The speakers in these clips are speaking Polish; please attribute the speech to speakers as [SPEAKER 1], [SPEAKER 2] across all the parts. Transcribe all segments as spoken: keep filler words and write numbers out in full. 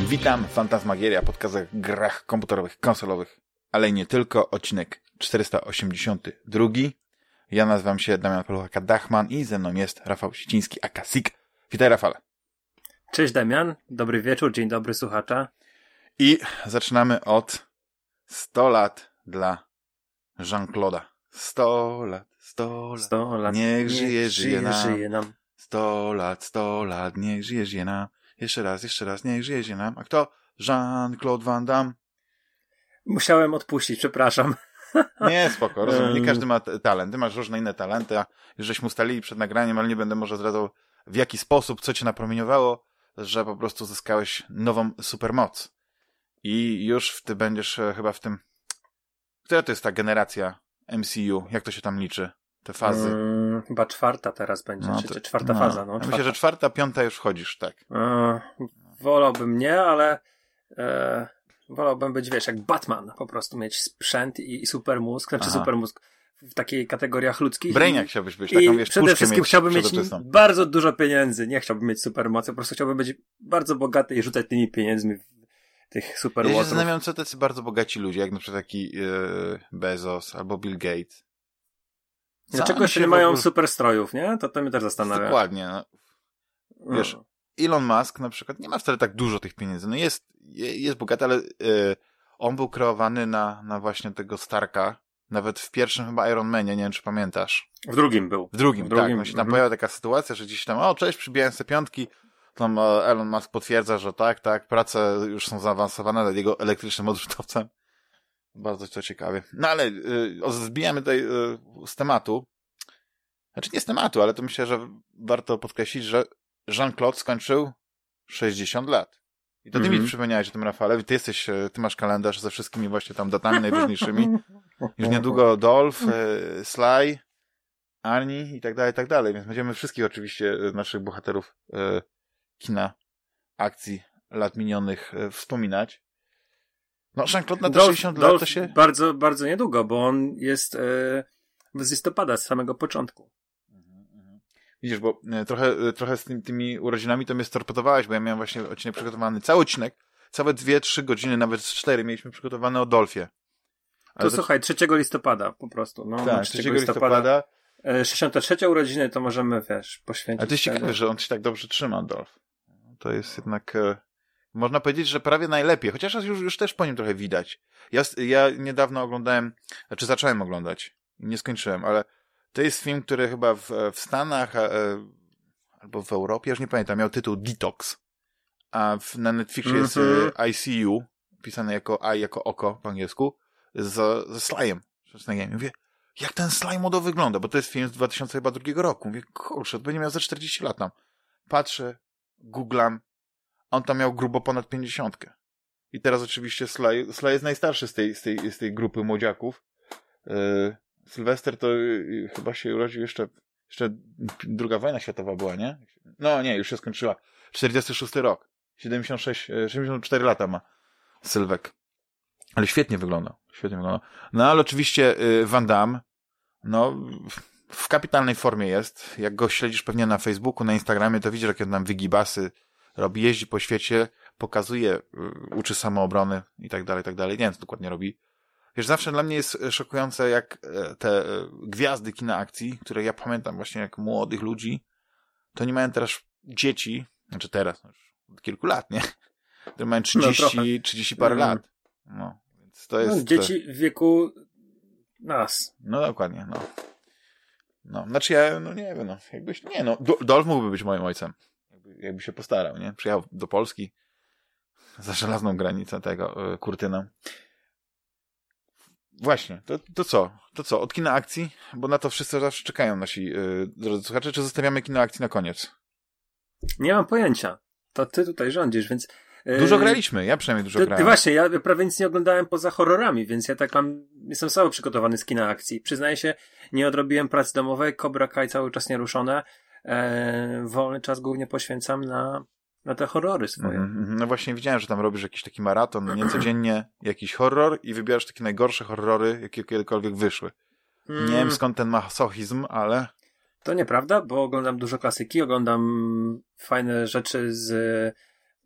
[SPEAKER 1] Witam, Fantasmagieria, podcast o grach komputerowych, konsolowych, ale i nie tylko, odcinek czterysta osiemdziesiąty drugi. Ja nazywam się Damian Paluchaka-Dachman i ze mną jest Rafał Siciński, aka Sik. Witaj, Rafale.
[SPEAKER 2] Cześć Damian, dobry wieczór, dzień dobry słuchacza.
[SPEAKER 1] I zaczynamy od sto lat dla Jean-Claude'a. sto lat, sto lat,
[SPEAKER 2] sto lat,
[SPEAKER 1] niech żyje, żyje nam.
[SPEAKER 2] żyje nam.
[SPEAKER 1] sto lat, sto lat, niech żyje, żyje nam. Jeszcze raz, jeszcze raz, niech żyje, żyje nam. A kto? Jean-Claude Van Damme.
[SPEAKER 2] Musiałem odpuścić, przepraszam.
[SPEAKER 1] Nie, spoko, rozumiem. Nie każdy ma t- talent. Ty masz różne inne talenty, a już żeśmy ustalili przed nagraniem, ale nie będę może zdradzał w jaki sposób, co cię napromieniowało, że po prostu zyskałeś nową supermoc. I już ty będziesz e, chyba w tym... Która to jest ta generacja M C U? Jak to się tam liczy? Te fazy?
[SPEAKER 2] Hmm, chyba czwarta teraz będzie,
[SPEAKER 1] No,
[SPEAKER 2] czy,
[SPEAKER 1] to-
[SPEAKER 2] czy czwarta
[SPEAKER 1] no.
[SPEAKER 2] faza. No,
[SPEAKER 1] Ja
[SPEAKER 2] czwarta.
[SPEAKER 1] myślę, że czwarta, piąta już wchodzisz, tak.
[SPEAKER 2] E, wolałbym nie, ale e, wolałbym być, wiesz, jak Batman, po prostu mieć sprzęt i, i supermózg, znaczy
[SPEAKER 1] Aha.
[SPEAKER 2] supermózg w takiej kategoriach ludzkich.
[SPEAKER 1] Brainiac
[SPEAKER 2] I,
[SPEAKER 1] chciałbyś być, taką
[SPEAKER 2] i
[SPEAKER 1] wiesz,
[SPEAKER 2] przede
[SPEAKER 1] puszkę
[SPEAKER 2] wszystkim
[SPEAKER 1] mieć
[SPEAKER 2] chciałbym mieć
[SPEAKER 1] przezroczystą.
[SPEAKER 2] bardzo dużo pieniędzy, nie chciałbym mieć supermocy, po prostu chciałbym być bardzo bogaty i rzucać tymi pieniędzmi w tych
[SPEAKER 1] Ja się
[SPEAKER 2] supermoców.
[SPEAKER 1] zastanawiam, co tacy bardzo bogaci ludzie, jak na przykład taki yy, Bezos albo Bill Gates. Co
[SPEAKER 2] Dlaczego
[SPEAKER 1] oni
[SPEAKER 2] jeszcze
[SPEAKER 1] się
[SPEAKER 2] nie
[SPEAKER 1] w
[SPEAKER 2] mają
[SPEAKER 1] ogóle-
[SPEAKER 2] superstrojów, nie? To, to mnie też zastanawia.
[SPEAKER 1] Dokładnie, no. Wiesz,
[SPEAKER 2] Mm.
[SPEAKER 1] Elon Musk na przykład nie ma wcale tak dużo tych pieniędzy. No jest, je- jest bogaty, ale yy, on był kreowany na, na właśnie tego Starka. Nawet w pierwszym chyba Iron Manie, nie wiem czy pamiętasz.
[SPEAKER 2] W drugim był.
[SPEAKER 1] W drugim,
[SPEAKER 2] W
[SPEAKER 1] tak.
[SPEAKER 2] drugim,
[SPEAKER 1] No się tam
[SPEAKER 2] mhm.
[SPEAKER 1] pojawia taka sytuacja, że gdzieś tam, o cześć, przybijałem sobie piątki. Tam e, Elon Musk potwierdza, że tak, tak, prace już są zaawansowane nad jego elektrycznym odrzutowcem. Bardzo to ciekawie. No ale y, o, zbijamy tutaj y, z tematu. Znaczy nie z tematu, ale to myślę, że warto podkreślić, że Jean-Claude skończył sześćdziesiąt lat. I to ty
[SPEAKER 2] Mhm.
[SPEAKER 1] mi przypomniałeś o tym, Rafale. Ty jesteś, e, ty masz kalendarz ze wszystkimi właśnie tam datami najważniejszymi. Już niedługo Dolph, e, Sly, Arnie i tak dalej, i tak dalej. Więc będziemy wszystkich oczywiście e, naszych bohaterów e, kina, akcji lat minionych e, wspominać. No Jean-Claude na te
[SPEAKER 2] Dolph-
[SPEAKER 1] sześćdziesiąt lat
[SPEAKER 2] Dolph
[SPEAKER 1] to się...
[SPEAKER 2] Bardzo, bardzo niedługo, bo on jest e, z listopada, z samego początku.
[SPEAKER 1] Widzisz, bo e, trochę, e, trochę z tymi, tymi urodzinami to mnie storpedowałeś, bo ja miałem właśnie odcinek przygotowany, cały odcinek, całe dwie, trzy godziny, nawet cztery mieliśmy przygotowane o Dolphie.
[SPEAKER 2] To
[SPEAKER 1] Ale
[SPEAKER 2] słuchaj, trzeciego listopada po prostu. No,
[SPEAKER 1] tak, trzeciego listopada.
[SPEAKER 2] E, sześćdziesiąte trzecie urodziny to możemy, wiesz, poświęcić.
[SPEAKER 1] Ale to jest
[SPEAKER 2] wtedy.
[SPEAKER 1] ciekawe, że on się tak dobrze trzyma, Dolph. To jest jednak... E, można powiedzieć, że prawie najlepiej, chociaż już, już też po nim trochę widać. Ja, ja niedawno oglądałem, znaczy zacząłem oglądać, nie skończyłem, ale to jest film, który chyba w, w Stanach e, albo w Europie, już nie pamiętam, miał tytuł Detox, a w, na Netflixie jest
[SPEAKER 2] Mhm.
[SPEAKER 1] e, I C U, pisane jako I, jako oko po angielsku, z, ze Slyem. Ja mówię, jak ten Sly młodo wygląda, bo to jest film z dwa tysiące drugiego roku. Mówię, kurczę, to będzie miał ze czterdzieści lat tam. Patrzę, googlam, on tam miał grubo ponad pięćdziesiątkę. I teraz oczywiście Sly, Sly jest najstarszy z tej, z tej, z tej grupy młodziaków. Yy, Sylwester to yy, chyba się urodził jeszcze, jeszcze druga wojna światowa była, nie? No nie, już się skończyła. czterdziesty szósty rok. siedemdziesiąt sześć, siedemdziesiąt cztery lata ma Sylwek. Ale świetnie wyglądał. Świetnie wyglądał. No ale oczywiście yy, Van Damme, no w kapitalnej formie jest. Jak go śledzisz pewnie na Facebooku, na Instagramie, to widzisz, jakie on tam wygibasy robi, jeździ po świecie, pokazuje, y, uczy samoobrony i tak dalej, i tak dalej. Nie wiem, co dokładnie robi. Wiesz, zawsze dla mnie jest szokujące, jak e, te e, gwiazdy kina akcji, które ja pamiętam właśnie jak młodych ludzi, to oni mają teraz dzieci, znaczy teraz, no już od kilku lat, nie? Które mają trzydzieści, trzydzieści parę
[SPEAKER 2] Mm.
[SPEAKER 1] lat. No, więc to jest...
[SPEAKER 2] No, dzieci w wieku nas.
[SPEAKER 1] No dokładnie, no. No, znaczy ja, no nie wiem, no, jakbyś, nie no, Do- Dolph mógłby być moim ojcem. Jakby, jakby się postarał, nie? Przyjechał do Polski za żelazną granicę tego, y, kurtyną. Właśnie, to, to co? To co? Od kina akcji? Bo na to wszyscy zawsze czekają nasi yy, drodzy słuchacze, czy zostawiamy kino akcji na koniec?
[SPEAKER 2] Nie mam pojęcia. To ty tutaj rządzisz, więc... e,
[SPEAKER 1] Dużo graliśmy, ja przynajmniej dużo
[SPEAKER 2] Ty,
[SPEAKER 1] grałem.
[SPEAKER 2] ty właśnie, ja prawie nic nie oglądałem poza horrorami, więc ja tak mam, jestem cały przygotowany z kina akcji. Przyznaję się, nie odrobiłem pracy domowej, Cobra Kai cały czas nieruszone, e, wolny czas głównie poświęcam na, na te horrory swoje.
[SPEAKER 1] Mhm, no właśnie widziałem, że tam robisz jakiś taki maraton, nie codziennie jakiś horror i wybierasz takie najgorsze horrory, jakie kiedykolwiek wyszły.
[SPEAKER 2] Mm,
[SPEAKER 1] Nie wiem skąd ten masochizm, ale...
[SPEAKER 2] To nieprawda, bo oglądam dużo klasyki, oglądam fajne rzeczy z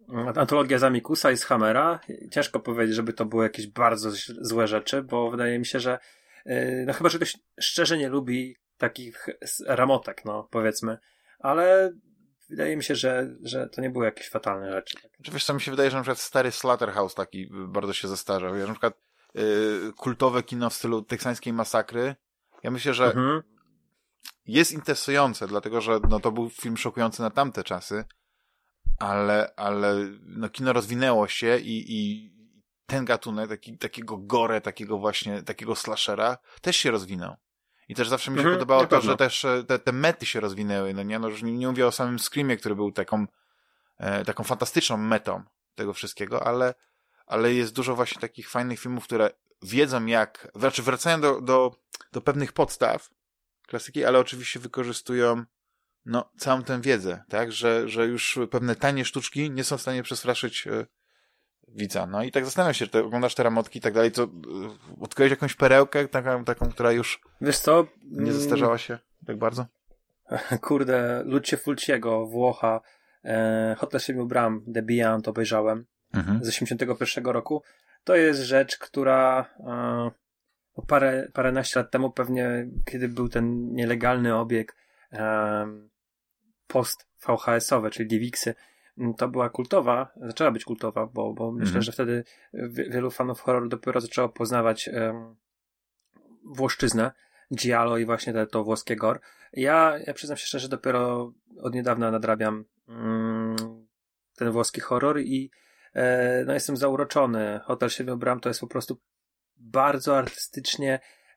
[SPEAKER 2] antologia z Amikusa i z Hammera. Ciężko powiedzieć, żeby to były jakieś bardzo złe rzeczy, bo wydaje mi się, że yy, no chyba, że ktoś szczerze nie lubi takich ramotek, no powiedzmy, ale wydaje mi się, że, że to nie były jakieś fatalne rzeczy.
[SPEAKER 1] Czy wiesz co, mi się wydaje, że na przykład stary Slaughterhouse taki bardzo się zestarzał. Ja na przykład yy, kultowe kino w stylu teksańskiej masakry, ja myślę, że mhm. jest interesujące, dlatego, że no, to był film szokujący na tamte czasy, ale, ale no, kino rozwinęło się i, i ten gatunek, taki, takiego gore, takiego właśnie, takiego slashera też się rozwinął. I też zawsze mi się mhm, podobało to, że też te, te mety się rozwinęły, no nie? No już nie, nie mówię o samym Screamie, który był taką, e, taką fantastyczną metą tego wszystkiego, ale, ale jest dużo właśnie takich fajnych filmów, które wiedzą jak, znaczy wracają do, do, do pewnych podstaw klasyki, ale oczywiście wykorzystują no, całą tę wiedzę, tak? Że, że już pewne tanie sztuczki nie są w stanie przestraszyć e, widza. No i tak zastanawiam się, że oglądasz te ramotki i tak dalej, to odkryłeś jakąś perełkę, taką, taką, która już
[SPEAKER 2] wiesz co?
[SPEAKER 1] nie zestarzała się tak bardzo?
[SPEAKER 2] Kurde, Lucio Fulciego, Włocha, e, Hotel Siedmiu Bram, The Beyond obejrzałem mhm. z osiemdziesiątego pierwszego roku. To jest rzecz, która e, parę, paręnaście lat temu pewnie, kiedy był ten nielegalny obieg e, post V H S-owe, czyli D V X-y, to była kultowa, zaczęła być kultowa, bo, bo myślę, mm-hmm. że wtedy wielu fanów horroru dopiero zaczęło poznawać um, włoszczyznę, giallo i właśnie te, to włoskie gore. Ja, ja przyznam się szczerze, dopiero od niedawna nadrabiam um, ten włoski horror i e, no jestem zauroczony. Hotel Siedmiu Bram to jest po prostu bardzo artystycznie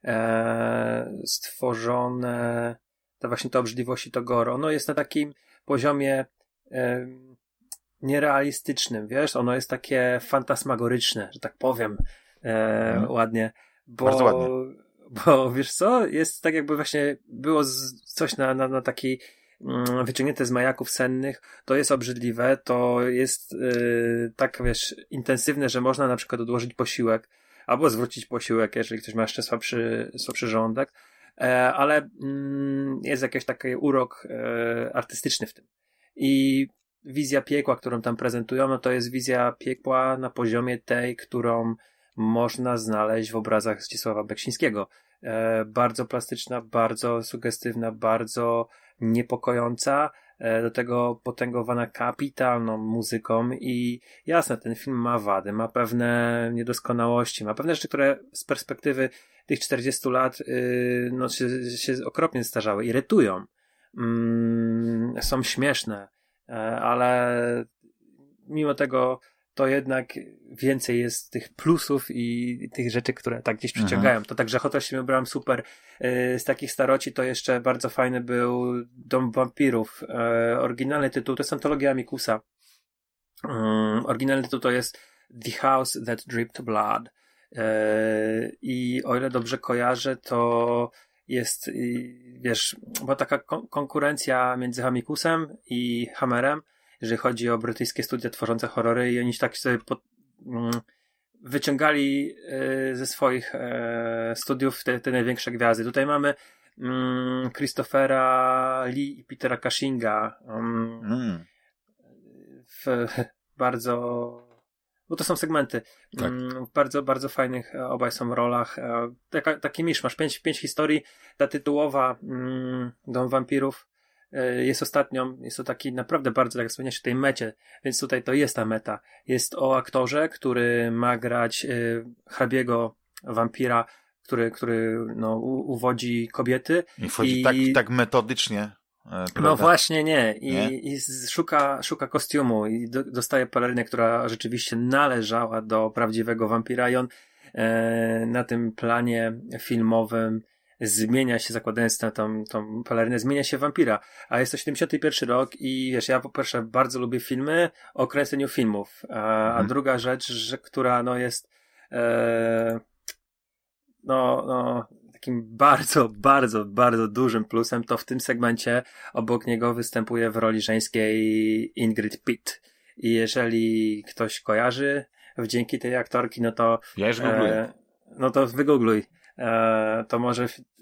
[SPEAKER 2] e, stworzone to właśnie to obrzydliwości, to gore. Ono jest na takim poziomie e, nierealistycznym, wiesz, ono jest takie fantasmagoryczne, że tak powiem e, mm. ładnie, bo,
[SPEAKER 1] bardzo ładnie.
[SPEAKER 2] Bo wiesz co, jest tak jakby właśnie było z, coś na, na, na takiej mm, wyciągnięte z majaków sennych, to jest obrzydliwe, to jest y, tak wiesz, intensywne, że można na przykład odłożyć posiłek, albo zwrócić posiłek, jeżeli ktoś ma jeszcze słabszy, słabszy żołądek, e, ale mm, jest jakiś taki urok e, artystyczny w tym. I wizja piekła, którą tam prezentują, no to jest wizja piekła na poziomie tej, którą można znaleźć w obrazach Zdzisława Beksińskiego. E, bardzo plastyczna, bardzo sugestywna, bardzo niepokojąca, e, do tego potęgowana kapitalną muzyką i jasne, ten film ma wady, ma pewne niedoskonałości, ma pewne rzeczy, które z perspektywy tych czterdziestu lat yy, no, się, się okropnie starzały, irytują, mm, są śmieszne, ale mimo tego to jednak więcej jest tych plusów i tych rzeczy, które tak gdzieś przyciągają. To także Hotel Siedmiu Bram super. Z takich staroci to jeszcze bardzo fajny był Dom Wampirów. Oryginalny tytuł to jest antologia Amikusa. Oryginalny tytuł to jest The House That Dripped Blood. I o ile dobrze kojarzę, to jest, wiesz, była taka kon- konkurencja między Amikusem i Hammerem, jeżeli chodzi o brytyjskie studia tworzące horrory i oni tak sobie pod, mm, wyciągali y, ze swoich y, studiów te, te największe gwiazdy. Tutaj mamy mm, Christophera Lee i Petera Cushinga um, mm. w bardzo... Bo to są segmenty. Tak. W bardzo, bardzo fajnych obaj są rolach. Taka, taki misz, masz pięć, pięć historii. Ta tytułowa mm, Dom Wampirów jest ostatnią. Jest to taki naprawdę bardzo, tak jak wspomniałeś, w tej mecie. Więc tutaj to jest ta meta. Jest o aktorze, który ma grać y, hrabiego wampira, który, który no, u, uwodzi kobiety.
[SPEAKER 1] I wchodzi i... Tak, tak metodycznie. Prawda?
[SPEAKER 2] No właśnie nie. I, nie? i szuka, szuka kostiumu i do, dostaje pelerynę, która rzeczywiście należała do prawdziwego wampira i on e, na tym planie filmowym zmienia się, zakładając na tą, tą pelerynę, zmienia się w wampira. A jest to siedemdziesiąty pierwszy rok i wiesz, ja po pierwsze bardzo lubię filmy o kręceniu filmów. A, mhm. a druga rzecz, że, która no jest e, no, no takim bardzo, bardzo, bardzo dużym plusem, to w tym segmencie obok niego występuje w roli żeńskiej Ingrid Pitt. I jeżeli ktoś kojarzy dzięki tej aktorki, no to...
[SPEAKER 1] Ja już googluję.
[SPEAKER 2] E, no to wygoogluj. E, to może w,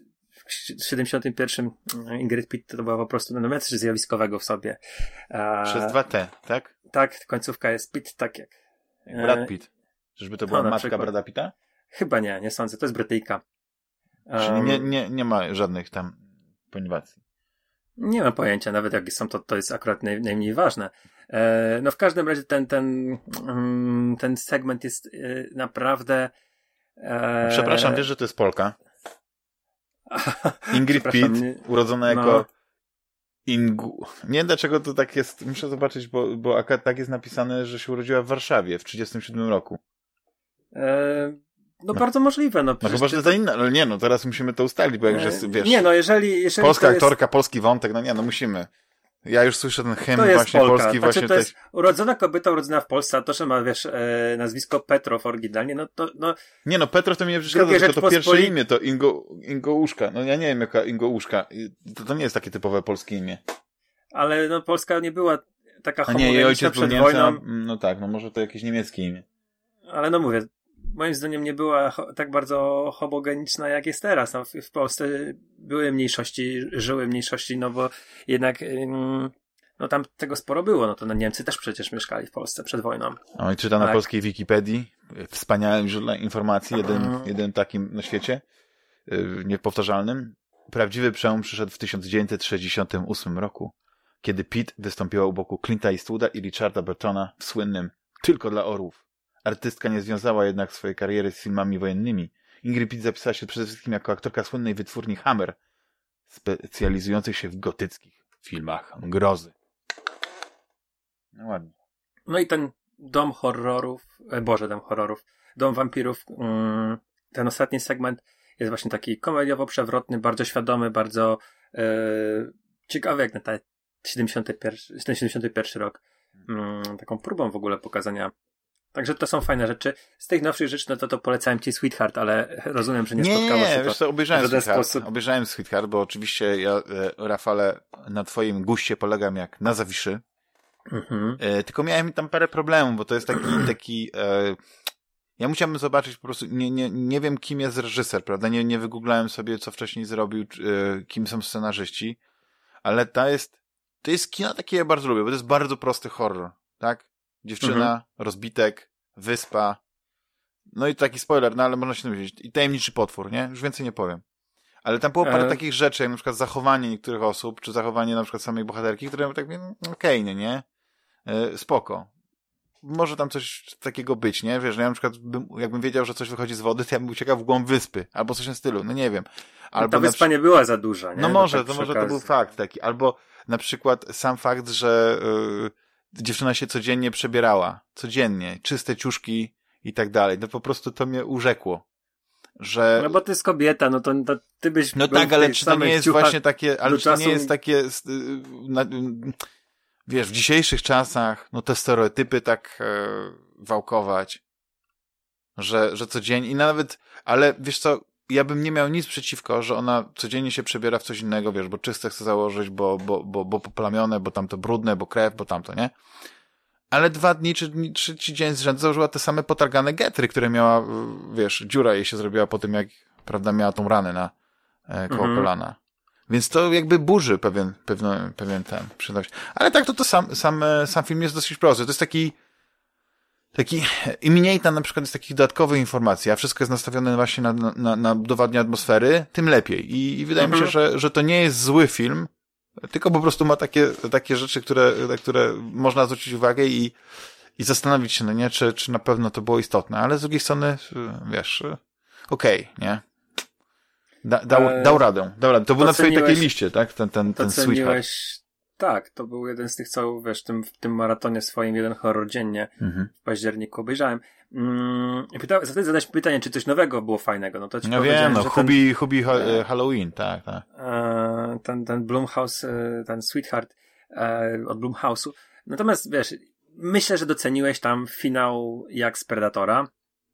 [SPEAKER 2] w siedemdziesiątym pierwszym Ingrid Pitt to była po prostu no, coś zjawiskowego w sobie. E,
[SPEAKER 1] Przez dwa T, tak?
[SPEAKER 2] Tak, końcówka jest Pitt, tak jak. E,
[SPEAKER 1] Brad Pitt. Czyżby to była
[SPEAKER 2] no,
[SPEAKER 1] matka
[SPEAKER 2] przykład.
[SPEAKER 1] Brada Pitta?
[SPEAKER 2] Chyba nie, nie sądzę. To jest Brytyjka. Um,
[SPEAKER 1] Czyli nie, nie, nie ma żadnych tam poniwacji.
[SPEAKER 2] Nie mam pojęcia, nawet jak są, to, to jest akurat naj, najmniej ważne. E, no w każdym razie ten, ten, um, ten segment jest e, naprawdę... E...
[SPEAKER 1] Przepraszam, wiesz, że to jest Polka? Ingrid Pitt,
[SPEAKER 2] nie...
[SPEAKER 1] urodzona jako
[SPEAKER 2] no.
[SPEAKER 1] Ingu... Nie wiem, dlaczego to tak jest, muszę zobaczyć, bo, bo akurat tak jest napisane, że się urodziła w Warszawie w trzydziestym siódmym roku.
[SPEAKER 2] E... No, no bardzo możliwe. No,
[SPEAKER 1] no chyba, że to inna, ale nie, no teraz musimy to ustalić, bo jak już jest, wiesz...
[SPEAKER 2] Nie, no jeżeli... jeżeli
[SPEAKER 1] polska
[SPEAKER 2] jest...
[SPEAKER 1] aktorka, polski wątek, no nie, no musimy. Ja już słyszę ten hymn
[SPEAKER 2] to jest
[SPEAKER 1] właśnie
[SPEAKER 2] Polka.
[SPEAKER 1] polski.
[SPEAKER 2] Znaczy,
[SPEAKER 1] właśnie
[SPEAKER 2] to jest urodzona kobieta, urodzona w Polsce, a to, że ma, wiesz, e, nazwisko Petrow oryginalnie, no to... No,
[SPEAKER 1] nie no, Petrow to mi nie przeszkadza,
[SPEAKER 2] Drugie
[SPEAKER 1] tylko to
[SPEAKER 2] Rzeczpospoli...
[SPEAKER 1] pierwsze imię to Ingo, Ingouszka. No ja nie wiem, jaka Ingouszka. To, to nie jest takie typowe polskie imię.
[SPEAKER 2] Ale no Polska nie była taka
[SPEAKER 1] a nie, jej ojciec
[SPEAKER 2] przed
[SPEAKER 1] był
[SPEAKER 2] wojną.
[SPEAKER 1] Niemcem, no tak, no może to jakieś niemieckie imię.
[SPEAKER 2] Ale no mówię, moim zdaniem nie była ho- tak bardzo homogeniczna, jak jest teraz. No, w, w Polsce były mniejszości, żyły mniejszości, no bo jednak ym, no tam tego sporo było. No to no, Niemcy też przecież mieszkali w Polsce przed wojną.
[SPEAKER 1] O, i czytam na
[SPEAKER 2] tak.
[SPEAKER 1] polskiej Wikipedii, wspaniałym źródle informacji, jeden, jeden takim na świecie, yy, niepowtarzalnym. Prawdziwy przełom przyszedł w tysiąc dziewięćset sześćdziesiątym ósmym roku, kiedy Pitt wystąpiła u boku Clint'a Eastwooda i Richarda Burtona w słynnym Tylko dla orłów. Artystka nie związała jednak swojej kariery z filmami wojennymi. Ingrid Pitt zapisała się przede wszystkim jako aktorka słynnej wytwórni Hammer, specjalizującej się w gotyckich filmach grozy. No ładnie.
[SPEAKER 2] No i ten dom horrorów, e, Boże, dom horrorów, dom wampirów, mm, ten ostatni segment jest właśnie taki komediowo-przewrotny, bardzo świadomy, bardzo e, ciekawy jak na ten siedemdziesiąty pierwszy, siedemdziesiąty pierwszy rok. Mm, taką próbą w ogóle pokazania. Także to są fajne rzeczy. Z tych nowszych rzeczy, no to to polecałem ci Sweetheart, ale rozumiem, że nie,
[SPEAKER 1] nie
[SPEAKER 2] spotkało
[SPEAKER 1] nie,
[SPEAKER 2] się
[SPEAKER 1] nie,
[SPEAKER 2] to
[SPEAKER 1] wiesz co, obejrzałem
[SPEAKER 2] w żaden
[SPEAKER 1] Sweetheart.
[SPEAKER 2] sposób.
[SPEAKER 1] Obejrzałem Sweetheart, bo oczywiście ja, e, Rafale, na twoim guście polegam jak na Zawiszy.
[SPEAKER 2] Mhm.
[SPEAKER 1] E, tylko miałem tam parę problemów, bo to jest taki, taki e, ja musiałbym zobaczyć po prostu, nie, nie, nie wiem kim jest reżyser, prawda, nie, nie wygooglałem sobie co wcześniej zrobił, e, kim są scenarzyści, ale to jest, to jest kino takie, ja bardzo lubię, bo to jest bardzo prosty horror, tak? Dziewczyna, mhm. rozbitek, wyspa, no i taki spoiler, no ale można się dowiedzieć, i tajemniczy potwór, nie? Już więcej nie powiem. Ale tam było parę e... takich rzeczy, jak na przykład zachowanie niektórych osób, czy zachowanie na przykład samej bohaterki, które tak mówię, okej, okay, nie, nie? E, spoko. Może tam coś takiego być, nie? Wiesz, ja na przykład bym, jakbym wiedział, że coś wychodzi z wody, to ja bym uciekał w głąb wyspy, albo coś w tym stylu, no nie wiem. Albo
[SPEAKER 2] ta wyspa nie była za duża, nie?
[SPEAKER 1] No może,
[SPEAKER 2] tak
[SPEAKER 1] to może to był fakt taki, albo na przykład sam fakt, że yy, dziewczyna się codziennie przebierała, codziennie, czyste ciuszki i tak dalej, no po prostu to mnie urzekło, że...
[SPEAKER 2] No bo ty jest kobieta, no to, to ty byś...
[SPEAKER 1] No tak, ale czy to nie jest właśnie takie, ale czy to
[SPEAKER 2] czasu...
[SPEAKER 1] nie jest takie, yy, na, wiesz, w dzisiejszych czasach, no te stereotypy tak yy, wałkować, że, że codziennie, i nawet, ale wiesz co, ja bym nie miał nic przeciwko, że ona codziennie się przebiera w coś innego, wiesz, bo czyste chce założyć, bo, bo, bo, bo poplamione, bo tamto brudne, bo krew, bo tamto, nie? Ale dwa dni, czy trzeci dzień z rzędu założyła te same potargane getry, które miała, wiesz, dziura jej się zrobiła po tym, jak, prawda, miała tą ranę na e, koło mhm. kolana. Więc to jakby burzy pewien, pewien, pewien ten przydatność. Ale tak, to to sam, sam, sam film jest dosyć prosty. To jest taki Taki, im mniej tam na przykład jest takich dodatkowych informacji, a wszystko jest nastawione właśnie na, na, na budowanie atmosfery, tym lepiej. I, i wydaje mhm. mi się, że, że to nie jest zły film, tylko po prostu ma takie, takie rzeczy, które, na które można zwrócić uwagę i, i zastanowić się, no nie, czy, czy na pewno to było istotne. Ale z drugiej strony, wiesz, okej, okay, nie? Da, dał, e... dał radę, dał radę. To był na twojej takiej liście, tak? Ten, ten, ten Sweetheart.
[SPEAKER 2] Tak, to był jeden z tych, co wiesz, w tym, w tym maratonie swoim, jeden horror dziennie mhm. w październiku obejrzałem. Mm, pyta, wtedy zadać pytanie, czy coś nowego było fajnego. No to ci
[SPEAKER 1] no wiem, no, Hubi, ten, Hubi e, Halloween, tak, tak.
[SPEAKER 2] E, ten, ten Blumhouse, e, ten Sweetheart e, od Blumhouse'u. Natomiast wiesz, myślę, że doceniłeś tam finał jak z Predatora.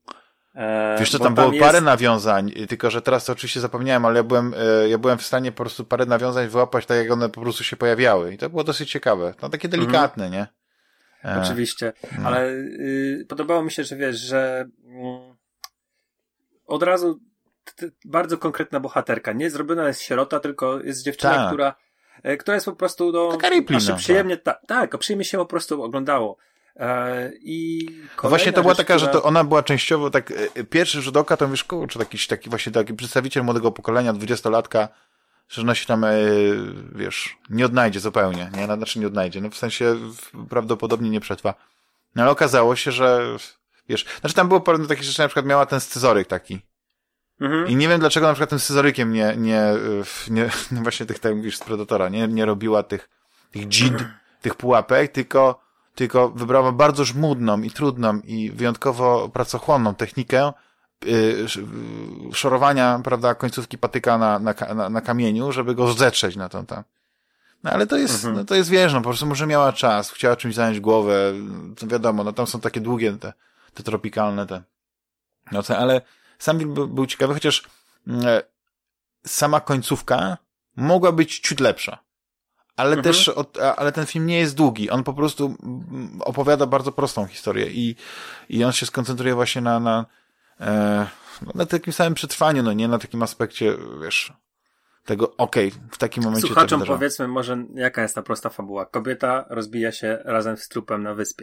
[SPEAKER 1] E, Wiesz co, tam, tam było jest... parę nawiązań, tylko że teraz to oczywiście zapomniałem, ale ja byłem, e, ja byłem w stanie po prostu parę nawiązań wyłapać tak, jak one po prostu się pojawiały. I to było dosyć ciekawe. No takie delikatne, mm. nie?
[SPEAKER 2] E, Oczywiście, no. ale y, podobało mi się, że wiesz, że y, od razu t, bardzo konkretna bohaterka. Nie zrobiona jest sierota, tylko jest dziewczyna,
[SPEAKER 1] tak.
[SPEAKER 2] która, która jest po prostu, no,
[SPEAKER 1] taka Ripley,
[SPEAKER 2] aż się
[SPEAKER 1] no,
[SPEAKER 2] przyjemnie, tak, ta, przyjemnie się po prostu oglądało. E, I
[SPEAKER 1] no właśnie to była
[SPEAKER 2] rzecz,
[SPEAKER 1] taka,
[SPEAKER 2] która...
[SPEAKER 1] że to ona była częściowo tak, e, pierwszy rzut oka to wiesz, kurczę, taki, taki właśnie taki przedstawiciel młodego pokolenia, dwudziestolatka, że ona się tam, e, wiesz, nie odnajdzie zupełnie, nie? Znaczy nie odnajdzie, no w sensie w, prawdopodobnie nie przetrwa. No ale okazało się, że wiesz, znaczy tam było parę takich rzeczy, na przykład miała ten scyzoryk taki. Mhm. I nie wiem dlaczego na przykład tym scyzorykiem nie, nie, nie, nie właśnie tych, tak mówisz, z Predatora, nie, nie robiła tych, tych dzid, tych pułapek, tylko, tylko wybrała bardzo żmudną i trudną i wyjątkowo pracochłonną technikę yy, szorowania, prawda, końcówki patyka na, na, na, na kamieniu, żeby go zetrzeć na tą tam. No ale to jest, mhm. no to jest, wiesz, no po prostu może miała czas, chciała czymś zająć głowę, to wiadomo, no tam są takie długie te, te tropikalne te noce, ale sam film był, był ciekawy, chociaż e, sama końcówka mogła być ciut lepsza. Ale mhm. też, od, ale ten film nie jest długi. On po prostu opowiada bardzo prostą historię i, i on się skoncentruje właśnie na, na, e, na takim samym przetrwaniu, no nie na takim aspekcie, wiesz, tego, okej, okay, w takim momencie...
[SPEAKER 2] Słuchaczom powiedzmy może, jaka jest ta prosta fabuła. Kobieta rozbija się razem z trupem na wyspie.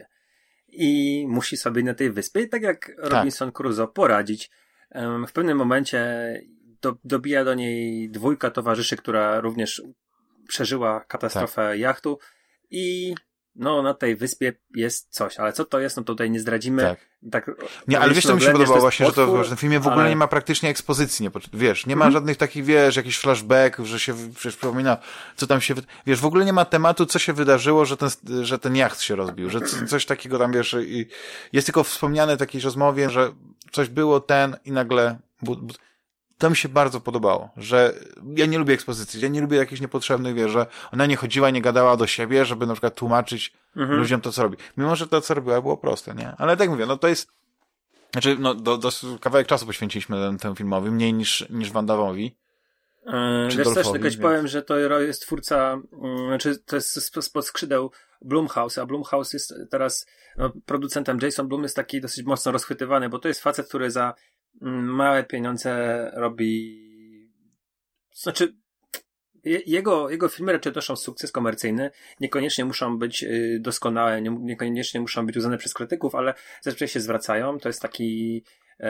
[SPEAKER 2] I musi sobie na tej wyspie, tak jak tak. Robinson Crusoe, poradzić. W pewnym momencie do, dobija do niej dwójka towarzyszy, która również przeżyła katastrofę tak. jachtu i no na tej wyspie jest coś, ale co to jest, no tutaj nie zdradzimy. Tak. tak
[SPEAKER 1] nie, ale wiesz, co mi się podobało właśnie, potwór, że, to, że w tym filmie w ogóle ale... nie ma praktycznie ekspozycji, nie, wiesz, nie ma mm-hmm. żadnych takich, wiesz, jakichś flashback, że się przecież przypomina, co tam się, wiesz, w ogóle nie ma tematu, co się wydarzyło, że ten, że ten jacht się rozbił, że coś takiego tam, wiesz, i jest tylko wspomniane w takiej rozmowie, że coś było ten i nagle to mi się bardzo podobało, że ja nie lubię ekspozycji, ja nie lubię jakichś niepotrzebnych, wiesz, że ona nie chodziła, nie gadała do siebie, żeby na przykład tłumaczyć mhm. ludziom to, co robi. Mimo, że to, co robiła, było proste, nie? Ale tak mówię, no to jest, znaczy, no, do, do, kawałek czasu poświęciliśmy temu ten filmowi, mniej niż, niż Van Damme'owi.
[SPEAKER 2] Yy, wiesz, też tylko ci powiem, że to jest twórca, yy, znaczy to jest spod skrzydeł Blumhouse, a Blumhouse jest teraz no, producentem. Jason Blum jest taki dosyć mocno rozchwytywany, bo to jest facet, który za małe pieniądze robi, znaczy jego, jego filmy raczej doszą sukces komercyjny, niekoniecznie muszą być doskonałe, niekoniecznie muszą być uznane przez krytyków, ale zazwyczaj się zwracają. To jest taki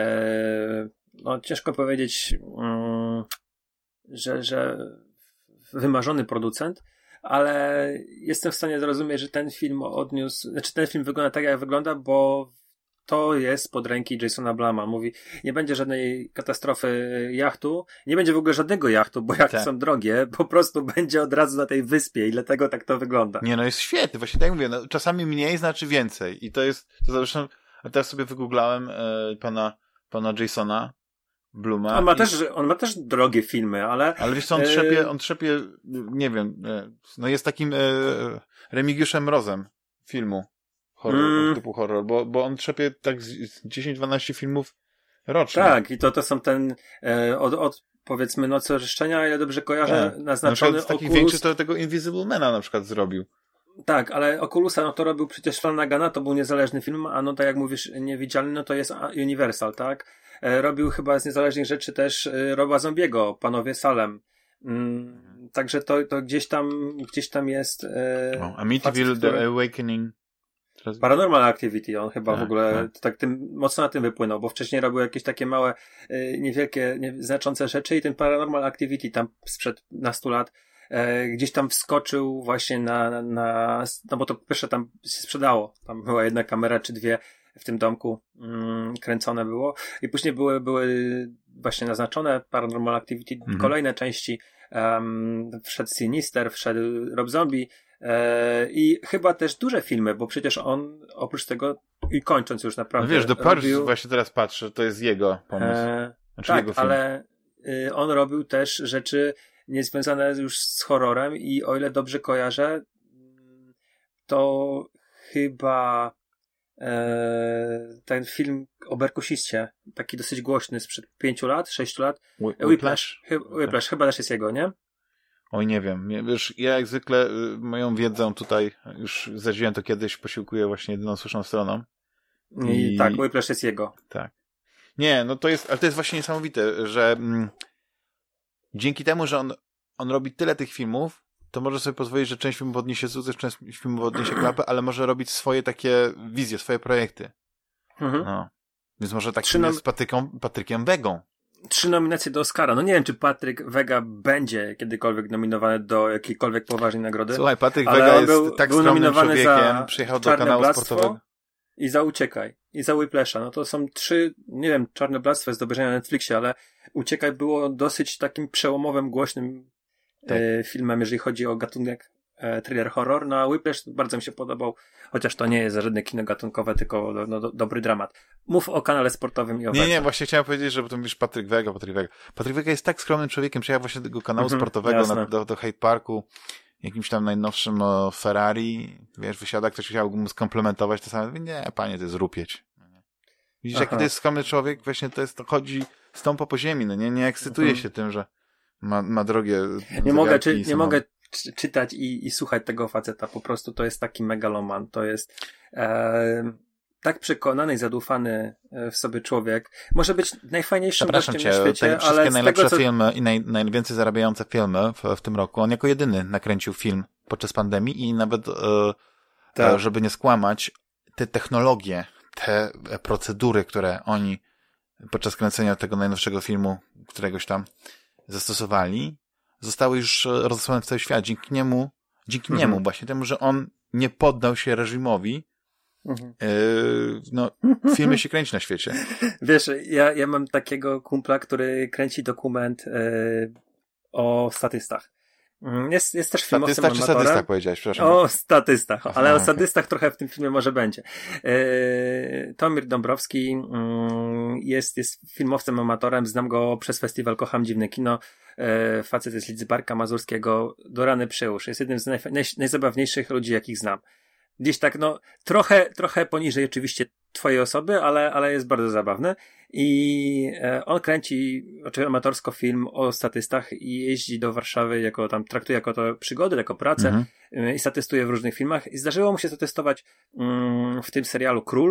[SPEAKER 2] e, no ciężko powiedzieć mm, że, że wymarzony producent, ale jestem w stanie zrozumieć, że ten film odniósł, znaczy ten film wygląda tak, jak wygląda, bo to jest pod ręki Jasona Bluma. Mówi, nie będzie żadnej katastrofy jachtu, nie będzie w ogóle żadnego jachtu, bo jachty tak. są drogie, po prostu będzie od razu na tej wyspie i dlatego tak to wygląda.
[SPEAKER 1] Nie, no jest świetny, właśnie tak jak mówię, no, czasami mniej znaczy więcej i to jest, to zresztą, teraz sobie wygooglałem e, pana, pana Jasona Bluma.
[SPEAKER 2] On ma,
[SPEAKER 1] i...
[SPEAKER 2] też, on ma też drogie filmy, ale...
[SPEAKER 1] Ale wiesz co, on trzepie, on trzepie, nie wiem, no jest takim e, Remigiuszem Mrozem filmu. Horror, mm. typu horror, bo, bo on trzepie tak z dziesięć dwanaście filmów rocznie.
[SPEAKER 2] Tak, i to to są ten e, od, od powiedzmy Nocy Oczyszczenia, ile dobrze kojarzę,
[SPEAKER 1] tak.
[SPEAKER 2] naznaczony
[SPEAKER 1] na z takich Oculus... większych to tego Invisible Mana na przykład zrobił.
[SPEAKER 2] Tak, ale Oculusa, no to robił przecież Flanagana, to był niezależny film, a no tak jak mówisz, Niewidzialny, no to jest Universal, tak? E, robił chyba z niezależnych rzeczy też e, Roba Zombiego, Panowie Salem. Mm, także to, to gdzieś tam gdzieś tam jest e,
[SPEAKER 1] oh, Amityville, facet, The Awakening.
[SPEAKER 2] Teraz... Paranormal Activity, on chyba tak, w ogóle tak. tak tym, mocno na tym wypłynął, bo wcześniej robił jakieś takie małe, e, niewielkie, nieznaczące rzeczy i ten Paranormal Activity tam sprzed nastu lat e, gdzieś tam wskoczył właśnie na, na, na, no bo to pierwsze tam się sprzedało, tam była jedna kamera czy dwie w tym domku mm, kręcone było i później były, były właśnie naznaczone Paranormal Activity, mhm. kolejne części, um, wszedł Sinister, wszedł Rob Zombie e, i chyba też duże filmy, bo przecież on oprócz tego i kończąc już naprawdę...
[SPEAKER 1] No wiesz, The Purge robił... właśnie teraz patrzę, to jest jego pomysł. E, znaczy
[SPEAKER 2] tak,
[SPEAKER 1] jego film.
[SPEAKER 2] ale y, on robił też rzeczy niezwiązane już z horrorem i o ile dobrze kojarzę, to chyba ten film o Berkusistie, taki dosyć głośny sprzed pięciu lat, sześciu lat. Whiplash. Whiplash, chyba też jest jego, nie?
[SPEAKER 1] Oj, nie wiem. Wiesz, ja jak zwykle moją wiedzą tutaj, już zadziwiłem to kiedyś, posiłkuję właśnie jedyną słuszną stroną.
[SPEAKER 2] I, I tak, Whiplash jest jego.
[SPEAKER 1] Tak. Nie, no to jest, ale to jest właśnie niesamowite, że mm, dzięki temu, że on, on robi tyle tych filmów, to może sobie pozwolić, że część filmów odniesie sukces, część filmów odniesie klapę, ale może robić swoje takie wizje, swoje projekty. Mhm. No. Więc może tak nom- z Patryką, Patrykiem Wegą.
[SPEAKER 2] Trzy nominacje do Oscara. No nie wiem, czy Patryk Wega będzie kiedykolwiek nominowany do jakiejkolwiek poważnej nagrody.
[SPEAKER 1] Słuchaj, Patryk Wega jest był, tak był skromnym człowiekiem, przyjechał do kanału sportowego.
[SPEAKER 2] I za Uciekaj. I za Whiplasha. No to są trzy, nie wiem, Czarne Bractwo jest do obejrzenia na Netflixie, ale Uciekaj było dosyć takim przełomowym, głośnym tak. e, filmem, jeżeli chodzi o gatunek e, thriller horror. No a Whiplash bardzo mi się podobał, chociaż to nie jest żadne kino gatunkowe, tylko no, no, do, dobry dramat. Mów o kanale sportowym i o
[SPEAKER 1] Nie, Wega. nie, właśnie chciałem powiedzieć, że to mówisz Patryk Wega, Patryk Wega. Patryk Wega jest tak skromnym człowiekiem, przyjechał właśnie do tego kanału mm-hmm, sportowego na, do, do Hyde Parku, jakimś tam najnowszym no, Ferrari, wiesz, wysiada, ktoś chciał mu skomplementować, to samo mówi, nie, panie, to jest rupieć. Widzisz, Aha. jaki to jest skromny człowiek, właśnie to jest, to chodzi stąpa po ziemi, no nie, nie ekscytuje mhm. się tym, że ma, ma drogie
[SPEAKER 2] nie mogę, czy, nie mogę czy, czytać i, i słuchać tego faceta, po prostu to jest taki megaloman, to jest e, tak przekonany i zadufany w sobie człowiek, może być najfajniejszym gościem
[SPEAKER 1] cię,
[SPEAKER 2] na świecie,
[SPEAKER 1] te wszystkie
[SPEAKER 2] ale
[SPEAKER 1] najlepsze
[SPEAKER 2] tego, co...
[SPEAKER 1] filmy i naj, najwięcej zarabiające filmy w, w tym roku, on jako jedyny nakręcił film podczas pandemii i nawet, e, tak. e, żeby nie skłamać, te technologie, te procedury, które oni podczas kręcenia tego najnowszego filmu, któregoś tam zastosowali, zostały już rozesłane w cały świat. Dzięki niemu, dzięki mhm. niemu właśnie temu, że on nie poddał się reżimowi, mhm. yy, no, filmy się kręci na świecie.
[SPEAKER 2] Wiesz, ja, ja mam takiego kumpla, który kręci dokument yy, o statystach. Jest, jest też filmowcem
[SPEAKER 1] Statysta czy sadystach powiedziałeś, przepraszam.
[SPEAKER 2] O statystach, ale Aha, o sadystach okay. trochę w tym filmie może będzie. Yy, Tomir Dąbrowski yy, jest, jest filmowcem amatorem, znam go przez festiwal Kocham Dziwne Kino. Yy, facet jest z Lidzbarka Mazurskiego, do rany przyłóż. Jest jednym z naj, naj, najzabawniejszych ludzi, jakich znam. Gdzieś tak, no, trochę, trochę poniżej oczywiście twojej osoby, ale, ale jest bardzo zabawny. I e, on kręci, oczywiście amatorsko film o statystach i jeździ do Warszawy jako tam, traktuje jako to przygody, jako pracę mhm. e, i statystuje w różnych filmach. I zdarzyło mu się zatestować mm, w tym serialu Król.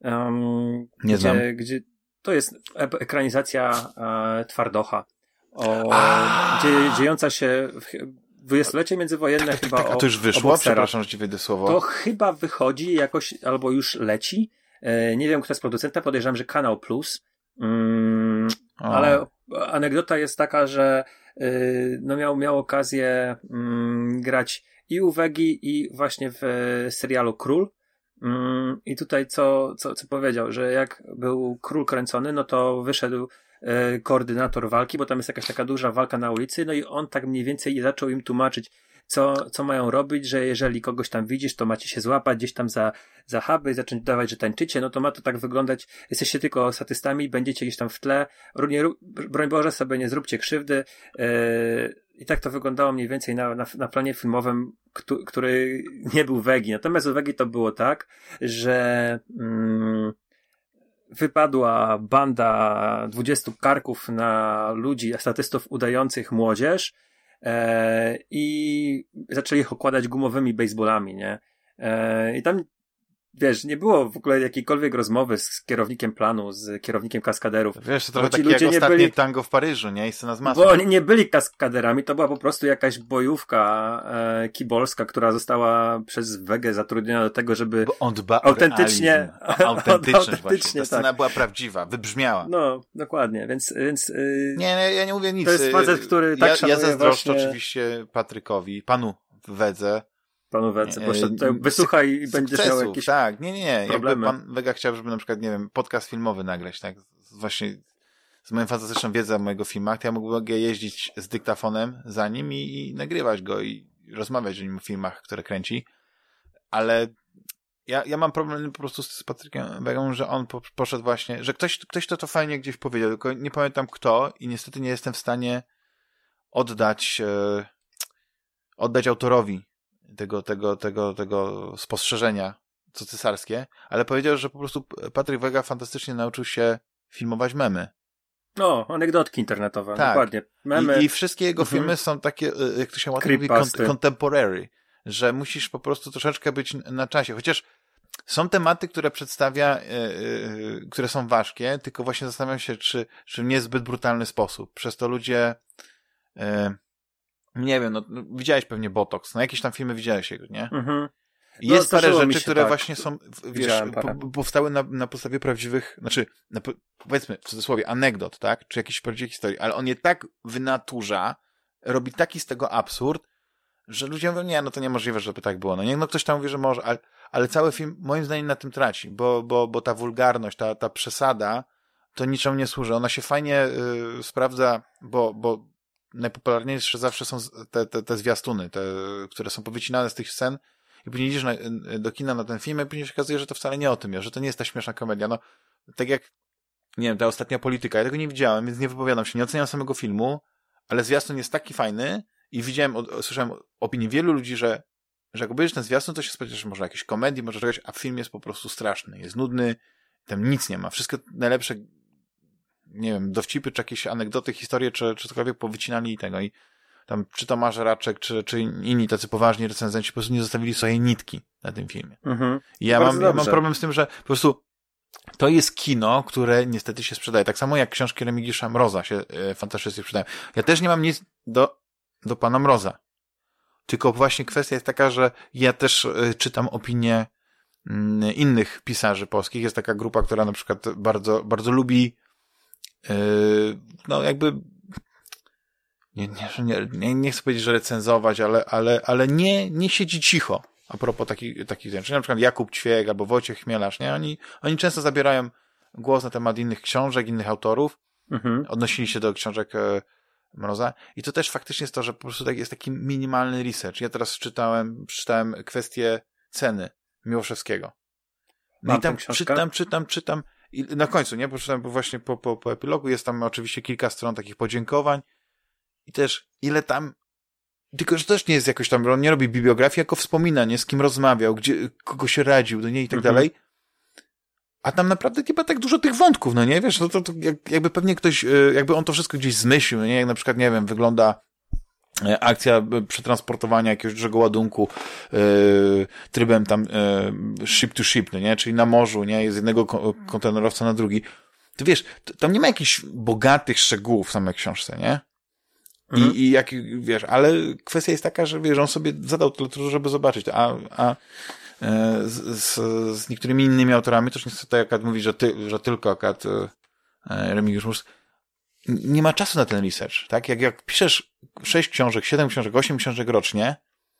[SPEAKER 2] Um,
[SPEAKER 1] Nie
[SPEAKER 2] gdzie,
[SPEAKER 1] znam.
[SPEAKER 2] Gdzie to jest ekranizacja e, Twardocha. O, dzie, dziejąca się w, dwudziestolecie międzywojenne
[SPEAKER 1] tak, tak,
[SPEAKER 2] chyba
[SPEAKER 1] tak, a to już wyszło? Przepraszam, że ci wejdę słowo.
[SPEAKER 2] To chyba wychodzi jakoś, albo już leci. Nie wiem, kto jest producentem, podejrzewam, że Kanał Plus. Mm, ale anegdota jest taka, że yy, no miał, miał okazję yy, grać i u Wegi, i właśnie w y, serialu Król. Yy, I tutaj co, co, co powiedział, że jak był Król kręcony, no to wyszedł yy, koordynator walki, bo tam jest jakaś taka duża walka na ulicy, no i on tak mniej więcej zaczął im tłumaczyć, co, co mają robić, że jeżeli kogoś tam widzisz, to macie się złapać gdzieś tam za, za huby, zacząć dawać, że tańczycie, no to ma to tak wyglądać, jesteście tylko statystami, będziecie gdzieś tam w tle, nie, broń Boże, sobie nie zróbcie krzywdy. Yy, I tak to wyglądało mniej więcej na, na, na planie filmowym, który, który nie był Wegi. Natomiast u Wegi to było tak, że mm, wypadła banda dwudziestu karków na ludzi, statystów udających młodzież, E, i zaczęli ich okładać gumowymi baseballami, nie? E, I tam, wiesz, nie było w ogóle jakiejkolwiek rozmowy z kierownikiem planu, z kierownikiem kaskaderów.
[SPEAKER 1] Wiesz, to trochę takie jak ostatnie byli... tango w Paryżu, nie? I scena z masą.
[SPEAKER 2] Bo oni nie byli kaskaderami, to była po prostu jakaś bojówka e, kibolska, która została przez Wegę zatrudniona do tego, żeby
[SPEAKER 1] Bo on dba
[SPEAKER 2] autentycznie...
[SPEAKER 1] O autentyczność właśnie. Ta scena tak. była prawdziwa, wybrzmiała.
[SPEAKER 2] No, dokładnie, więc... więc yy,
[SPEAKER 1] nie, nie, ja nie mówię nic.
[SPEAKER 2] To jest facet, który tak
[SPEAKER 1] ja,
[SPEAKER 2] szanuje
[SPEAKER 1] Ja zazdroszczę
[SPEAKER 2] właśnie...
[SPEAKER 1] oczywiście Patrykowi, panu Wedze.
[SPEAKER 2] Panu Wedze, bo wysłuchaj i będziesz miał jakieś
[SPEAKER 1] tak, nie, nie, nie.
[SPEAKER 2] problemy.
[SPEAKER 1] Jakby pan Wega chciał, żeby na przykład, nie wiem, podcast filmowy nagrać, tak? Właśnie z moją fantastyczną wiedzą o mojego filmach, to ja mogę jeździć z dyktafonem za nim i, i nagrywać go i rozmawiać o nim o filmach, które kręci, ale ja, ja mam problem po prostu z Patrykiem Wegą, że on po, poszedł właśnie, że ktoś, ktoś to to fajnie gdzieś powiedział, tylko nie pamiętam kto i niestety nie jestem w stanie oddać e, oddać autorowi tego, tego, tego, tego spostrzeżenia, co cesarskie, ale powiedział, że po prostu Patryk Wega fantastycznie nauczył się filmować memy.
[SPEAKER 2] No, anegdotki internetowe,
[SPEAKER 1] tak.
[SPEAKER 2] dokładnie. Memy.
[SPEAKER 1] I, I wszystkie jego filmy mhm. są takie, jak to się ładnie mówi, contemporary, że musisz po prostu troszeczkę być na czasie. Chociaż są tematy, które przedstawia, yy, yy, które są ważkie, tylko właśnie zastanawiam się, czy, czy w niezbyt brutalny sposób. Przez to ludzie, yy, nie wiem, no, no widziałeś pewnie Botox, no jakieś tam filmy widziałeś jego, nie?
[SPEAKER 2] Mhm.
[SPEAKER 1] Jest
[SPEAKER 2] no,
[SPEAKER 1] parę rzeczy,
[SPEAKER 2] się,
[SPEAKER 1] które
[SPEAKER 2] tak.
[SPEAKER 1] właśnie są, wiesz, po, powstały na, na podstawie prawdziwych, znaczy, na, powiedzmy, w cudzysłowie, anegdot, tak? Czy jakiejś prawdziwej historii, ale on je tak wynaturza, robi taki z tego absurd, że ludzie mówią, nie, no to niemożliwe, żeby tak było. No nie, no ktoś tam mówi, że może, ale, ale cały film moim zdaniem na tym traci, bo, bo, bo ta wulgarność, ta, ta przesada, to niczemu nie służy. Ona się fajnie y, sprawdza, bo, bo najpopularniejsze zawsze są te, te, te zwiastuny, te, które są powycinane z tych scen i później idziesz na, do kina na ten film i później się okazuje, że to wcale nie o tym jest, że to nie jest ta śmieszna komedia. No, tak jak, nie wiem, ta ostatnia polityka, ja tego nie widziałem, więc nie wypowiadam się, nie oceniam samego filmu, ale zwiastun jest taki fajny i widziałem, o, słyszałem opinię wielu ludzi, że, że jak obejrzysz ten zwiastun, to się spodziewasz, że może jakieś komedii, może czegoś, a film jest po prostu straszny, jest nudny, tam nic nie ma. Wszystko najlepsze, nie wiem, dowcipy, czy jakieś anegdoty, historie, czy, czy cokolwiek powycinali i tego. I tam czy Tomasz Raczek, czy, czy inni tacy poważni recenzenci po prostu nie zostawili swojej nitki na tym filmie.
[SPEAKER 2] Mhm.
[SPEAKER 1] I ja mam, ja mam problem z tym, że po prostu to jest kino, które niestety się sprzedaje. Tak samo jak książki Remigiusza Mroza się e, fantastycznie sprzedają. Ja też nie mam nic do, do pana Mroza. Tylko właśnie kwestia jest taka, że ja też e, czytam opinie m, innych pisarzy polskich. Jest taka grupa, która na przykład bardzo, bardzo lubi e, no jakby nie, nie, nie, nie chcę powiedzieć, że recenzować, ale, ale, ale nie, nie siedzi cicho. A propos takich, takich rzeczy. Na przykład Jakub Ćwiek albo Wojciech Chmielarz, nie? Oni, oni często zabierają głos na temat innych książek, innych autorów.
[SPEAKER 2] Mhm.
[SPEAKER 1] Odnosili się do książek e, Mroza. I to też faktycznie jest to, że po prostu tak jest taki minimalny research. Ja teraz czytałem, czytałem kwestię ceny Miłoszewskiego. No
[SPEAKER 2] Mam
[SPEAKER 1] i tam czytam, czytam, czytam. I na końcu, nie? Bo czytam właśnie po, po, po epilogu. Jest tam oczywiście kilka stron takich podziękowań. I też ile tam tylko, że też nie jest jakoś tam, on nie robi bibliografii, jako wspomina, nie, z kim rozmawiał, gdzie, kogo się radził, no nie, i tak mhm. dalej. A tam naprawdę nie ma tak dużo tych wątków, no nie, wiesz, no to, to jak, jakby pewnie ktoś, jakby on to wszystko gdzieś zmyślił, no nie, jak na przykład, nie wiem, wygląda akcja przetransportowania jakiegoś dużego ładunku yy, trybem tam yy, ship to ship, no nie, czyli na morzu, nie, z jednego kontenerowca na drugi. To wiesz, to, tam nie ma jakichś bogatych szczegółów w samej książce, nie? I, mhm. i jak, wiesz, ale kwestia jest taka, że wiesz, on sobie zadał tyle trudu, żeby zobaczyć to, a, a z, z, z niektórymi innymi autorami, też nie chcę tutaj akad mówić, że, ty, że tylko akad e, Remigiusz Mróz, nie ma czasu na ten research, tak? Jak, jak piszesz sześć książek, siedem książek, osiem książek rocznie,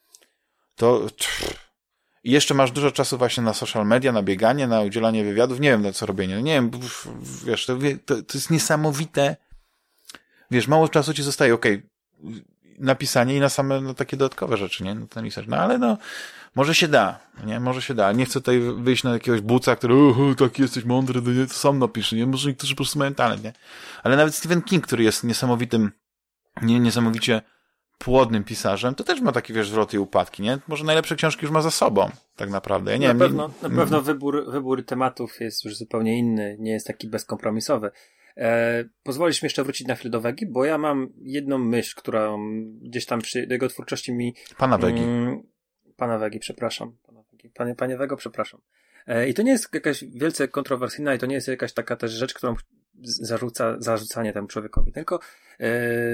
[SPEAKER 1] to tff, i jeszcze masz dużo czasu właśnie na social media, na bieganie, na udzielanie wywiadów, nie wiem na co robienie, nie wiem, wiesz, to, to, to jest niesamowite. Wiesz, mało czasu ci zostaje, okej, okay, napisanie i na same no, takie dodatkowe rzeczy, nie? No, ten research. No ale no, może się da, nie? Może się da. Nie chcę tutaj wyjść na jakiegoś buca, który, o, taki jesteś mądry, to, nie, to sam napisz, nie? Może niektórzy po prostu mają talent, nie? Ale nawet Stephen King, który jest niesamowitym, nie, niesamowicie płodnym pisarzem, to też ma takie, wiesz, zwroty i upadki, nie? Może najlepsze książki już ma za sobą, tak naprawdę. Ja nie
[SPEAKER 2] na
[SPEAKER 1] wiem,
[SPEAKER 2] pewno,
[SPEAKER 1] nie,
[SPEAKER 2] na pewno wybór, wybór tematów jest już zupełnie inny, nie jest taki bezkompromisowy. E, pozwolisz mi jeszcze wrócić na chwilę do Wegi, bo ja mam jedną myśl, która gdzieś tam przy jego twórczości mi...
[SPEAKER 1] Pana Wegi.
[SPEAKER 2] Mm, pana Wegi, przepraszam. Pana Wegi. Panie, panie Wego, przepraszam. E, I to nie jest jakaś wielce kontrowersyjna i to nie jest jakaś taka też rzecz, którą zarzuca, zarzucanie temu człowiekowi, tylko e,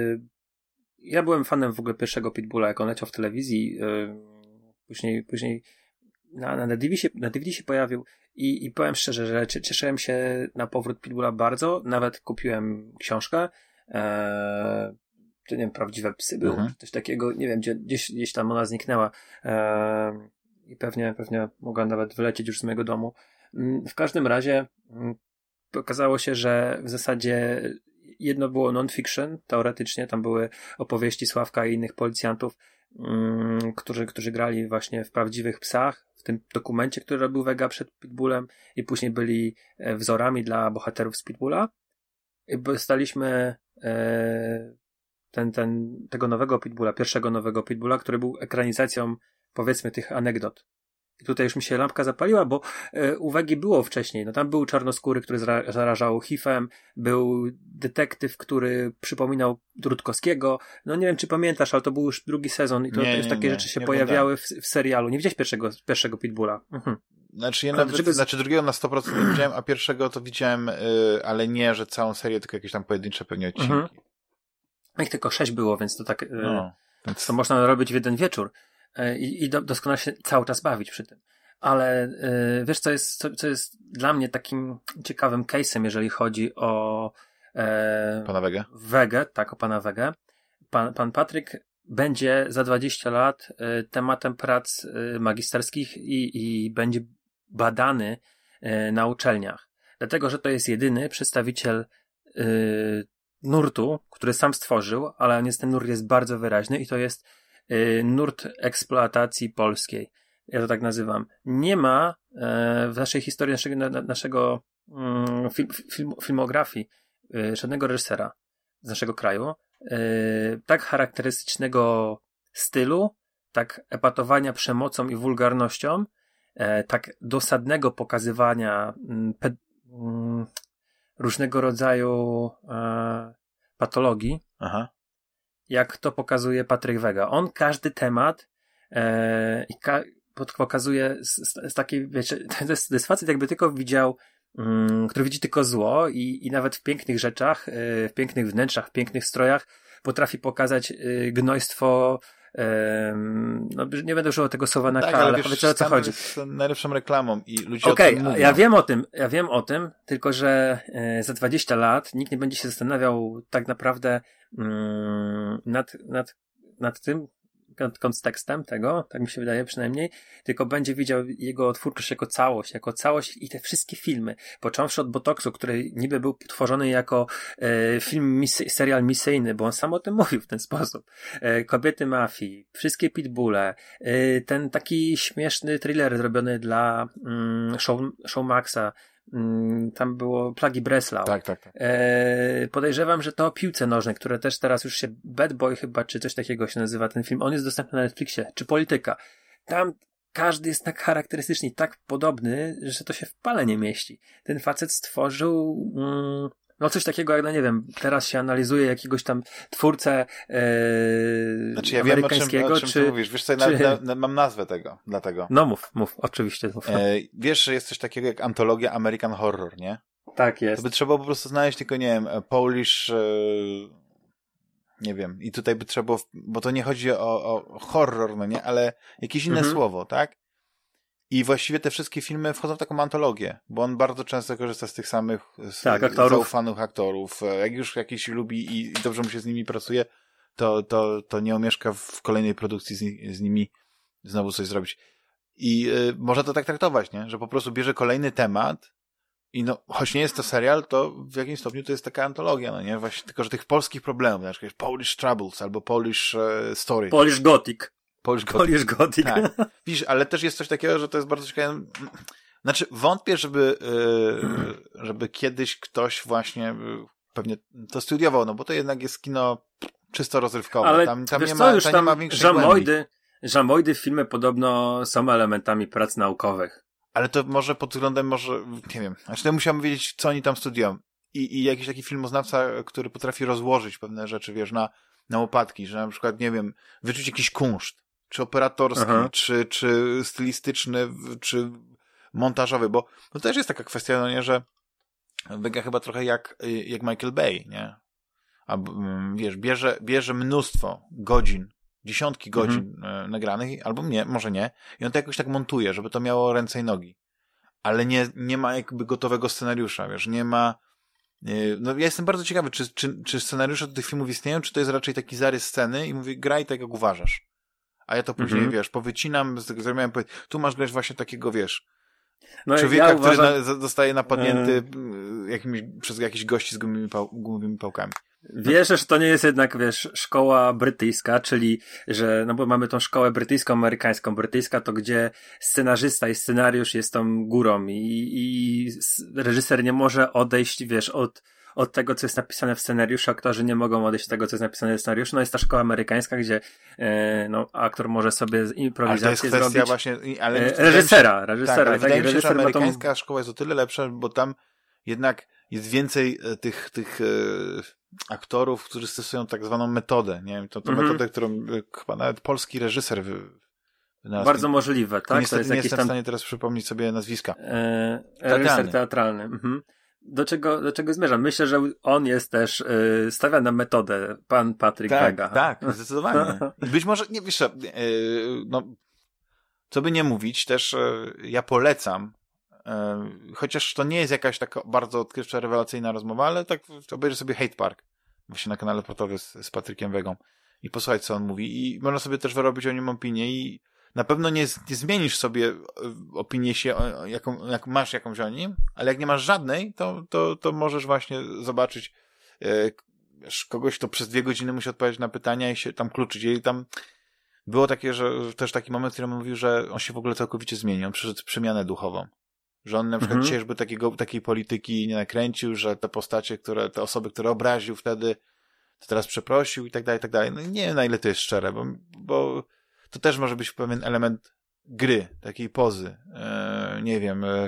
[SPEAKER 2] ja byłem fanem w ogóle pierwszego Pitbulla, jak on leciał w telewizji, e, później, później na, na, D V D się, na D V D się pojawił i, i powiem szczerze, że cieszyłem się na powrót Pitbulla bardzo, nawet kupiłem książkę, eee, to nie wiem, Prawdziwe psy było, mhm. coś takiego, nie wiem, gdzie, gdzieś, gdzieś tam ona zniknęła eee, i pewnie, pewnie mogła nawet wylecieć już z mojego domu. W każdym razie okazało się, że w zasadzie jedno było non-fiction, teoretycznie, tam były opowieści Sławka i innych policjantów, mm, którzy, którzy grali właśnie w Prawdziwych psach, w tym dokumencie, który robił Wega przed Pitbullem i później byli wzorami dla bohaterów z Pitbulla. I dostaliśmy e, ten, ten, tego nowego Pitbulla, pierwszego nowego Pitbulla, który był ekranizacją, powiedzmy, tych anegdot. I tutaj już mi się lampka zapaliła, bo e, u Wegi było wcześniej. No tam był czarnoskóry, który zra- zarażał H I V-em, był detektyw, który przypominał Rutkowskiego. No nie wiem, czy pamiętasz, ale to był już drugi sezon i to,
[SPEAKER 1] nie,
[SPEAKER 2] to już
[SPEAKER 1] nie,
[SPEAKER 2] takie
[SPEAKER 1] nie,
[SPEAKER 2] rzeczy się
[SPEAKER 1] nie
[SPEAKER 2] pojawiały w, w serialu. Nie widziałeś pierwszego, pierwszego Pitbulla? Mhm.
[SPEAKER 1] Znaczy, ja nawet, drugiego... znaczy drugiego na sto procent nie widziałem, a pierwszego to widziałem, yy, ale nie, że całą serię, tylko jakieś tam pojedyncze pewnie odcinki. Mhm.
[SPEAKER 2] Ich tylko sześć było, więc to tak yy,
[SPEAKER 1] no, więc...
[SPEAKER 2] to można robić w jeden wieczór yy, i do, doskonale się cały czas bawić przy tym. Ale yy, wiesz, co jest, co, co jest dla mnie takim ciekawym case'em, jeżeli chodzi o yy,
[SPEAKER 1] pana Wegę?
[SPEAKER 2] Wegę, tak, o pana Wegę. Pan, pan Patryk będzie za dwadzieścia lat y, tematem prac y, magisterskich i, i będzie badany y, na uczelniach. Dlatego, że to jest jedyny przedstawiciel y, nurtu, który sam stworzył, ale on jest, ten nurt jest bardzo wyraźny i to jest y, nurt eksploatacji polskiej. Ja to tak nazywam. Nie ma y, w naszej historii, naszego, na, naszego y, film, film, filmografii y, żadnego reżysera z naszego kraju, Yy, tak charakterystycznego stylu, tak epatowania przemocą i wulgarnością, yy, tak dosadnego pokazywania yy, pe, yy, różnego rodzaju yy, patologii,
[SPEAKER 1] Aha.
[SPEAKER 2] jak to pokazuje Patryk Wega. On każdy temat yy, i ka- pokazuje z, z, z takiej, wiecie, to jest, to jest facet, jakby tylko widział Mm, który widzi tylko zło i, i nawet w pięknych rzeczach, yy, w pięknych wnętrzach, w pięknych strojach potrafi pokazać yy, gnojstwo. Yy, no, nie będę używał tego słowa na
[SPEAKER 1] tak,
[SPEAKER 2] K,
[SPEAKER 1] ale,
[SPEAKER 2] ale
[SPEAKER 1] wiesz,
[SPEAKER 2] powiedzcie, o co chodzi.
[SPEAKER 1] jest najlepszą reklamą i ludzie
[SPEAKER 2] Okej,
[SPEAKER 1] o tym mówią.
[SPEAKER 2] Ja wiem o tym, ja wiem o tym, tylko że yy, za dwadzieścia lat nikt nie będzie się zastanawiał tak naprawdę yy, nad, nad, nad tym, kontekstem tego, tak mi się wydaje przynajmniej, tylko będzie widział jego twórczość jako całość, jako całość i te wszystkie filmy, począwszy od Botoksu, który niby był tworzony jako e, film, misy, serial misyjny, bo on sam o tym mówił w ten sposób. E, Kobiety mafii, wszystkie Pitbulle, e, ten taki śmieszny thriller zrobiony dla mm, show, Showmaxa, tam było Plagi Breslau.
[SPEAKER 1] Tak, tak, tak.
[SPEAKER 2] E, podejrzewam, że to o piłce nożnej, które też teraz już się Bad Boy chyba, czy coś takiego się nazywa ten film. On jest dostępny na Netflixie. Czy Polityka. Tam każdy jest tak charakterystyczny i tak podobny, że to się w pale nie mieści. Ten facet stworzył mm, no coś takiego jak, no nie wiem, teraz się analizuje jakiegoś tam twórcę e,
[SPEAKER 1] znaczy ja
[SPEAKER 2] amerykańskiego,
[SPEAKER 1] wiem o czym, o czym
[SPEAKER 2] czy...
[SPEAKER 1] ty mówisz. Wiesz co,
[SPEAKER 2] czy...
[SPEAKER 1] na, na, mam nazwę tego, dlatego.
[SPEAKER 2] No mów, mów, oczywiście. Mów.
[SPEAKER 1] E, wiesz, że jest coś takiego jak antologia American Horror, nie?
[SPEAKER 2] Tak jest.
[SPEAKER 1] To by trzeba było po prostu znaleźć tylko, nie wiem, Polish... E, nie wiem. I tutaj by trzeba było... Bo to nie chodzi o, o horror, no nie? Ale jakieś inne mhm. słowo, tak? I właściwie te wszystkie filmy wchodzą w taką antologię, bo on bardzo często korzysta z tych samych z,
[SPEAKER 2] tak, aktorów.
[SPEAKER 1] zaufanych aktorów. Jak już jakiś lubi i, i dobrze mu się z nimi pracuje, to, to, to nie omieszka w kolejnej produkcji z, z nimi znowu coś zrobić. I y, można to tak traktować, nie? Że po prostu bierze kolejny temat i no, choć nie jest to serial, to w jakimś stopniu to jest taka antologia, no nie? Właśnie tylko, że tych polskich problemów, na przykład Polish Troubles albo Polish uh, Story.
[SPEAKER 2] Polish Gothic.
[SPEAKER 1] Polish Gothic.
[SPEAKER 2] Polish Gothic.
[SPEAKER 1] Tak. Widzisz, ale też jest coś takiego, że to jest bardzo ciekawe. Znaczy, wątpię, żeby, yy, żeby kiedyś ktoś właśnie yy, pewnie to studiował, no bo to jednak jest kino czysto rozrywkowe.
[SPEAKER 2] Ale
[SPEAKER 1] tam tam
[SPEAKER 2] wiesz
[SPEAKER 1] nie
[SPEAKER 2] co,
[SPEAKER 1] ma,
[SPEAKER 2] już
[SPEAKER 1] tam
[SPEAKER 2] tam
[SPEAKER 1] nie ma większej
[SPEAKER 2] żamoidy, żamoidy w filmie podobno są elementami prac naukowych.
[SPEAKER 1] Ale to może pod względem, może, nie wiem, znaczy to musiałem wiedzieć, co oni tam studiują. I, i jakiś taki filmoznawca, który potrafi rozłożyć pewne rzeczy, wiesz, na, na łopatki, że na przykład, nie wiem, wyczuć jakiś kunszt, czy operatorski, Aha. czy, czy stylistyczny, czy montażowy, bo to też jest taka kwestia, no nie, że wygląda chyba trochę jak, jak Michael Bay, nie? A, wiesz, bierze, bierze mnóstwo godzin, dziesiątki godzin mhm. nagranych, albo nie, może nie, i on to jakoś tak montuje, żeby to miało ręce i nogi. Ale nie, nie ma jakby gotowego scenariusza, wiesz, nie ma... No ja jestem bardzo ciekawy, czy, czy, czy scenariusze do tych filmów istnieją, czy to jest raczej taki zarys sceny i mówi, graj tak, jak uważasz. A ja to później, mhm. wiesz, powycinam, z tego zrobiłem, tu masz grać właśnie takiego, wiesz, no człowieka, ja uważam... który na, zostaje napadnięty hmm. jakimiś, przez jakichś gości z gumowimi, pał, gumowimi pałkami.
[SPEAKER 2] Wierzę, że to nie jest jednak, wiesz, szkoła brytyjska, czyli, że, no bo mamy tą szkołę brytyjską, amerykańską. Brytyjska to, gdzie scenarzysta i scenariusz jest tą górą i, i reżyser nie może odejść, wiesz, od, od tego, co jest napisane w scenariuszu, aktorzy nie mogą odejść od tego, co jest napisane w scenariuszu. No jest ta szkoła amerykańska, gdzie, e, no, aktor może sobie improwizację zrobić. Ale to jest kwestia właśnie, ale e, reżysera, reżysera. Tak, ale
[SPEAKER 1] tak, wydaje mi się, że amerykańska tą... szkoła jest o tyle lepsza, bo tam jednak jest więcej tych, tych, e, aktorów, którzy stosują tak zwaną metodę, nie wiem, to, to mm-hmm. metodę, którą chyba nawet polski reżyser wy,
[SPEAKER 2] Bardzo możliwe, tak?
[SPEAKER 1] Niestety
[SPEAKER 2] to jest
[SPEAKER 1] nie
[SPEAKER 2] jakiś
[SPEAKER 1] jestem
[SPEAKER 2] tam...
[SPEAKER 1] w stanie teraz przypomnieć sobie nazwiska.
[SPEAKER 2] E, reżyser teatralny. Mhm. Do czego, do czego zmierzam? Myślę, że on jest też y, stawia na metodę, pan Patryk
[SPEAKER 1] tak,
[SPEAKER 2] Wega.
[SPEAKER 1] Tak, zdecydowanie. Być może, nie wiesz, yy, no, co by nie mówić, też yy, ja polecam, yy, chociaż to nie jest jakaś taka bardzo odkrywcza, rewelacyjna rozmowa, ale tak obejrzę sobie Hate Park, właśnie na kanale portowym z, z Patrykiem Wegą i posłuchać, co on mówi. I można sobie też wyrobić o nim opinię i na pewno nie, nie zmienisz sobie opinię się, jaką, jak masz jakąś o nim, ale jak nie masz żadnej, to, to, to możesz właśnie zobaczyć e, kogoś, kto przez dwie godziny musi odpowiadać na pytania i się tam kluczyć. I tam było takie, że też taki moment, w którym mówił, że on się w ogóle całkowicie zmienił. On przeszedł przemianę duchową. Że on na przykład
[SPEAKER 2] Mhm.
[SPEAKER 1] dzisiaj już by takiego, takiej polityki nie nakręcił, że te postacie, które, te osoby, które obraził wtedy, to teraz przeprosił i tak dalej, i tak dalej. No nie wiem, na ile to jest szczere, bo, bo to też może być pewien element gry, takiej pozy. E, nie wiem, e,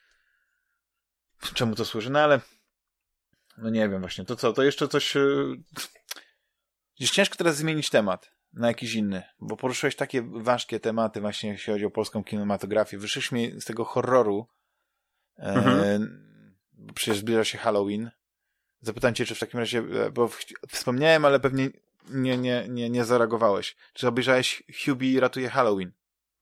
[SPEAKER 1] czemu to służy, no ale no nie wiem właśnie, to co, to jeszcze coś e, jest ciężko teraz zmienić temat na jakiś inny, bo poruszyłeś takie ważkie tematy właśnie, jeśli chodzi o polską kinematografię. Wyszliśmy z tego horroru, e, mhm. bo przecież zbliża się Halloween. Zapytam cię, czy w takim razie, bo wspomniałem, ale pewnie nie, nie, nie, nie zareagowałeś. Czy obejrzałeś Hubie ratuje Halloween?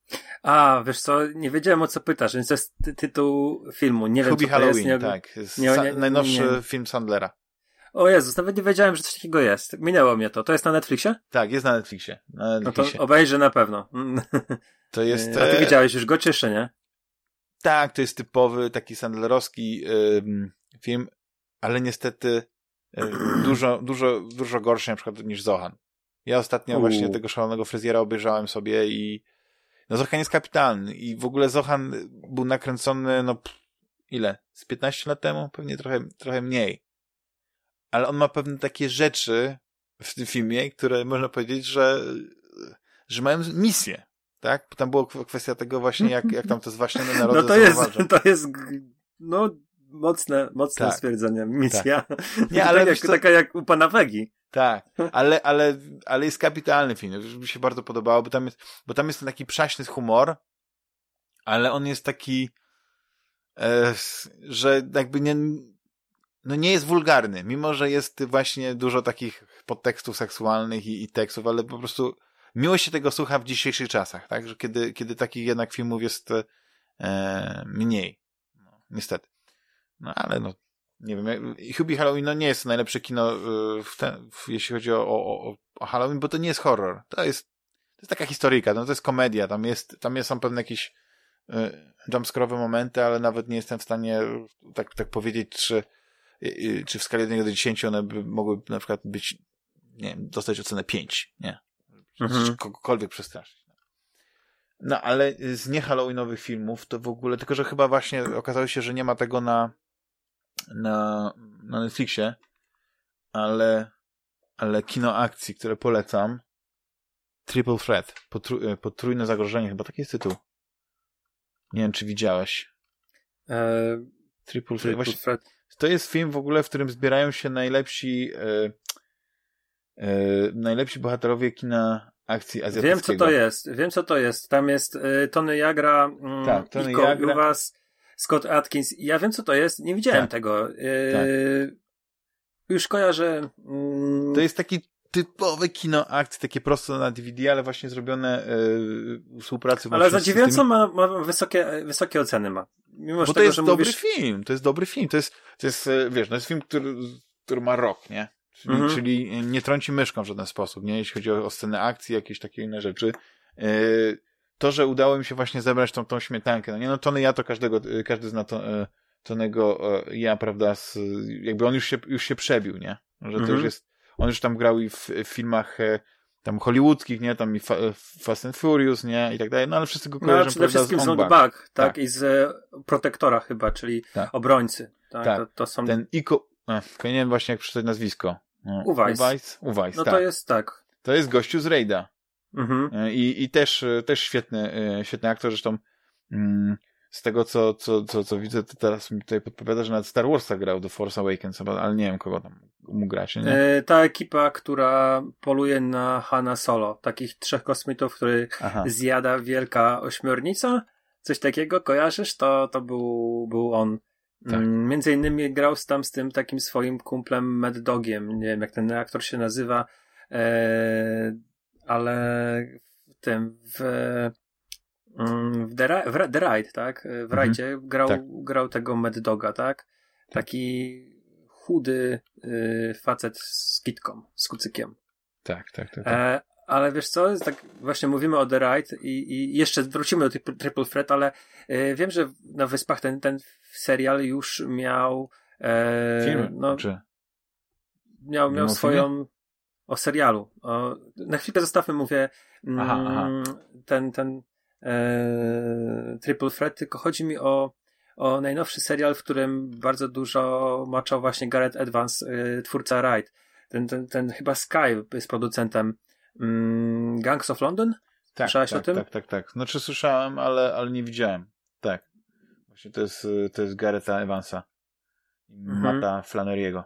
[SPEAKER 2] A, wiesz co, nie wiedziałem, o co pytasz, więc to jest ty- tytuł filmu. Nie wiem,
[SPEAKER 1] Hubie
[SPEAKER 2] co
[SPEAKER 1] Halloween,
[SPEAKER 2] to jest. Nie...
[SPEAKER 1] tak.
[SPEAKER 2] Nie, nie, nie,
[SPEAKER 1] najnowszy
[SPEAKER 2] nie.
[SPEAKER 1] film Sandlera.
[SPEAKER 2] O Jezus, nawet nie wiedziałem, że coś takiego jest. Minęło mnie to. To jest na Netflixie?
[SPEAKER 1] Tak, jest na Netflixie. Na Netflixie.
[SPEAKER 2] No to obejrzę na pewno.
[SPEAKER 1] To jest...
[SPEAKER 2] A ty widziałeś już go, czy jeszcze nie?
[SPEAKER 1] Tak, to jest typowy taki sandlerowski ym, film, ale niestety y, dużo, dużo, dużo gorszy na przykład niż Zohan. Ja ostatnio U. właśnie tego szalonego fryzjera obejrzałem sobie i no Zohan jest kapitalny i w ogóle Zohan był nakręcony no pff, ile? Z piętnaście lat temu? Pewnie trochę, trochę mniej. Ale on ma pewne takie rzeczy w tym filmie, które można powiedzieć, że, że mają misję. Tak? Tam była kwestia tego właśnie, jak, jak tam to zwaśnione narody
[SPEAKER 2] no to jest, to jest no mocne, mocne tak, stwierdzenie. Misja. Tak. Nie, ale tak jak, to... Taka jak u pana Wegi.
[SPEAKER 1] Tak, ale, ale, ale jest kapitalny film. Mi się bardzo podobało, bo tam jest, bo tam jest ten taki przaśny humor, ale on jest taki, e, że jakby nie, no nie jest wulgarny, mimo że jest właśnie dużo takich podtekstów seksualnych i, i tekstów, ale po prostu miło się tego słucha w dzisiejszych czasach, tak? Że kiedy, kiedy takich jednak filmów jest e, mniej. No, niestety. No ale no, nie wiem. Hubie Halloween no, nie jest najlepsze kino, w ten, w, jeśli chodzi o, o, o Halloween, bo to nie jest horror. To jest, to jest taka historyjka, no, to jest komedia. Tam jest, tam jest, są pewne jakieś e, jumpscare'owe momenty, ale nawet nie jestem w stanie tak, tak powiedzieć, czy, czy w skali od jeden do dziesięciu one by mogły na przykład być, nie wiem, dostać ocenę pięć, nie? Mhm. Kogokolwiek przestraszyć. No, ale z niehalloweenowych filmów to w ogóle, tylko że chyba właśnie okazało się, że nie ma tego na na, na Netflixie, ale ale kino akcji, które polecam, Triple Threat, potru, potrójne zagrożenie, chyba taki jest tytuł. Nie wiem, czy widziałeś.
[SPEAKER 2] Eee,
[SPEAKER 1] Triple, Triple Właśnie, Threat. To jest film w ogóle, w którym zbierają się najlepsi e, e, najlepsi bohaterowie kina akcji azjatyckiego.
[SPEAKER 2] Wiem, co to jest. Wiem, co to jest. Tam jest y, Tony Jagra, mm,
[SPEAKER 1] tak, Tony
[SPEAKER 2] Iko
[SPEAKER 1] Jagra.
[SPEAKER 2] Uwas, Scott Atkins. Ja wiem, co to jest. Nie widziałem tak. tego. Y, tak. Już kojarzę. Mm.
[SPEAKER 1] To jest taki typowe kino akcji, takie prosto na D V D, ale właśnie zrobione y, współpracy.
[SPEAKER 2] Ale zadziwiająco tymi... ma, ma wysokie, wysokie oceny ma. Mimo
[SPEAKER 1] Bo
[SPEAKER 2] że
[SPEAKER 1] to jest
[SPEAKER 2] że
[SPEAKER 1] dobry
[SPEAKER 2] mówisz...
[SPEAKER 1] film. To jest dobry film. To jest, to jest wiesz, to jest film, który, który ma rok, nie? Czyli, mhm. czyli nie trąci myszką w żaden sposób, nie? Jeśli chodzi o, o scenę akcji, jakieś takie inne rzeczy. Yy, to, że udało mi się właśnie zebrać tą, tą śmietankę, no nie, no Tony ja to każdego, każdy zna to, yy, Tonego yy, ja, prawda, z, jakby on już się, już się przebił, nie? Że mhm. to już jest, on już tam grał i w, w filmach yy, tam hollywoodzkich, nie? Tam i fa, Fast and Furious, nie? I tak dalej, no ale wszyscy go kojarzą,
[SPEAKER 2] no, przede
[SPEAKER 1] prawda,
[SPEAKER 2] wszystkim
[SPEAKER 1] z
[SPEAKER 2] są Back, tak? tak? I z e, Protektora chyba, czyli tak. Obrońcy. Tak,
[SPEAKER 1] tak.
[SPEAKER 2] To, to są...
[SPEAKER 1] Ten Iko, no, nie wiem właśnie jak przeczytać nazwisko.
[SPEAKER 2] Uwajs.
[SPEAKER 1] Uwajs, Uwajs,
[SPEAKER 2] no
[SPEAKER 1] tak.
[SPEAKER 2] to jest tak.
[SPEAKER 1] To jest gościu z Rejda.
[SPEAKER 2] Mhm.
[SPEAKER 1] I, i też, też świetny, świetny aktor, zresztą mm, z tego, co, co, co, co widzę, to teraz mi tutaj podpowiada, że nawet Star Warsa grał The Force Awakens, ale nie wiem, kogo tam mógł grać, nie?
[SPEAKER 2] E, ta ekipa, która poluje na Hana Solo, takich trzech kosmitów, których
[SPEAKER 1] Aha.
[SPEAKER 2] zjada wielka ośmiornica, coś takiego, kojarzysz? To, to był, był on.
[SPEAKER 1] Tak.
[SPEAKER 2] Między innymi grał tam z tym takim swoim kumplem Mad Dogiem, nie wiem jak ten aktor się nazywa, e, ale w tym, w, w, The, Ri- w The Ride, tak? W Rajdzie mhm. grał,
[SPEAKER 1] tak.
[SPEAKER 2] grał tego Mad Doga, tak? Taki chudy y, facet z kitką, z kucykiem.
[SPEAKER 1] Tak, tak, tak. tak.
[SPEAKER 2] E, ale wiesz co, jest tak właśnie mówimy o The Ride i, i jeszcze wrócimy do tych Triple Threat, ale y, wiem, że na Wyspach ten, ten serial już miał e,
[SPEAKER 1] film?
[SPEAKER 2] No,
[SPEAKER 1] Czy?
[SPEAKER 2] Miał, miał swoją filmie? O serialu. O, na chwilkę zostawmy, mówię mm,
[SPEAKER 1] aha, aha.
[SPEAKER 2] ten, ten e, Triple Threat, tylko chodzi mi o o najnowszy serial, w którym bardzo dużo maczał właśnie Gareth Evans, y, twórca Ride. Ten, ten, ten chyba Sky jest producentem mm, Gangs of London?
[SPEAKER 1] Tak,
[SPEAKER 2] Słyszałeś
[SPEAKER 1] tak,
[SPEAKER 2] o tym?
[SPEAKER 1] tak, tak, tak. Znaczy słyszałem, ale, ale nie widziałem. Tak. Właśnie to jest, to jest Garetha Evansa i mhm. Matta Flannery'ego.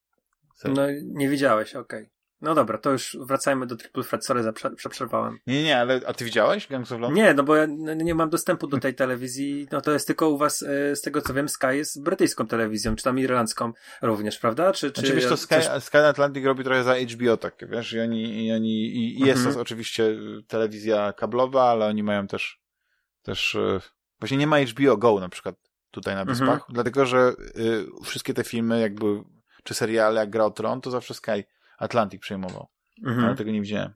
[SPEAKER 2] No nie widziałeś, okej. Okay. No dobra, to już wracajmy do Triple Threat, sorry, przeprzerwałem.
[SPEAKER 1] Nie, nie, ale a ty widziałeś Gangs of London?
[SPEAKER 2] Nie, no bo ja nie mam dostępu do tej telewizji, no to jest tylko u was, z tego co wiem, Sky jest brytyjską telewizją, czy tam irlandzką również, prawda? Czy, czy
[SPEAKER 1] znaczy, wiesz, to Sky, coś... Sky Atlantic robi trochę za H B O, tak, wiesz, i oni, i oni, i, i jest mhm. to oczywiście telewizja kablowa, ale oni mają też, też, właśnie nie ma H B O Go na przykład tutaj na Wyspach, mhm. dlatego, że y, wszystkie te filmy jakby, czy seriale, jak Gra o Tron, to zawsze Sky Atlantic przejmował. Mhm. Ale tego nie widziałem.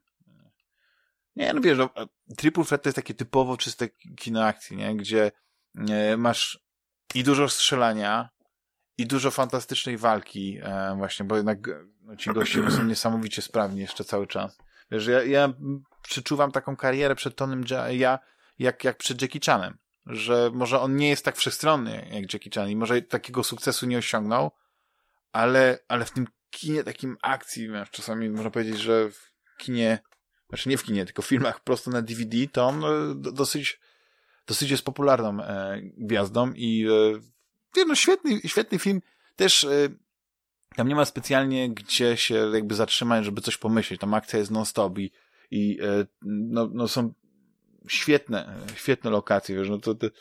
[SPEAKER 1] Nie, no wiesz, no, Triple Threat to jest takie typowo czyste kino akcji, nie? Gdzie e, masz i dużo strzelania, i dużo fantastycznej walki, e, właśnie, bo jednak no, ci goście są niesamowicie sprawni jeszcze cały czas. Wiesz, ja, ja przeczuwam taką karierę przed Tonym ja, jak, jak przed Jackie Chanem, że może on nie jest tak wszechstronny jak Jackie Chan i może takiego sukcesu nie osiągnął, ale, ale w tym kinie takim akcji, wiesz, czasami można powiedzieć, że w kinie, znaczy nie w kinie, tylko w filmach prosto na D V D, to on do, dosyć, dosyć jest popularną e, gwiazdą i e, no świetny, świetny film. Też e, tam nie ma specjalnie gdzie się jakby zatrzymać, żeby coś pomyśleć. Tam akcja jest non-stop i, i e, no, no są świetne, świetne lokacje, wiesz, no to, to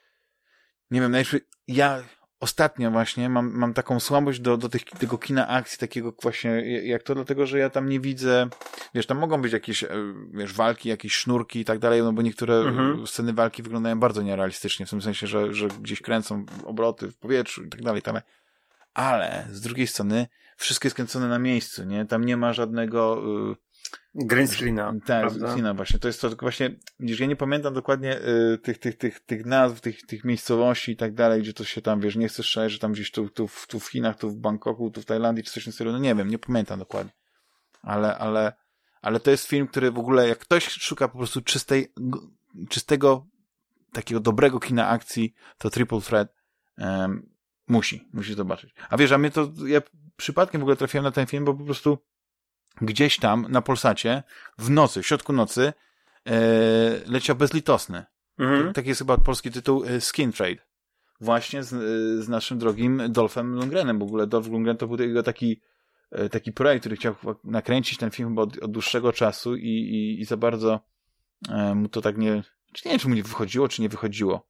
[SPEAKER 1] nie wiem, najpierw ja ostatnio właśnie mam, mam taką słabość do, do tych, tego kina akcji, takiego właśnie jak to, dlatego, że ja tam nie widzę, wiesz, tam mogą być jakieś, wiesz, walki, jakieś sznurki i tak dalej, no bo niektóre mhm. sceny walki wyglądają bardzo nierealistycznie, w tym sensie, że, że gdzieś kręcą obroty w powietrzu i tak dalej, tak dalej. Ale z drugiej strony wszystko jest kręcone na miejscu, nie? Tam nie ma żadnego
[SPEAKER 2] green screena.
[SPEAKER 1] Tak, screena właśnie. To jest to tylko właśnie, wiesz, ja nie pamiętam dokładnie y, tych, tych, tych, tych nazw, tych, tych miejscowości i tak dalej, gdzie to się tam, wiesz, nie chcesz strzelać, że tam gdzieś tu, tu, tu w Chinach, tu w Bangkoku, tu w Tajlandii, czy coś w tym stylu. No nie wiem, nie pamiętam dokładnie. Ale, ale, ale to jest film, który w ogóle, jak ktoś szuka po prostu czystej, czystego, takiego dobrego kina akcji, to Triple Threat um, musi, musi zobaczyć. A wiesz, a mnie to, ja przypadkiem w ogóle trafiłem na ten film, bo po prostu gdzieś tam na Polsacie w nocy, w środku nocy e, leciał Bezlitosny. Mhm. Taki jest chyba polski tytuł e, Skin Trade. Właśnie z, e, z naszym drogim Dolphem Lundgrenem. W ogóle Dolph Lundgren to był jego taki, e, taki projekt, który chciał nakręcić ten film chyba od, od dłuższego czasu i, i, i za bardzo e, mu to tak nie... Czy nie wiem, czy mu nie wychodziło, czy nie wychodziło.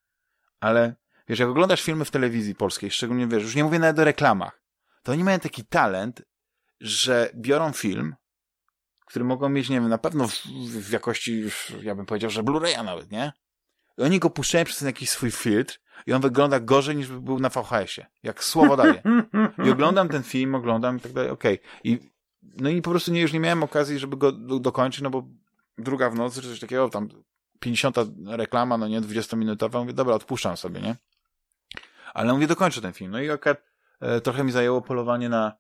[SPEAKER 1] Ale wiesz, jak oglądasz filmy w telewizji polskiej, szczególnie wiesz, już nie mówię nawet o reklamach, to oni mają taki talent, że biorą film, który mogą mieć, nie wiem, na pewno w, w jakości, ja bym powiedział, że Blu-raya nawet, nie? I oni go puszczają przez ten jakiś swój filtr i on wygląda gorzej niż by był na V H S ie. Jak słowo daje. I oglądam ten film, oglądam i tak dalej, okej. Okay. I no i po prostu nie, już nie miałem okazji, żeby go do, dokończyć, no bo druga w nocy, czy coś takiego, tam pięćdziesiąta reklama, no nie, dwudziestominutowa, mówię, dobra, odpuszczam sobie, nie? Ale mówię, dokończę ten film. No i akurat e, trochę mi zajęło polowanie na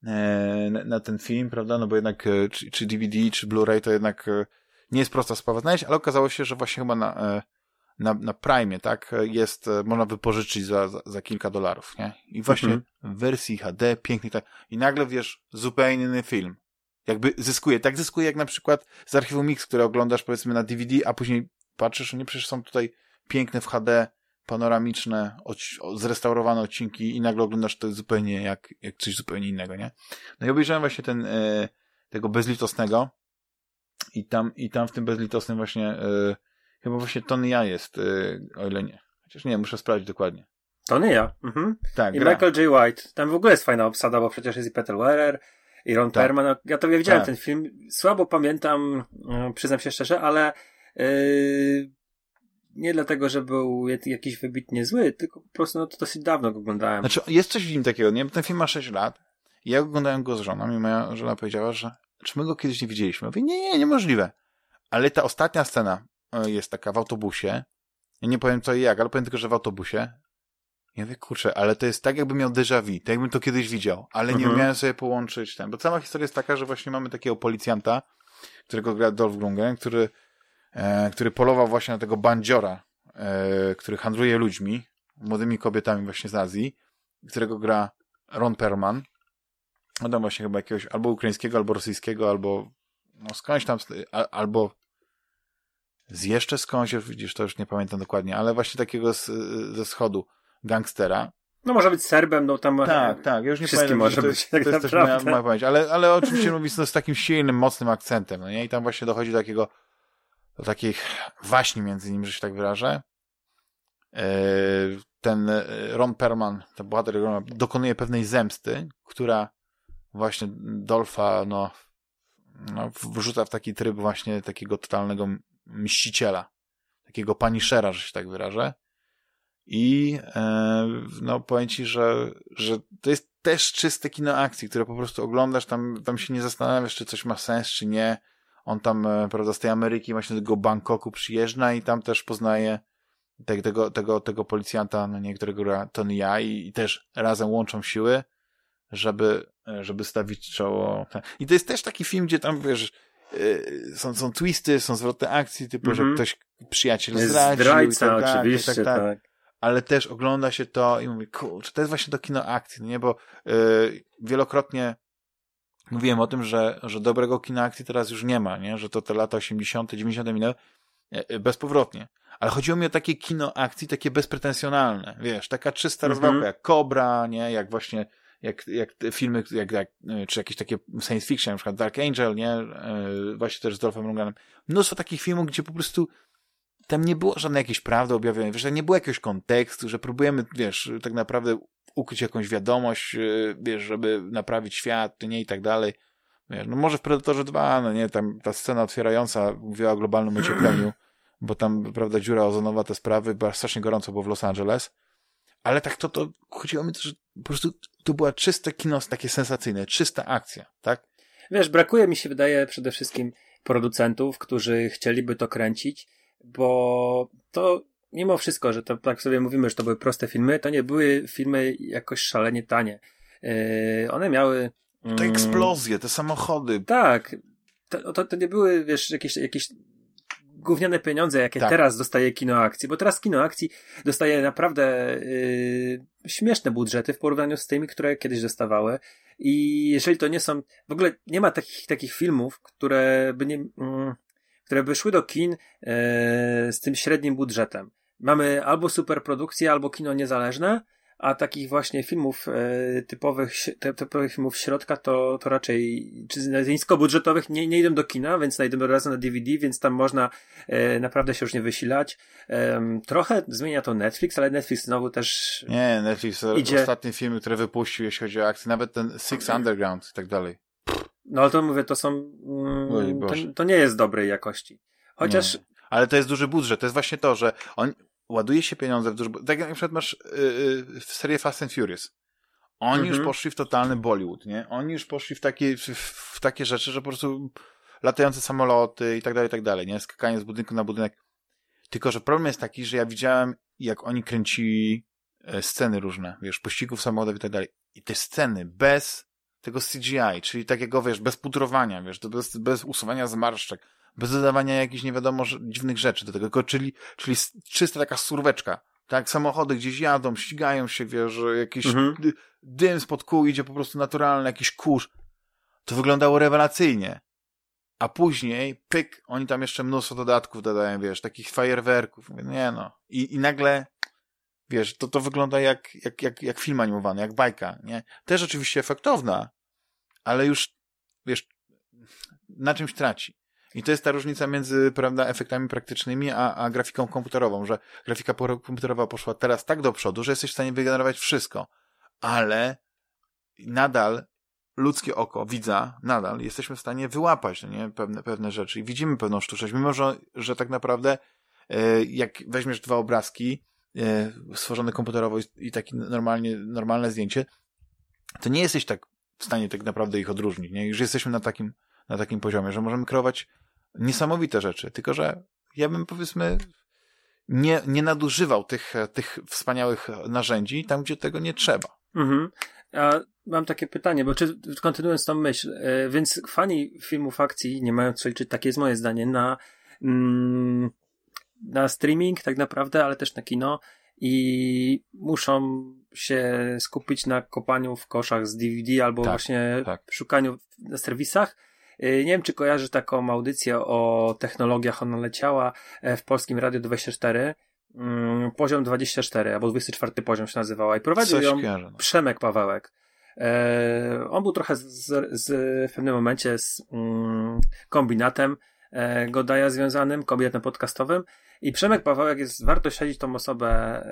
[SPEAKER 1] Na, na ten film, prawda, no bo jednak czy, czy D V D, czy Blu-ray to jednak nie jest prosta sprawa znaleźć, ale okazało się, że właśnie chyba na, na, na Prime, tak, jest, można wypożyczyć za, za, za kilka dolarów, nie? I właśnie mhm. w wersji H D, piękny, tak, i nagle, wiesz, zupełnie inny film. Jakby zyskuje, tak zyskuje jak na przykład z Archiwum Mix, które oglądasz, powiedzmy, na D V D, a później patrzysz, nie, przecież są tutaj piękne w H D panoramiczne, odci- zrestaurowane odcinki i nagle oglądasz to zupełnie jak, jak coś zupełnie innego, nie? No i obejrzałem właśnie ten, e, tego bezlitosnego i tam, i tam w tym bezlitosnym właśnie e, chyba właśnie Tony Ja jest, e, o ile nie. Chociaż nie, muszę sprawdzić dokładnie.
[SPEAKER 2] Tony Ja. Mhm.
[SPEAKER 1] Tak,
[SPEAKER 2] I
[SPEAKER 1] gra.
[SPEAKER 2] Michael J. White. Tam w ogóle jest fajna obsada, bo przecież jest i Peter Weller, i Ron
[SPEAKER 1] Tak.
[SPEAKER 2] Perlman. Ja to widziałem
[SPEAKER 1] Tak.
[SPEAKER 2] ten film. Słabo pamiętam, e, przyznam się szczerze, ale e, nie dlatego, że był jakiś wybitnie zły, tylko po prostu no to dosyć dawno go oglądałem.
[SPEAKER 1] Znaczy, jest coś w nim takiego, nie? Ten film ma sześć lat. I ja oglądałem go z żoną i moja żona powiedziała, że czy my go kiedyś nie widzieliśmy? Ja mówię, nie, nie, niemożliwe. Ale ta ostatnia scena jest taka w autobusie. Ja nie powiem co i jak, ale powiem tylko, że w autobusie. Ja mówię, kurczę, ale to jest tak, jakbym miał déjà vu, tak jakbym to kiedyś widział, ale nie
[SPEAKER 2] Mhm.
[SPEAKER 1] umiałem sobie połączyć ten. Bo cała historia jest taka, że właśnie mamy takiego policjanta, którego gra Dolph Lundgren, który, e, który polował właśnie na tego bandziora, e, który handluje ludźmi, młodymi kobietami właśnie z Azji, którego gra Ron Perlman. No tam właśnie chyba jakiegoś albo ukraińskiego, albo rosyjskiego, albo no skądś tam, a, albo z jeszcze skądś, widzisz, to już nie pamiętam dokładnie, ale właśnie takiego z, ze wschodu gangstera.
[SPEAKER 2] No może być Serbem, no tam
[SPEAKER 1] Tak, tak, ja już nie
[SPEAKER 2] wszystkim
[SPEAKER 1] pamiętam.
[SPEAKER 2] może
[SPEAKER 1] to
[SPEAKER 2] być
[SPEAKER 1] jest,
[SPEAKER 2] tak
[SPEAKER 1] to jest też
[SPEAKER 2] naprawdę.
[SPEAKER 1] moja, moja pamięć, ale, ale oczywiście mówi no, z takim silnym, mocnym akcentem, no nie? I tam właśnie dochodzi do takiego, do takich waśni między nimi, że się tak wyrażę. Ten Ron Perlman, ten bohater dokonuje pewnej zemsty, która właśnie Dolfa, no, no wrzuca w taki tryb właśnie takiego totalnego mściciela, takiego punishera, że się tak wyrażę. I e, no powiem ci, że, że to jest też czyste kino akcji, które po prostu oglądasz, tam, tam się nie zastanawiasz, czy coś ma sens, czy nie. On tam, e, prawda, z tej Ameryki właśnie do tego Bangkoku przyjeżdża i tam też poznaje te, tego, tego, tego policjanta, no nie, którego gra Tony Ja i, i też razem łączą siły, żeby, żeby stawić czoło. I to jest też taki film, gdzie tam, wiesz, yy, są, są twisty, są zwroty akcji, typu, mm-hmm. że ktoś przyjaciel
[SPEAKER 2] jest
[SPEAKER 1] zdradził.
[SPEAKER 2] zdrajca,
[SPEAKER 1] i tak,
[SPEAKER 2] oczywiście,
[SPEAKER 1] tak, tak, tak.
[SPEAKER 2] tak.
[SPEAKER 1] Ale też ogląda się to i mówi, kurczę, to jest właśnie to kino akcji, nie? Bo yy, wielokrotnie mówiłem o tym, że, że dobrego kina akcji teraz już nie ma, nie? Że to te lata osiemdziesiąte, dziewięćdziesiąte minęły yy, bezpowrotnie. Ale chodziło mi o takie kino akcji, takie bezpretensjonalne, wiesz, taka czysta mm-hmm. rozwałka, jak Cobra, nie? Jak właśnie jak, jak filmy, jak, jak, czy jakieś takie science fiction, na przykład Dark Angel, nie? Yy, właśnie też z Dolphem Lundgrenem. Mnóstwo takich filmów, gdzie po prostu tam nie było żadnej jakiejś prawdy objawionej, wiesz, nie było jakiegoś kontekstu, że próbujemy, wiesz, tak naprawdę ukryć jakąś wiadomość, yy, wiesz, żeby naprawić świat, nie, i tak dalej. Wiesz, no może w Predatorze dwa, no nie, tam ta scena otwierająca mówiła o globalnym ociepleniu, bo tam, prawda, dziura ozonowa, te sprawy, była strasznie gorąco było w Los Angeles. Ale tak to, to chodziło mi to, że po prostu to była czyste kino, takie sensacyjne, czysta akcja, tak?
[SPEAKER 2] Wiesz, brakuje mi się, wydaje, przede wszystkim producentów, którzy chcieliby to kręcić, bo to mimo wszystko, że to tak sobie mówimy, że to były proste filmy, to nie były filmy jakoś szalenie tanie. Yy, one miały...
[SPEAKER 1] Mm, te eksplozje, te samochody.
[SPEAKER 2] Tak. To, to, to nie były, wiesz, jakieś... jakieś gówniane pieniądze, jakie
[SPEAKER 1] tak.
[SPEAKER 2] teraz dostaje kino akcji, bo teraz kino akcji dostaje naprawdę yy, śmieszne budżety w porównaniu z tymi, które kiedyś dostawały i jeżeli to nie są, w ogóle nie ma takich, takich filmów, które by nie, yy, które by szły do kin yy, z tym średnim budżetem. Mamy albo superprodukcje, albo kino niezależne, a takich właśnie filmów e, typowych, te, typowych filmów środka to, to raczej czy niskobudżetowych nie, nie idą do kina, więc idą od razu na D V D, więc tam można e, naprawdę się już nie wysilać. E, trochę zmienia to Netflix, ale Netflix znowu też
[SPEAKER 1] nie, Netflix
[SPEAKER 2] idzie...
[SPEAKER 1] ostatnie filmy, które wypuścił, jeśli chodzi o akcje, nawet ten Six Underground i tak dalej.
[SPEAKER 2] No ale to mówię, to są mm, to, to nie jest dobrej jakości. Chociaż...
[SPEAKER 1] Nie. Ale to jest duży budżet, to jest właśnie to, że on ładuje się pieniądze w duży... Tak jak na przykład masz yy, w serię Fast and Furious. Oni mm-hmm. już poszli w totalny Bollywood, nie? Oni już poszli w takie, w, w takie rzeczy, że po prostu latające samoloty i tak dalej, i tak dalej, nie? Skakanie z budynku na budynek. Tylko, że problem jest taki, że ja widziałem, jak oni kręcili sceny różne, wiesz, pościgów samochodów i tak dalej. I te sceny bez tego C G I, czyli takiego, wiesz, bez pudrowania, wiesz, bez, bez usuwania zmarszczek, bez dodawania jakichś nie wiadomo dziwnych rzeczy do tego, tylko, czyli, czyli czysta taka surweczka, tak, samochody gdzieś jadą, ścigają się, wiesz, jakiś mhm. dym spod kół idzie po prostu naturalny, jakiś kurz. To wyglądało rewelacyjnie. A później, pyk, oni tam jeszcze mnóstwo dodatków dodają, wiesz, takich fajerwerków. Mówię, nie no. I, i nagle Wiesz, to to wygląda jak, jak, jak, jak film animowany, jak bajka, nie? Też oczywiście efektowna, ale już, wiesz, na czymś traci. I to jest ta różnica między, prawda, efektami praktycznymi, a, a grafiką komputerową, że grafika komputerowa poszła teraz tak do przodu, że jesteś w stanie wygenerować wszystko, ale nadal ludzkie oko, widza, nadal jesteśmy w stanie wyłapać, no nie? Pewne, pewne rzeczy i widzimy pewną sztuczność, mimo że, że tak naprawdę e, jak weźmiesz dwa obrazki e, stworzone komputerowo i, i takie normalnie, normalne zdjęcie, to nie jesteś tak w stanie tak naprawdę ich odróżnić, nie? Już jesteśmy na takim, na takim poziomie, że możemy kreować niesamowite rzeczy, tylko że ja bym, powiedzmy, nie, nie nadużywał tych, tych wspaniałych narzędzi tam, gdzie tego nie trzeba.
[SPEAKER 2] Mhm. A mam takie pytanie, bo czy, kontynuując tą myśl, e, więc fani filmów akcji nie mają co liczyć, takie jest moje zdanie, na, mm, na streaming tak naprawdę, ale też na kino i muszą się skupić na kopaniu w koszach z D V D albo
[SPEAKER 1] tak,
[SPEAKER 2] właśnie
[SPEAKER 1] tak.
[SPEAKER 2] szukaniu na serwisach. Nie wiem, czy kojarzysz taką audycję o technologiach, ona leciała w Polskim Radiu dwadzieścia cztery, poziom dwadzieścia cztery, albo dwudziesty czwarty poziom się nazywała i prowadził
[SPEAKER 1] Coś
[SPEAKER 2] ją
[SPEAKER 1] kojarzę, no.
[SPEAKER 2] Przemek Pawełek. E, on był trochę z, z, w pewnym momencie z mm, kombinatem e, Godaja związanym, kombinatem podcastowym i Przemek Pawełek jest, warto śledzić tą osobę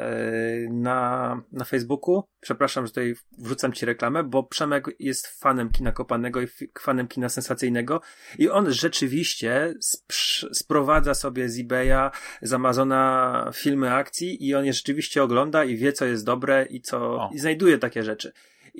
[SPEAKER 2] e, na, na Facebooku. Przepraszam, że tutaj wrzucam ci reklamę, bo Przemek jest fanem kina kopanego i fanem kina sensacyjnego i on rzeczywiście sprz- sprowadza sobie z eBaya, z Amazona filmy akcji i on je rzeczywiście ogląda i wie, co jest dobre i co
[SPEAKER 1] O.
[SPEAKER 2] i znajduje takie rzeczy.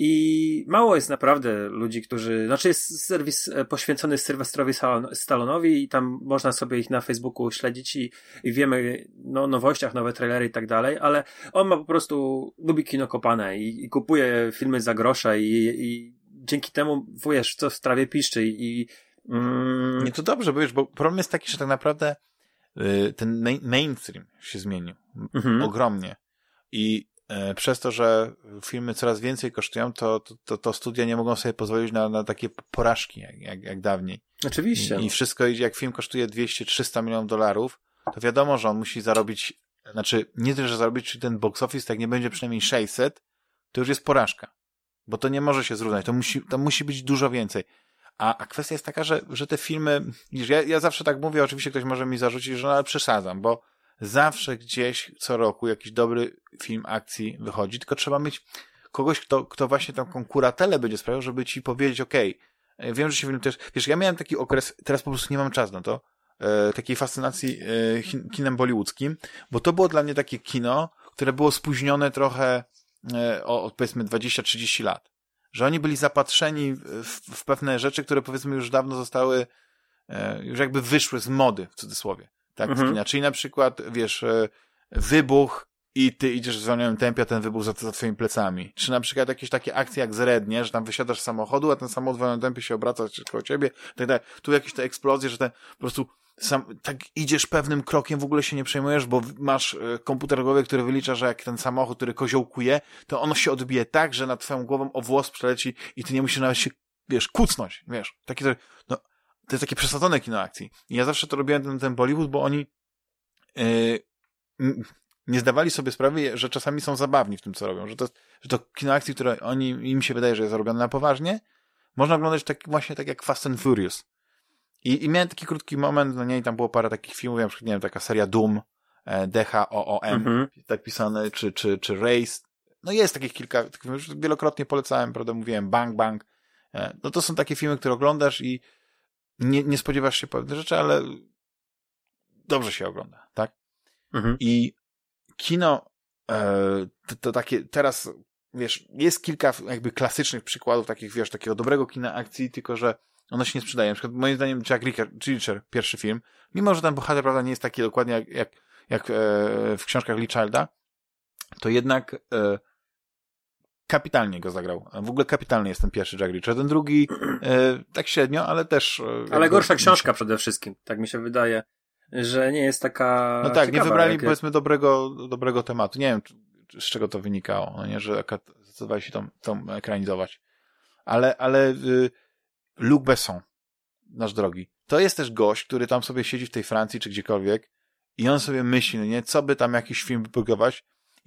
[SPEAKER 2] I mało jest naprawdę ludzi, którzy... Znaczy jest serwis poświęcony Sylwestrowi Stallonowi i tam można sobie ich na Facebooku śledzić i, i wiemy no, o nowościach, nowe trailery i tak dalej, ale on ma po prostu... lubi kino kopane i, i kupuje filmy za grosze i, i dzięki temu, wiesz, co w trawie piszczy i... Mm...
[SPEAKER 1] Nie, to dobrze, bo wiesz, bo problem jest taki, że tak naprawdę y, ten main, mainstream się zmienił. Mhm. Ogromnie. I przez to, że filmy coraz więcej kosztują, to, to, to studia nie mogą sobie pozwolić na, na takie porażki, jak, jak, jak dawniej.
[SPEAKER 2] Oczywiście.
[SPEAKER 1] I, I wszystko idzie, jak film kosztuje dwieście trzysta milionów dolarów, to wiadomo, że on musi zarobić, znaczy nie tyle, że zarobić, czyli ten box office, jak nie będzie przynajmniej sześćset, to już jest porażka. Bo to nie może się zrównać, to musi, to musi być dużo więcej. A, a kwestia jest taka, że, że te filmy, ja, ja zawsze tak mówię, oczywiście ktoś może mi zarzucić, że no, ale przesadzam, bo zawsze gdzieś co roku jakiś dobry film akcji wychodzi, tylko trzeba mieć kogoś, kto, kto właśnie taką kuratelę będzie sprawiał, żeby ci powiedzieć, okej, okay, wiem, że się film też... Wiesz, ja miałem taki okres, teraz po prostu nie mam czasu na to, e, takiej fascynacji e, chin, kinem bollywoodzkim, bo to było dla mnie takie kino, które było spóźnione trochę e, o, o powiedzmy dwadzieścia trzydzieści lat. Że oni byli zapatrzeni w, w pewne rzeczy, które powiedzmy już dawno zostały, e, już jakby wyszły z mody, w cudzysłowie. Tak, mhm. kina. Czyli na przykład, wiesz, wybuch i ty idziesz w zwolnionym tempie, a ten wybuch za, za twoimi plecami. Czy na przykład jakieś takie akcje jak Zrednie, że tam wysiadasz z samochodu, a ten samochód w zwolnionym tempie się obraca koło ciebie, tak dalej. Tu jakieś te eksplozje, że te po prostu sam, tak idziesz pewnym krokiem, w ogóle się nie przejmujesz, bo masz komputer głowy, który wylicza, że jak ten samochód, który koziołkuje, to ono się odbije tak, że nad twoją głową o włos przeleci i ty nie musisz nawet się, wiesz, kucnąć, wiesz. Takie, no, to jest takie przesadzone kino akcji. I ja zawsze to robiłem ten, ten Bollywood, bo oni yy, nie zdawali sobie sprawy, że czasami są zabawni w tym, co robią. Że to, że to kino akcji, które oni, im się wydaje, że jest robione na poważnie, można oglądać tak, właśnie tak jak Fast and Furious. I, i miałem taki krótki moment, no nie, i tam było parę takich filmów, na przykład, nie wiem, taka seria Doom, D H O O M, mhm. tak pisane, czy, czy, czy Race. No jest takich kilka, już wielokrotnie polecałem, prawda, mówiłem, Bang Bang. No to są takie filmy, które oglądasz i Nie, nie spodziewasz się pewnych rzeczy, ale dobrze się ogląda, tak? Mhm. I kino e, to, to takie, teraz, wiesz, jest kilka jakby klasycznych przykładów takich, wiesz, takiego dobrego kina akcji, tylko że ono się nie sprzedaje. Na przykład moim zdaniem Jack Reacher, pierwszy film, mimo że ten bohater, prawda, nie jest taki dokładnie jak, jak, jak e, w książkach Lee Childa, to jednak e, kapitalnie go zagrał. W ogóle kapitalny jest ten pierwszy Jack Reacher. Ten drugi e, tak średnio, ale też... E,
[SPEAKER 2] ale gorsza książka przede wszystkim. Tak mi się wydaje, że nie jest taka
[SPEAKER 1] No tak,
[SPEAKER 2] ciekawa,
[SPEAKER 1] nie wybrali
[SPEAKER 2] jak...
[SPEAKER 1] powiedzmy dobrego, dobrego tematu. Nie wiem, z czego to wynikało, no nie, że zdecydowali się tą, tą ekranizować. Ale, ale y, Luc Besson, nasz drogi, to jest też gość, który tam sobie siedzi w tej Francji czy gdziekolwiek i on sobie myśli, no nie, co by tam jakiś film wyprodukować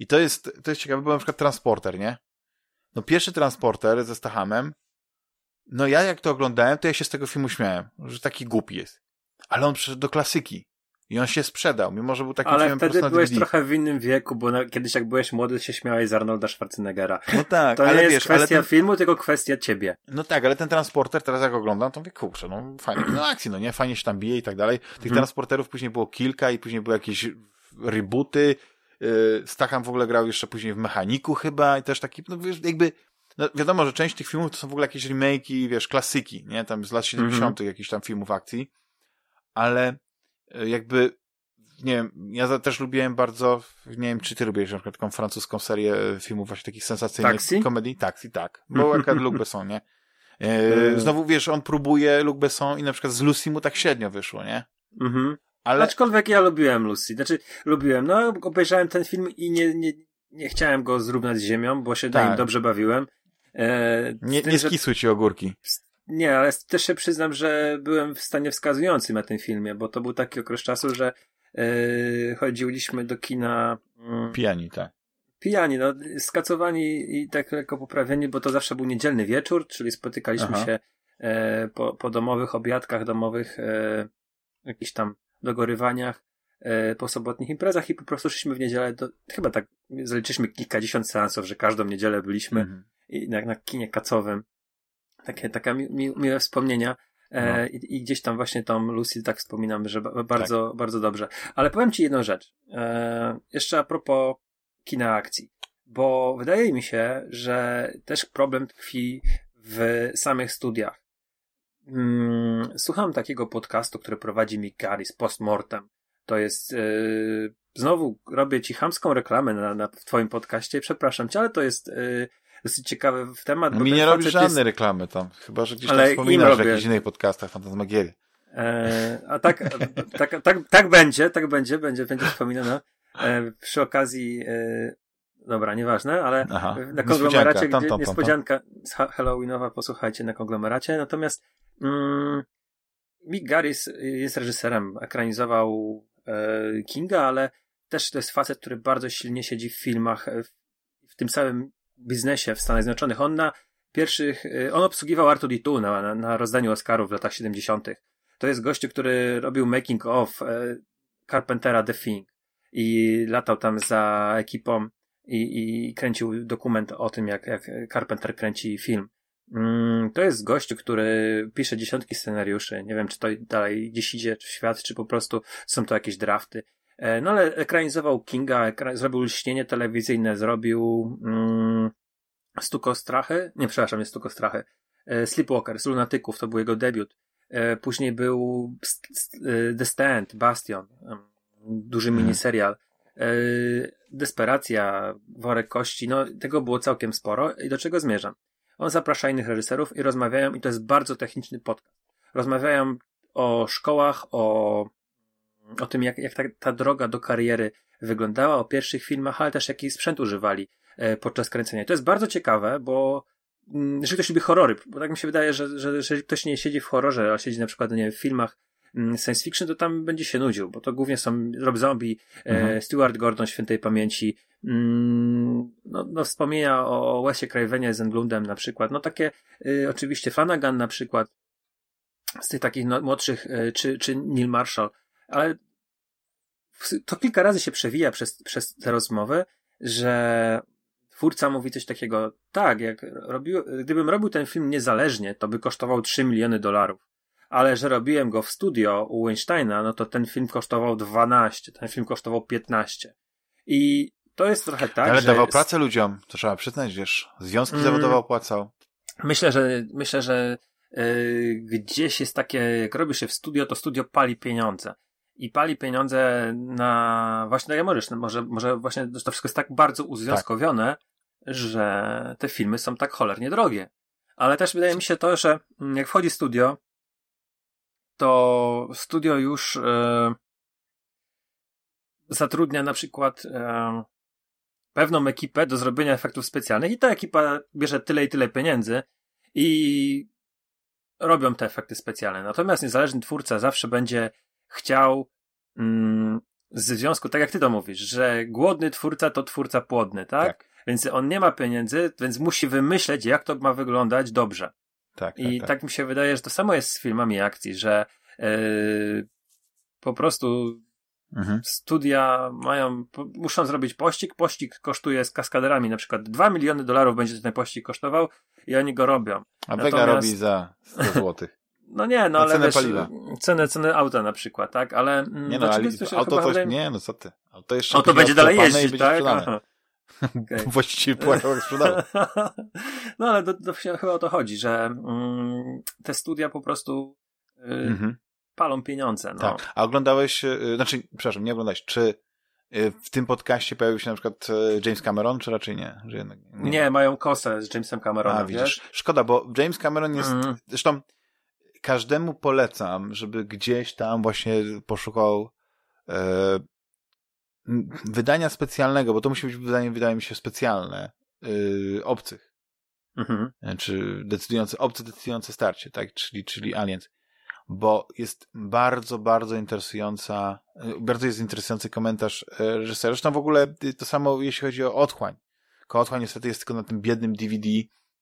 [SPEAKER 1] I to jest, to jest ciekawe, bo na przykład Transporter, nie? No pierwszy Transporter ze Stathamem, no ja jak to oglądałem, to ja się z tego filmu śmiałem, że taki głupi jest. Ale on przyszedł do klasyki. I on się sprzedał, mimo że był takim
[SPEAKER 2] ale
[SPEAKER 1] filmem po
[SPEAKER 2] wtedy
[SPEAKER 1] prostu na
[SPEAKER 2] byłeś
[SPEAKER 1] D V D.
[SPEAKER 2] trochę w innym wieku, bo na, kiedyś jak byłeś młody, się śmiałeś z Arnolda Schwarzeneggera.
[SPEAKER 1] No tak,
[SPEAKER 2] to
[SPEAKER 1] ale
[SPEAKER 2] nie jest
[SPEAKER 1] wiesz,
[SPEAKER 2] kwestia
[SPEAKER 1] ale ten...
[SPEAKER 2] filmu, tylko kwestia ciebie.
[SPEAKER 1] No tak, ale ten Transporter, teraz jak oglądam, to mówię, kurczę, no fajnie, no akcji, no nie, fajnie się tam bije i tak dalej. Tych hmm. Transporterów później było kilka i później były jakieś rebooty. Statham w ogóle grał jeszcze później w Mechaniku chyba i też taki, no wiesz, jakby, no wiadomo, że część tych filmów to są w ogóle jakieś remake'i, wiesz, klasyki, nie, tam z lat siedemdziesiątych hmm. jakichś tam filmów akcji, ale jakby, nie wiem, ja też lubiłem bardzo, nie wiem, czy ty lubisz na przykład taką francuską serię filmów właśnie takich sensacyjnych
[SPEAKER 2] Taxi?
[SPEAKER 1] komedii? Taxi, tak. Bo jak Luc Besson, nie? E, znowu, wiesz, on próbuje Luc Besson i na przykład z Lucy mu tak średnio wyszło, nie?
[SPEAKER 2] Mhm.
[SPEAKER 1] Ale...
[SPEAKER 2] Aczkolwiek ja lubiłem Lucy. Znaczy, lubiłem. No, obejrzałem ten film i nie, nie, nie chciałem go zrównać z ziemią, bo się tak. na nim dobrze bawiłem. E,
[SPEAKER 1] nie
[SPEAKER 2] tym,
[SPEAKER 1] nie skisły ci ogórki.
[SPEAKER 2] Nie, ale też się przyznam, że byłem w stanie wskazującym na tym filmie, bo to był taki okres czasu, że yy, chodziliśmy do kina... Yy,
[SPEAKER 1] pijani, tak.
[SPEAKER 2] Pijani, no, skacowani i tak lekko poprawieni, bo to zawsze był niedzielny wieczór, czyli spotykaliśmy Aha. się e, po, po domowych obiadkach, domowych e, jakichś tam dogorywaniach, e, po sobotnich imprezach i po prostu szliśmy w niedzielę do, chyba tak, zaliczyliśmy kilkadziesiąt seansów, że każdą niedzielę byliśmy mhm. i na, na kinie kacowym. Takie, takie mi, mi, miłe wspomnienia. E, no. i, I gdzieś tam właśnie tą Lucy tak wspominam, że ba, bardzo, tak. bardzo dobrze. Ale powiem ci jedną rzecz. E, jeszcze a propos kina akcji. Bo wydaje mi się, że też problem tkwi w samych studiach. Mm, słucham takiego podcastu, który prowadzi Mick Garris, Postmortem. To jest... Yy, znowu robię ci chamską reklamę na, na, w twoim podcaście. Przepraszam cię, ale to jest... Yy, dosyć ciekawy w temat.
[SPEAKER 1] No mi nie robisz żadnej jest... reklamy tam, chyba że gdzieś tam wspominasz w jakichś innych podcastach Fantasmagierii.
[SPEAKER 2] E, a tak, tak, tak, tak będzie, tak będzie, będzie, będzie wspominane. E, przy okazji, e, dobra, nieważne, ale Aha, na konglomeracie, tam, tam, tam, niespodzianka halloweenowa, posłuchajcie na konglomeracie. Natomiast mm, Mick Garris jest reżyserem, ekranizował e, Kinga, ale też to jest facet, który bardzo silnie siedzi w filmach, w, w tym samym biznesie w Stanach Zjednoczonych. On na pierwszych, on obsługiwał R two D two na, na, na rozdaniu Oscarów w latach siedemdziesiątych. To jest gościu, który robił making of e, Carpentera The Thing i latał tam za ekipą i, i kręcił dokument o tym, jak, jak Carpenter kręci film. Mm, to jest gościu, który pisze dziesiątki scenariuszy. Nie wiem, czy to dalej gdzieś idzie w świat, czy po prostu są to jakieś drafty. No ale ekranizował Kinga, ekran- zrobił lśnienie telewizyjne, zrobił mm, Stukostrachy, nie przepraszam, nie Stukostrachy, e, Sleepwalker z Lunatyków, to był jego debiut. E, później był st- st- The Stand, Bastion, um, duży hmm. miniserial. E, Desperacja, Worek Kości, no tego było całkiem sporo. I do czego zmierzam? On zaprasza innych reżyserów i rozmawiają, i to jest bardzo techniczny podcast. Rozmawiają o szkołach, o o tym, jak, jak ta, ta droga do kariery wyglądała, o pierwszych filmach, ale też jaki sprzęt używali e, podczas kręcenia. To jest bardzo ciekawe, bo mm, jeżeli ktoś lubi horrory, bo tak mi się wydaje, że, że, że jeżeli ktoś nie siedzi w horrorze, a siedzi na przykład nie, w filmach mm, science fiction, to tam będzie się nudził, bo to głównie są Rob Zombie, mhm. e, Stuart Gordon świętej pamięci, mm, no, no wspomnienia o, o Wesie Cravenie z Englundem na przykład, no takie y, oczywiście Flanagan na przykład, z tych takich no, młodszych, y, czy, czy Neil Marshall, ale to kilka razy się przewija przez, przez te rozmowy, że twórca mówi coś takiego, tak, jak robił, gdybym robił ten film niezależnie, to by kosztował trzy miliony dolarów. Ale że robiłem go w studio u Weinsteina, no to ten film kosztował dwanaście, ten film kosztował piętnaście. I to jest trochę tak,
[SPEAKER 1] ale
[SPEAKER 2] że...
[SPEAKER 1] dawał pracę ludziom, to trzeba przyznać, wiesz, związki mm, zawodowe opłacał.
[SPEAKER 2] Myślę, że myślę, że yy, gdzieś jest takie, jak robi się w studio, to studio pali pieniądze. I pali pieniądze na właśnie, ja możesz, może, może właśnie to wszystko jest tak bardzo uzwiązkowione, tak. że te filmy są tak cholernie drogie. Ale też wydaje mi się to, że jak wchodzi studio, to studio już e, zatrudnia na przykład e, pewną ekipę do zrobienia efektów specjalnych i ta ekipa bierze tyle i tyle pieniędzy i robią te efekty specjalne. Natomiast niezależny twórca zawsze będzie chciał mm, w związku, tak jak ty to mówisz, że głodny twórca to twórca płodny, tak? tak. Więc on nie ma pieniędzy, więc musi wymyśleć, jak to ma wyglądać dobrze.
[SPEAKER 1] Tak,
[SPEAKER 2] I
[SPEAKER 1] tak,
[SPEAKER 2] tak. tak mi się wydaje, że to samo jest z filmami akcji, że yy, po prostu mhm. studia mają, po, muszą zrobić pościg, pościg kosztuje z kaskaderami na przykład dwa miliony dolarów będzie ten pościg kosztował i oni go robią.
[SPEAKER 1] A Natomiast... Vega robi za sto złotych.
[SPEAKER 2] No nie, no ale
[SPEAKER 1] cenę
[SPEAKER 2] wiesz,
[SPEAKER 1] paliwa.
[SPEAKER 2] Cenę, cenę auta na przykład, tak? Ale
[SPEAKER 1] nie no, ale auto coś, wydaje... nie, no co ty.
[SPEAKER 2] Auto jeszcze auto będzie dalej jeździć, tak?
[SPEAKER 1] Okay. Właściciel płacą jak sprzedał.
[SPEAKER 2] No ale to, to chyba o to chodzi, że mm, te studia po prostu y, mm-hmm. palą pieniądze. No.
[SPEAKER 1] Tak. A oglądałeś, y, znaczy, przepraszam, nie oglądałeś, czy y, w tym podcaście pojawił się na przykład y, James Cameron, czy raczej nie? Że jednak,
[SPEAKER 2] nie, nie mają kosę z Jamesem Cameronem. A, widzisz? Wiesz?
[SPEAKER 1] Szkoda, bo James Cameron jest, mm. zresztą każdemu polecam, żeby gdzieś tam właśnie poszukał y, wydania specjalnego, bo to musi być wydanie, wydaje mi się, specjalne yy, obcych. Mhm. Czy decydujące, obcy decydujące starcie, tak? Czyli, czyli Aliens. Bo jest bardzo, bardzo interesująca, yy, bardzo jest interesujący komentarz yy, reżysera. Zresztą w ogóle yy, to samo, jeśli chodzi o Otchłań. Tylko Otchłań niestety jest tylko na tym biednym D V D,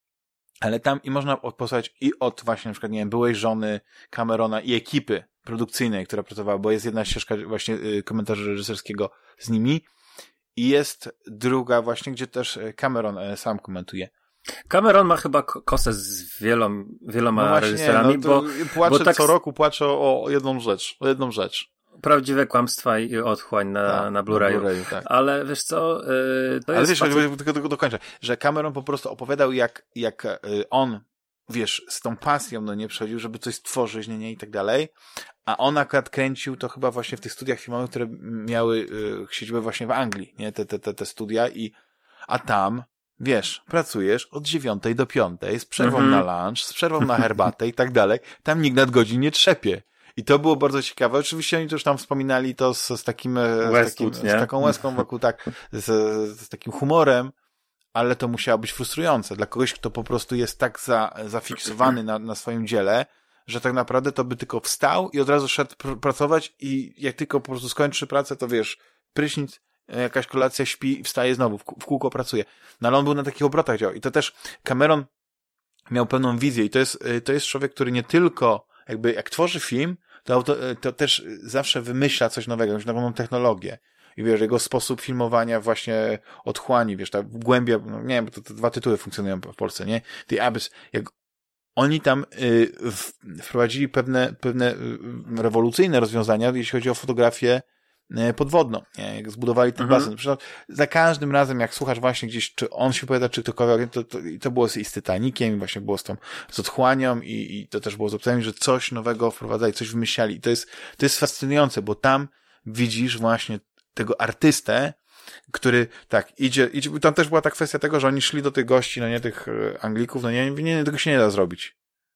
[SPEAKER 1] ale tam i można posłuchać i od właśnie na przykład, nie wiem, byłej żony Camerona i ekipy produkcyjnej, która pracowała, bo jest jedna ścieżka właśnie y, komentarza reżyserskiego z nimi i jest druga właśnie, gdzie też Cameron y, sam komentuje.
[SPEAKER 2] Cameron ma chyba kosę z wieloma, wieloma no właśnie, reżyserami, no bo
[SPEAKER 1] płaczę
[SPEAKER 2] bo tak...
[SPEAKER 1] co roku, płaczę o jedną rzecz, o jedną rzecz.
[SPEAKER 2] Prawdziwe kłamstwa i otchłań na, tak, na Blu-rayu. Na Blu-rayu tak. Ale wiesz co, yy, to
[SPEAKER 1] Ale
[SPEAKER 2] jest...
[SPEAKER 1] wiesz,
[SPEAKER 2] facet...
[SPEAKER 1] tylko do, dokończę, że Cameron po prostu opowiadał, jak, jak on, wiesz, z tą pasją, no nie, przychodził, żeby coś stworzyć, nie, nie, i tak dalej, a on akurat kręcił to chyba właśnie w tych studiach filmowych, które miały yy, siedzibę właśnie w Anglii, nie, te, te, te, te studia i, a tam, wiesz, pracujesz od dziewiątej do piątej, z przerwą mm-hmm. na lunch, z przerwą na herbatę i tak dalej, tam nikt nad godzin nie trzepie. I to było bardzo ciekawe. Oczywiście oni też tam wspominali to z, z takim,
[SPEAKER 2] Westwood,
[SPEAKER 1] z, takim z taką łezką wokół, tak, z, z takim humorem, ale to musiało być frustrujące dla kogoś, kto po prostu jest tak za, zafiksowany na, na swoim dziele, że tak naprawdę to by tylko wstał i od razu szedł pr- pracować i jak tylko po prostu skończy pracę, to wiesz, prysznic, jakaś kolacja, śpi i wstaje znowu, w, w kółko pracuje. No ale on był na takich obrotach działał. I to też Cameron miał pełną wizję i to jest, to jest człowiek, który nie tylko jakby jak tworzy film, to, to, to też zawsze wymyśla coś nowego, jakąś nową technologię. I wiesz, jego sposób filmowania właśnie otchłani, wiesz, ta głębia, no nie wiem, to, to dwa tytuły funkcjonują w Polsce, nie? The Abyss. Jak oni tam y, w, wprowadzili pewne, pewne y, rewolucyjne rozwiązania, jeśli chodzi o fotografię y, podwodną, nie? Jak zbudowali ten mhm. basen. Przecież za każdym razem, jak słuchasz właśnie gdzieś, czy on się powiada, czy ktokolwiek, to, to, to było z, i z Titanikiem, i właśnie było z tą, z otchłanią, i, i to też było z opisami, że coś nowego wprowadzali, coś wymyślali. I to jest, to jest fascynujące, bo tam widzisz właśnie tego artystę, który tak idzie, idzie, tam też była ta kwestia tego, że oni szli do tych gości, no nie, tych Anglików, no nie, nie, nie tego się nie da zrobić.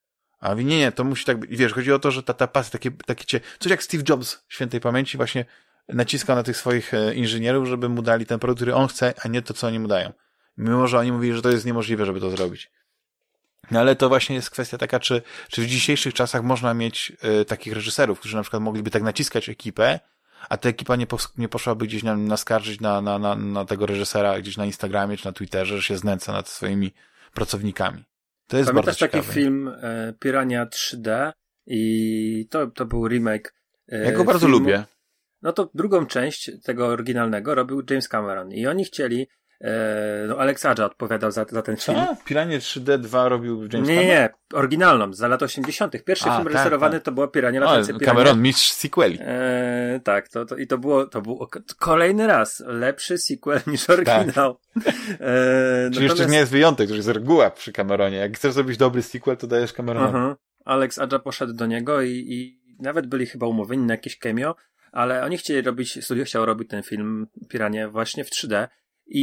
[SPEAKER 1] A nie, nie, to musi tak być. I wiesz, chodzi o to, że ta, ta pasja, takie, takie cię, coś jak Steve Jobs świętej pamięci właśnie naciskał na tych swoich inżynierów, żeby mu dali ten produkt, który on chce, a nie to, co oni mu dają. Mimo, że oni mówili, że to jest niemożliwe, żeby to zrobić. No ale to właśnie jest kwestia taka, czy, czy w dzisiejszych czasach można mieć y, takich reżyserów, którzy na przykład mogliby tak naciskać ekipę, a ta ekipa nie, pos- nie poszłaby gdzieś na, naskarżyć na, na, na, na tego reżysera gdzieś na Instagramie czy na Twitterze, że się znęca nad swoimi pracownikami. To jest
[SPEAKER 2] Pamiętasz
[SPEAKER 1] bardzo ciekawe.
[SPEAKER 2] taki film e, Pirania trzy D i to, to był remake e,
[SPEAKER 1] Ja go bardzo
[SPEAKER 2] filmu.
[SPEAKER 1] lubię.
[SPEAKER 2] No to drugą część tego oryginalnego robił James Cameron i oni chcieli e, no Alex Adja odpowiadał za, za ten film.
[SPEAKER 1] Co? Piranie trzy D dwa robił James Cameron?
[SPEAKER 2] Nie, nie, oryginalną, za lat osiemdziesiątych. Pierwszy
[SPEAKER 1] A,
[SPEAKER 2] film
[SPEAKER 1] tak,
[SPEAKER 2] reżyserowany
[SPEAKER 1] tak.
[SPEAKER 2] to była Pirania,
[SPEAKER 1] no,
[SPEAKER 2] latające Pirania.
[SPEAKER 1] Cameron, mistrz sequeli.
[SPEAKER 2] E, tak, to, to, i to było, to był kolejny raz lepszy sequel niż oryginał.
[SPEAKER 1] Tak.
[SPEAKER 2] E,
[SPEAKER 1] Czyli jeszcze nie jest wyjątek, to jest reguła przy Cameronie. Jak chcesz zrobić dobry sequel, to dajesz Cameronowi.
[SPEAKER 2] Uh-huh. Alex Adja poszedł do niego i, i nawet byli chyba umówieni na jakieś cameo, ale oni chcieli robić, studio chciało robić ten film Piranie właśnie w trzy D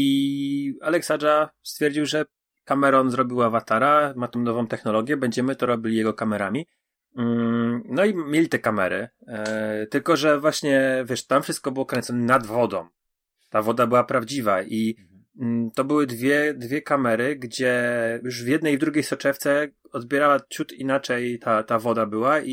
[SPEAKER 2] i Alex Adja stwierdził, że Cameron zrobił Awatara, ma tą nową technologię, będziemy to robili jego kamerami. No i mieli te kamery, e, tylko że właśnie, wiesz, tam wszystko było kręcone nad wodą. Ta woda była prawdziwa i mm, to były dwie, dwie kamery, gdzie już w jednej i w drugiej soczewce odbierała ciut inaczej ta, ta woda była i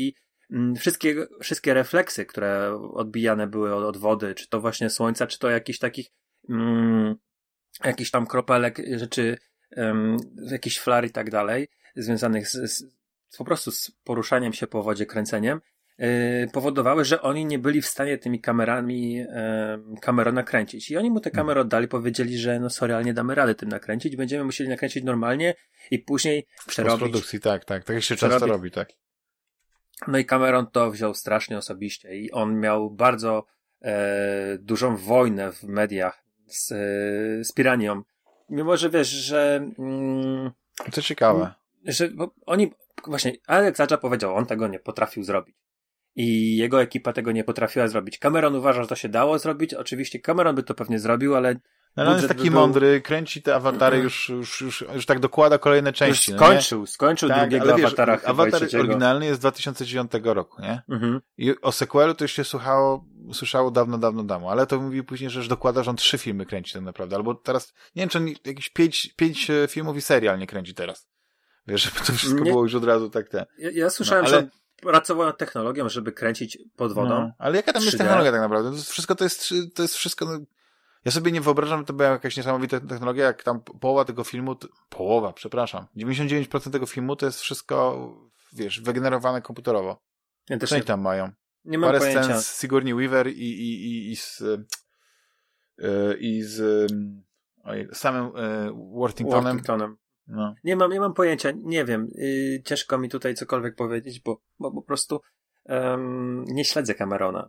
[SPEAKER 2] wszystkie, wszystkie refleksy, które odbijane były od, od wody, czy to właśnie słońca, czy to jakichś takich mm, jakichś tam kropelek, rzeczy, um, jakichś flar i tak dalej, związanych z, z, po prostu z poruszaniem się po wodzie, kręceniem, yy, powodowały, że oni nie byli w stanie tymi kamerami yy, kamerą nakręcić. I oni mu te kamery oddali, powiedzieli, że no sorry, ale nie damy rady tym nakręcić, będziemy musieli nakręcić normalnie i później przerobić.
[SPEAKER 1] W produkcji, tak, tak. Tak się często robi, tak.
[SPEAKER 2] No i Cameron to wziął strasznie osobiście i on miał bardzo e, dużą wojnę w mediach z, z Piranią. Mimo, że wiesz, że mm,
[SPEAKER 1] to ciekawe.
[SPEAKER 2] Że bo oni, właśnie, Alex Aja powiedział, on tego nie potrafił zrobić. I jego ekipa tego nie potrafiła zrobić. Cameron uważa, że to się dało zrobić. Oczywiście Cameron by to pewnie zrobił, ale
[SPEAKER 1] no, on jest taki był... mądry, kręci te awatary, już, już, już, już tak dokłada kolejne części.
[SPEAKER 2] Już skończył, no skończył
[SPEAKER 1] tak,
[SPEAKER 2] drugiego
[SPEAKER 1] ale wiesz,
[SPEAKER 2] awatara.
[SPEAKER 1] Awatar oryginalny jest z dwa tysiące dziewiątego roku, nie?
[SPEAKER 2] Mhm.
[SPEAKER 1] I o sequelu to już się słuchało, słyszało dawno, dawno, dawno. Ale to mówił później, że już dokłada, że on trzy filmy kręci tak naprawdę. Albo teraz, nie wiem, czy on jakieś pięć, pięć filmów i serial nie kręci teraz. Wiesz, żeby to wszystko nie... było już od razu tak te.
[SPEAKER 2] Ja, ja słyszałem, no, ale... że pracował nad technologią, żeby kręcić pod wodą. No,
[SPEAKER 1] ale jaka tam trzy D? Jest technologia tak naprawdę? To wszystko to jest, to jest wszystko... No... Ja sobie nie wyobrażam, że to była jakaś niesamowita technologia, jak tam połowa tego filmu, to... połowa, przepraszam, dziewięćdziesiąt dziewięć procent tego filmu to jest wszystko, wiesz, wygenerowane komputerowo.
[SPEAKER 2] Ja też
[SPEAKER 1] Co
[SPEAKER 2] nie...
[SPEAKER 1] oni tam mają?
[SPEAKER 2] Nie mam
[SPEAKER 1] Parę
[SPEAKER 2] pojęcia.
[SPEAKER 1] scen z Sigourney Weaver i, i, i, i z yy, i z oj, samym yy, Worthingtonem.
[SPEAKER 2] Worthingtonem.
[SPEAKER 1] No.
[SPEAKER 2] Nie mam, nie mam pojęcia, nie wiem. Yy, ciężko mi tutaj cokolwiek powiedzieć, bo, bo po prostu um, nie śledzę Camerona.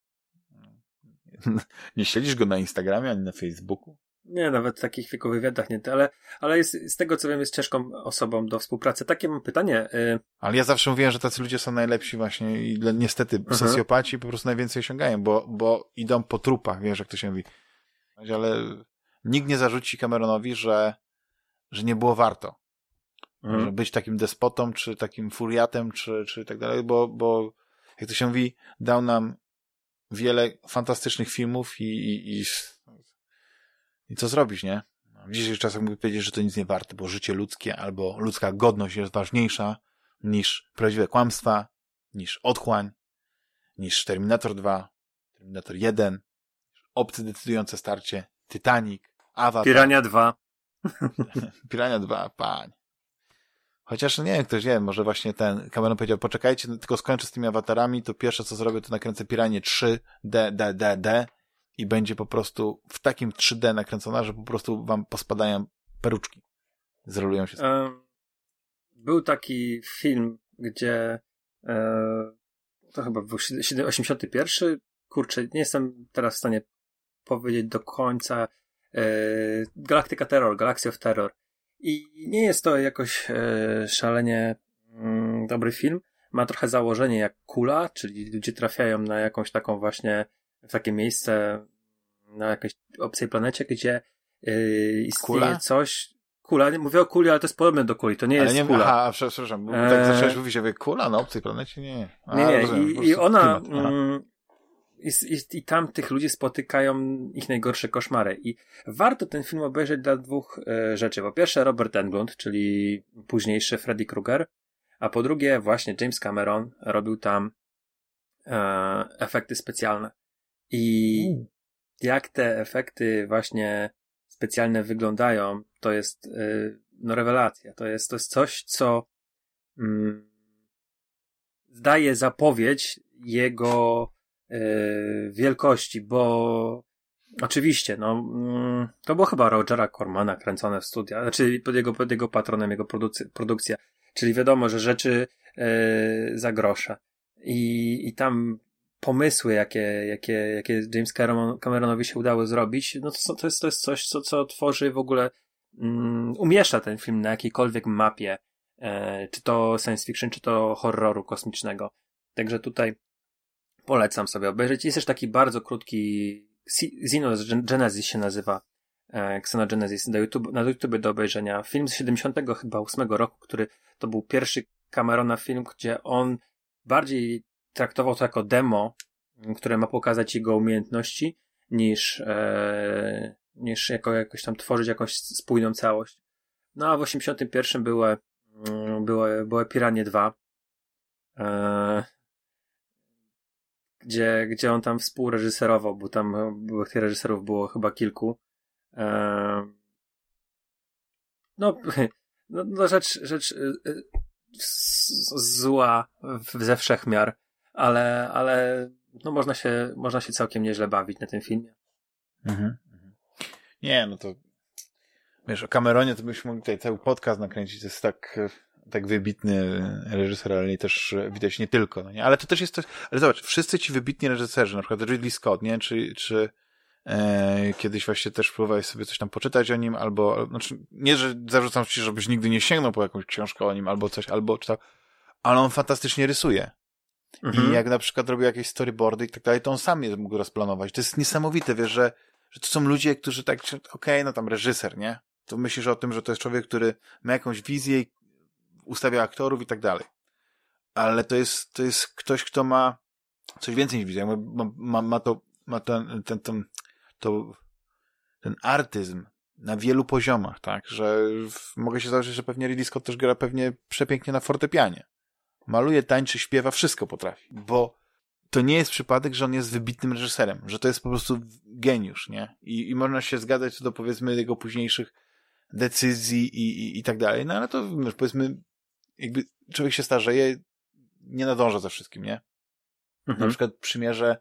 [SPEAKER 1] Nie śledzisz go na Instagramie ani na Facebooku?
[SPEAKER 2] Nie, nawet w takich tylko wywiadach nie, ale, ale jest, z tego co wiem, jest ciężką osobą do współpracy. Takie mam pytanie. Yy...
[SPEAKER 1] Ale ja zawsze mówiłem, że tacy ludzie są najlepsi właśnie i niestety uh-huh. socjopaci po prostu najwięcej osiągają, bo, bo idą po trupach, wiesz, jak to się mówi. Ale nikt nie zarzuci Cameronowi, że, że nie było warto. Uh-huh. Że być takim despotą, czy takim furiatem, czy, czy tak dalej, bo, bo jak to się mówi, dał nam wiele fantastycznych filmów i, i, i, i co zrobić, nie? W dzisiejszych czasach mógłby powiedzieć, że to nic nie warte, bo życie ludzkie albo ludzka godność jest ważniejsza niż prawdziwe kłamstwa, niż Otchłań, niż Terminator dwa, Terminator jeden, Obcy decydujące starcie, Titanic, Avatar.
[SPEAKER 2] Pirania dwa.
[SPEAKER 1] Pirania dwa, pań. Chociaż nie wiem, ktoś nie wiem, może właśnie ten Cameron powiedział, poczekajcie, tylko skończę z tymi awatarami, to pierwsze co zrobię, to nakręcę Piranię trzy D, D, D, D i będzie po prostu w takim trzy D nakręcona, że po prostu wam pospadają peruczki. Zrolują się.
[SPEAKER 2] Um, był taki film, gdzie e, to chyba był osiemdziesiąty pierwszy. Kurczę, nie jestem teraz w stanie powiedzieć do końca. E, Galactica Terror, Galaxy of Terror. I nie jest to jakoś e, szalenie mm, dobry film. Ma trochę założenie jak Kula, czyli ludzie trafiają na jakąś taką właśnie, w takie miejsce, na jakiejś obcej planecie, gdzie e, istnieje Kula? coś... Kula, nie mówię o kuli, ale to jest podobne do kuli, to nie ale jest nie, kula.
[SPEAKER 1] Aha, przepraszam, bo tak zacząłeś mówić, że kula na obcej planecie? Nie,
[SPEAKER 2] A, nie, nie. Rozumiem, I, i ona... Mm, i, i, I tam tych ludzi spotykają ich najgorsze koszmary. I warto ten film obejrzeć dla dwóch e, rzeczy. Po pierwsze Robert Englund, czyli późniejszy Freddy Krueger, a po drugie właśnie James Cameron robił tam e, efekty specjalne. I mm. jak te efekty właśnie specjalne wyglądają, to jest e, no rewelacja. To jest, to jest coś, co mm, zdaje zapowiedź jego wielkości, bo oczywiście, no to było chyba Rogera Cormana kręcone w studiach, znaczy pod jego, pod jego patronem, jego producy, produkcja, czyli wiadomo, że rzeczy e, za grosze i, i tam pomysły, jakie, jakie, jakie James Cameron, Cameronowi się udało zrobić, no to, to, jest, to jest coś, co, co tworzy w ogóle um, umieszcza ten film na jakiejkolwiek mapie, e, czy to science fiction, czy to horroru kosmicznego, także tutaj polecam sobie obejrzeć. Jest też taki bardzo krótki Xenogenesis się nazywa. E, Xenogenesis na YouTube, na YouTube do obejrzenia. Film z siedemdziesiątego chyba ósmego roku, który to był pierwszy Camerona film, gdzie on bardziej traktował to jako demo, które ma pokazać jego umiejętności, niż, e, niż jako jakoś tam tworzyć jakąś spójną całość. No a w osiemdziesiątym pierwszym były, były, były Piranie dwa. E, gdzie, gdzie on tam współreżyserował, bo tam było, tych reżyserów było chyba kilku. Eee, no, no, no rzecz, rzecz zła ze wszechmiar, ale, ale no można się, można się całkiem nieźle bawić na tym filmie.
[SPEAKER 1] Mhm. Nie, no to wiesz, o Cameronie to byśmy mogli tutaj cały podcast nakręcić, to jest tak, tak wybitny reżyser, ale też widać nie tylko, no nie? Ale to też jest coś, ale zobacz, wszyscy ci wybitni reżyserzy, na przykład Ridley Scott, nie? Czy, czy e, kiedyś właśnie też próbowałeś sobie coś tam poczytać o nim, albo, znaczy, nie, że zarzucam ci, żebyś nigdy nie sięgnął po jakąś książkę o nim, albo coś, albo czytał, ale on fantastycznie rysuje. Mhm. I jak na przykład robił jakieś storyboardy i tak dalej, to on sam je mógł rozplanować. To jest niesamowite, wiesz, że, że to są ludzie, którzy tak, okej, okay, no tam reżyser, nie? To myślisz o tym, że to jest człowiek, który ma jakąś wizję, ustawia aktorów i tak dalej. Ale to jest, to jest ktoś, kto ma coś więcej niż wizję. Ma, ma, ma to, ma ten, ten, ten, to, ten artyzm na wielu poziomach, tak? Że w, mogę się założyć, że pewnie Ridley Scott też gra pewnie przepięknie na fortepianie. Maluje, tańczy, śpiewa, wszystko potrafi. Bo to nie jest przypadek, że on jest wybitnym reżyserem, że to jest po prostu geniusz, nie? I, i można się zgadzać co do, powiedzmy, jego późniejszych decyzji i, i, i tak dalej. No ale to, powiedzmy, jakby człowiek się starzeje, nie nadąża za wszystkim, nie? Mhm. Na przykład Przymierze.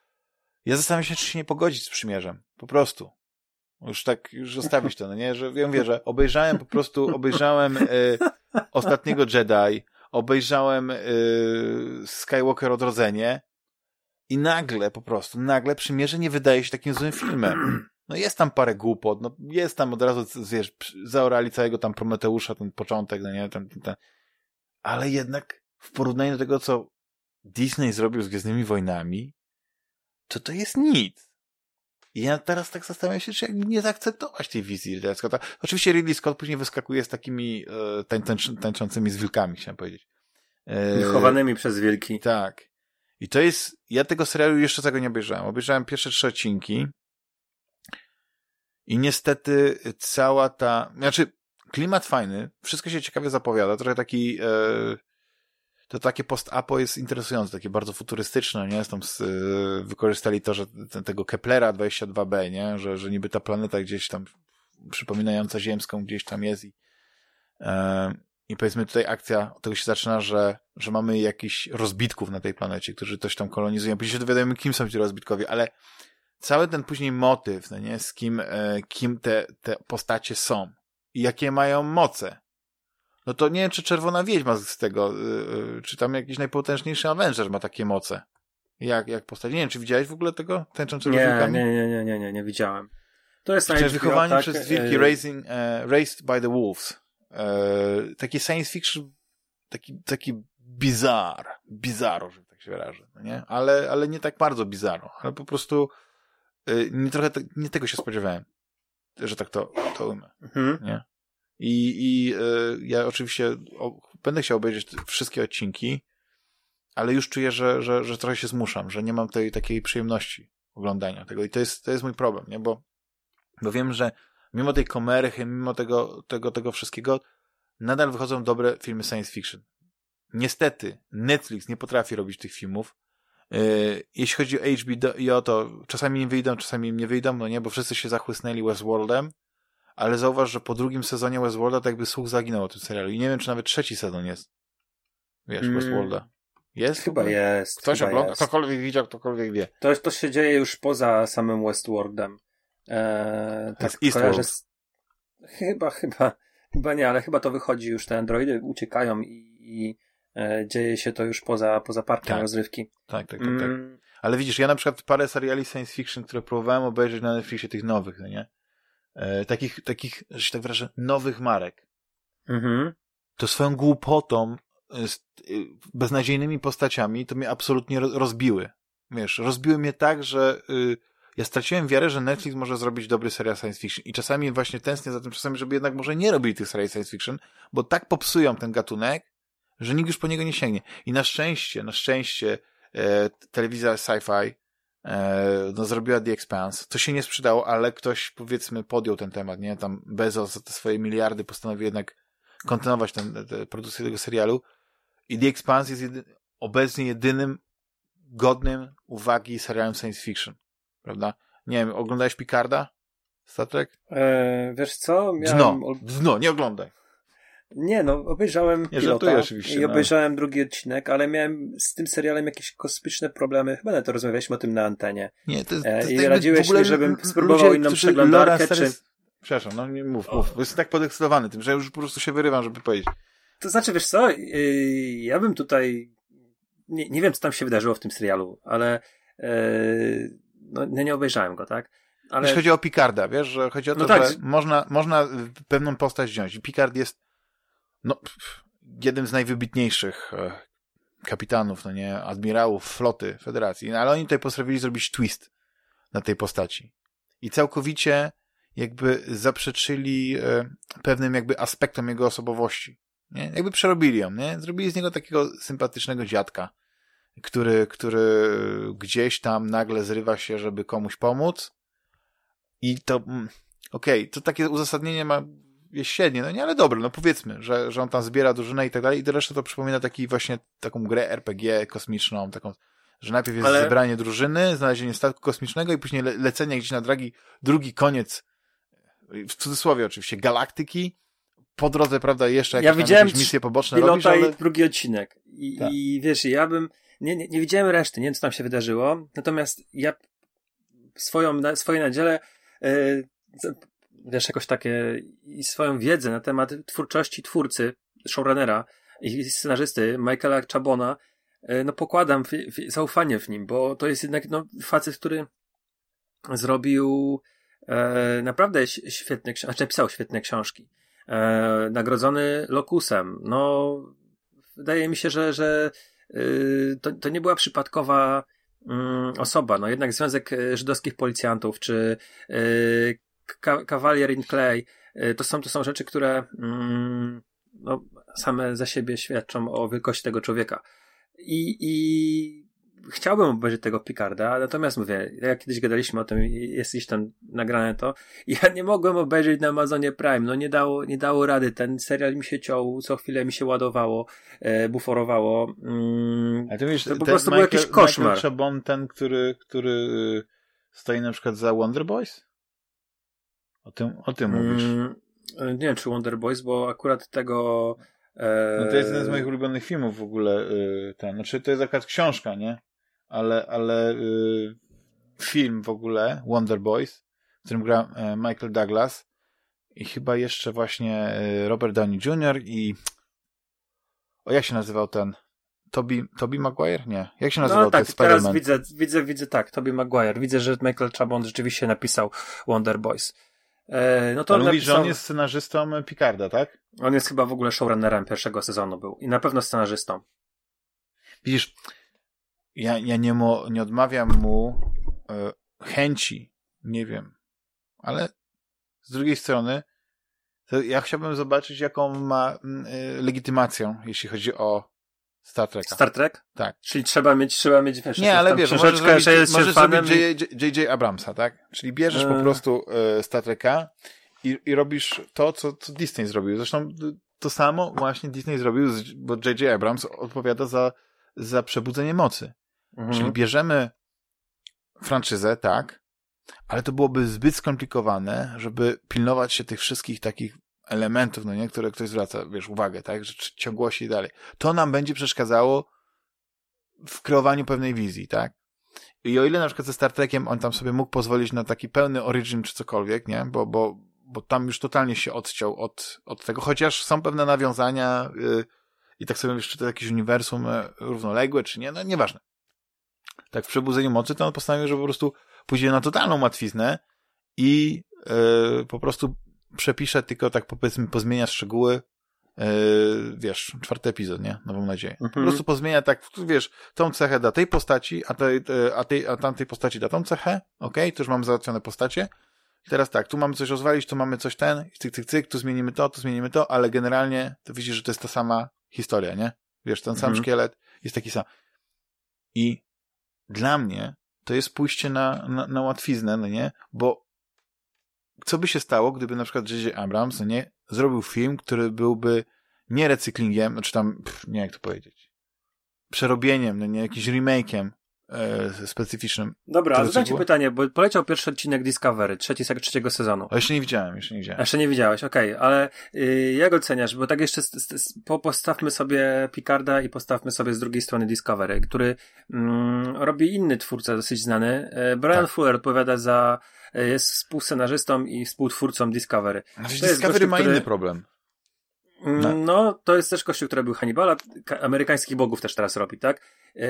[SPEAKER 1] Ja zastanawiam się, czy się nie pogodzić z Przymierzem. Po prostu. Już tak, już zostawić to, no nie? Że ja mówię, że obejrzałem po prostu, obejrzałem y, Ostatniego Jedi, obejrzałem y, Skywalker Odrodzenie i nagle po prostu, nagle Przymierze nie wydaje się takim złym filmem. No jest tam parę głupot, no jest tam od razu, wiesz, zaorali całego tam Prometeusza, ten początek, no nie, ten, ten, ten. Ale jednak w porównaniu do tego, co Disney zrobił z Gwiezdnymi Wojnami, to to jest nic. I ja teraz tak zastanawiam się, czy jakby nie zaakceptować tej wizji Ridley Scotta. Oczywiście Ridley Scott później wyskakuje z takimi e, tań, tańc, tańczącymi z wilkami, chciałem powiedzieć.
[SPEAKER 2] E, Chowanymi przez wilki.
[SPEAKER 1] Tak. I to jest, ja tego serialu jeszcze tego nie obejrzałem. Obejrzałem pierwsze trzy odcinki i niestety cała ta, znaczy klimat fajny, wszystko się ciekawie zapowiada, trochę taki, e, to takie post-apo jest interesujące, takie bardzo futurystyczne, nie? Tam z, e, wykorzystali to, że ten, tego Keplera dwadzieścia dwa b, nie? Że, że niby ta planeta gdzieś tam przypominająca ziemską gdzieś tam jest i, e, i powiedzmy tutaj akcja od tego się zaczyna, że, że mamy jakichś rozbitków na tej planecie, którzy coś tam kolonizują. Później się dowiadujemy, kim są ci rozbitkowie, ale cały ten później motyw, no nie? Z kim, e, kim te, te postacie są i jakie mają moce. No to nie wiem, czy Czerwona Wiedźma z tego, yy, czy tam jakiś najpotężniejszy Avenger ma takie moce. Jak, jak postać. Nie wiem, czy widziałeś w ogóle tego? Tańczącego
[SPEAKER 2] nie,
[SPEAKER 1] wilkami?
[SPEAKER 2] Nie, nie, nie, nie, nie, nie widziałem. To jest
[SPEAKER 1] Czyli wychowani tak, przez wilki, yy... raising, e, Raised by the Wolves. E, taki science fiction, taki, taki bizar, bizarro, że tak się wyrażę, no nie? Ale, ale nie tak bardzo bizarro, ale po prostu yy, nie trochę te, nie tego się spodziewałem, że tak to, to ujmę, mhm. nie? I, i y, ja oczywiście o, będę chciał obejrzeć wszystkie odcinki, ale już czuję, że, że, że trochę się zmuszam, że nie mam tej takiej przyjemności oglądania tego i to jest, to jest mój problem, nie? Bo, bo wiem, że mimo tej komery, mimo tego, tego, tego wszystkiego nadal wychodzą dobre filmy science fiction. Niestety Netflix nie potrafi robić tych filmów. Yy, jeśli chodzi o H B O, to czasami im wyjdą, czasami im nie wyjdą, no nie, bo wszyscy się zachłysnęli Westworldem. Ale zauważ, że po drugim sezonie Westworlda to jakby słuch zaginął o tym serialu. I nie wiem, czy nawet trzeci sezon jest. Wiesz, mm. Westworlda. Jest?
[SPEAKER 2] Chyba jest.
[SPEAKER 1] Ktoś
[SPEAKER 2] chyba
[SPEAKER 1] ogląda?
[SPEAKER 2] jest.
[SPEAKER 1] Ktokolwiek widział, ktokolwiek wie.
[SPEAKER 2] To, to się dzieje już poza samym Westworldem. Eee, tak
[SPEAKER 1] jest Eastworld. Z...
[SPEAKER 2] Chyba, chyba. Chyba nie, ale chyba to wychodzi już. Te androidy uciekają i, i e, dzieje się to już poza, poza parkiem
[SPEAKER 1] tak.
[SPEAKER 2] rozrywki.
[SPEAKER 1] Tak, tak, tak, tak. Mm. Ale widzisz, ja na przykład parę seriali science fiction, które próbowałem obejrzeć na Netflixie, tych nowych, no nie? E, takich, takich, że się tak wyrażę, nowych marek.
[SPEAKER 2] Mhm.
[SPEAKER 1] To swoją głupotą, z beznadziejnymi postaciami, to mnie absolutnie rozbiły. Wiesz, rozbiły mnie tak, że y, ja straciłem wiarę, że Netflix może zrobić dobry serial science fiction i czasami właśnie tęsknię za tym czasami, żeby jednak może nie robili tych seriali science fiction, bo tak popsują ten gatunek, że nikt już po niego nie sięgnie. I na szczęście, na szczęście e, telewizja sci-fi no zrobiła The Expanse. To się nie sprzedało, ale ktoś, powiedzmy, podjął ten temat, nie? Tam Bezos za te swoje miliardy postanowił jednak kontynuować ten, tę produkcję tego serialu i The Expanse jest jedy, obecnie jedynym godnym uwagi serialem science fiction, prawda? Nie wiem, oglądałeś Picarda? Star Trek?
[SPEAKER 2] Eee, wiesz co? Miałem...
[SPEAKER 1] Dno, dno, nie oglądaj.
[SPEAKER 2] Nie, no obejrzałem
[SPEAKER 1] nie,
[SPEAKER 2] pilota
[SPEAKER 1] oczywiście,
[SPEAKER 2] i obejrzałem no. drugi odcinek, ale miałem z tym serialem jakieś kosmiczne problemy. Chyba na to rozmawialiśmy o tym na antenie.
[SPEAKER 1] Nie, to jest, to jest
[SPEAKER 2] e, I radziłeś mi, żebym spróbował ludzie, inną przeglądarkę, czy...
[SPEAKER 1] Przepraszam, no nie mów, mów, bo jestem tak podekscytowany tym, że już po prostu się wyrywam, żeby powiedzieć.
[SPEAKER 2] To znaczy, wiesz co, yy, ja bym tutaj... Nie, nie wiem, co tam się wydarzyło w tym serialu, ale yy, no, nie obejrzałem go, tak? Ale...
[SPEAKER 1] Jeśli chodzi o Picarda, wiesz, że chodzi o to, no tak. że można, można pewną postać wziąć. I Picard jest no, jednym z najwybitniejszych e, kapitanów, no nie, admirałów floty Federacji, no, ale oni tutaj postanowili zrobić twist na tej postaci. I całkowicie jakby zaprzeczyli e, pewnym jakby aspektom jego osobowości. Nie? Jakby przerobili ją, nie? Zrobili z niego takiego sympatycznego dziadka, który, który gdzieś tam nagle zrywa się, żeby komuś pomóc. I to, okej, okay, to takie uzasadnienie ma, jest średnie, no nie, ale dobre, no powiedzmy, że, że on tam zbiera drużynę i tak dalej, i to resztę to przypomina taki właśnie taką grę er pe gie kosmiczną, taką, że najpierw jest ale... zebranie drużyny, znalezienie statku kosmicznego i później le- lecenie gdzieś na dragi, drugi koniec, w cudzysłowie oczywiście, galaktyki, po drodze, prawda, jeszcze jakieś,
[SPEAKER 2] ja widziałem
[SPEAKER 1] jakieś misje poboczne
[SPEAKER 2] pilota
[SPEAKER 1] robisz, ale...
[SPEAKER 2] i drugi odcinek. I, tak. i wiesz, ja bym, nie, nie, nie widziałem reszty, nie wiem, co tam się wydarzyło, natomiast ja swoją, swoje nadziele Yy, wiesz, jakoś takie i swoją wiedzę na temat twórczości twórcy, showrunnera i scenarzysty Michaela Chabona, yy, no pokładam w, w, zaufanie w nim, bo to jest jednak no, facet, który zrobił e, naprawdę świetne książki, znaczy napisał świetne książki. E, nagrodzony Locusem. No, wydaje mi się, że, że yy, to, to nie była przypadkowa osoba, no jednak Związek Żydowskich Policjantów, czy yy, Cavalier in Clay, yy, to są to są rzeczy, które yy, no, same za siebie świadczą o wielkości tego człowieka. I, i chciałbym obejrzeć tego Picarda, natomiast mówię, jak kiedyś gadaliśmy o tym, jest gdzieś tam nagrane to, ja nie mogłem obejrzeć na Amazonie Prime, no nie dało, nie dało rady, ten serial mi się ciął, co chwilę mi się ładowało, e, buforowało. Mm,
[SPEAKER 1] A ty wiesz,
[SPEAKER 2] to po
[SPEAKER 1] ten
[SPEAKER 2] prostu
[SPEAKER 1] Michael,
[SPEAKER 2] był jakiś koszmar.
[SPEAKER 1] Michael Chabon, ten, który, który stoi na przykład za Wonder Boys? O tym, o tym mm, mówisz.
[SPEAKER 2] Nie wiem, czy Wonder Boys, bo akurat tego... E...
[SPEAKER 1] No to jest jeden z moich ulubionych filmów w ogóle, ten, znaczy to jest akurat książka, nie? Ale, ale y, film w ogóle, Wonder Boys, w którym gra y, Michael Douglas i chyba jeszcze właśnie y, Robert Downey junior i o, jak się nazywał ten? Tobey, Tobey Maguire? Nie. Jak się nazywał
[SPEAKER 2] no, tak,
[SPEAKER 1] ten Spider-Man?
[SPEAKER 2] Teraz widzę, widzę, widzę tak, Tobey Maguire. Widzę, że Michael Chabon rzeczywiście napisał Wonder Boys. E, no to
[SPEAKER 1] Ale
[SPEAKER 2] napisał...
[SPEAKER 1] mówisz, że on jest scenarzystą Picarda, tak?
[SPEAKER 2] On jest chyba w ogóle showrunnerem pierwszego sezonu był i na pewno scenarzystą.
[SPEAKER 1] Widzisz, Ja, ja nie, mo, nie odmawiam mu e, chęci, nie wiem, ale z drugiej strony to ja chciałbym zobaczyć, jaką ma e, legitymację, jeśli chodzi o Star Treka.
[SPEAKER 2] Star Trek?
[SPEAKER 1] Tak.
[SPEAKER 2] Czyli trzeba mieć, trzeba mieć wiesz,
[SPEAKER 1] nie, ale wiesz, możesz zrobić,
[SPEAKER 2] że jest
[SPEAKER 1] możesz
[SPEAKER 2] fanem
[SPEAKER 1] zrobić J J Abramsa, tak? Czyli bierzesz hmm. po prostu e, Star Treka i, i robisz to, co, co Disney zrobił. Zresztą to samo właśnie Disney zrobił, bo J J Abrams odpowiada za, za Przebudzenie Mocy. Mhm. Czyli bierzemy franczyzę, tak, ale to byłoby zbyt skomplikowane, żeby pilnować się tych wszystkich takich elementów, no nie, które ktoś zwraca, wiesz, uwagę, tak, że ciągłości i dalej. To nam będzie przeszkadzało w kreowaniu pewnej wizji, tak. I o ile na przykład ze Star Trekiem on tam sobie mógł pozwolić na taki pełny origin czy cokolwiek, nie, bo, bo, bo tam już totalnie się odciął od, od tego, chociaż są pewne nawiązania yy, i tak sobie wiesz, czy to jakieś uniwersum yy, równoległe, czy nie, no nieważne. Tak w Przebudzeniu Mocy to on postanowił, że po prostu pójdzie na totalną łatwiznę i yy, po prostu przepisze, tylko tak powiedzmy pozmienia szczegóły, yy, wiesz, czwarty epizod, nie? No mam nadzieję. Mhm. Po prostu pozmienia tak, wiesz, tą cechę da tej postaci, a, tej, a, tej, a tamtej postaci da tą cechę, okej, okay, to już mamy załatwione postacie. I teraz tak, tu mamy coś rozwalić, tu mamy coś ten, cyk, cyk, cyk, tu zmienimy to, tu zmienimy to, ale generalnie to widzisz, że to jest ta sama historia, nie? Wiesz, ten sam mhm. szkielet jest taki sam. I dla mnie to jest pójście na, na, na łatwiznę, no nie? Bo co by się stało, gdyby na przykład J J Abrams, no nie, zrobił film, który byłby nie recyklingiem, znaczy tam, pff, nie jak to powiedzieć, przerobieniem, no nie, jakimś remake'iem e, specyficznym.
[SPEAKER 2] Dobra, ale zadam ci pytanie, bo poleciał pierwszy odcinek Discovery, trzeci z trzeciego sezonu.
[SPEAKER 1] A jeszcze nie widziałem, jeszcze nie widziałem.
[SPEAKER 2] Jeszcze nie widziałeś, okej, okay, ale y, jak oceniasz, bo tak jeszcze st- st- po, postawmy sobie Picarda i postawmy sobie z drugiej strony Discovery, który mm, robi inny twórca dosyć znany. Brian tak. Fuller odpowiada za, jest współscenarzystą i współtwórcą Discovery.
[SPEAKER 1] Znaczy, Discovery gościu, ma który... inny problem.
[SPEAKER 2] No. no, to jest też kościół, który był Hannibala, amerykańskich bogów też teraz robi, tak?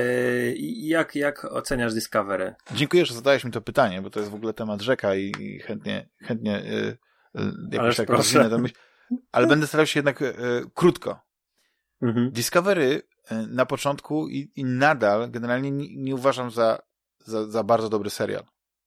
[SPEAKER 2] I yy, jak, jak oceniasz Discovery?
[SPEAKER 1] Dziękuję, że zadałeś mi to pytanie, bo to jest w ogóle temat rzeka i, i chętnie, chętnie yy, yy, jakoś tak rozwinę to myśl. Ale będę starał się jednak yy, krótko. Mhm. Discovery yy, na początku i, i nadal generalnie nie, nie uważam za, za, za bardzo dobry serial.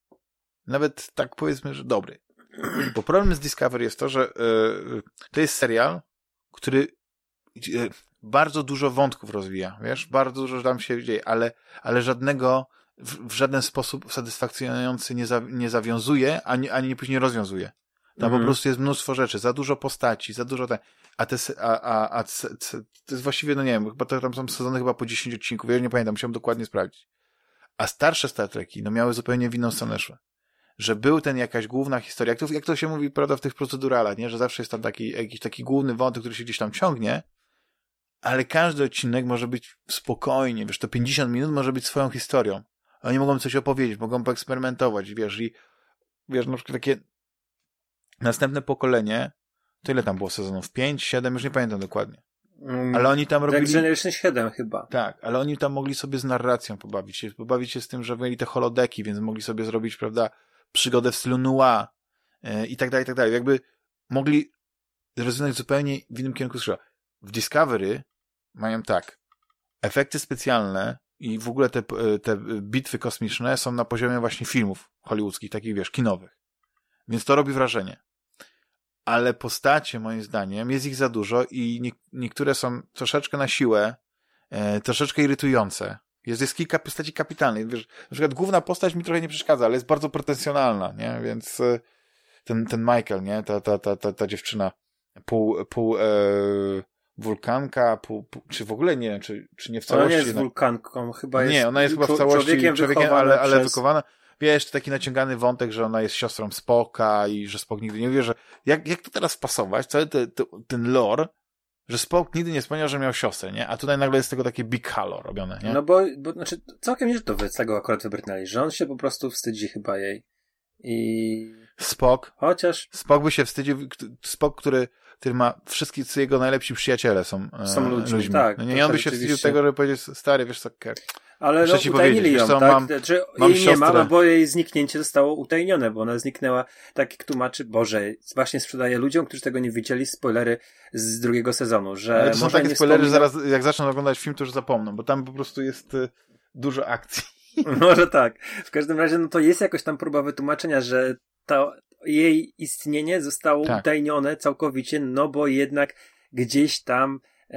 [SPEAKER 1] Nawet tak powiedzmy, że dobry. Bo problem z Discovery jest to, że yy, to jest serial, który yy, bardzo dużo wątków rozwija, wiesz? Bardzo dużo tam się dzieje, ale, ale żadnego w, w żaden sposób satysfakcjonujący nie, za, nie zawiązuje, ani, ani później rozwiązuje. Tam mm-hmm. po prostu jest mnóstwo rzeczy, za dużo postaci, za dużo te, a te, a, a, a c, c, to jest właściwie, no nie wiem, chyba to, tam są sezony chyba po dziesięć odcinków, ja nie pamiętam, musiałem dokładnie sprawdzić. A starsze Star Treki, no miały zupełnie w inną stronę szły. Że był ten jakaś główna historia, jak to, jak to się mówi, prawda, w tych proceduralach, nie? Że zawsze jest tam taki, jakiś taki główny wątek, który się gdzieś tam ciągnie, ale każdy odcinek może być spokojnie, wiesz, to pięćdziesiąt minut może być swoją historią. Oni mogą coś opowiedzieć, mogą poeksperymentować, wiesz, i wiesz, na przykład takie następne pokolenie, to ile tam było sezonów? pięć, siedem, już nie pamiętam dokładnie.
[SPEAKER 2] Mm,
[SPEAKER 1] ale oni tam robili...
[SPEAKER 2] Next Generation siedem chyba.
[SPEAKER 1] Tak, ale oni tam mogli sobie z narracją pobawić się, pobawić się z tym, że mieli te holodeki, więc mogli sobie zrobić, prawda, przygodę w stylu noir yy, i tak dalej, i tak dalej. Jakby mogli rozwiązać zupełnie w innym kierunku skrzydła. W Discovery mają tak, efekty specjalne i w ogóle te, te bitwy kosmiczne są na poziomie właśnie filmów hollywoodzkich, takich, wiesz, kinowych. Więc to robi wrażenie. Ale postacie, moim zdaniem, jest ich za dużo i nie, niektóre są troszeczkę na siłę, e, troszeczkę irytujące. Jest, jest kilka postaci kapitalnych. Wiesz, na przykład główna postać mi trochę nie przeszkadza, ale jest bardzo pretensjonalna, nie? Więc e, ten, ten Michael, nie? Ta, ta, ta, ta, ta dziewczyna pół, pół e, wulkanka, pół, pół, czy w ogóle nie wiem, czy, czy nie w całości.
[SPEAKER 2] Ona nie jest wulkanką, chyba jest.
[SPEAKER 1] Nie, ona jest chyba w całości człowiekiem, człowiekiem ale, ale
[SPEAKER 2] przez...
[SPEAKER 1] wychowana. Wiesz, to taki naciągany wątek, że ona jest siostrą Spocka i że Spock nigdy nie wie, że jak, jak to teraz wpasować, cały te, te, ten lore, że Spock nigdy nie wspomniał, że miał siostrę, nie? A tutaj nagle jest tego takie big halo robione, nie?
[SPEAKER 2] No bo, bo znaczy, całkiem nie, że to z tego akurat wybrnęli, że on się po prostu wstydzi chyba jej i...
[SPEAKER 1] Spock.
[SPEAKER 2] Chociaż...
[SPEAKER 1] Spock by się wstydził, Spock, który, który ma wszystkie jego najlepsi przyjaciele są,
[SPEAKER 2] są ludźmi,
[SPEAKER 1] ludźmi.
[SPEAKER 2] tak.
[SPEAKER 1] No nie, nie on by się wstydził tego, że powiedzieć, stary, wiesz co, jak...
[SPEAKER 2] Ale no, utajnili ją,
[SPEAKER 1] co,
[SPEAKER 2] tak?
[SPEAKER 1] Mam,
[SPEAKER 2] znaczy,
[SPEAKER 1] mam
[SPEAKER 2] jej nie ma, no bo jej zniknięcie zostało utajnione, bo ona zniknęła, tak jak tłumaczy, Boże, właśnie sprzedaje ludziom, którzy tego nie widzieli, spoilery z drugiego sezonu, że...
[SPEAKER 1] Ale to są
[SPEAKER 2] może
[SPEAKER 1] takie spoilery,
[SPEAKER 2] wspomina...
[SPEAKER 1] zaraz jak zaczną oglądać film, to już zapomną, bo tam po prostu jest y, dużo akcji.
[SPEAKER 2] Może tak. W każdym razie, no to jest jakoś tam próba wytłumaczenia, że to jej istnienie zostało tak. utajnione całkowicie, no bo jednak gdzieś tam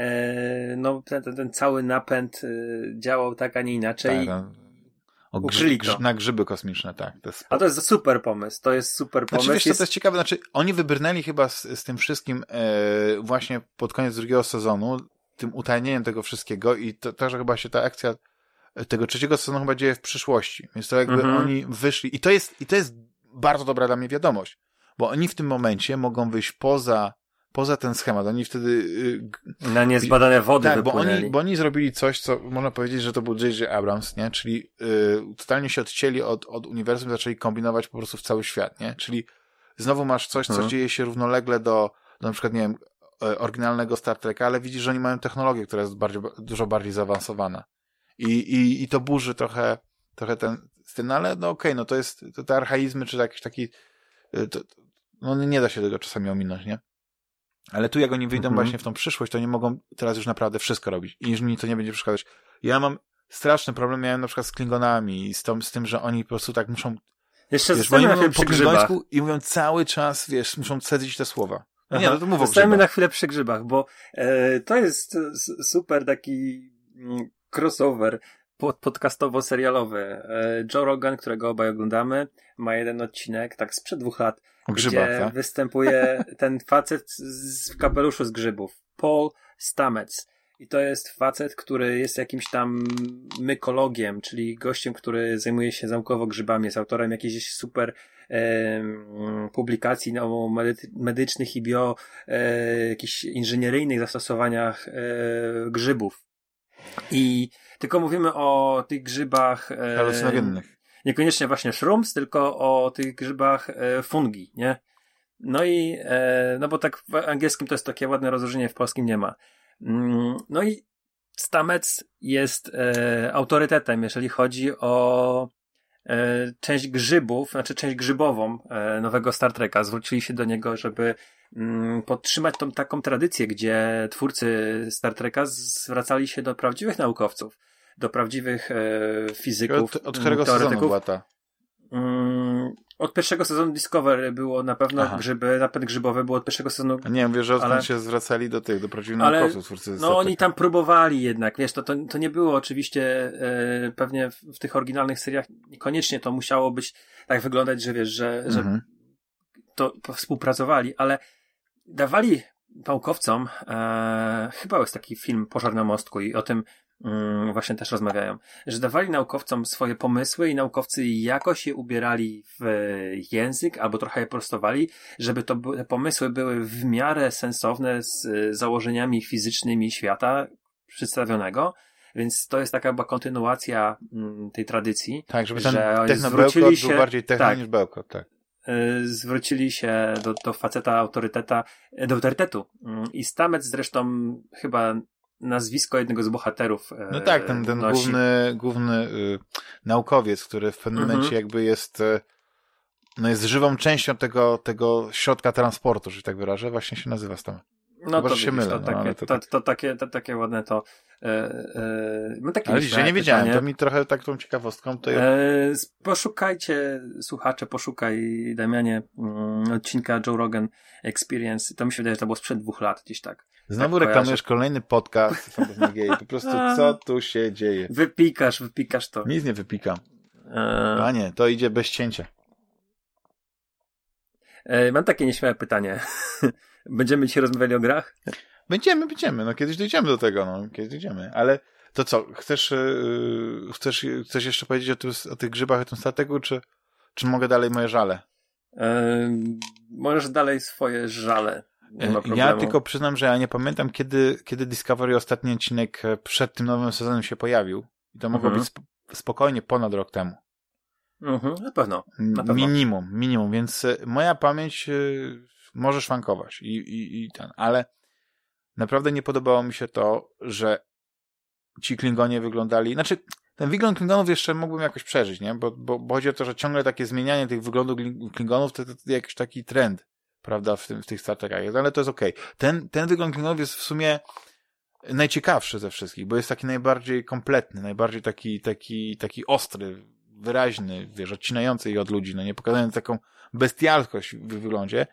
[SPEAKER 2] no ten, ten, ten cały napęd y, działał tak, a nie inaczej. Tak,
[SPEAKER 1] o, ukryli grz, to. Na grzyby kosmiczne, tak. To jest...
[SPEAKER 2] A to jest super pomysł, to jest super pomysł.
[SPEAKER 1] Znaczy, wiesz,
[SPEAKER 2] jest...
[SPEAKER 1] to jest ciekawe, znaczy oni wybrnęli chyba z, z tym wszystkim e, właśnie pod koniec drugiego sezonu, tym utajnieniem tego wszystkiego i to, to, że chyba się ta akcja tego trzeciego sezonu chyba dzieje w przyszłości. Więc to jakby mhm. oni wyszli i to jest, i to jest bardzo dobra dla mnie wiadomość, bo oni w tym momencie mogą wyjść poza Poza ten schemat. Oni wtedy... Yy,
[SPEAKER 2] na niezbadane wody
[SPEAKER 1] tak, bo oni, bo oni zrobili coś, co można powiedzieć, że to był J J Abrams, nie? Czyli yy, totalnie się odcięli od, od uniwersum, zaczęli kombinować po prostu w cały świat, nie? Czyli znowu masz coś, co hmm. dzieje się równolegle do, do na przykład, nie wiem, oryginalnego Star Treka, ale widzisz, że oni mają technologię, która jest bardziej, dużo bardziej zaawansowana. I, i, i to burzy trochę, trochę ten, z tym, no ale no okej, okay, no to jest, to te archaizmy, czy jakiś taki, to, no nie da się tego czasami ominąć, nie? Ale tu jak oni wyjdą mm-hmm. właśnie w tą przyszłość, to nie mogą teraz już naprawdę wszystko robić. I już mi to nie będzie przeszkadzać. Ja mam straszny problem, miałem na przykład z Klingonami i z, tą, z tym, że oni po prostu tak muszą...
[SPEAKER 2] Jeszcze
[SPEAKER 1] wiesz, bo oni mówią
[SPEAKER 2] po klingońsku
[SPEAKER 1] i mówią cały czas, wiesz, muszą cedzić te słowa. No nie, no to mówią.
[SPEAKER 2] Zostajemy na chwilę przy grzybach, bo e, to jest super taki mm, crossover pod, podcastowo-serialowy. E, Joe Rogan, którego obaj oglądamy, ma jeden odcinek, tak sprzed dwóch lat,
[SPEAKER 1] grzybach,
[SPEAKER 2] gdzie
[SPEAKER 1] tak?
[SPEAKER 2] występuje ten facet z, w kapeluszu z grzybów. Paul Stamets. I to jest facet, który jest jakimś tam mykologiem, czyli gościem, który zajmuje się zamkowo grzybami, jest autorem jakichś super e, publikacji no, medy- medycznych i bio, e, jakichś inżynieryjnych zastosowaniach e, grzybów. I tylko mówimy o tych grzybach e,
[SPEAKER 1] halucynogennych.
[SPEAKER 2] Niekoniecznie właśnie shrooms, tylko o tych grzybach e, fungi, nie? No i, e, no bo tak w angielskim to jest takie ładne rozróżnienie, w polskim nie ma. Mm, no i Stamets jest e, autorytetem, jeżeli chodzi o e, część grzybów, znaczy część grzybową e, nowego Star Treka. Zwrócili się do niego, żeby mm, podtrzymać tą taką tradycję, gdzie twórcy Star Treka zwracali się do prawdziwych naukowców, do prawdziwych e, fizyków,
[SPEAKER 1] Od, od którego
[SPEAKER 2] teoretyków.
[SPEAKER 1] sezonu była ta?
[SPEAKER 2] Mm, od pierwszego sezonu Discovery było na pewno
[SPEAKER 1] Aha.
[SPEAKER 2] grzyby, napęd grzybowy był od pierwszego sezonu.
[SPEAKER 1] Nie, mówię, że odkąd
[SPEAKER 2] ale...
[SPEAKER 1] się zwracali do tych, do prawdziwych
[SPEAKER 2] ale,
[SPEAKER 1] naukowców, twórcy
[SPEAKER 2] no
[SPEAKER 1] Star
[SPEAKER 2] oni
[SPEAKER 1] Treka.
[SPEAKER 2] tam próbowali jednak, wiesz, to, to, to nie było oczywiście e, pewnie w, w tych oryginalnych seriach niekoniecznie to musiało być tak wyglądać, że wiesz, że, że
[SPEAKER 1] Mhm.
[SPEAKER 2] to współpracowali, ale dawali naukowcom, e, chyba jest taki film Pożar na mostku i o tym mm, właśnie też rozmawiają, że dawali naukowcom swoje pomysły i naukowcy jakoś je ubierali w język albo trochę je prostowali, żeby to by, te pomysły były w miarę sensowne z y, założeniami fizycznymi świata przedstawionego, więc to jest taka chyba kontynuacja mm, tej tradycji.
[SPEAKER 1] Tak, żeby ten
[SPEAKER 2] że oni
[SPEAKER 1] technobełkot
[SPEAKER 2] zwrócili
[SPEAKER 1] był
[SPEAKER 2] się-
[SPEAKER 1] bardziej techno
[SPEAKER 2] tak.
[SPEAKER 1] niż bełkot, tak.
[SPEAKER 2] y, zwrócili się do, do faceta autoryteta, do autorytetu. Mm, I Stamets zresztą chyba nazwisko jednego z bohaterów e,
[SPEAKER 1] No tak, ten, ten
[SPEAKER 2] nosi.
[SPEAKER 1] główny, główny y, naukowiec, który w pewnym
[SPEAKER 2] Mhm.
[SPEAKER 1] momencie jakby jest y, no jest żywą częścią tego, tego środka transportu, że tak wyrażę, właśnie się nazywa Stam.
[SPEAKER 2] No
[SPEAKER 1] Chyba,
[SPEAKER 2] to
[SPEAKER 1] że się
[SPEAKER 2] widzisz,
[SPEAKER 1] mylę,
[SPEAKER 2] to,
[SPEAKER 1] no,
[SPEAKER 2] takie,
[SPEAKER 1] ale
[SPEAKER 2] to,
[SPEAKER 1] to
[SPEAKER 2] to,
[SPEAKER 1] tak.
[SPEAKER 2] takie, to takie ładne to e, e, mam takie
[SPEAKER 1] Ale widzisz, ja nie
[SPEAKER 2] pytanie.
[SPEAKER 1] wiedziałem, to mi trochę tak tą ciekawostką to ja...
[SPEAKER 2] E, s- poszukajcie, słuchacze, poszukaj, Damianie, mm, odcinka Joe Rogan Experience. To mi się wydaje, że to było sprzed dwóch lat, gdzieś tak.
[SPEAKER 1] Znowu
[SPEAKER 2] tak
[SPEAKER 1] reklamujesz kolejny podcast Fantasmagierii. Po prostu co tu się dzieje?
[SPEAKER 2] Wypikasz, wypikasz to.
[SPEAKER 1] Nic nie wypikam.
[SPEAKER 2] E,
[SPEAKER 1] Panie, to idzie bez cięcia.
[SPEAKER 2] e, mam takie nieśmiałe pytanie. Będziemy dzisiaj rozmawiali o grach?
[SPEAKER 1] Będziemy, będziemy, no kiedyś dojdziemy do tego, no kiedyś dojdziemy, ale to co, chcesz, yy, chcesz, chcesz jeszcze powiedzieć o, tym, o tych grzybach, o tym stategu, czy, czy mogę dalej moje żale?
[SPEAKER 2] E, możesz dalej swoje żale. Nie ma problemu.
[SPEAKER 1] Ja tylko przyznam, że ja nie pamiętam, kiedy, kiedy Discovery ostatni odcinek przed tym nowym sezonem się pojawił. I to mogło
[SPEAKER 2] Mhm.
[SPEAKER 1] być sp- spokojnie ponad rok temu.
[SPEAKER 2] Mhm, na pewno. Na pewno.
[SPEAKER 1] Minimum, minimum, więc y, moja pamięć y, może szwankować i, i, i ten, ale naprawdę nie podobało mi się to, że ci Klingonie wyglądali, znaczy ten wygląd Klingonów jeszcze mógłbym jakoś przeżyć, nie? Bo, bo, bo chodzi o to, że ciągle takie zmienianie tych wyglądów Klingonów to, to, to jakiś taki trend, prawda, w, tym, w tych Star Trekach, ale to jest okej. Okay. Ten, ten wygląd Klingonów jest w sumie najciekawszy ze wszystkich, bo jest taki najbardziej kompletny, najbardziej taki, taki, taki ostry, wyraźny, wiesz, odcinający ich od ludzi, no nie pokazując taką bestialskość w wyglądzie,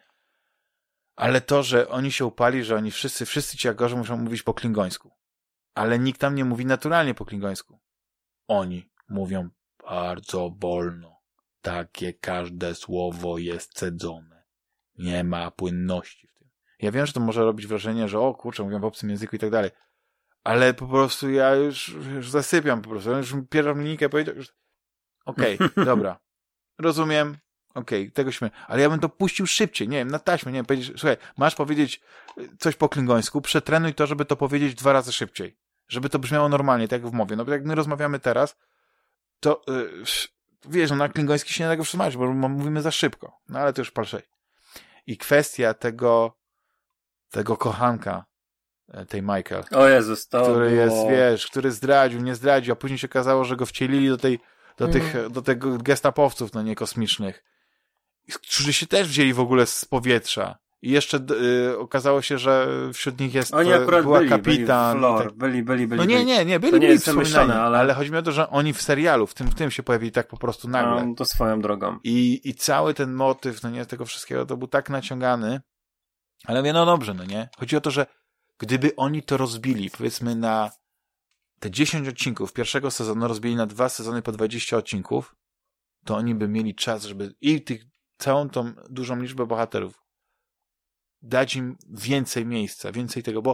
[SPEAKER 1] ale to, że oni się upali, że oni wszyscy, wszyscy ci Agorzy muszą mówić po klingońsku, ale nikt tam nie mówi naturalnie po klingońsku. Oni mówią bardzo wolno. Takie każde słowo jest cedzone. Nie ma płynności w tym. Ja wiem, że to może robić wrażenie, że o kurczę, mówią w obcym języku i tak dalej, ale po prostu ja już, już zasypiam po prostu. Ja już pierwszą linijkę powiedział, już... Okej, okay, dobra. Rozumiem. Okej, okay, tego śmiem. Ale ja bym to puścił szybciej. Nie wiem, na taśmę. Nie wiem, powiedzieć, słuchaj, masz powiedzieć coś po klingońsku, przetrenuj to, żeby to powiedzieć dwa razy szybciej. Żeby to brzmiało normalnie, tak jak w mowie. No bo jak my rozmawiamy teraz, to yy, wiesz, no na klingoński się nie da tego wstrzymać, bo mówimy za szybko. No ale to już palszej. I kwestia tego tego kochanka, tej Michael.
[SPEAKER 2] O Jezus, to
[SPEAKER 1] który
[SPEAKER 2] było...
[SPEAKER 1] jest, wiesz, który zdradził, nie zdradził, a później się okazało, że go wcielili do tej do
[SPEAKER 2] Mm.
[SPEAKER 1] tych, do tego gestapowców, no nie kosmicznych, którzy się też wzięli w ogóle z powietrza. I jeszcze y, okazało się, że wśród nich jest,
[SPEAKER 2] Oni akurat
[SPEAKER 1] była
[SPEAKER 2] byli,
[SPEAKER 1] kapitan.
[SPEAKER 2] byli, w
[SPEAKER 1] i
[SPEAKER 2] lore,
[SPEAKER 1] tak.
[SPEAKER 2] byli, byli, byli.
[SPEAKER 1] No nie,
[SPEAKER 2] byli.
[SPEAKER 1] nie, nie, byli,
[SPEAKER 2] To nie
[SPEAKER 1] byli
[SPEAKER 2] jest wymyślone,
[SPEAKER 1] wspominani, ale...
[SPEAKER 2] ale-
[SPEAKER 1] chodzi mi o to, że oni w serialu, w tym, w tym się pojawili tak po prostu nagle.
[SPEAKER 2] No, to swoją drogą.
[SPEAKER 1] I, I cały ten motyw, no nie, tego wszystkiego, to był tak naciągany, ale mówię, no dobrze, no nie. Chodzi o to, że gdyby oni to rozbili, powiedzmy na te dziesięć odcinków pierwszego sezonu, rozbili na dwa sezony po dwadzieścia odcinków, to oni by mieli czas, żeby i tych, całą tą dużą liczbę bohaterów dać im więcej miejsca, więcej tego, bo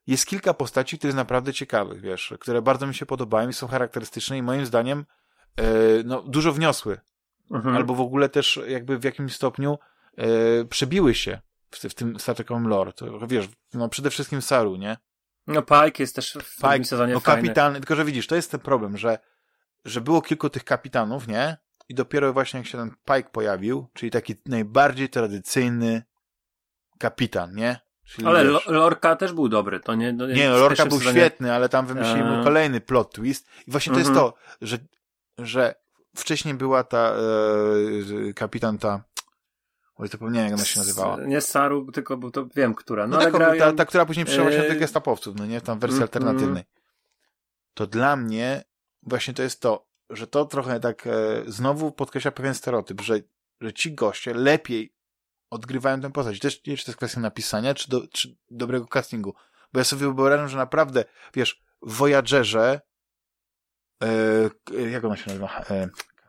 [SPEAKER 1] jest kilka postaci, które jest naprawdę ciekawych, wiesz, które bardzo mi się podobają i są charakterystyczne i moim zdaniem e, no, dużo wniosły. Mhm. Albo w ogóle też jakby w jakimś stopniu e, przebiły się w, w tym Star Trekowym lore. To, wiesz, no przede wszystkim Saru, nie?
[SPEAKER 2] No Pike jest też w tym sezonie
[SPEAKER 1] no,
[SPEAKER 2] fajny.
[SPEAKER 1] Kapitan, tylko że widzisz, to jest ten problem, że, że było kilku tych kapitanów, nie? I dopiero właśnie jak się ten Pike pojawił, czyli taki najbardziej tradycyjny kapitan, nie? Czyli
[SPEAKER 2] ale wiesz, Lorca też był dobry, to nie... No,
[SPEAKER 1] nie, no, Lorca był sezonie... świetny, ale tam wymyślili mu kolejny plot twist i właśnie to mm-hmm. jest to, że, że wcześniej była ta e, kapitan ta oj, zapomniałem, jak ona się nazywała.
[SPEAKER 2] Nie Saru, tylko bo to wiem, która. No,
[SPEAKER 1] no
[SPEAKER 2] ale
[SPEAKER 1] taka,
[SPEAKER 2] grają...
[SPEAKER 1] ta, ta, która później przeszła się do tych gestapowców, no nie? Tam w wersji mm-hmm. alternatywnej. To dla mnie właśnie to jest to, że to trochę tak e, znowu podkreśla pewien stereotyp, że, że ci goście lepiej odgrywają tę postać. Też nie wiem, czy to jest kwestia napisania, czy, do, czy dobrego castingu. Bo ja sobie wyobrażam, że naprawdę, wiesz, w Voyagerze e, jak ona się nazywa? E,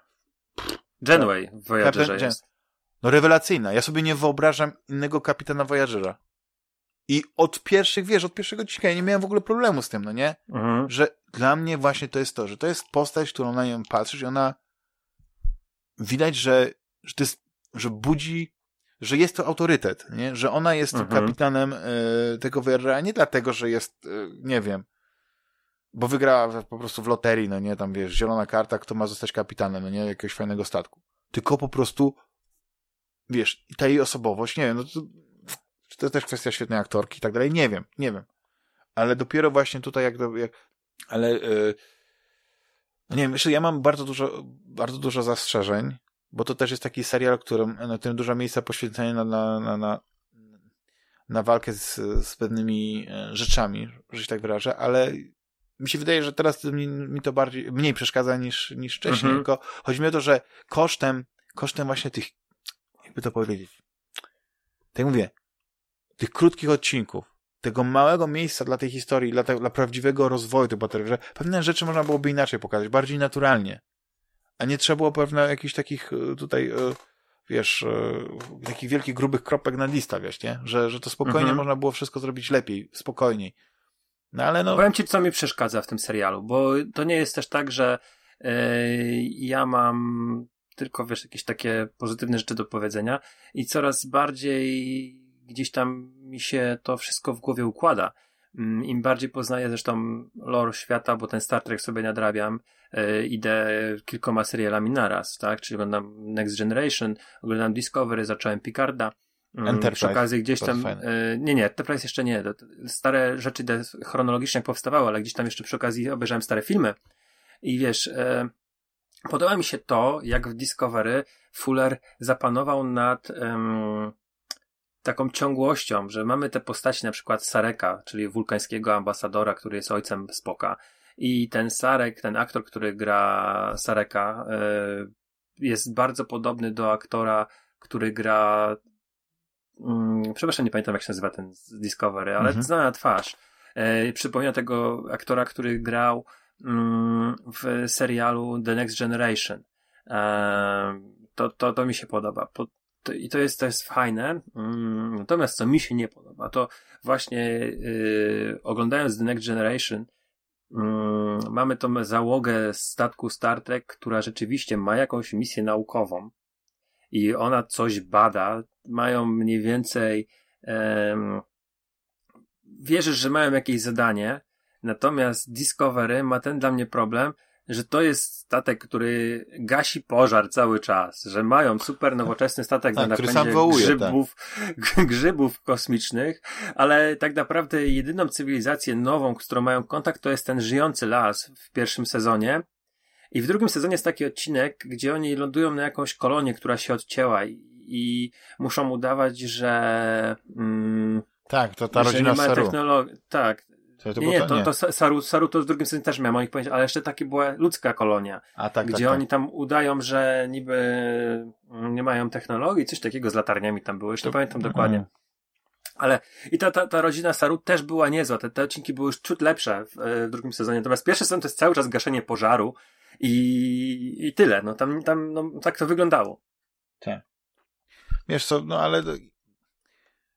[SPEAKER 2] Janeway w Voyagerze
[SPEAKER 1] Captain,
[SPEAKER 2] jest.
[SPEAKER 1] No rewelacyjna. Ja sobie nie wyobrażam innego kapitana Voyagera. I od pierwszych, wiesz, od pierwszego odcinka ja nie miałem w ogóle problemu z tym, no nie?
[SPEAKER 2] Mhm.
[SPEAKER 1] Że dla mnie właśnie to jest to, że to jest postać, którą na nią patrzysz i ona widać, że, że to jest, że budzi, że jest to autorytet, nie? Że ona jest mhm. kapitanem y, tego Voyagera, nie dlatego, że jest, y, nie wiem, bo wygrała po prostu w loterii, no nie? Tam, wiesz, zielona karta, kto ma zostać kapitanem, no nie? Jakiegoś fajnego statku. Tylko po prostu, wiesz, ta jej osobowość, nie wiem, no to czy to jest też kwestia świetnej aktorki i tak dalej, nie wiem, nie wiem. Ale dopiero właśnie tutaj jak, jak ale yy, nie wiem, myślę, ja mam bardzo dużo, bardzo dużo zastrzeżeń, bo to też jest taki serial, którym, na którym dużo miejsca poświęcenia na, na, na, na, na walkę z, z pewnymi rzeczami, że się tak wyrażę, ale mi się wydaje, że teraz mi, mi to bardziej, mniej przeszkadza niż, niż wcześniej, mhm. tylko chodzi mi o to, że kosztem, kosztem właśnie tych, jakby to powiedzieć, tak jak mówię, tych krótkich odcinków, tego małego miejsca dla tej historii, dla, te, dla prawdziwego rozwoju tych bohaterów, że pewne rzeczy można byłoby inaczej pokazać, bardziej naturalnie, a nie trzeba było pewne jakichś takich tutaj, wiesz, takich wielkich, grubych kropek na lista, wiesz, nie? Że, że to spokojnie mhm. można było wszystko zrobić lepiej, spokojniej. No ale no...
[SPEAKER 2] Powiem ci, co mi przeszkadza w tym serialu, bo to nie jest też tak, że yy, ja mam tylko, wiesz, jakieś takie pozytywne rzeczy do powiedzenia i coraz bardziej gdzieś tam mi się to wszystko w głowie układa. Im bardziej poznaję zresztą lore świata, bo ten Star Trek sobie nadrabiam, yy, idę kilkoma serialami naraz, tak? Czyli oglądam Next Generation, oglądam Discovery, zacząłem Picarda.
[SPEAKER 1] Enterprise.
[SPEAKER 2] Przy okazji gdzieś tam... Yy, nie, nie, Enterprise jeszcze nie. Stare rzeczy chronologicznie powstawały, ale gdzieś tam jeszcze przy okazji obejrzałem stare filmy. I wiesz... Yy, podoba mi się to, jak w Discovery Fuller zapanował nad um, taką ciągłością, że mamy te postaci, na przykład Sareka, czyli wulkańskiego ambasadora, który jest ojcem Spocka. I ten Sarek, ten aktor, który gra Sareka, y, jest bardzo podobny do aktora, który gra... Um, przepraszam, nie pamiętam, jak się nazywa ten z Discovery, ale mhm. znana twarz. Y, przypomina tego aktora, który grał w serialu The Next Generation. To, to, to mi się podoba. To, I to jest, to jest fajne. Natomiast co mi się nie podoba, to właśnie yy, oglądając The Next Generation yy, mamy tą załogę statku Star Trek, która rzeczywiście ma jakąś misję naukową i ona coś bada. Mają mniej więcej yy, wierzysz, że mają jakieś zadanie. Natomiast Discovery ma ten dla mnie problem, że to jest statek, który gasi pożar cały czas, że mają super nowoczesny statek na napędzie grzybów, tak. grzybów kosmicznych, ale tak naprawdę jedyną cywilizację nową, z którą mają kontakt, to jest ten żyjący las w pierwszym sezonie. I w drugim sezonie jest taki odcinek, gdzie oni lądują na jakąś kolonię, która się odcięła i, i muszą udawać, że... Mm,
[SPEAKER 1] tak, to ta rodzina Saru.
[SPEAKER 2] Technologii. Tak. To nie, nie, to, nie. to Saru, Saru to w drugim sezonie też miałem o nich powiedzieć, ale jeszcze taki była ludzka kolonia,
[SPEAKER 1] A, tak,
[SPEAKER 2] gdzie
[SPEAKER 1] tak,
[SPEAKER 2] oni
[SPEAKER 1] tak.
[SPEAKER 2] tam udają, że niby nie mają technologii, coś takiego z latarniami tam było, już to... nie pamiętam dokładnie. Mm. Ale i ta, ta, ta rodzina Saru też była niezła, te, te odcinki były już ciut lepsze w, w drugim sezonie, natomiast pierwszy sezon to jest cały czas gaszenie pożaru i, i tyle, no tam, tam no, tak to wyglądało.
[SPEAKER 1] Tak. Wiesz co, no ale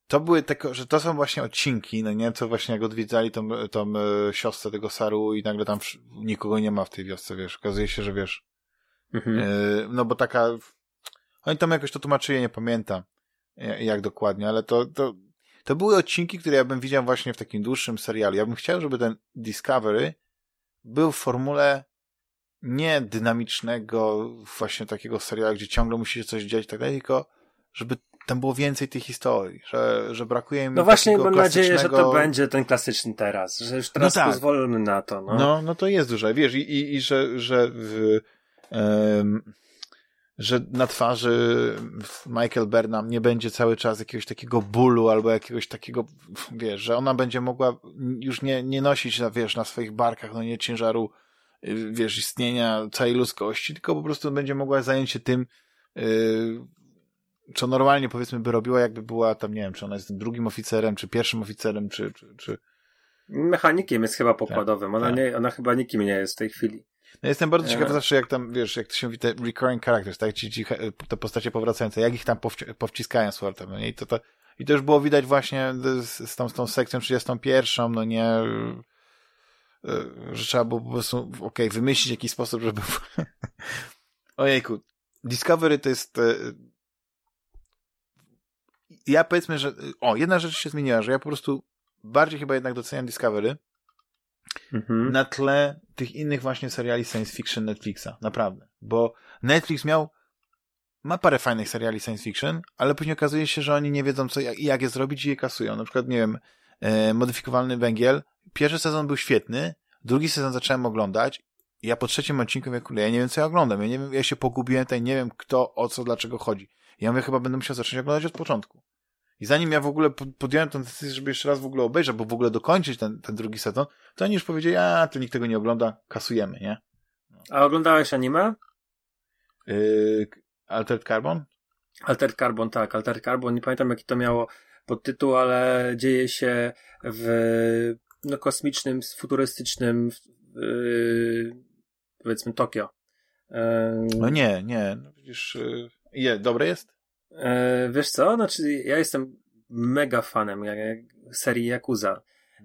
[SPEAKER 1] to były tylko, że to są właśnie odcinki, no nie, co właśnie jak odwiedzali tą, tą e, siostrę tego Saru i nagle tam wsz- nikogo nie ma w tej wiosce, wiesz, okazuje się, że wiesz,
[SPEAKER 2] Mhm.
[SPEAKER 1] e, no bo taka, oni tam jakoś to tłumaczyli, nie pamiętam jak, jak dokładnie, ale to, to, to były odcinki, które ja bym widział właśnie w takim dłuższym serialu. Ja bym chciał, żeby ten Discovery był w formule nie dynamicznego właśnie takiego serialu, gdzie ciągle musi się coś dziać i tak dalej, tylko żeby tam było więcej tych historii, że, że brakuje mi
[SPEAKER 2] No właśnie,
[SPEAKER 1] takiego
[SPEAKER 2] mam
[SPEAKER 1] klasycznego...
[SPEAKER 2] nadzieję, że to będzie ten klasyczny teraz, że już teraz
[SPEAKER 1] No tak.
[SPEAKER 2] pozwolimy na to. No,
[SPEAKER 1] No, no to jest duże, wiesz, i, i, i że, że w, um, że na twarzy Michael Burnham nie będzie cały czas jakiegoś takiego bólu albo jakiegoś takiego, wiesz, że ona będzie mogła już nie, nie nosić, na, wiesz, na swoich barkach, no nie ciężaru, wiesz, istnienia całej ludzkości, tylko po prostu będzie mogła zająć się tym, yy, co normalnie, powiedzmy, by robiła, jakby była tam, nie wiem, czy ona jest tym drugim oficerem, czy pierwszym oficerem, czy... czy, czy...
[SPEAKER 2] Mechanikiem jest chyba pokładowym, ona,
[SPEAKER 1] tak.
[SPEAKER 2] nie, ona chyba nikim nie jest w tej chwili.
[SPEAKER 1] No jestem bardzo ciekaw
[SPEAKER 2] E...
[SPEAKER 1] zawsze, jak tam, wiesz, jak to się mówi, te recurring characters, tak, ci, ci te postacie powracające, jak ich tam powci- powciskają z Wartem, no nie? I to, to, i to już było widać właśnie z, z, tą, z tą sekcją trzydziestą pierwszą, no nie, że trzeba było po prostu, okej, okay, wymyślić jakiś sposób, żeby... Ojejku, Discovery to jest... Ja powiedzmy, że... O, jedna rzecz się zmieniła, że ja po prostu bardziej chyba jednak doceniam Discovery mhm. na tle tych innych właśnie seriali science fiction Netflixa. Naprawdę. Bo Netflix miał ma parę fajnych seriali science fiction, ale później okazuje się, że oni nie wiedzą, co jak, jak je zrobić i je kasują. Na przykład, nie wiem, e, Modyfikowalny Węgiel. Pierwszy sezon był świetny, drugi sezon zacząłem oglądać i ja po trzecim odcinku mówię, kurde, ja nie wiem, co ja oglądam. Ja nie wiem, ja się pogubiłem tutaj, nie wiem, kto, o co, dlaczego chodzi. I ja mówię, chyba będę musiał zacząć oglądać od początku. I zanim ja w ogóle podjąłem tę decyzję, żeby jeszcze raz w ogóle obejrzeć, bo w ogóle dokończyć ten, ten drugi sezon, to oni już powiedzieli, a, to nikt tego nie ogląda, kasujemy, nie?
[SPEAKER 2] No. A oglądałeś anime?
[SPEAKER 1] Yy, Altered Carbon?
[SPEAKER 2] Altered Carbon, tak, Altered Carbon, nie pamiętam jaki to miało podtytuł, ale dzieje się w no, kosmicznym, futurystycznym yy, powiedzmy Tokio. Yy,
[SPEAKER 1] no nie, nie, no przecież yy, je, dobre jest?
[SPEAKER 2] E, wiesz co? Znaczy, ja jestem mega fanem jak, jak serii Yakuza.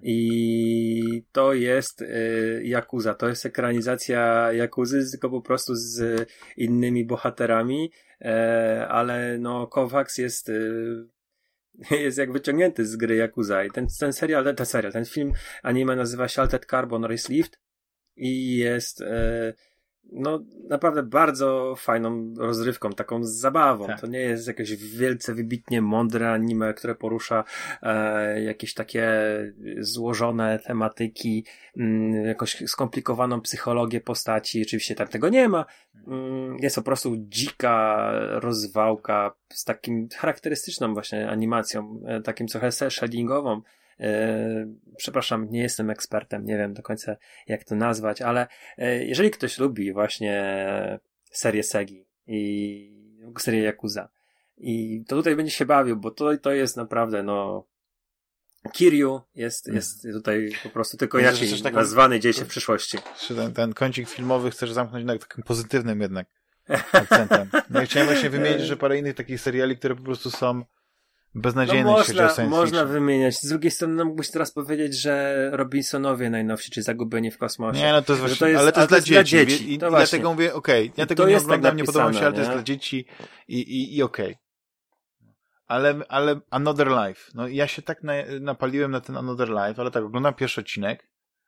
[SPEAKER 2] I to jest y, Yakuza. To jest ekranizacja Yakuzy, tylko po prostu z innymi bohaterami. E, ale no, Kovacs jest y, jest jak wyciągnięty z gry Yakuza. I ten, ten serial, ten serial, ten film anime nazywa się Altered Carbon Facelift i jest y, no naprawdę bardzo fajną rozrywką, taką zabawą. Tak. To nie jest jakieś wielce wybitnie mądre anime, które porusza e, jakieś takie złożone tematyki, m, jakąś skomplikowaną psychologię postaci. Oczywiście tam tego nie ma. M, jest po prostu dzika rozwałka z takim charakterystyczną właśnie animacją, e, takim trochę shadingową. Yy, przepraszam, nie jestem ekspertem, nie wiem do końca jak to nazwać, ale yy, jeżeli ktoś lubi właśnie serię Segi i serię Yakuza i to tutaj będzie się bawił, bo to, to jest naprawdę no Kiryu jest, hmm. jest tutaj po prostu tylko inaczej taką... nazwany, dzieje się w przyszłości.
[SPEAKER 1] Ten, ten kącik filmowy chcesz zamknąć na takim pozytywnym jednak akcentem. No i chciałem właśnie wymienić, że parę innych takich seriali, które po prostu są beznadziejne,
[SPEAKER 2] no
[SPEAKER 1] jeśli chodzi o science
[SPEAKER 2] można
[SPEAKER 1] fiction.
[SPEAKER 2] wymieniać. Z drugiej strony no, mógłbyś teraz powiedzieć, że Robinsonowie najnowsi, czy Zagubieni w kosmosie.
[SPEAKER 1] Nie, no to jest właśnie, to jest, ale to jest, dla, to jest dzieci. dla dzieci. I, i dlatego mówię, okej, okay, ja tego nie oglądam, tak nie podoba mi się, ale to jest dla dzieci i, i, i okej. Okay. Ale, ale Another Life, no ja się tak na, napaliłem na ten Another Life, ale tak, oglądam pierwszy odcinek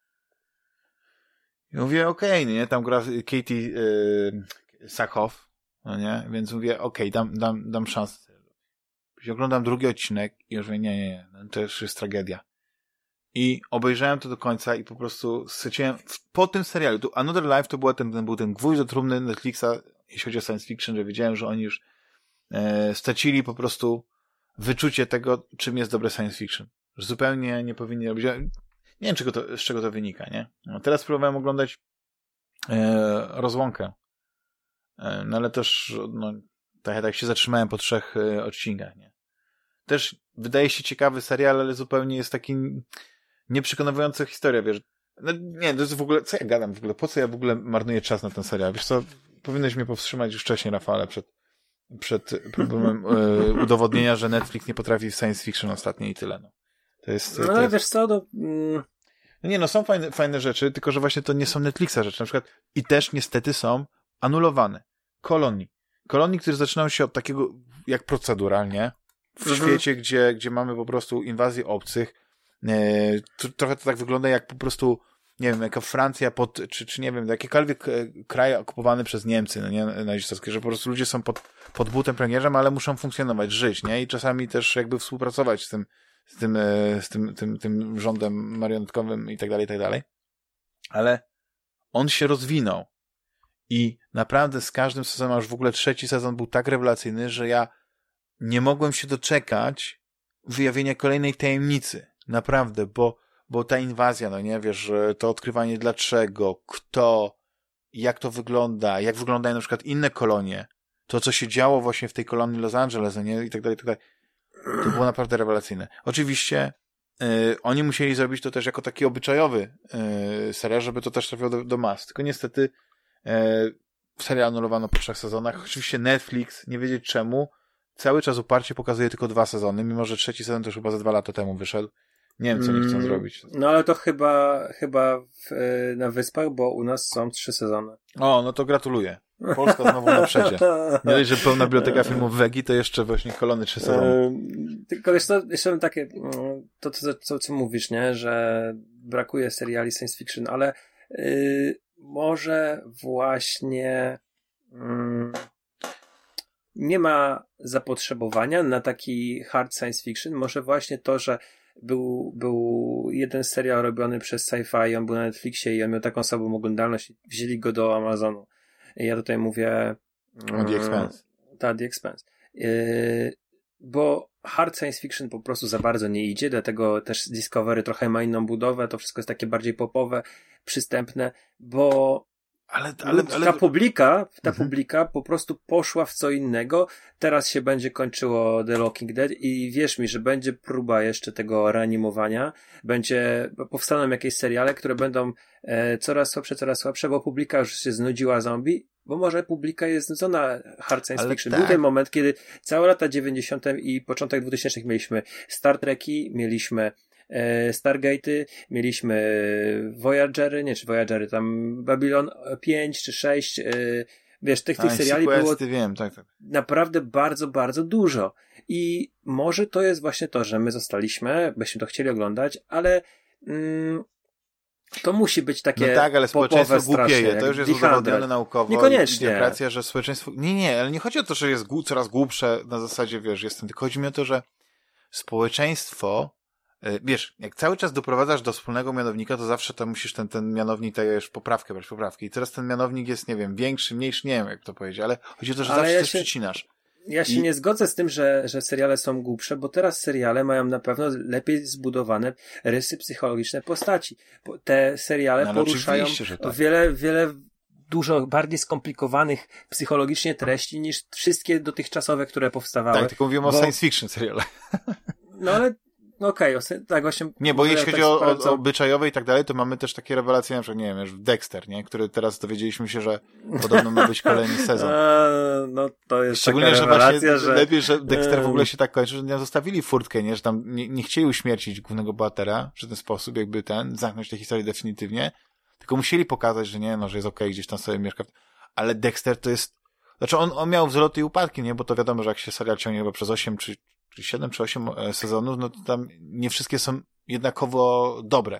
[SPEAKER 1] i mówię, okej, okay, nie, tam gra Katie yy, Sackhoff, no nie, więc mówię, okej, okay, dam, dam, dam szansę. Oglądam drugi odcinek i już mówię, nie, nie, nie, to już jest tragedia. I obejrzałem to do końca i po prostu straciłem, po tym serialu, tu Another Life to była ten, ten, był ten gwóźdź do trumny Netflixa, jeśli chodzi o science fiction, że wiedziałem, że oni już e, stracili po prostu wyczucie tego, czym jest dobre science fiction. Że zupełnie nie powinni robić, nie wiem, czego to, z czego to wynika, nie? No, teraz próbowałem oglądać e, Rozłąkę, e, no ale też, no, tak, tak się zatrzymałem po trzech e, odcinkach, nie? Też wydaje się ciekawy serial, ale zupełnie jest taki nieprzekonująca historia, wiesz. No nie, to jest w ogóle, co ja gadam w ogóle, po co ja w ogóle marnuję czas na ten serial? Wiesz co, powinieneś mnie powstrzymać już wcześniej, Rafale, przed przed próbą y, udowodnienia, że Netflix nie potrafi w science fiction ostatnio i tyle. No, to jest,
[SPEAKER 2] no
[SPEAKER 1] to
[SPEAKER 2] ale
[SPEAKER 1] jest...
[SPEAKER 2] wiesz co, no... Mm...
[SPEAKER 1] No nie, no są fajne, fajne rzeczy, tylko że właśnie to nie są Netflixa rzeczy. Na przykład i też niestety są anulowane. Kolonii. Kolonii, które zaczynają się od takiego, jak proceduralnie, w mhm. świecie, gdzie, gdzie mamy po prostu inwazję obcych. E, to, trochę to tak wygląda jak po prostu, nie wiem, jaka Francja pod, czy, czy nie wiem, jakiekolwiek kraje okupowane przez Niemcy, no nie, nazistowskie, że po prostu ludzie są pod, pod butem premierzem, ale muszą funkcjonować, żyć, nie? I czasami też jakby współpracować z tym, z tym, z tym, tym, tym rządem marionetkowym i tak dalej, i tak dalej. Ale on się rozwinął. I naprawdę z każdym sezonem, aż w ogóle trzeci sezon był tak rewelacyjny, że ja nie mogłem się doczekać wyjawienia kolejnej tajemnicy. Naprawdę, bo, bo ta inwazja, no nie, wiesz, to odkrywanie dlaczego, kto, jak to wygląda, jak wyglądają na przykład inne kolonie, to co się działo właśnie w tej kolonii Los Angeles, no nie, i tak dalej, i tak dalej. To było naprawdę rewelacyjne. Oczywiście yy, oni musieli zrobić to też jako taki obyczajowy yy, serial, żeby to też trafiło do, do mas. Tylko niestety w serial anulowano po trzech sezonach. Oczywiście Netflix, nie wiedzieć czemu, cały czas uparcie pokazuje tylko dwa sezony, mimo że trzeci sezon to już chyba ze dwa lata temu wyszedł. Nie wiem, co oni chcą mm, zrobić.
[SPEAKER 2] No ale to chyba chyba w, na Wyspach, bo u nas są trzy sezony.
[SPEAKER 1] O, no to gratuluję. Polska znowu na przecie. Nie dość, że pełna biblioteka filmów Wegi, to jeszcze właśnie kolony trzy sezony.
[SPEAKER 2] Yy, tylko jeszcze, jeszcze takie, to co, co, co mówisz, nie, że brakuje seriali science fiction, ale yy, może właśnie mm, nie ma zapotrzebowania na taki hard science fiction. Może właśnie to, że był, był jeden serial robiony przez Sci-Fi, on był na Netflixie i on miał taką samą oglądalność, wzięli go do Amazonu. Ja tutaj mówię
[SPEAKER 1] um, The Expanse.
[SPEAKER 2] Tak, The Expanse. Yy, bo hard science fiction po prostu za bardzo nie idzie, dlatego też Discovery trochę ma inną budowę, to wszystko jest takie bardziej popowe, przystępne, bo
[SPEAKER 1] ale, ale, ale...
[SPEAKER 2] ta publika, ta
[SPEAKER 1] mhm.
[SPEAKER 2] publika po prostu poszła w co innego. Teraz się będzie kończyło The Walking Dead i wierz mi, że będzie próba jeszcze tego reanimowania, będzie, powstaną jakieś seriale, które będą e, coraz słabsze, coraz słabsze, bo publika już się znudziła zombie, bo może publika jest znudzona hard science
[SPEAKER 1] ale
[SPEAKER 2] fiction.
[SPEAKER 1] tak.
[SPEAKER 2] Był ten moment, kiedy całe lata dziewięćdziesiąte i początek dwutysięcznych mieliśmy Star Treki, mieliśmy Stargate'y, mieliśmy Voyagery, nie, czy Voyagery, tam Babylon pięć czy sześć, wiesz, tych, tych A, seriali było
[SPEAKER 1] wiem, tak, tak.
[SPEAKER 2] naprawdę bardzo, bardzo dużo. I może to jest właśnie to, że my zostaliśmy, byśmy to chcieli oglądać, ale mm, to musi być takie
[SPEAKER 1] no tak, ale społeczeństwo głupieje, to już jest udowodnione naukowo.
[SPEAKER 2] Niekoniecznie.
[SPEAKER 1] Racja, że społeczeństwo... Nie, nie, ale nie chodzi o to, że jest głu- coraz głupsze na zasadzie, wiesz, jestem, tylko chodzi mi o to, że społeczeństwo wiesz, jak cały czas doprowadzasz do wspólnego mianownika, to zawsze tam musisz ten, ten mianownik, tak wiesz, poprawkę brać, poprawkę. I teraz ten mianownik jest, nie wiem, większy, mniejszy, nie wiem, jak to powiedzieć, ale chodzi o to, że ale zawsze ja coś się, przycinasz.
[SPEAKER 2] Ja się I... nie zgodzę z tym, że, że seriale są głupsze, bo teraz seriale mają na pewno lepiej zbudowane rysy psychologiczne postaci. Te seriale no, poruszają tak. wiele, wiele dużo bardziej skomplikowanych psychologicznie treści niż wszystkie dotychczasowe, które powstawały.
[SPEAKER 1] Tak, tylko mówimy bo... o science fiction seriale.
[SPEAKER 2] No ale No okej, okay, tak właśnie...
[SPEAKER 1] Nie, bo jeśli tak chodzi o, o, o obyczajowe i tak dalej, to mamy też takie rewelacje, na przykład, nie wiem, już Dexter, nie? Który teraz dowiedzieliśmy się, że podobno ma być kolejny sezon.
[SPEAKER 2] A, no to jest
[SPEAKER 1] szczególnie,
[SPEAKER 2] taka
[SPEAKER 1] że
[SPEAKER 2] rewelacja,
[SPEAKER 1] właśnie
[SPEAKER 2] że...
[SPEAKER 1] lepiej, że Dexter w ogóle się tak kończy, że nie zostawili furtkę, nie? Że tam nie, nie chcieli uśmiercić głównego bohatera w ten sposób, jakby ten, zamknąć tę historię definitywnie, tylko musieli pokazać, że nie, no, że jest okej, okay, gdzieś tam sobie mieszka. Ale Dexter to jest... Znaczy on, on miał wzloty i upadki, nie? Bo to wiadomo, że jak się serial ciągnie chyba przez osiem czy czy siedem czy osiem sezonów, no to tam nie wszystkie są jednakowo dobre.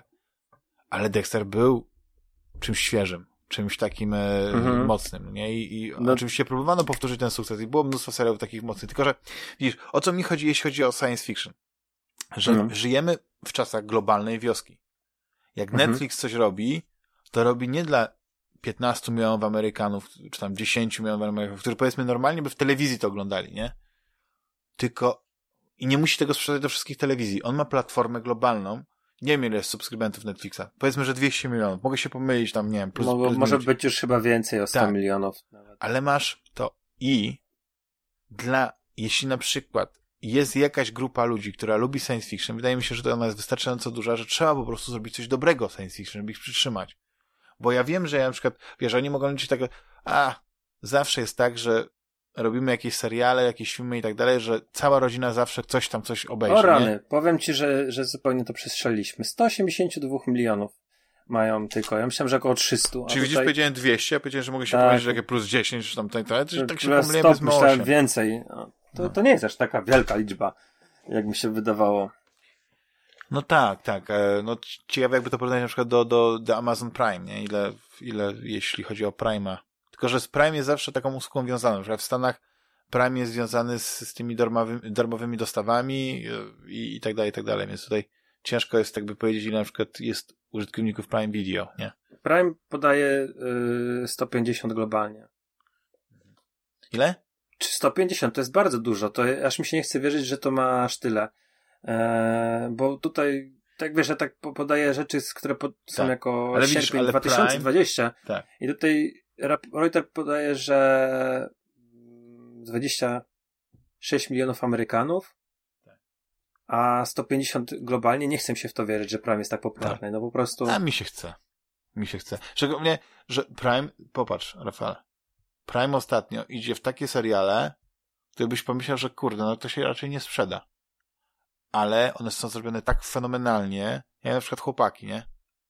[SPEAKER 1] Ale Dexter był czymś świeżym, czymś takim mhm. mocnym, nie? I, i no. oczywiście próbowano powtórzyć ten sukces i było mnóstwo serialów takich mocnych, tylko że widzisz, o co mi chodzi, jeśli chodzi o science fiction? Że mhm. żyjemy w czasach globalnej wioski. Jak mhm. Netflix coś robi, to robi nie dla piętnastu milionów Amerykanów, czy tam dziesięciu milionów Amerykanów, którzy powiedzmy normalnie by w telewizji to oglądali, nie? Tylko i nie musi tego sprzedać do wszystkich telewizji. On ma platformę globalną. Nie wiem, ile jest subskrybentów Netflixa. Powiedzmy, że dwieście milionów. Mogę się pomylić tam, nie wiem. Plus,
[SPEAKER 2] Mogło,
[SPEAKER 1] plus
[SPEAKER 2] może być już chyba więcej o sto tak. milionów. Nawet.
[SPEAKER 1] Ale masz to i dla, jeśli na przykład jest jakaś grupa ludzi, która lubi science fiction, wydaje mi się, że to ona jest wystarczająco duża, że trzeba po prostu zrobić coś dobrego science fiction, żeby ich przytrzymać. Bo ja wiem, że ja na przykład, wiesz, oni mogą liczyć tak, a zawsze jest tak, że robimy jakieś seriale, jakieś filmy i tak dalej, że cała rodzina zawsze coś tam coś obejrzy.
[SPEAKER 2] O rany,
[SPEAKER 1] nie?
[SPEAKER 2] powiem ci, że, że zupełnie to przestrzeliliśmy. sto osiemdziesiąt dwa milionów mają tylko. Ja myślałem, że około trzysta.
[SPEAKER 1] Czyli
[SPEAKER 2] tutaj...
[SPEAKER 1] widzisz, powiedziałem dwieście, a powiedziałem, że mogę się
[SPEAKER 2] tak.
[SPEAKER 1] powiedzieć, że takie plus dziesięć, czy tam tak, tak, tak, tak się
[SPEAKER 2] Plus
[SPEAKER 1] pomyliłem, bez
[SPEAKER 2] myślałem więcej. No, to, no. to nie jest aż taka wielka liczba, jak mi się wydawało.
[SPEAKER 1] No tak, tak. No ciekawe jakby to porównać na przykład do, do, do Amazon Prime, nie? Ile, ile jeśli chodzi o Prime'a. Tylko, że z Prime jest zawsze taką usługą wiązaną, że w Stanach Prime jest związany z, z tymi darmowymi, darmowymi dostawami i, i tak dalej, i tak dalej. Więc tutaj ciężko jest jakby powiedzieć, ile na przykład jest użytkowników Prime Video, nie?
[SPEAKER 2] Prime podaje yy, sto pięćdziesiąt globalnie.
[SPEAKER 1] Ile?
[SPEAKER 2] Czy sto pięćdziesiąt to jest bardzo dużo. To aż mi się nie chce wierzyć, że to ma aż tyle. Eee, bo tutaj, tak wiesz, ja tak podaję rzeczy, które po, są tak. jako ale sierpień widzisz, ale dwa tysiące dwudziesty.
[SPEAKER 1] Tak.
[SPEAKER 2] I tutaj Reuters podaje, że dwadzieścia sześć milionów Amerykanów, tak. a sto pięćdziesiąt globalnie. Nie chcę się w to wierzyć, że Prime jest tak popularny. Tak. No po prostu...
[SPEAKER 1] A mi się chce. Mi się chce. Szczególnie, że Prime, popatrz, Rafał, Prime ostatnio idzie w takie seriale, które byś pomyślał, że kurde, no to się raczej nie sprzeda. Ale one są zrobione tak fenomenalnie, jak na przykład Chłopaki, nie?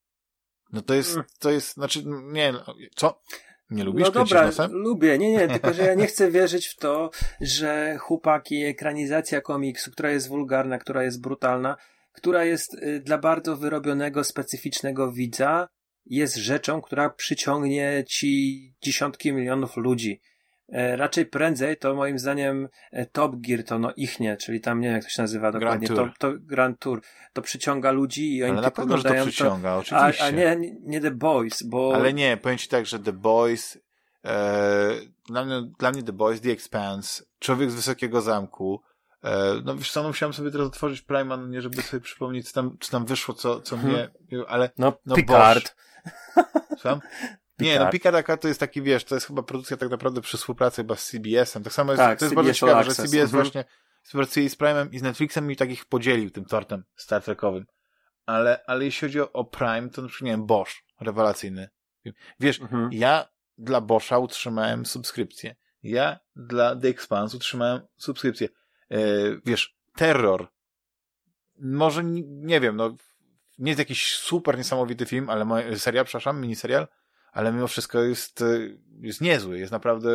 [SPEAKER 1] No to jest, to jest, znaczy, nie, co? Nie lubisz?
[SPEAKER 2] No dobra, lubię, nie, nie, tylko że ja nie chcę wierzyć w to, że Chłopaki, ekranizacja komiksu, która jest wulgarna, która jest brutalna, która jest y, dla bardzo wyrobionego, specyficznego widza, jest rzeczą, która przyciągnie ci dziesiątki milionów ludzi. E, raczej prędzej to moim zdaniem e, Top Gear to no ich nie, czyli tam nie wiem jak to się nazywa dokładnie,
[SPEAKER 1] Grand
[SPEAKER 2] to, to Grand Tour, to przyciąga ludzi i oni
[SPEAKER 1] ale na pewno, że to przyciąga, to, oczywiście.
[SPEAKER 2] A, a nie, nie The Boys, bo...
[SPEAKER 1] Ale nie, powiem ci tak, że The Boys, e, dla, mnie, dla mnie The Boys, The Expanse, Człowiek z Wysokiego Zamku, e, no wiesz co, no musiałem sobie teraz otworzyć Prime, no nie żeby sobie przypomnieć, co tam, co tam wyszło, co, co mnie, hmm. ale...
[SPEAKER 2] No, no Picard.
[SPEAKER 1] Słucham? Nie, no Picard akurat to jest taki, wiesz, to jest chyba produkcja tak naprawdę przy współpracy chyba z C B S em. Tak samo jest,
[SPEAKER 2] tak,
[SPEAKER 1] to jest
[SPEAKER 2] C B S
[SPEAKER 1] bardzo ciekawe,
[SPEAKER 2] Access.
[SPEAKER 1] że C B S
[SPEAKER 2] mhm.
[SPEAKER 1] właśnie współpracuje z Prime'em i z Netflixem i takich podzielił tym tortem Star Trekowym. Ale, ale jeśli chodzi o, o Prime, to na przykład, nie wiem, Bosch, rewelacyjny. Wiesz, mhm. ja dla Boscha utrzymałem subskrypcję. Ja dla The Expanse utrzymałem subskrypcję. Yy, wiesz, Terror. Może, nie, nie wiem, no, nie jest jakiś super niesamowity film, ale moja, serial, przepraszam, miniserial, ale mimo wszystko jest, jest niezły, jest naprawdę...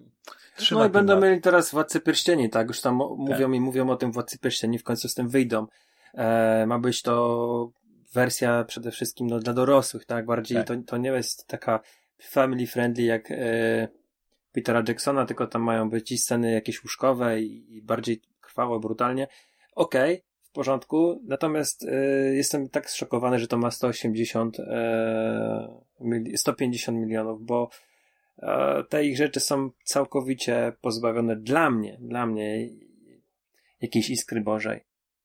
[SPEAKER 2] No i będą mieli teraz Władcy Pierścieni, tak? Już tam mówią tak. i mówią o tym Władcy Pierścieni, w końcu z tym wyjdą. E, ma być to wersja przede wszystkim no, dla dorosłych, tak? Bardziej tak. To, to nie jest taka family friendly jak e, Petera Jacksona, tylko tam mają być i sceny jakieś łóżkowe i, i bardziej krwawo, brutalnie. Okej. Okay. W porządku, natomiast y, jestem tak zszokowany, że to ma sto osiemdziesiąt, e, mili- sto pięćdziesiąt milionów, bo e, te ich rzeczy są całkowicie pozbawione dla mnie, dla mnie jakiejś iskry Bożej.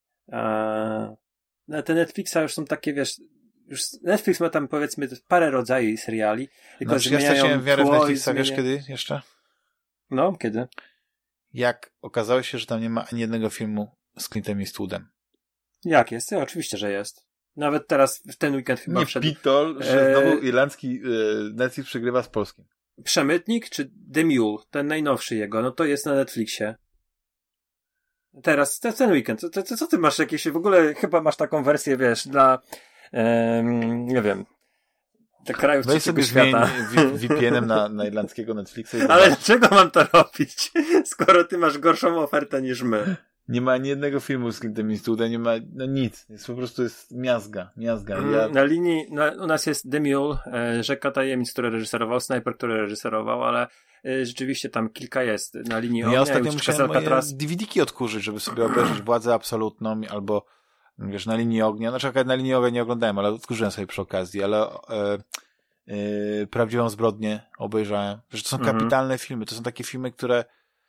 [SPEAKER 2] E, te Netflixa już są takie, wiesz, już Netflix ma tam powiedzmy parę rodzajów seriali, tylko
[SPEAKER 1] no, zmieniają ja straciłem wiarę w Netflixa, zmienia... wiesz kiedy jeszcze?
[SPEAKER 2] No, kiedy?
[SPEAKER 1] Jak okazało się, że tam nie ma ani jednego filmu z Clintem Eastwoodem.
[SPEAKER 2] Jak jest? Ja, oczywiście, że jest. Nawet teraz, w ten weekend chyba
[SPEAKER 1] nie
[SPEAKER 2] wszedł.
[SPEAKER 1] Nie pitol, że znowu irlandzki e, Netflix przegrywa z polskim.
[SPEAKER 2] Przemytnik czy The Mule? Ten najnowszy jego, no to jest na Netflixie. Teraz, te, ten weekend, to, to, co ty masz jakieś, w ogóle chyba masz taką wersję, wiesz, dla, em, nie wiem, dla krajów
[SPEAKER 1] Weź
[SPEAKER 2] trzeciego
[SPEAKER 1] sobie
[SPEAKER 2] świata.
[SPEAKER 1] V P N-em na, na irlandzkiego Netflixa.
[SPEAKER 2] Ale dlaczego mam to robić, skoro ty masz gorszą ofertę niż my?
[SPEAKER 1] Nie ma ani jednego filmu z Clintem Eastwoodem, nie ma, no nic. Jest po prostu jest miazga, miazga. Ja...
[SPEAKER 2] Na linii, na, u nas jest The Mule, e, Rzeka Tajemnic, który reżyserował, Sniper, który reżyserował, ale e, rzeczywiście tam kilka jest na linii
[SPEAKER 1] no
[SPEAKER 2] ognia.
[SPEAKER 1] Ja ostatnio musiałem moje
[SPEAKER 2] teraz...
[SPEAKER 1] D V D-ki odkurzyć, żeby sobie obejrzeć Władzę Absolutną albo, wiesz, na linii ognia. Znaczy, akurat na linii ognia nie oglądałem, ale odkurzyłem sobie przy okazji, ale e, e, Prawdziwą zbrodnię obejrzałem. Że to są mhm. kapitalne filmy, to są takie filmy, które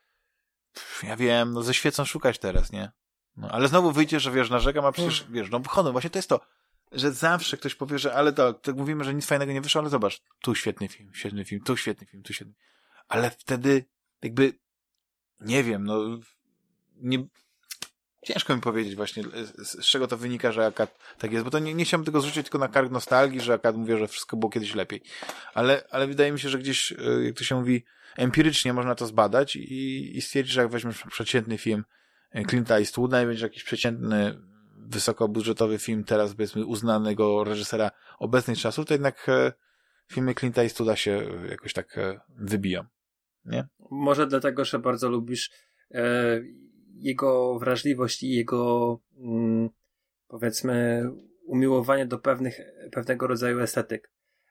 [SPEAKER 1] ja wiem, no ze świecą szukać teraz, nie? No, ale znowu wyjdzie, że wiesz, narzekam, a przecież, wiesz, no wychodzą. Właśnie to jest to, że zawsze ktoś powie, że ale to, tak mówimy, że nic fajnego nie wyszło, ale zobacz, tu świetny film, świetny film, tu świetny film, tu świetny. Ale wtedy jakby, nie wiem, no, nie, ciężko mi powiedzieć właśnie, z, z czego to wynika, że akad tak jest, bo to nie, nie chciałbym tego zrzucić tylko na kark nostalgii, że akad mówię, że wszystko było kiedyś lepiej. Ale, ale wydaje mi się, że gdzieś, jak to się mówi, empirycznie można to zbadać i, i stwierdzić, że jak weźmiesz przeciętny film Clint'a Eastwooda i będzie jakiś przeciętny, wysokobudżetowy film teraz, powiedzmy, uznanego reżysera obecnych czasów, to jednak e, filmy Clint'a Eastwooda się jakoś tak e, wybiją. Nie?
[SPEAKER 2] Może dlatego, że bardzo lubisz e, jego wrażliwość i jego mm, powiedzmy umiłowanie do pewnych, pewnego rodzaju estetyk.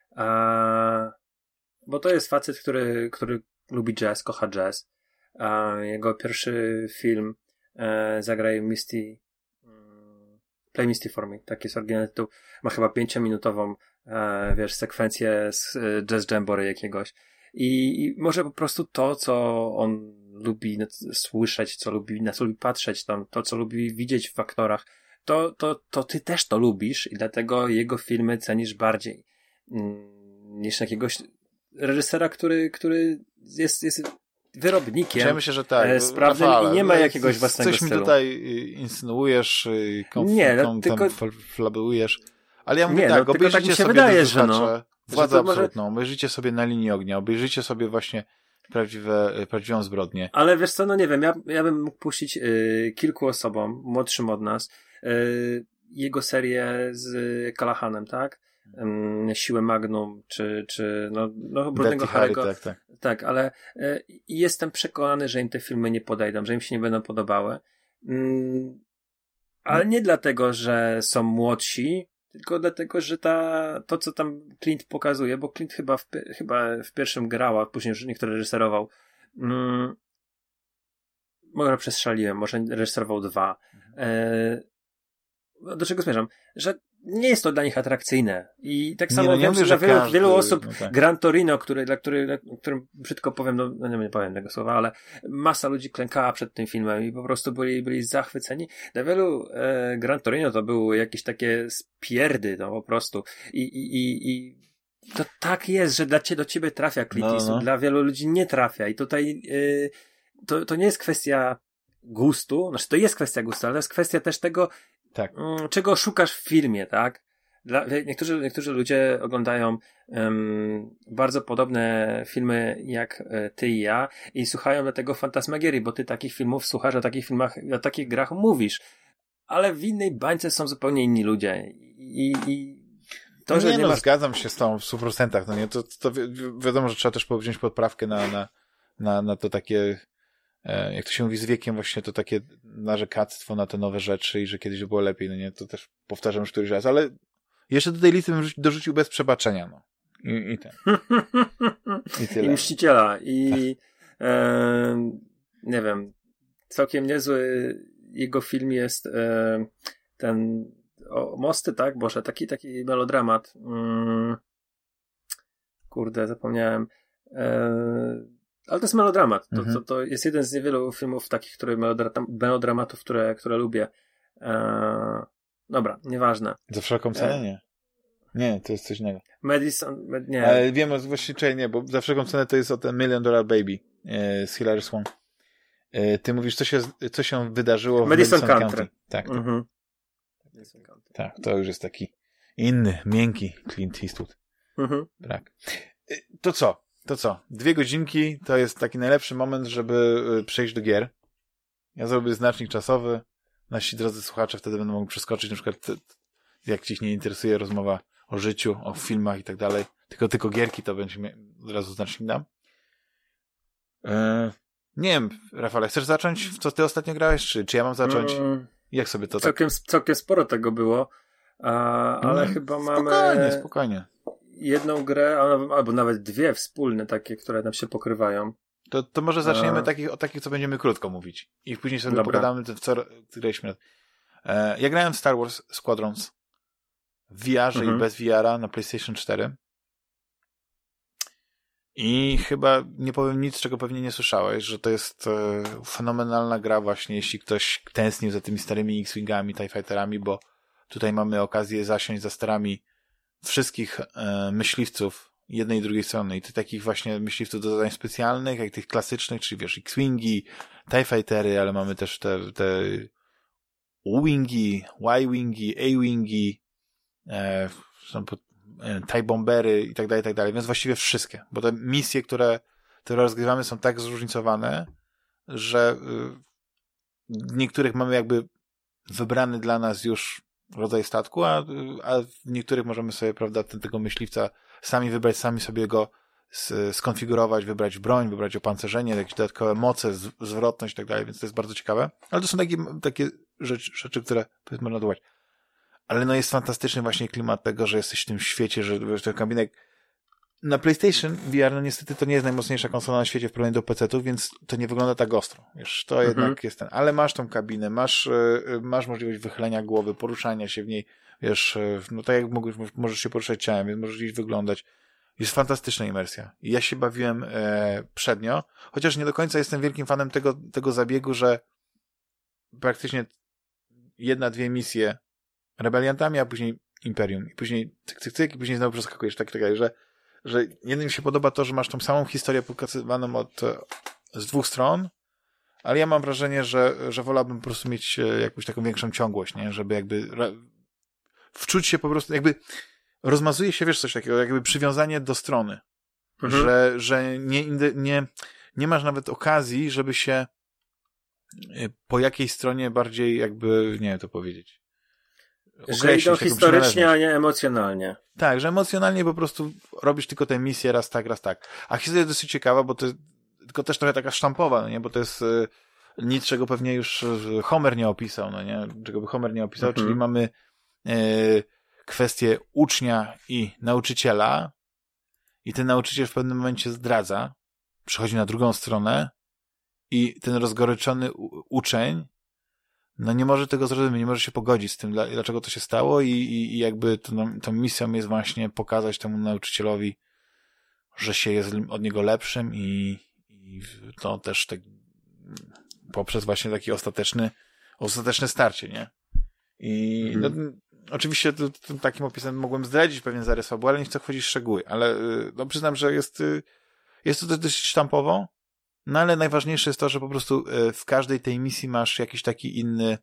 [SPEAKER 2] A, bo to jest facet, który, który lubi jazz, kocha jazz. A jego pierwszy film e, Zagraj Misty mm, Play Misty for Me, taki jest oryginalny tytuł. Ma chyba pięciominutową e, wiesz, sekwencję z e, jazz jambory jakiegoś. I, I może po prostu to, co on lubi słyszeć, co lubi, na co lubi patrzeć, tam, to, co lubi widzieć w aktorach, to, to, to ty też to lubisz i dlatego jego filmy cenisz bardziej mm, niż jakiegoś reżysera, który, który jest, jest wyrobnikiem.
[SPEAKER 1] Ja myślę, że tak.
[SPEAKER 2] E, sprawnym Rafale, i nie ma jakiegoś własnego
[SPEAKER 1] coś
[SPEAKER 2] stylu.
[SPEAKER 1] Coś mi tutaj insynuujesz, konf,
[SPEAKER 2] nie,
[SPEAKER 1] kom,
[SPEAKER 2] tylko...
[SPEAKER 1] tam flabeujesz. Ale ja mówię
[SPEAKER 2] nie,
[SPEAKER 1] tak,
[SPEAKER 2] no,
[SPEAKER 1] obejrzyjcie
[SPEAKER 2] tak mi się
[SPEAKER 1] sobie
[SPEAKER 2] wydaje, że no,
[SPEAKER 1] Władzę absolutną, może... obejrzyjcie sobie Na linii ognia, obejrzyjcie sobie właśnie prawdziwe, prawdziwą zbrodnię.
[SPEAKER 2] Ale wiesz co, no nie wiem, ja, ja bym mógł puścić y, kilku osobom, młodszym od nas, y, jego serię z Callahanem, tak? Y, Siłę Magnum, czy, czy no, no Brudnego Harry'ego.
[SPEAKER 1] Tak, tak.
[SPEAKER 2] tak, ale y, jestem przekonany, że im te filmy nie podejdą, że im się nie będą podobały. Y, ale nie dlatego, że są młodsi, tylko dlatego, że ta, to, co tam Clint pokazuje, bo Clint chyba w, chyba w pierwszym grał, a później już niektóre reżyserował. Mm, może przestrzeliłem, może reżyserował dwa. E, do czego zmierzam? Że nie jest to dla nich atrakcyjne. I tak samo
[SPEAKER 1] nie, no,
[SPEAKER 2] wiem,
[SPEAKER 1] mówię,
[SPEAKER 2] że dla wielu,
[SPEAKER 1] każdy,
[SPEAKER 2] wielu osób
[SPEAKER 1] no tak.
[SPEAKER 2] Gran Torino, który, dla który, dla którym brzydko powiem, no, no nie powiem tego słowa, ale masa ludzi klękała przed tym filmem i po prostu byli, byli zachwyceni. Dla wielu e, Gran Torino to były jakieś takie spierdy, no po prostu. I, i, i, i to tak jest, że dla ciebie, do ciebie trafia Clint Eastwood, no, no. Dla wielu ludzi nie trafia. I tutaj e, to, to nie jest kwestia gustu, znaczy to jest kwestia gustu, ale to jest kwestia też tego,
[SPEAKER 1] tak.
[SPEAKER 2] m, czego szukasz w filmie, tak? Dla, niektórzy, niektórzy ludzie oglądają um, bardzo podobne filmy jak e, ty i ja i słuchają dlatego fantasmagierii, bo ty takich filmów słuchasz, o takich filmach, o takich grach mówisz. Ale w innej bańce są zupełnie inni ludzie. I, i to,
[SPEAKER 1] no
[SPEAKER 2] że
[SPEAKER 1] nie,
[SPEAKER 2] nie
[SPEAKER 1] no,
[SPEAKER 2] masz...
[SPEAKER 1] zgadzam się z tą w stu procentach. No nie, to, to wi wiadomo, że trzeba też wziąć podprawkę na, na, na, na to takie, e, jak to się mówi z wiekiem, właśnie to takie narzekactwo na te nowe rzeczy i że kiedyś było lepiej. No nie, to też powtarzam już któryś raz, ale jeszcze do tej listy bym dorzucił bez przebaczenia, no. I, i ten. I tyle.
[SPEAKER 2] I Mściciela. I e, nie wiem, całkiem niezły jego film jest e, ten o, Mosty, tak? Boże, taki taki melodramat. Mm, kurde, zapomniałem. E, ale to jest melodramat. To,
[SPEAKER 1] mhm.
[SPEAKER 2] to, to jest jeden z niewielu filmów takich, które melodra melodramatów, które, które lubię. E, dobra, nieważne.
[SPEAKER 1] Za wszelką cenę? Nie. Nie, to jest coś innego.
[SPEAKER 2] Madison, nie.
[SPEAKER 1] Ale wiemy właściwie nie, bo za wszelką cenę to jest o ten Million Dollar Baby e, z Hilary Swank. E, ty mówisz, co się, co się wydarzyło w
[SPEAKER 2] Madison,
[SPEAKER 1] Madison
[SPEAKER 2] County.
[SPEAKER 1] County. Tak, tak.
[SPEAKER 2] Mhm.
[SPEAKER 1] Tak, to już jest taki inny, miękki Clint Eastwood.
[SPEAKER 2] Mhm.
[SPEAKER 1] Tak. E, to co? To co? Dwie godzinki to jest taki najlepszy moment, żeby przejść do gier. Ja zrobię znacznik czasowy. Nasi drodzy słuchacze wtedy będą mogli przeskoczyć, na przykład jak ci nie interesuje rozmowa o życiu, o filmach i tak dalej, tylko tylko gierki, to będzie od razu znacznik dam. Eee, nie wiem, Rafale, chcesz zacząć? W co ty ostatnio grałeś? Czy, czy ja mam zacząć? Mm, jak sobie to
[SPEAKER 2] całkiem,
[SPEAKER 1] tak?
[SPEAKER 2] Całkiem sporo tego było, a, ale mm, chyba mamy...
[SPEAKER 1] Spokojnie, spokojnie.
[SPEAKER 2] Jedną grę, albo nawet dwie wspólne takie, które nam się pokrywają.
[SPEAKER 1] To, to może zaczniemy
[SPEAKER 2] a...
[SPEAKER 1] takich, o takich, co będziemy krótko mówić. I później sobie
[SPEAKER 2] Dobra.
[SPEAKER 1] pogadamy, w co graliśmy. Eee, ja grałem w Star Wars Squadrons w V R-ze mhm. i bez V R-a na PlayStation cztery. I chyba nie powiem nic, czego pewnie nie słyszałeś, że to jest e, fenomenalna gra właśnie, jeśli ktoś tęsknił za tymi starymi X-Wingami, TIE Fighterami, bo tutaj mamy okazję zasiąść za sterami wszystkich e, myśliwców jednej i drugiej strony. I to takich właśnie myśliwców do zadań specjalnych, jak tych klasycznych, czyli wiesz, X-Wingi, TIE Fightery, ale mamy też te, te U-Wingi, Y-Wingi, A-Wingi, e, są e, TIE Bombery i tak dalej, i tak dalej. Więc właściwie wszystkie. Bo te misje, które, które rozgrywamy są tak zróżnicowane, że y, niektórych mamy jakby wybrany dla nas już rodzaj statku, a, a w niektórych możemy sobie, prawda, tego myśliwca sami wybrać, sami sobie go skonfigurować, wybrać broń, wybrać opancerzenie, jakieś dodatkowe moce, z, zwrotność i tak dalej, więc to jest bardzo ciekawe. Ale to są takie, takie rzeczy, rzeczy, które można dodawać. Ale no jest fantastyczny właśnie klimat tego, że jesteś w tym świecie, że, że ten kabinek na PlayStation V R, no niestety to nie jest najmocniejsza konsola na świecie w porównaniu do pecetów, więc to nie wygląda tak ostro. Wiesz, to mhm. jednak jest ten, ale masz tą kabinę, masz, yy, masz możliwość wychylenia głowy, poruszania się w niej, wiesz, yy, no tak jak mogłeś, możesz się poruszać ciałem, więc możesz gdzieś wyglądać. Jest fantastyczna imersja. I ja się bawiłem e, przednio, chociaż nie do końca jestem wielkim fanem tego, tego zabiegu, że praktycznie jedna, dwie misje rebeliantami, a później Imperium. I później cyk, cyk, cyk, i później znowu przeskakujesz. Tak, tak, że, że jednym mi się podoba to, że masz tą samą historię pokazywaną od, z dwóch stron, ale ja mam wrażenie, że, że wolałbym po prostu mieć jakąś taką większą ciągłość, nie? Żeby jakby wczuć się po prostu, jakby rozmazuje się, wiesz, coś takiego, jakby przywiązanie do strony. Mhm. Że, że nie, nie, nie masz nawet okazji, żeby się po jakiej stronie bardziej jakby, nie wiem to powiedzieć.
[SPEAKER 2] Że idą historycznie, a nie emocjonalnie.
[SPEAKER 1] Tak, że emocjonalnie po prostu robisz tylko tę misję raz tak, raz tak. A historia jest dosyć ciekawa, bo to jest tylko też trochę taka sztampowa, no nie? Bo to jest y, nic, czego pewnie już Homer nie opisał, no nie? Czego by Homer nie opisał, mhm. czyli mamy y, kwestię ucznia i nauczyciela i ten nauczyciel w pewnym momencie zdradza, przychodzi na drugą stronę i ten rozgoryczony u- uczeń no nie może tego zrozumieć, nie może się pogodzić z tym, dlaczego to się stało i, i, i jakby tą, tą misją jest właśnie pokazać temu nauczycielowi, że się jest od niego lepszym i, i to też tak poprzez właśnie taki ostateczny ostateczne starcie, nie? I hmm. no, oczywiście to, to, takim opisem mogłem zdradzić pewien zarys fabuły, ale nie chcę wchodzić w szczegóły, ale no, przyznam, że jest, jest to dość sztampowo, no ale najważniejsze jest to, że po prostu w każdej tej misji masz jakiś taki inny,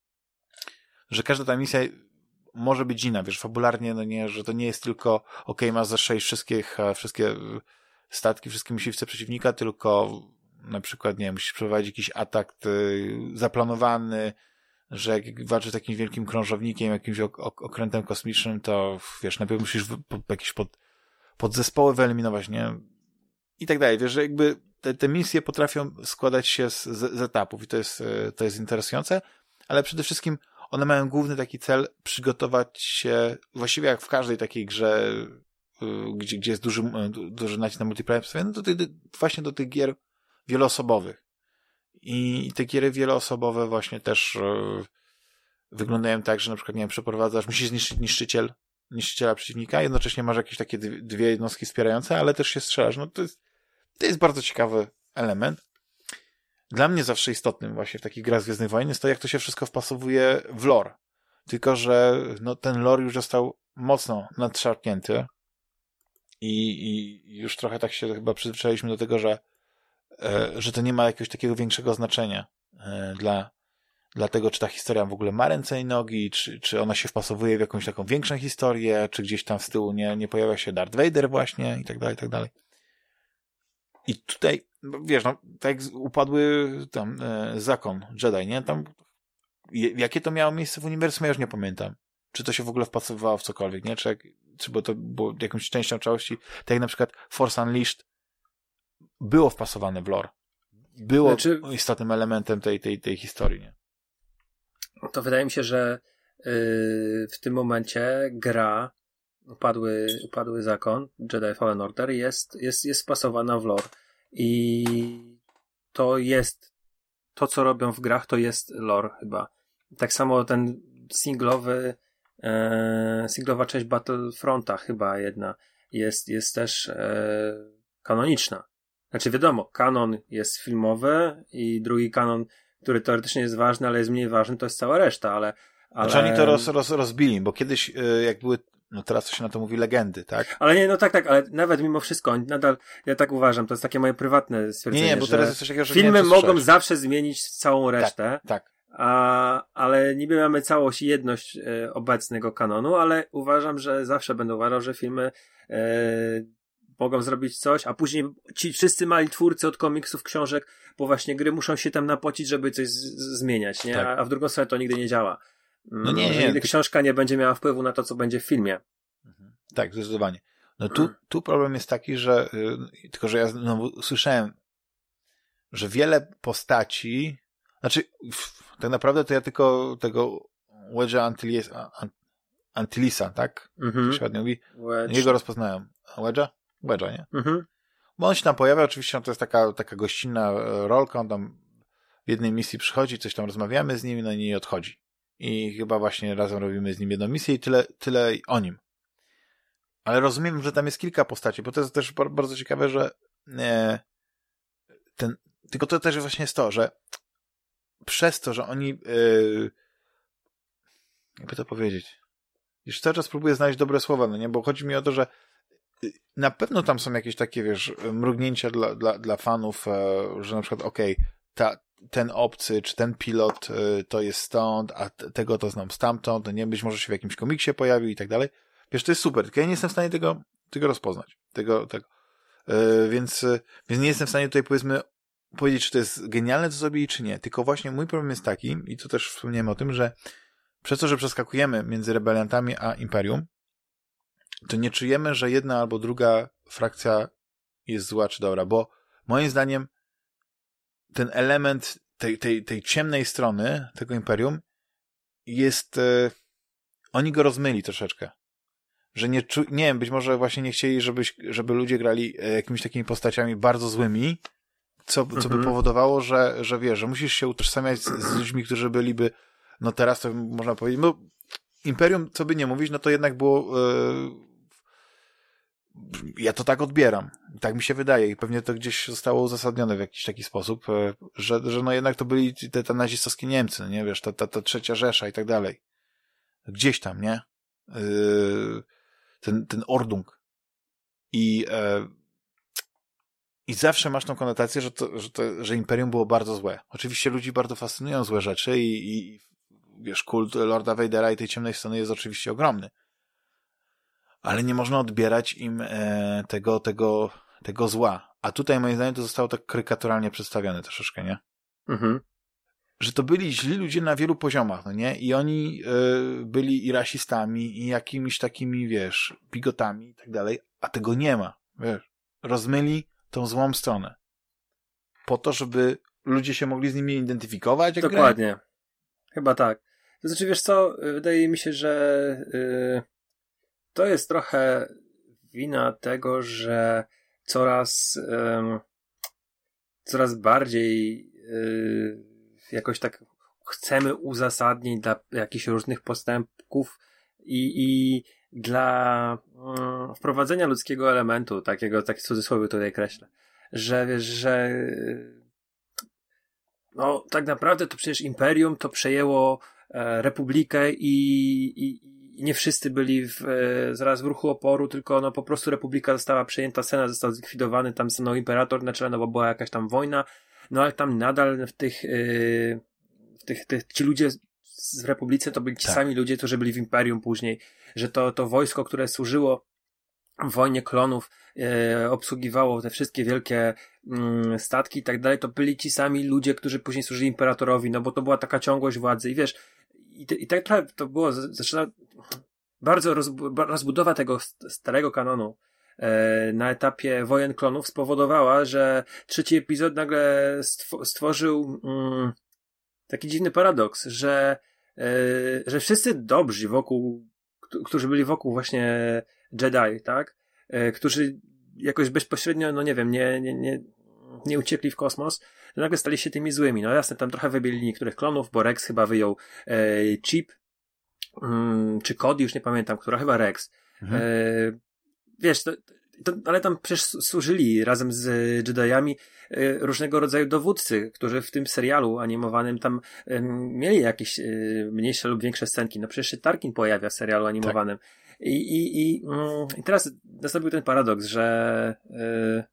[SPEAKER 1] że każda ta misja może być inna, wiesz, fabularnie, no nie, że to nie jest tylko okej, okay, masz zastrzelić wszystkich, wszystkie statki, wszystkie myśliwce przeciwnika, tylko na przykład, nie wiem, musisz prowadzić jakiś atak zaplanowany, że jak walczysz z jakimś wielkim krążownikiem, jakimś ok- ok- okrętem kosmicznym, to wiesz, najpierw musisz w, po, jakieś pod, podzespoły wyeliminować, nie? I tak dalej, wiesz, że jakby te, te misje potrafią składać się z, z, z etapów i to jest, to jest interesujące, ale przede wszystkim one mają główny taki cel przygotować się, właściwie jak w każdej takiej grze, gdzie, gdzie jest duży, duży nacisk na multiplayer, no to ty, właśnie do tych gier wieloosobowych. I te giery wieloosobowe właśnie też yy, wyglądają tak, że na przykład, nie wiem, przeprowadzasz, musisz zniszczyć niszczyciel, niszczyciela przeciwnika, jednocześnie masz jakieś takie dwie, dwie jednostki wspierające, ale też się strzelasz. No to jest, to jest bardzo ciekawy element. Dla mnie zawsze istotnym właśnie w takich grach Gwiezdnych Wojen jest to, jak to się wszystko wpasowuje w lore. Tylko, że no, ten lore już został mocno nadszarpnięty i, i już trochę tak się chyba przyzwyczailiśmy do tego, że że to nie ma jakiegoś takiego większego znaczenia dla, dla tego, czy ta historia w ogóle ma ręce i nogi, czy, czy ona się wpasowuje w jakąś taką większą historię, czy gdzieś tam z tyłu nie, nie pojawia się Darth Vader właśnie i tak dalej, i tak dalej. I tutaj, wiesz, no, tak jak upadły tam e, zakon Jedi, nie? Tam jakie to miało miejsce w uniwersum, ja już nie pamiętam. Czy to się w ogóle wpasowywało w cokolwiek, nie? Czy, jak, czy bo to było jakąś częścią całości, tak jak na przykład Force Unleashed było wpasowane w lore. Było znaczy, istotnym elementem tej, tej, tej historii, nie?
[SPEAKER 2] To wydaje mi się, że yy, w tym momencie gra upadły, upadły zakon Jedi Fallen Order jest, jest, jest wpasowana w lore. I to jest to, co robią w grach, to jest lore chyba. Tak samo ten singlowy e, singlowa część Battlefronta chyba jedna jest, jest też e, kanoniczna. Znaczy wiadomo, kanon jest filmowy i drugi kanon, który teoretycznie jest ważny, ale jest mniej ważny, to jest cała reszta, ale... ale...
[SPEAKER 1] Znaczy oni to roz, roz, rozbili, bo kiedyś yy, jak były, no teraz to się na to mówi legendy, tak?
[SPEAKER 2] Ale nie, no tak, tak, ale nawet mimo wszystko, nadal, ja tak uważam, to jest takie moje prywatne stwierdzenie,
[SPEAKER 1] nie, nie, bo teraz jest coś takiego, że
[SPEAKER 2] filmy
[SPEAKER 1] nie
[SPEAKER 2] mogą zawsze zmienić całą resztę.
[SPEAKER 1] Tak, tak.
[SPEAKER 2] A, ale niby mamy całość i jedność e, obecnego kanonu, ale uważam, że zawsze będę uważał, że filmy e, mogą zrobić coś, a później ci wszyscy mali twórcy od komiksów, książek, bo właśnie gry muszą się tam napocić, żeby coś z- z- zmieniać, nie?
[SPEAKER 1] Tak.
[SPEAKER 2] A, a w drugą stronę to nigdy nie działa.
[SPEAKER 1] No nie,
[SPEAKER 2] że
[SPEAKER 1] nie.
[SPEAKER 2] nigdy książka nie będzie miała wpływu na to, co będzie w filmie.
[SPEAKER 1] Tak, zdecydowanie. No tu, tu problem jest taki, że yy, tylko, że ja znowu słyszałem, że wiele postaci, znaczy f, tak naprawdę to ja tylko tego Wedge'a Antilles, Antillisa, tak?
[SPEAKER 2] Mhm.
[SPEAKER 1] To się ładnie mówi.
[SPEAKER 2] Wedge.
[SPEAKER 1] Jego rozpoznałem. Wedge'a? Wedge'a, nie?
[SPEAKER 2] Mhm.
[SPEAKER 1] Bo on się tam pojawia, oczywiście to jest taka, taka gościnna rolka, on tam w jednej misji przychodzi, coś tam rozmawiamy z nim, no i nie odchodzi. I chyba właśnie razem robimy z nim jedną misję i tyle, tyle o nim. Ale rozumiem, że tam jest kilka postaci, bo to jest też bardzo ciekawe, że e, ten, tylko to też właśnie jest to, że przez to, że oni e, jakby to powiedzieć, już cały czas próbuję znaleźć dobre słowa, no nie, bo chodzi mi o to, że na pewno tam są jakieś takie, wiesz, mrugnięcia dla, dla, dla fanów, e, że na przykład okej, okay, ta ten obcy, czy ten pilot y, to jest stąd, a t- tego to znam stamtąd, to nie, być może się w jakimś komiksie pojawił i tak dalej. Wiesz, to jest super, tylko ja nie jestem w stanie tego, tego rozpoznać. Tego, tego. Y, więc, y, więc nie jestem w stanie tutaj, powiedzmy, powiedzieć, czy to jest genialne, co zrobili, czy nie. Tylko właśnie mój problem jest taki, i tu też wspomniałem o tym, że przez to, że przeskakujemy między rebeliantami a Imperium, to nie czujemy, że jedna albo druga frakcja jest zła czy dobra, bo moim zdaniem ten element tej, tej, tej ciemnej strony tego Imperium jest... E, oni go rozmyli troszeczkę. Że nie czu... Nie wiem, być może właśnie nie chcieli, żebyś, żeby ludzie grali e, jakimiś takimi postaciami bardzo złymi, co, co
[SPEAKER 2] Mhm.
[SPEAKER 1] by powodowało, że, że wiesz, że musisz się utożsamiać z, z ludźmi, którzy byliby, no teraz to można powiedzieć, no Imperium, co by nie mówić, no to jednak było... E, ja to tak odbieram. Tak mi się wydaje i pewnie to gdzieś zostało uzasadnione w jakiś taki sposób, że, że no jednak to byli te, te nazistowskie Niemcy, nie wiesz, ta, ta, ta trzecia Rzesza i tak dalej. Gdzieś tam, nie? Yy, ten, ten Ordnung. I, yy, i zawsze masz tą konotację, że, to, że, to, że Imperium było bardzo złe. Oczywiście ludzi bardzo fascynują złe rzeczy i, i wiesz, kult Lorda Vadera i tej ciemnej strony jest oczywiście ogromny. Ale nie można odbierać im e, tego, tego, tego zła. A tutaj moim zdaniem to zostało tak karykaturalnie przedstawione troszeczkę, nie?
[SPEAKER 2] Mhm.
[SPEAKER 1] Że to byli źli ludzie na wielu poziomach, no nie? I oni e, byli i rasistami, i jakimiś takimi, wiesz, bigotami i tak dalej, a tego nie ma, wiesz. Rozmyli tą złą stronę. Po to, żeby ludzie się mogli z nimi identyfikować? Jak
[SPEAKER 2] Dokładnie.
[SPEAKER 1] grają?
[SPEAKER 2] Chyba tak. To znaczy, wiesz co, wydaje mi się, że yy, to jest trochę wina tego, że coraz yy, coraz bardziej yy, jakoś tak chcemy uzasadnień dla jakichś różnych postępków i, i dla yy, wprowadzenia ludzkiego elementu, takiego, tak w cudzysłowie tutaj kreślę, że wiesz, że yy, no tak naprawdę to przecież Imperium to przejęło e, Republikę i, i, i nie wszyscy byli w, e, zaraz w ruchu oporu, tylko no po prostu Republika została przejęta, Senat został zlikwidowany, tam stanął imperator na czele, no bo była jakaś tam wojna, no ale tam nadal w tych, e, w tych, tych ci ludzie w Republice to byli ci
[SPEAKER 1] Tak.
[SPEAKER 2] sami ludzie, którzy byli w Imperium później, że to, to wojsko, które służyło w wojnie klonów, e, obsługiwało te wszystkie wielkie mm, statki i tak dalej, to byli ci sami ludzie, którzy później służyli imperatorowi, no bo to była taka ciągłość władzy i wiesz, i, te, i tak trochę to było, zaczyna bardzo rozbu- rozbudowa tego st- starego kanonu e, na etapie wojen klonów spowodowała, że trzeci epizod nagle stw- stworzył mm, taki dziwny paradoks, że e, że wszyscy dobrzy wokół, k- którzy byli wokół właśnie Jedi, tak? E, którzy jakoś bezpośrednio, no nie wiem, nie, nie, nie, nie uciekli w kosmos, to nagle stali się tymi złymi. No jasne, tam trochę wybieli niektórych klonów, bo Rex chyba wyjął e, chip, mm, czy Cody, już nie pamiętam, która, chyba Rex.
[SPEAKER 1] Mhm.
[SPEAKER 2] E, wiesz, to, to, ale tam przecież służyli razem z Jediami e, różnego rodzaju dowódcy, którzy w tym serialu animowanym tam e, mieli jakieś e, mniejsze lub większe scenki. No przecież się Tarkin pojawia w serialu animowanym. Tak. I, i, i, mm, I teraz nastąpił ten paradoks, że yy,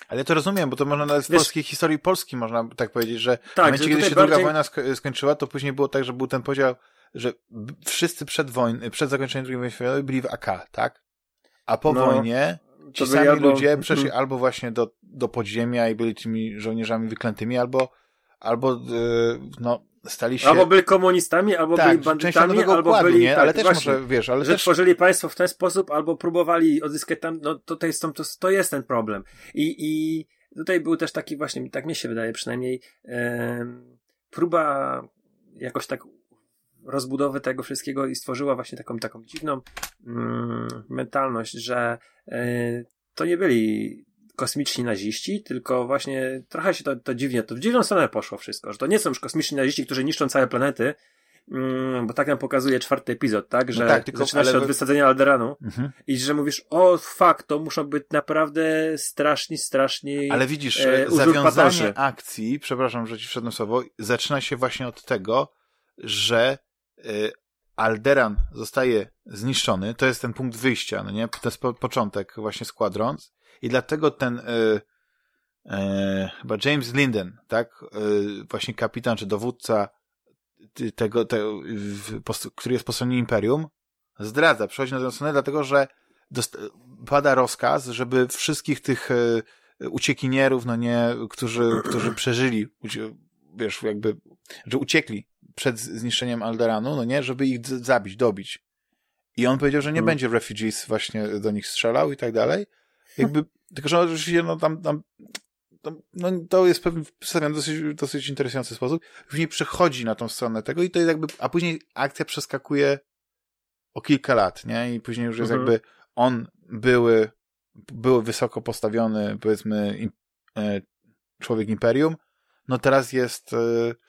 [SPEAKER 1] Ale ja to rozumiem, bo to można nawet w Wiesz, polskiej historii Polski można tak powiedzieć, że
[SPEAKER 2] tak,
[SPEAKER 1] w momencie, kiedy się
[SPEAKER 2] bardziej...
[SPEAKER 1] druga wojna sk- skończyła, to później było tak, że był ten podział, że wszyscy przed wojny, przed zakończeniem drugiej wojny światowej byli w A K, tak? A po no, wojnie ci sami albo... ludzie przeszli hmm. albo właśnie do, do podziemia i byli tymi żołnierzami wyklętymi, albo, albo yy, no, stali się...
[SPEAKER 2] Albo byli komunistami, albo
[SPEAKER 1] tak,
[SPEAKER 2] byli bandytami, albo
[SPEAKER 1] układu,
[SPEAKER 2] byli...
[SPEAKER 1] Nie?
[SPEAKER 2] Tak,
[SPEAKER 1] ale też
[SPEAKER 2] właśnie,
[SPEAKER 1] może, wiesz, ale
[SPEAKER 2] że
[SPEAKER 1] też...
[SPEAKER 2] tworzyli państwo w ten sposób, albo próbowali odzyskać tam, no to, to, jest, to, to jest ten problem. I, i tutaj był też taki właśnie, tak mi się wydaje przynajmniej, e, próba jakoś tak rozbudowy tego wszystkiego i stworzyła właśnie taką, taką dziwną mm, mentalność, że e, to nie byli kosmiczni naziści, tylko właśnie trochę się to, to dziwnie, to w dziwną stronę poszło wszystko, że to nie są już kosmiczni naziści, którzy niszczą całe planety, mm, bo tak nam pokazuje czwarty epizod, tak, że no tak, tylko, zaczyna się od wysadzenia Alderanu mhm. i że mówisz, o fuck, to muszą być naprawdę straszni, straszni
[SPEAKER 1] ale widzisz, e, zawiązanie akcji, przepraszam, że ci wszedłem słowo, zaczyna się właśnie od tego, że e, Alderan zostaje zniszczony, to jest ten punkt wyjścia, no nie? To jest po, początek właśnie Squadrons i dlatego ten e, e, chyba James Linden, tak? E, właśnie kapitan czy dowódca tego, tego w, po, który jest po stronie Imperium, zdradza, przychodzi na tę stronę, dlatego że dost, pada rozkaz, żeby wszystkich tych e, uciekinierów, no nie, którzy, którzy przeżyli, ucie, wiesz, jakby, że uciekli przed zniszczeniem Alderanu, no nie, żeby ich zabić, dobić. I on powiedział, że nie hmm. będzie refugees właśnie do nich strzelał i tak dalej. Jakby, tylko że oczywiście, no tam, tam, tam no to jest pewnie przedstawione w dosyć, dosyć interesujący sposób. Później przechodzi na tą stronę tego i to jest jakby, a później akcja przeskakuje o kilka lat, nie? I później już jest mhm. jakby on były, były wysoko postawiony, powiedzmy, im, e, człowiek Imperium, no teraz jest e,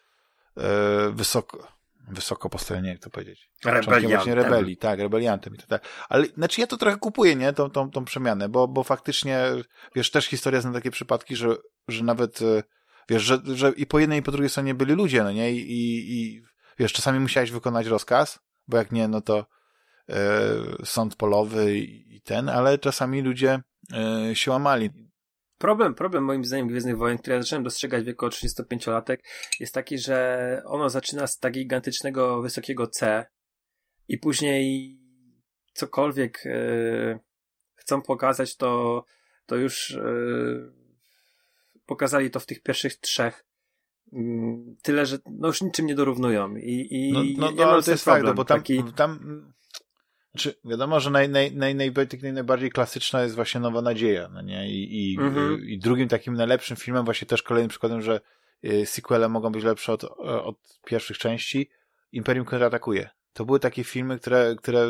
[SPEAKER 1] e, wysoko wysoko postawiony, jak to powiedzieć? Rebeliantem. Rebelii, tak, rebeliantem i tak dalej. Ale, znaczy ja to trochę kupuję, nie? Tą, tą, tą przemianę, bo, bo faktycznie, wiesz, też historia zna takie przypadki, że, że nawet, wiesz, że, że i po jednej i po drugiej stronie byli ludzie, no nie? I, i, i wiesz, czasami musiałeś wykonać rozkaz, bo jak nie, no to e, sąd polowy i, i ten, ale czasami ludzie e, się łamali.
[SPEAKER 2] Problem, problem moim zdaniem Gwiezdnych Wojen, który ja zacząłem dostrzegać w wieku trzydziestopięciolatek, jest taki, że ono zaczyna z tak gigantycznego, wysokiego C i później cokolwiek yy, chcą pokazać, to, to już yy, pokazali to w tych pierwszych trzech. Yy, tyle, że no już niczym nie dorównują. I, i
[SPEAKER 1] no, no, no ale to jest fakt, bo tam, taki... tam Czy wiadomo, że naj, naj, naj, naj, najbardziej klasyczna jest właśnie Nowa Nadzieja, no nie? I, i, mm-hmm. i drugim takim najlepszym filmem, właśnie też kolejnym przykładem, że y, sequele mogą być lepsze od, od pierwszych części, Imperium kontratakuje. To były takie filmy, które, które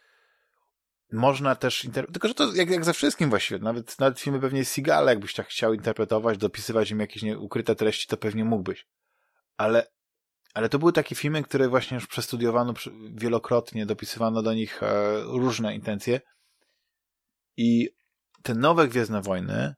[SPEAKER 1] można też interpretować, tylko że to jak, jak ze wszystkim właściwie, nawet, nawet filmy pewnie Seagala, jakbyś tak chciał interpretować, dopisywać im jakieś nie, ukryte treści, to pewnie mógłbyś. Ale Ale to były takie filmy, które właśnie już przestudiowano wielokrotnie, dopisywano do nich e, różne intencje. I te nowe Gwiezdne Wojny,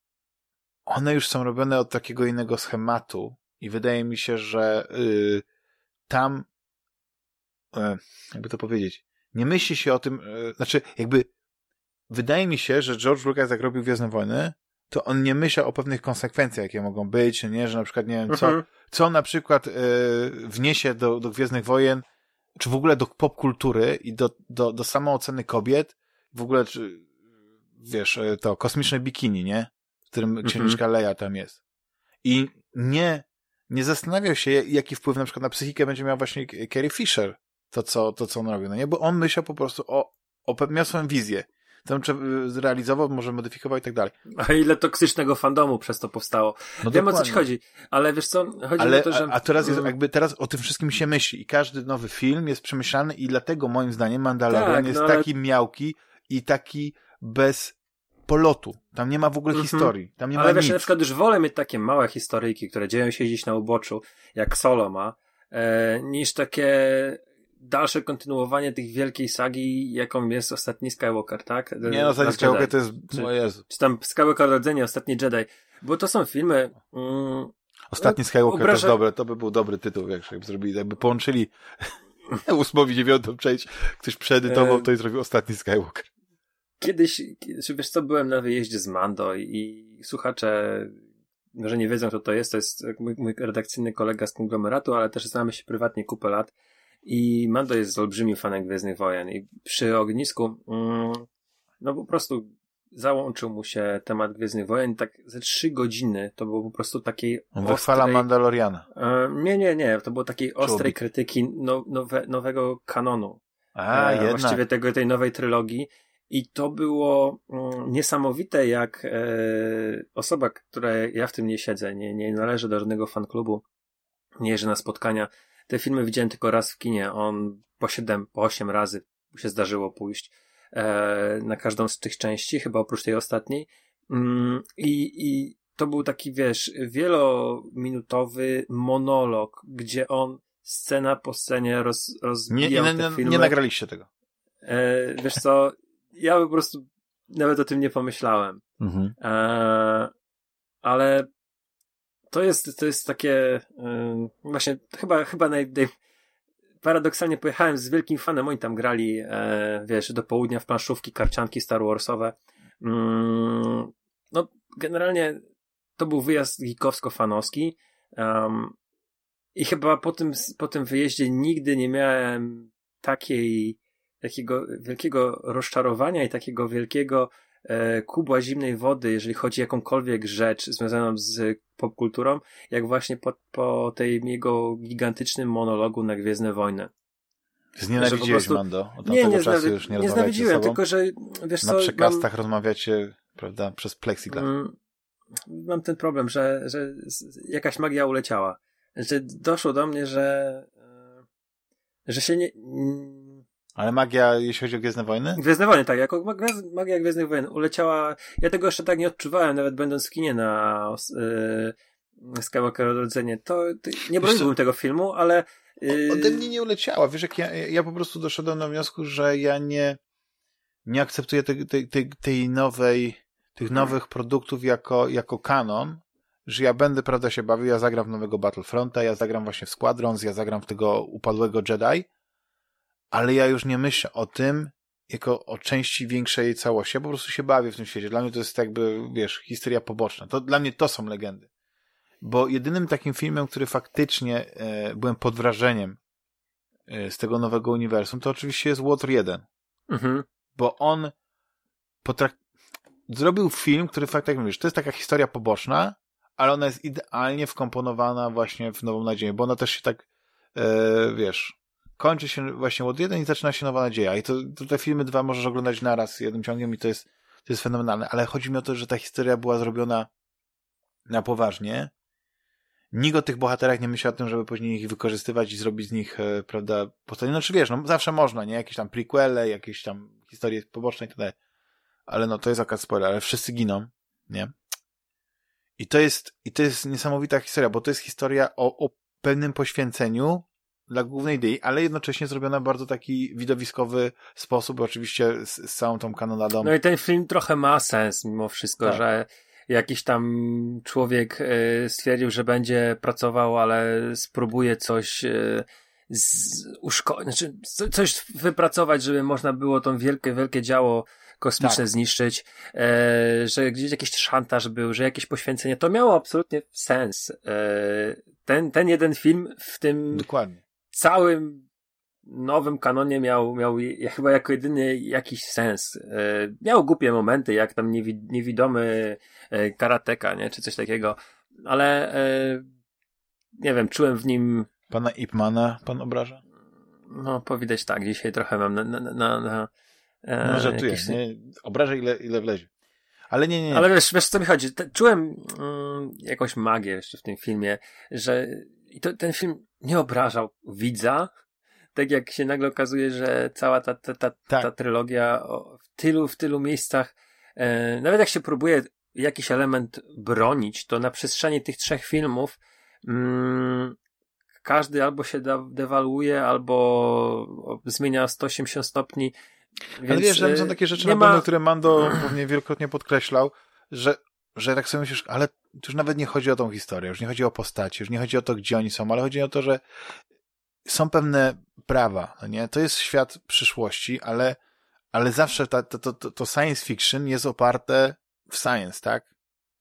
[SPEAKER 1] one już są robione od takiego innego schematu i wydaje mi się, że y, tam, y, jakby to powiedzieć, nie myśli się o tym, y, znaczy jakby wydaje mi się, że George Lucas jak robił Gwiezdne Wojny, to on nie myślał o pewnych konsekwencjach, jakie mogą być, nie, że na przykład, nie wiem, co, mhm. co na przykład y, wniesie do, do Gwiezdnych Wojen, czy w ogóle do popkultury i do, do, do samooceny kobiet, w ogóle, czy, wiesz, to kosmiczne bikini, nie? W którym mhm. księżniczka Leia tam jest. I nie, nie zastanawiał się, jaki wpływ na przykład na psychikę będzie miał właśnie Carrie Fisher, to co, to, co on robił, no nie? Bo on myślał po prostu o, o miał swoją wizję. Tam zrealizował, może modyfikował i tak dalej.
[SPEAKER 2] A ile toksycznego fandomu przez to powstało. No wiem, dokładnie. O co ci chodzi, ale wiesz co, chodzi ale, o to, że...
[SPEAKER 1] A, a teraz jest jakby, teraz o tym wszystkim się myśli i każdy nowy film jest przemyślany i dlatego moim zdaniem Mandalorian tak, jest no ale... taki miałki i taki bez polotu. Tam nie ma w ogóle mm-hmm. historii. Tam nie
[SPEAKER 2] ale
[SPEAKER 1] ma
[SPEAKER 2] wiesz,
[SPEAKER 1] nic.
[SPEAKER 2] Na przykład już wolę mieć takie małe historyjki, które dzieją się gdzieś na uboczu, jak Solo ma, e, niż takie... dalsze kontynuowanie tych wielkiej sagi, jaką jest ostatni Skywalker, tak?
[SPEAKER 1] Nie, no, ostatni Skywalker to jest... Czy, o Jezu.
[SPEAKER 2] Czy tam Skywalker Rodzenie, Ostatni Jedi. Bo to są filmy... Mm,
[SPEAKER 1] ostatni Skywalker obraża... to jest dobre, to by był dobry tytuł, jak jakby zrobili, jakby połączyli ósmą i dziewiątą część, ktoś przeedytował to i zrobił Ostatni Skywalker.
[SPEAKER 2] Kiedyś, wiesz co, byłem na wyjeździe z Mando i słuchacze może nie wiedzą, kto to jest, to jest mój, mój redakcyjny kolega z Konglomeratu, ale też znamy się prywatnie kupę lat i Mando jest olbrzymim fanem Gwiezdnych Wojen i przy ognisku mm, no po prostu załączył mu się temat Gwiezdnych Wojen tak ze trzy godziny, to było po prostu takiej
[SPEAKER 1] On wychwala ostrej... Mandaloriana.
[SPEAKER 2] E, nie, nie, nie, to było takiej ostrej Człowiek. krytyki no, nowe, nowego kanonu.
[SPEAKER 1] A,
[SPEAKER 2] e,
[SPEAKER 1] jednak.
[SPEAKER 2] Właściwie tego, tej nowej trylogii. I to było mm, niesamowite, jak e, osoba, która ja w tym nie siedzę, nie, nie należy do żadnego fanklubu, nie jeżdżę na spotkania. Te filmy widziałem tylko raz w kinie. On po siedem, po osiem razy się zdarzyło pójść e, na każdą z tych części, chyba oprócz tej ostatniej. Mm, i, I to był taki, wiesz, wielominutowy monolog, gdzie on scena po scenie roz, rozbijał
[SPEAKER 1] nie, nie,
[SPEAKER 2] te
[SPEAKER 1] nie,
[SPEAKER 2] filmy.
[SPEAKER 1] Nie nagraliście tego.
[SPEAKER 2] E, wiesz co, ja po prostu nawet o tym nie pomyślałem.
[SPEAKER 1] Mhm.
[SPEAKER 2] E, ale to jest, to jest takie e, właśnie chyba, chyba naj, naj, paradoksalnie pojechałem z wielkim fanem, oni tam grali e, wiesz, do południa w planszówki, karcianki Star Warsowe. Mm, no generalnie to był wyjazd geekowsko-fanowski um, i chyba po tym, po tym wyjeździe nigdy nie miałem takiej takiego wielkiego rozczarowania i takiego wielkiego e, kubła zimnej wody, jeżeli chodzi o jakąkolwiek rzecz związaną z popkulturą, jak właśnie po, po tej jego gigantycznym monologu na Gwiezdne Wojny.
[SPEAKER 1] Znienawidziłeś, prostu... Mando? Od
[SPEAKER 2] nie, nie,
[SPEAKER 1] czasu już nie,
[SPEAKER 2] nie znienawidziłem, tylko że wiesz
[SPEAKER 1] na
[SPEAKER 2] co,
[SPEAKER 1] przekastach
[SPEAKER 2] mam...
[SPEAKER 1] rozmawiacie, prawda, przez plexiglas. Mm,
[SPEAKER 2] mam ten problem, że, że jakaś magia uleciała. Że doszło do mnie, że że się nie...
[SPEAKER 1] Ale magia, jeśli chodzi o Gwiezdne Wojny?
[SPEAKER 2] Gwiezdne Wojny, tak. Jako magia Gwiezdnych Wojen uleciała... Ja tego jeszcze tak nie odczuwałem, nawet będąc w kinie na yy, Skywalker Odrodzenie. To, to nie broniłbym tego filmu, ale... Yy...
[SPEAKER 1] Ode mnie nie uleciała. Wiesz, jak ja, ja po prostu doszedłem do wniosku, że ja nie nie akceptuję tej, tej, tej, tej nowej tych nowych produktów jako, jako kanon, że ja będę, prawda, się bawił, ja zagram w nowego Battlefronta, ja zagram właśnie w Squadrons, ja zagram w tego upadłego Jedi, ale ja już nie myślę o tym jako o części większej całości. Ja po prostu się bawię w tym świecie. Dla mnie to jest jakby, wiesz, historia poboczna. To, dla mnie to są legendy. Bo jedynym takim filmem, który faktycznie e, byłem pod wrażeniem e, z tego nowego uniwersum, to oczywiście jest Water jeden.
[SPEAKER 2] Mhm.
[SPEAKER 1] Bo on potrak- zrobił film, który faktycznie, jak mówisz, to jest taka historia poboczna, ale ona jest idealnie wkomponowana właśnie w Nową Nadzieję, bo ona też się tak, e, wiesz, kończy się właśnie od jeden i zaczyna się Nowa Nadzieja. I to, to te filmy dwa możesz oglądać naraz jednym ciągiem i to jest, to jest fenomenalne. Ale chodzi mi o to, że ta historia była zrobiona na poważnie. Nikt o tych bohaterach nie myślał o tym, żeby później ich wykorzystywać i zrobić z nich, e, prawda, postaci. No czy wiesz, no zawsze można, nie? Jakieś tam prequele, jakieś tam historie poboczne i tak dalej. Ale no to jest okaz spoiler, ale wszyscy giną, nie? I to jest, i to jest niesamowita historia, bo to jest historia o, o pewnym poświęceniu dla głównej idei, ale jednocześnie zrobiona w bardzo taki widowiskowy sposób, oczywiście z, z całą tą kanonadą.
[SPEAKER 2] No i ten film trochę ma sens mimo wszystko, tak. Że jakiś tam człowiek y, stwierdził, że będzie pracował, ale spróbuje coś y, z, uszko- znaczy co, coś wypracować, żeby można było to wielkie, wielkie działo kosmiczne tak. zniszczyć, e, że gdzieś jakiś szantaż był, że jakieś poświęcenie, to miało absolutnie sens. E, ten, ten jeden film w tym
[SPEAKER 1] Dokładnie.
[SPEAKER 2] całym nowym kanonie miał, miał ja chyba jako jedyny jakiś sens. E, miał głupie momenty, jak tam niewi- niewidomy e, karateka, nie? Czy coś takiego, ale e, nie wiem, czułem w nim
[SPEAKER 1] Pana Ipmana pan obraża?
[SPEAKER 2] No, powidać tak, dzisiaj trochę mam na, na, na, na
[SPEAKER 1] No żartuję, jakieś... nie? Obrażę ile, ile wlezie. Ale nie, nie, nie.
[SPEAKER 2] Ale wiesz, wiesz co mi chodzi? Te, czułem mm, jakąś magię jeszcze w tym filmie, że i to, ten film nie obrażał widza, tak jak się nagle okazuje, że cała ta, ta, ta, tak. ta trylogia o, w tylu, w tylu miejscach, e, nawet jak się próbuje jakiś element bronić, to na przestrzeni tych trzech filmów mm, każdy albo się da, dewaluuje, albo zmienia sto osiemdziesiąt stopni. Więc,
[SPEAKER 1] ale wiesz, że są takie rzeczy, na
[SPEAKER 2] ma...
[SPEAKER 1] pewno, które Mando pewnie wielokrotnie podkreślał, że, że tak sobie myślisz, ale to już nawet nie chodzi o tą historię, już nie chodzi o postaci, już nie chodzi o to, gdzie oni są, ale chodzi o to, że są pewne prawa, no nie? To jest świat przyszłości, ale, ale zawsze ta, to, to, to science fiction jest oparte w science, tak?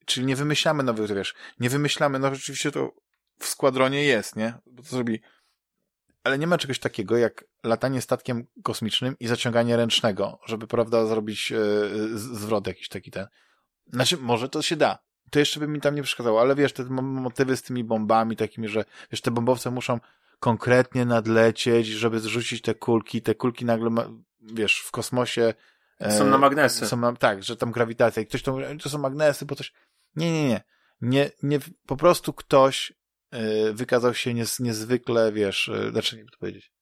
[SPEAKER 1] czyli nie wymyślamy nowych, wiesz, nie wymyślamy, no rzeczywiście to w Składronie jest, nie? Bo to zrobi, ale nie ma czegoś takiego jak latanie statkiem kosmicznym i zaciąganie ręcznego, żeby, prawda, zrobić e, zwrot jakiś taki ten. Znaczy, może to się da. To jeszcze by mi tam nie przeszkadzało, ale wiesz, te motywy z tymi bombami takimi, że wiesz, te bombowce muszą konkretnie nadlecieć, żeby zrzucić te kulki, te kulki nagle, ma, wiesz, w kosmosie e,
[SPEAKER 2] są na magnesy.
[SPEAKER 1] Są na, tak, że tam grawitacja i ktoś to, to są magnesy, bo coś, nie, nie, nie, nie, nie po prostu ktoś e, wykazał się niez, niezwykle, wiesz, e, znaczy, nie to powiedzieć,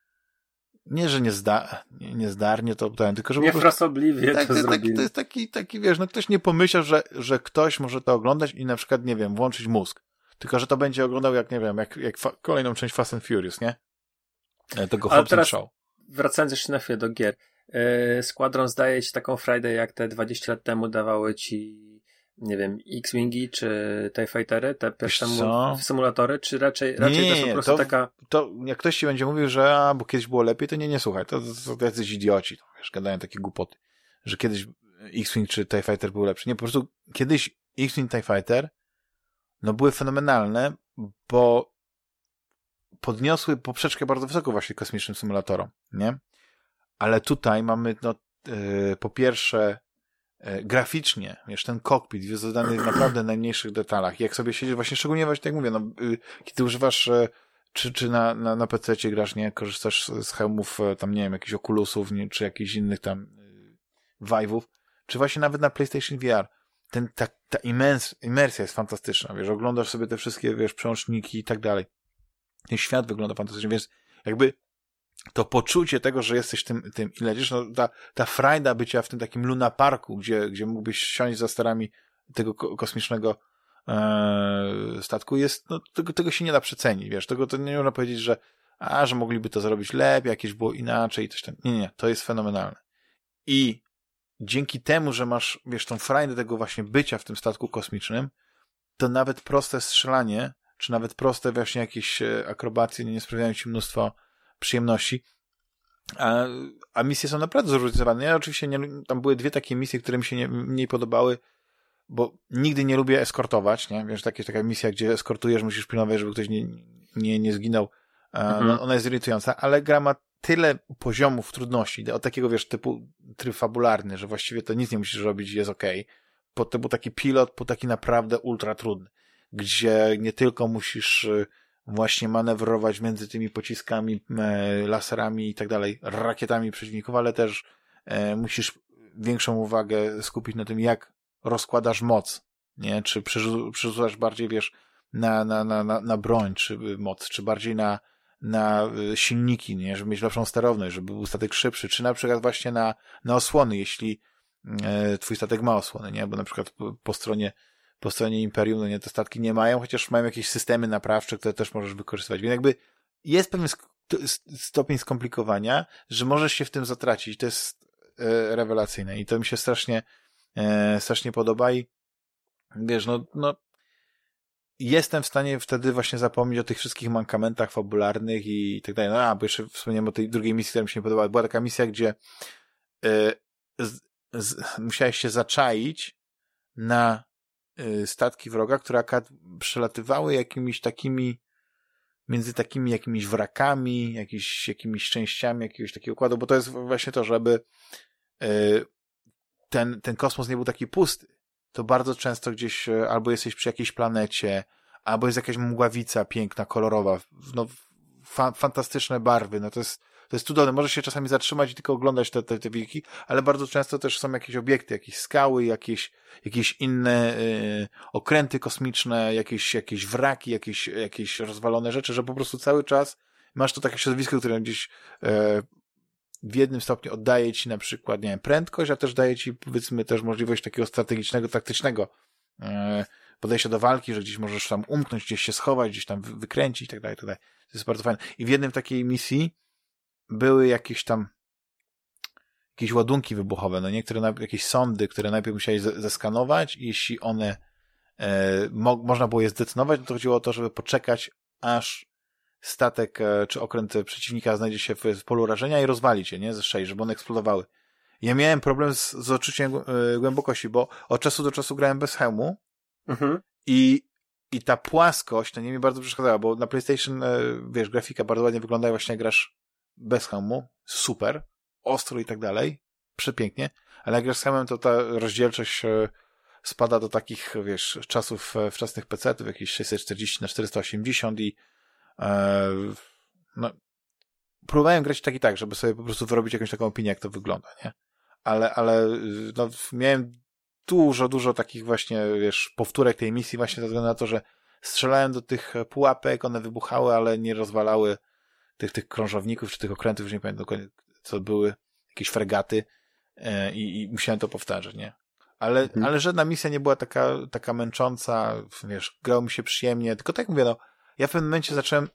[SPEAKER 1] nie, że nie zda, nie, niezdarnie to pytałem, tylko że
[SPEAKER 2] niefrasobliwie
[SPEAKER 1] tak,
[SPEAKER 2] to
[SPEAKER 1] to,
[SPEAKER 2] zrobili.
[SPEAKER 1] taki, to jest taki, taki, wiesz, no ktoś nie pomyślał, że, że ktoś może to oglądać i na przykład, nie wiem, włączyć mózg. Tylko, że to będzie oglądał jak, nie wiem, jak, jak fa- kolejną część Fast and Furious, nie? Tego Hobbs and Shaw.
[SPEAKER 2] Wracając jeszcze na chwilę do gier. Yy, Squadron zdaje ci taką frajdę, jak te dwadzieścia lat temu dawały ci, nie wiem, X-Wingi czy TIE Fightery, te pierwsze mu- symulatory, czy raczej, raczej
[SPEAKER 1] nie,
[SPEAKER 2] to jest po prostu
[SPEAKER 1] to,
[SPEAKER 2] taka...
[SPEAKER 1] To jak ktoś ci będzie mówił, że a, bo kiedyś było lepiej, to nie, nie słuchaj, to są jacyś idioci, to, wiesz, gadają takie głupoty, że kiedyś X-Wing czy TIE Fighter był lepszy. Nie, po prostu kiedyś X-Wing, TIE Fighter no były fenomenalne, bo podniosły poprzeczkę bardzo wysoko właśnie kosmicznym symulatorom, nie? Ale tutaj mamy, no, yy, po pierwsze yy, graficznie, wiesz, ten kokpit jest zadany w naprawdę najmniejszych detalach. Jak sobie siedzisz, właśnie szczególnie właśnie tak mówię, no, yy, kiedy używasz, yy, czy, czy na, na, na pececie grasz, nie? Korzystasz z hełmów, yy, tam, nie wiem, jakichś okulusów, nie? Czy jakichś innych tam yy, Vive'ów, czy właśnie nawet na PlayStation V R. Ten, ta, ta imens, imersja jest fantastyczna, wiesz, oglądasz sobie te wszystkie, wiesz, przełączniki i tak dalej. Ten świat wygląda fantastycznie, więc jakby to poczucie tego, że jesteś tym, tym i lecisz, no ta, ta frajda bycia w tym takim Luna Parku, gdzie, gdzie mógłbyś siąść za sterami tego ko- kosmicznego e, statku jest, no tego, tego się nie da przecenić, wiesz, tego to nie można powiedzieć, że a, że mogliby to zrobić lepiej, jakieś było inaczej i coś tam. Nie, nie, to jest fenomenalne. I dzięki temu, że masz, wiesz, tą frajdę tego właśnie bycia w tym statku kosmicznym, to nawet proste strzelanie, czy nawet proste właśnie jakieś akrobacje nie sprawiają ci mnóstwo przyjemności. A, a misje są naprawdę zróżnicowane. Ja oczywiście nie, tam były dwie takie misje, które mi się nie, mniej podobały, bo nigdy nie lubię eskortować, nie? Wiesz, takie, taka misja, gdzie eskortujesz, musisz pilnować, żeby ktoś nie, nie, nie zginął. Mhm. No, ona jest irytująca, ale gra ma tyle poziomów trudności, od takiego, wiesz, typu tryb fabularny, że właściwie to nic nie musisz robić i jest okej. Okay. Po to był taki pilot, po taki naprawdę ultra trudny, gdzie nie tylko musisz właśnie manewrować między tymi pociskami, e, laserami i tak dalej, rakietami przeciwników, ale też e, musisz większą uwagę skupić na tym, jak rozkładasz moc, nie? Czy przerzu- przerzucasz bardziej, wiesz, na, na, na, na, na broń, czy moc, czy bardziej na, na silniki, nie? Żeby mieć lepszą sterowność, żeby był statek szybszy, czy na przykład właśnie na, na osłony, jeśli e, twój statek ma osłony, nie? Bo na przykład po, po stronie po stronie Imperium, no nie, te statki nie mają, chociaż mają jakieś systemy naprawcze, które też możesz wykorzystywać. Więc jakby jest pewien sk- stopień skomplikowania, że możesz się w tym zatracić. To jest e, rewelacyjne i to mi się strasznie e, strasznie podoba i wiesz, no, no jestem w stanie wtedy właśnie zapomnieć o tych wszystkich mankamentach fabularnych i, i tak dalej. No a, bo jeszcze wspomniałem o tej drugiej misji, która mi się nie podobała. Była taka misja, gdzie e, z, z, musiałeś się zaczaić na statki wroga, które akad przelatywały jakimiś takimi między takimi jakimiś wrakami, jakimiś, jakimiś częściami jakiegoś takiego układu, bo to jest właśnie to, żeby ten, ten kosmos nie był taki pusty. To bardzo często gdzieś albo jesteś przy jakiejś planecie, albo jest jakaś mgławica piękna, kolorowa, no fa- fantastyczne barwy, no to jest To jest cudowne. Możesz się czasami zatrzymać i tylko oglądać te, te, te wilki, ale bardzo często też są jakieś obiekty, jakieś skały, jakieś, jakieś inne y, okręty kosmiczne, jakieś, jakieś wraki, jakieś, jakieś rozwalone rzeczy, że po prostu cały czas masz to takie środowisko, które gdzieś y, w jednym stopniu oddaje ci na przykład, nie wiem, prędkość, a też daje ci, powiedzmy, też możliwość takiego strategicznego, taktycznego y, podejścia do walki, że gdzieś możesz tam umknąć, gdzieś się schować, gdzieś tam wykręcić i tak dalej, tak dalej. To jest bardzo fajne. I w jednym takiej misji były jakieś tam jakieś ładunki wybuchowe, no niektóre jakieś sondy, które najpierw musieli zeskanować i jeśli one e, mo- można było je zdetonować, no to chodziło o to, żeby poczekać, aż statek e, czy okręt przeciwnika znajdzie się w, w polu rażenia i rozwalić je, nie? Ze szyi, żeby one eksplodowały. Ja miałem problem z, z odczuciem e, głębokości, bo od czasu do czasu grałem bez hełmu
[SPEAKER 2] Mhm.
[SPEAKER 1] I, i ta płaskość, to nie mi bardzo przeszkadzała, bo na PlayStation, wiesz, grafika bardzo ładnie wygląda, właśnie jak grasz bez hełmu, super, ostro i tak dalej, przepięknie, ale jak grasz z hełmem, to ta rozdzielczość spada do takich, wiesz, czasów wczesnych pecetów, jakieś sześćset czterdzieści na czterysta osiemdziesiąt i e, no, próbowałem grać tak i tak, żeby sobie po prostu wyrobić jakąś taką opinię, jak to wygląda, nie? Ale, ale no, miałem dużo, dużo takich właśnie, wiesz, powtórek tej misji właśnie ze względu na to, że strzelałem do tych pułapek, one wybuchały, ale nie rozwalały tych, tych krążowników, czy tych okrętów, już nie pamiętam dokładnie, co były, jakieś fregaty e, i, i musiałem to powtarzać, nie? Ale, mhm. ale żadna misja nie była taka, taka męcząca, wiesz, grało mi się przyjemnie, tylko tak mówię, no, ja w pewnym momencie zacząłem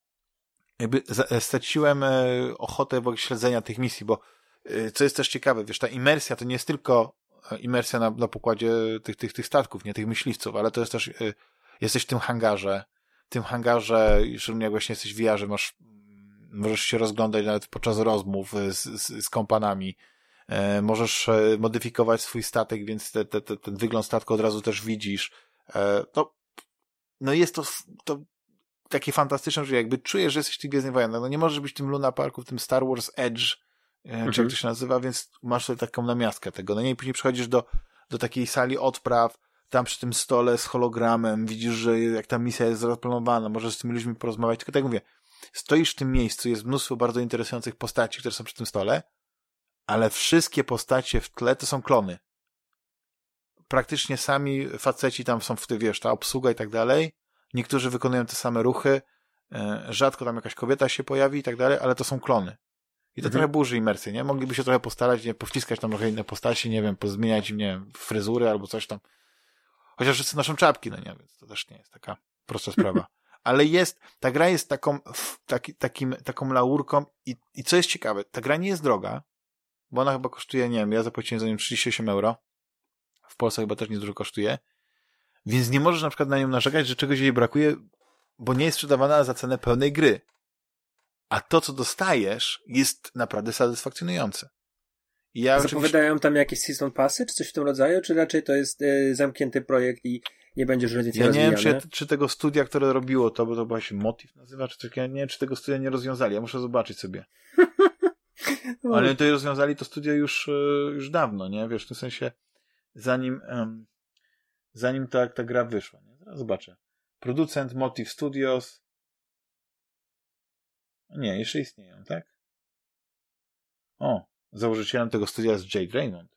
[SPEAKER 1] jakby za, straciłem e, ochotę w ogóle śledzenia tych misji, bo e, co jest też ciekawe, wiesz, ta imersja to nie jest tylko imersja na, na pokładzie tych, tych, tych statków, nie, tych myśliwców, ale to jest też, e, jesteś w tym hangarze, w tym hangarze, szczególnie jak właśnie jesteś w V R-ze, masz, możesz się rozglądać nawet podczas rozmów z, z, z kompanami, e, możesz e, modyfikować swój statek, więc te, te, te, ten wygląd statku od razu też widzisz. E, no, no jest to, to takie fantastyczne, że jakby czujesz, że jesteś w tych Gwiezdnych Wojnach. No nie możesz być w tym Luna Parku, w tym Star Wars Edge, mhm. czy jak to się nazywa, więc masz tutaj taką namiastkę tego. No nie, i później przychodzisz do, do takiej sali odpraw, tam przy tym stole z hologramem, widzisz, że jak ta misja jest zaplanowana, możesz z tymi ludźmi porozmawiać, tylko tak jak mówię, stoisz w tym miejscu, jest mnóstwo bardzo interesujących postaci, które są przy tym stole, ale wszystkie postacie w tle to są klony. Praktycznie sami faceci tam są w tym, wiesz, ta obsługa i tak dalej. Niektórzy wykonują te same ruchy, rzadko tam jakaś kobieta się pojawi i tak dalej, ale to są klony. I to mhm. trochę burzy imersję, nie? Mogliby się trochę postarać, nie? Powciskać tam trochę inne postaci, nie wiem, pozmieniać im, nie wiem, fryzury albo coś tam. Chociaż wszyscy noszą czapki, no nie, więc to też nie jest taka prosta sprawa. Ale jest, ta gra jest taką, taki, takim, taką laurką i, i co jest ciekawe, ta gra nie jest droga, bo ona chyba kosztuje, nie wiem, ja zapłaciłem za nią trzydzieści osiem euro. W Polsce chyba też nie dużo kosztuje. Więc nie możesz na przykład na nią narzekać, że czegoś jej brakuje, bo nie jest sprzedawana za cenę pełnej gry. A to, co dostajesz, jest naprawdę satysfakcjonujące. I ja
[SPEAKER 2] Zapowiadają
[SPEAKER 1] oczywiście...
[SPEAKER 2] tam jakieś season passy, czy coś w tym rodzaju, czy raczej to jest y, zamknięty projekt i nie będziesz więcej
[SPEAKER 1] Ja
[SPEAKER 2] rozwijane?
[SPEAKER 1] nie wiem, czy, czy tego studia, które robiło to, bo to chyba się Motiv nazywa, czy coś, ja nie wiem, czy tego studia nie rozwiązali. Ja muszę zobaczyć sobie. Ale to rozwiązali to studio już, już dawno, nie? Wiesz, w tym sensie zanim um, zanim ta, ta gra wyszła. Nie? Zaraz zobaczę. Producent Motiv Studios. Nie, jeszcze istnieją, tak? O, założycielem tego studia jest Jade Raymond.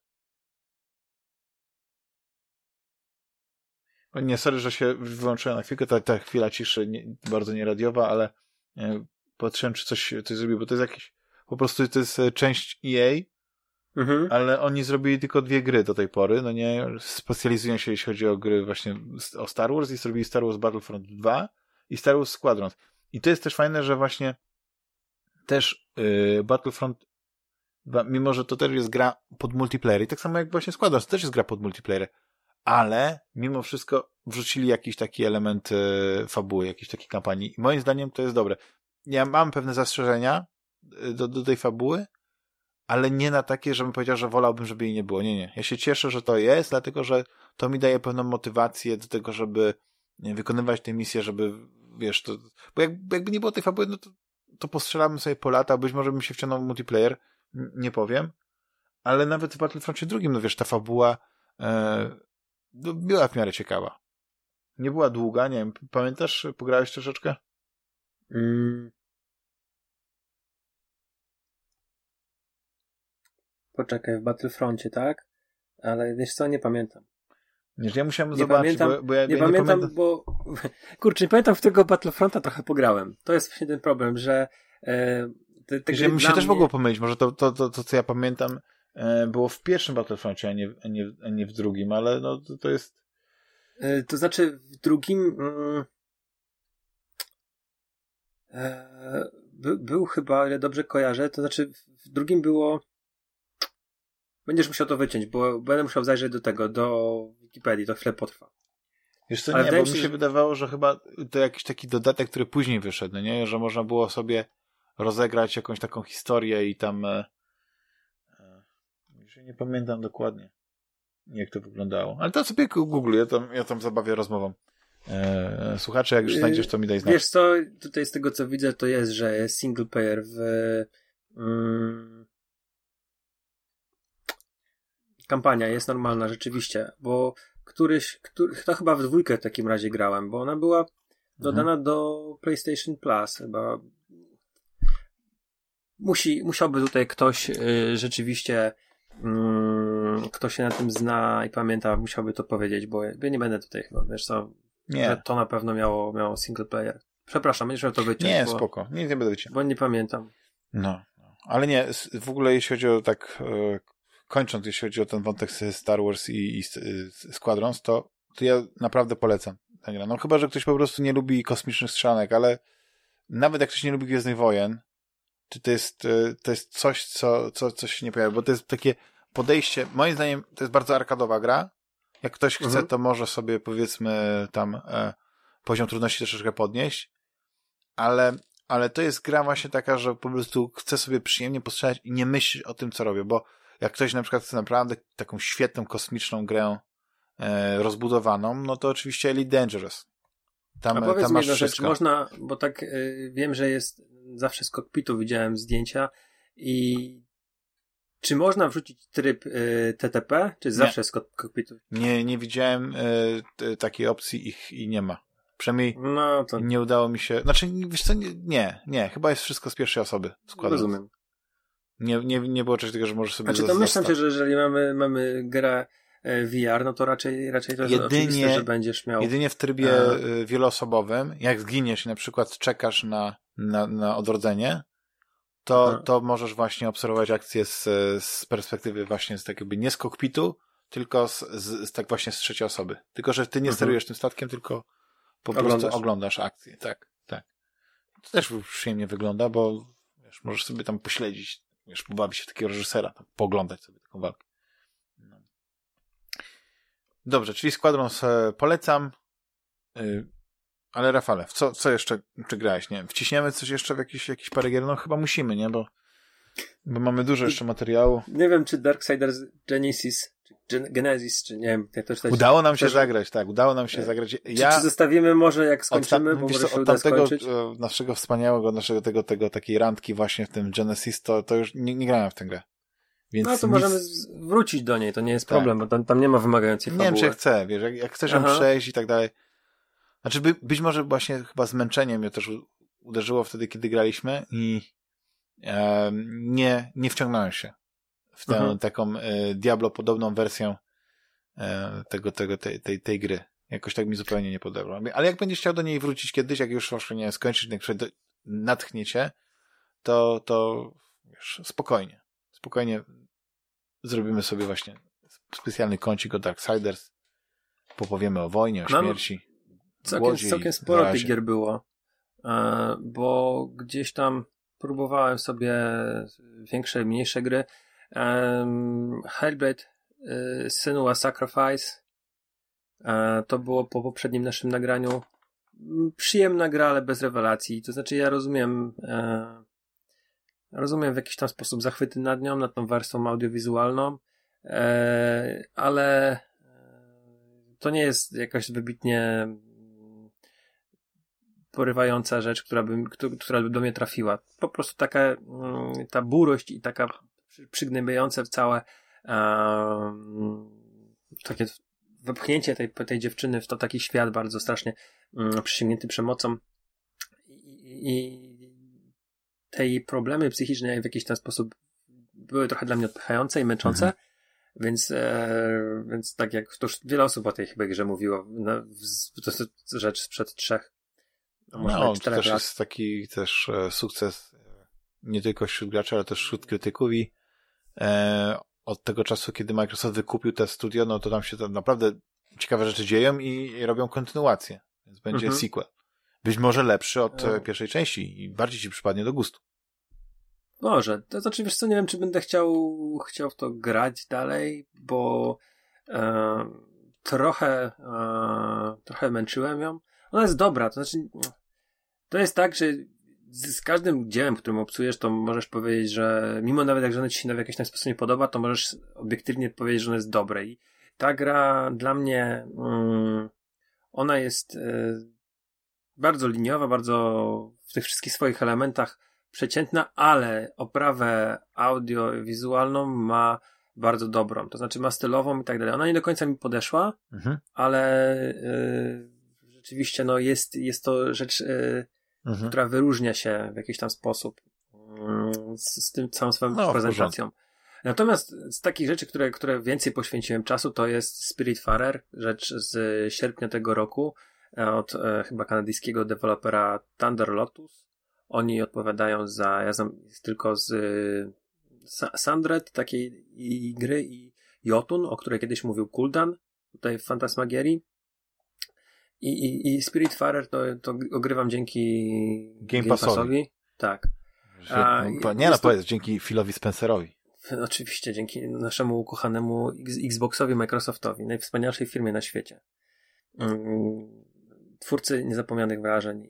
[SPEAKER 1] Nie, sorry, że się wyłączyłem na chwilkę. Ta, ta chwila ciszy nie, bardzo nieradiowa, ale nie, patrzyłem, czy coś, coś zrobił, bo to jest jakiś po prostu to jest część E A, mhm. ale oni zrobili tylko dwie gry do tej pory, no nie, specjalizują się, jeśli chodzi o gry właśnie o Star Wars i zrobili Star Wars Battlefront dwa i Star Wars Squadrons. I to jest też fajne, że właśnie też yy, Battlefront dwa, mimo że to też jest gra pod multiplayer i tak samo jak właśnie Squadrons, to też jest gra pod multiplayer, ale mimo wszystko wrzucili jakiś taki element yy, fabuły, jakiejś takiej kampanii i moim zdaniem to jest dobre. Ja mam pewne zastrzeżenia do, do tej fabuły, ale nie na takie, żebym powiedział, że wolałbym, żeby jej nie było. Nie, nie. Ja się cieszę, że to jest, dlatego, że to mi daje pewną motywację do tego, żeby nie, wykonywać tę misję, żeby, wiesz, to, bo jak, jakby nie było tej fabuły, no to, to postrzelamy sobie po lata, być może bym się wciągnął w multiplayer, nie powiem, ale nawet w Battlefroncie drugim, no wiesz, ta fabuła e, no, była w miarę ciekawa. Nie była długa, nie wiem, pamiętasz, pograłeś troszeczkę?
[SPEAKER 2] Mm. Poczekaj, w Battlefroncie, tak? Ale wiesz co, nie pamiętam.
[SPEAKER 1] Nie, ja musiałem
[SPEAKER 2] nie
[SPEAKER 1] zobaczyć,
[SPEAKER 2] pamiętam,
[SPEAKER 1] bo, bo ja
[SPEAKER 2] nie,
[SPEAKER 1] ja
[SPEAKER 2] pamiętam,
[SPEAKER 1] nie pamiętam,
[SPEAKER 2] bo kurczę, nie pamiętam, w tego Battlefronta trochę pograłem. To jest właśnie ten problem, że e, te, te
[SPEAKER 1] gry mi się też
[SPEAKER 2] mnie...
[SPEAKER 1] mogło pomylić, może to, to, to, to co ja pamiętam e, było w pierwszym Battlefroncie, a nie, a nie, a nie w drugim, ale no to, to jest
[SPEAKER 2] e, to znaczy w drugim mm, e, by, był chyba, ale dobrze kojarzę, to znaczy w drugim było będziesz musiał to wyciąć, bo będę musiał zajrzeć do tego, do Wikipedii, to chwilę potrwa.
[SPEAKER 1] Wiesz co, ale nie, bo mi się że... wydawało, że chyba to jakiś taki dodatek, który później wyszedł, nie? Że można było sobie rozegrać jakąś taką historię i tam e, e, już nie pamiętam dokładnie. jak to wyglądało. Ale to sobie Google, ja tam, ja tam zabawię rozmową. Eee, słuchacze, jak już znajdziesz, to mi daj znać.
[SPEAKER 2] Wiesz co, tutaj z tego co widzę, to jest, że jest single player w mm, kampania jest normalna rzeczywiście, bo któryś, który, to chyba w dwójkę w takim razie grałem, bo ona była dodana mhm. do PlayStation Plus chyba. Musi, musiałby tutaj ktoś y, rzeczywiście y, kto się na tym zna i pamięta, musiałby to powiedzieć, bo ja nie będę tutaj chyba, wiesz co, nie. Że to na pewno miało, miało single player. Przepraszam, będziesz miał to wyciąć.
[SPEAKER 1] Nie,
[SPEAKER 2] bo,
[SPEAKER 1] spoko, nie, nie będę wyciąć.
[SPEAKER 2] Bo nie pamiętam.
[SPEAKER 1] No, ale nie, w ogóle jeśli chodzi o tak, e, kończąc, jeśli chodzi o ten wątek z Star Wars i, i Squadrons, to, to ja naprawdę polecam tę grę. No chyba, że ktoś po prostu nie lubi kosmicznych strzelanek, ale nawet jak ktoś nie lubi Gwiezdnych Wojen, to, to jest, to jest coś, co, co, co się nie pojawia, bo to jest takie podejście, moim zdaniem to jest bardzo arkadowa gra. Jak ktoś chce, mhm. to może sobie powiedzmy tam e, poziom trudności troszeczkę podnieść, ale, ale to jest gra właśnie taka, że po prostu chce sobie przyjemnie postrzelać i nie myśli o tym, co robię, bo jak ktoś na przykład chce naprawdę taką świetną, kosmiczną grę e, rozbudowaną, no to oczywiście Elite Dangerous. Tam,
[SPEAKER 2] A powiedz
[SPEAKER 1] tam
[SPEAKER 2] mi
[SPEAKER 1] masz
[SPEAKER 2] jedną rzecz,
[SPEAKER 1] wszystko.
[SPEAKER 2] można, bo tak y, wiem, że jest zawsze z kokpitu widziałem zdjęcia i czy można wrzucić tryb y, T T P, czy zawsze z kokpitu?
[SPEAKER 1] Nie, nie widziałem y, t, takiej opcji ich i nie ma. Przynajmniej
[SPEAKER 2] no, to...
[SPEAKER 1] nie udało mi się, znaczy wiesz co, nie, nie, nie, chyba jest wszystko z pierwszej osoby składane.
[SPEAKER 2] Rozumiem.
[SPEAKER 1] Nie, nie, nie było czegoś takiego, że możesz sobie...
[SPEAKER 2] Znaczy to myślę się, że jeżeli mamy, mamy grę V R, no to raczej, raczej to jest
[SPEAKER 1] jedynie,
[SPEAKER 2] oczywiste, że będziesz miał...
[SPEAKER 1] Jedynie w trybie
[SPEAKER 2] a...
[SPEAKER 1] wieloosobowym, jak zginiesz i na przykład czekasz na, na, na odrodzenie, to, to możesz właśnie obserwować akcję z, z perspektywy właśnie z tak jakby nie z kokpitu, tylko z, z, z tak właśnie z trzeciej osoby. Tylko, że ty nie sterujesz mhm. tym statkiem, tylko po oglądasz. prostu oglądasz akcję. Tak, tak. To też przyjemnie wygląda, bo wiesz, możesz sobie tam pośledzić, wiesz, pobawić się takiego reżysera, tam, pooglądać sobie taką walkę. No. Dobrze, czyli Squadrons e, polecam. Y, ale Rafale, w co, co jeszcze, czy grałeś? Nie wiem, wciśniemy coś jeszcze w jakieś, jakieś parę gier? No chyba musimy, nie? Bo, bo mamy dużo jeszcze materiału.
[SPEAKER 2] Nie wiem, czy Darksiders Genesis, czy Genesis, czy nie wiem, jak to czytać.
[SPEAKER 1] Udało nam się też... zagrać, tak, udało nam się nie. zagrać. Ja...
[SPEAKER 2] Czy, czy zostawimy może jak skończymy,
[SPEAKER 1] od,
[SPEAKER 2] bo
[SPEAKER 1] wiesz,
[SPEAKER 2] może się
[SPEAKER 1] od
[SPEAKER 2] uda
[SPEAKER 1] tamtego
[SPEAKER 2] skończyć?
[SPEAKER 1] naszego wspaniałego, naszego tego, tego, takiej randki właśnie w tym Genesis, to, to już nie, nie grałem w tę grę. Więc
[SPEAKER 2] no to
[SPEAKER 1] nic...
[SPEAKER 2] możemy wrócić do niej, to nie jest tak. problem, bo tam, tam nie ma wymagającej fabuły.
[SPEAKER 1] Nie wiem, czy ja chcę, wiesz, jak, jak chcesz ją przejść i tak dalej. Znaczy, by, być może właśnie chyba zmęczenie mnie też uderzyło wtedy, kiedy graliśmy i e, nie, nie wciągnąłem się w tę mhm. taką e, Diablo-podobną wersję e, tego, tego, tej, tej, tej gry. Jakoś tak mi zupełnie nie podobało. Ale jak będziesz chciał do niej wrócić kiedyś, jak już właśnie nie skończysz, jak natchnie cię, to, to wiesz, spokojnie. Spokojnie zrobimy sobie właśnie specjalny kącik o Darksiders, popowiemy o wojnie, o śmierci.
[SPEAKER 2] Całkiem, całkiem sporo tych gier było, bo gdzieś tam próbowałem sobie większe, mniejsze gry. Hellblade Senua Sacrifice to było po poprzednim naszym nagraniu. Przyjemna gra, ale bez rewelacji. To znaczy ja rozumiem rozumiem w jakiś tam sposób zachwyty nad nią, nad tą warstwą audiowizualną, ale to nie jest jakaś wybitnie porywająca rzecz, która by, która by do mnie trafiła. Po prostu taka ta burość i taka przygnębiające w całe um, takie wepchnięcie tej, tej dziewczyny w to taki świat bardzo strasznie um, przysięgnięty przemocą i, i te jej problemy psychiczne w jakiś ten sposób były trochę dla mnie odpychające i męczące. Mhm. Więc, e, więc tak jak to już wiele osób o tej chyba grze mówiło, no, w, to jest rzecz sprzed trzech, a może
[SPEAKER 1] no, to też
[SPEAKER 2] lat.
[SPEAKER 1] jest taki też e, sukces e, nie tylko wśród graczy, ale też wśród krytyków i e, od tego czasu, kiedy Microsoft wykupił te studio, no to tam się tam naprawdę ciekawe rzeczy dzieją i, i robią kontynuację, więc będzie mhm. sequel. Być może lepszy od e, pierwszej części i bardziej ci przypadnie do gustu.
[SPEAKER 2] Może. To znaczy, wiesz co, nie wiem, czy będę chciał, chciał w to grać dalej, bo e, trochę e, trochę męczyłem ją. Ona jest dobra, to znaczy to jest tak, że z, z każdym dziełem, którym obcujesz, to możesz powiedzieć, że mimo nawet jak że ono ci się w jakiś tam sposób nie podoba, to możesz obiektywnie powiedzieć, że ono jest dobre. I ta gra dla mnie mm, ona jest y, bardzo liniowa, bardzo w tych wszystkich swoich elementach przeciętna, ale oprawę audiowizualną ma bardzo dobrą, to znaczy ma stylową i tak dalej. Ona nie do końca mi podeszła, mhm. ale y, rzeczywiście no jest, jest to rzecz, y, mhm. która wyróżnia się w jakiś tam sposób y, z, z tym całą swoją no, prezentacją. Natomiast z takich rzeczy, które, które więcej poświęciłem czasu, to jest Spiritfarer, rzecz z sierpnia tego roku od e, chyba kanadyjskiego dewelopera Thunder Lotus. Oni odpowiadają za, ja znam tylko z Sa- Sandred, takiej i, gry i Jotun, o której kiedyś mówił Kuldan, tutaj w Fantasmagierii. I, i, i Spiritfarer to, to ogrywam dzięki
[SPEAKER 1] Game Passowi. Game Passowi.
[SPEAKER 2] Tak.
[SPEAKER 1] A, no, nie no, to... powiedz, dzięki Philowi Spencerowi.
[SPEAKER 2] Oczywiście, dzięki naszemu ukochanemu Xboxowi, Microsoftowi, najwspanialszej firmie na świecie. Twórcy niezapomnianych wrażeń.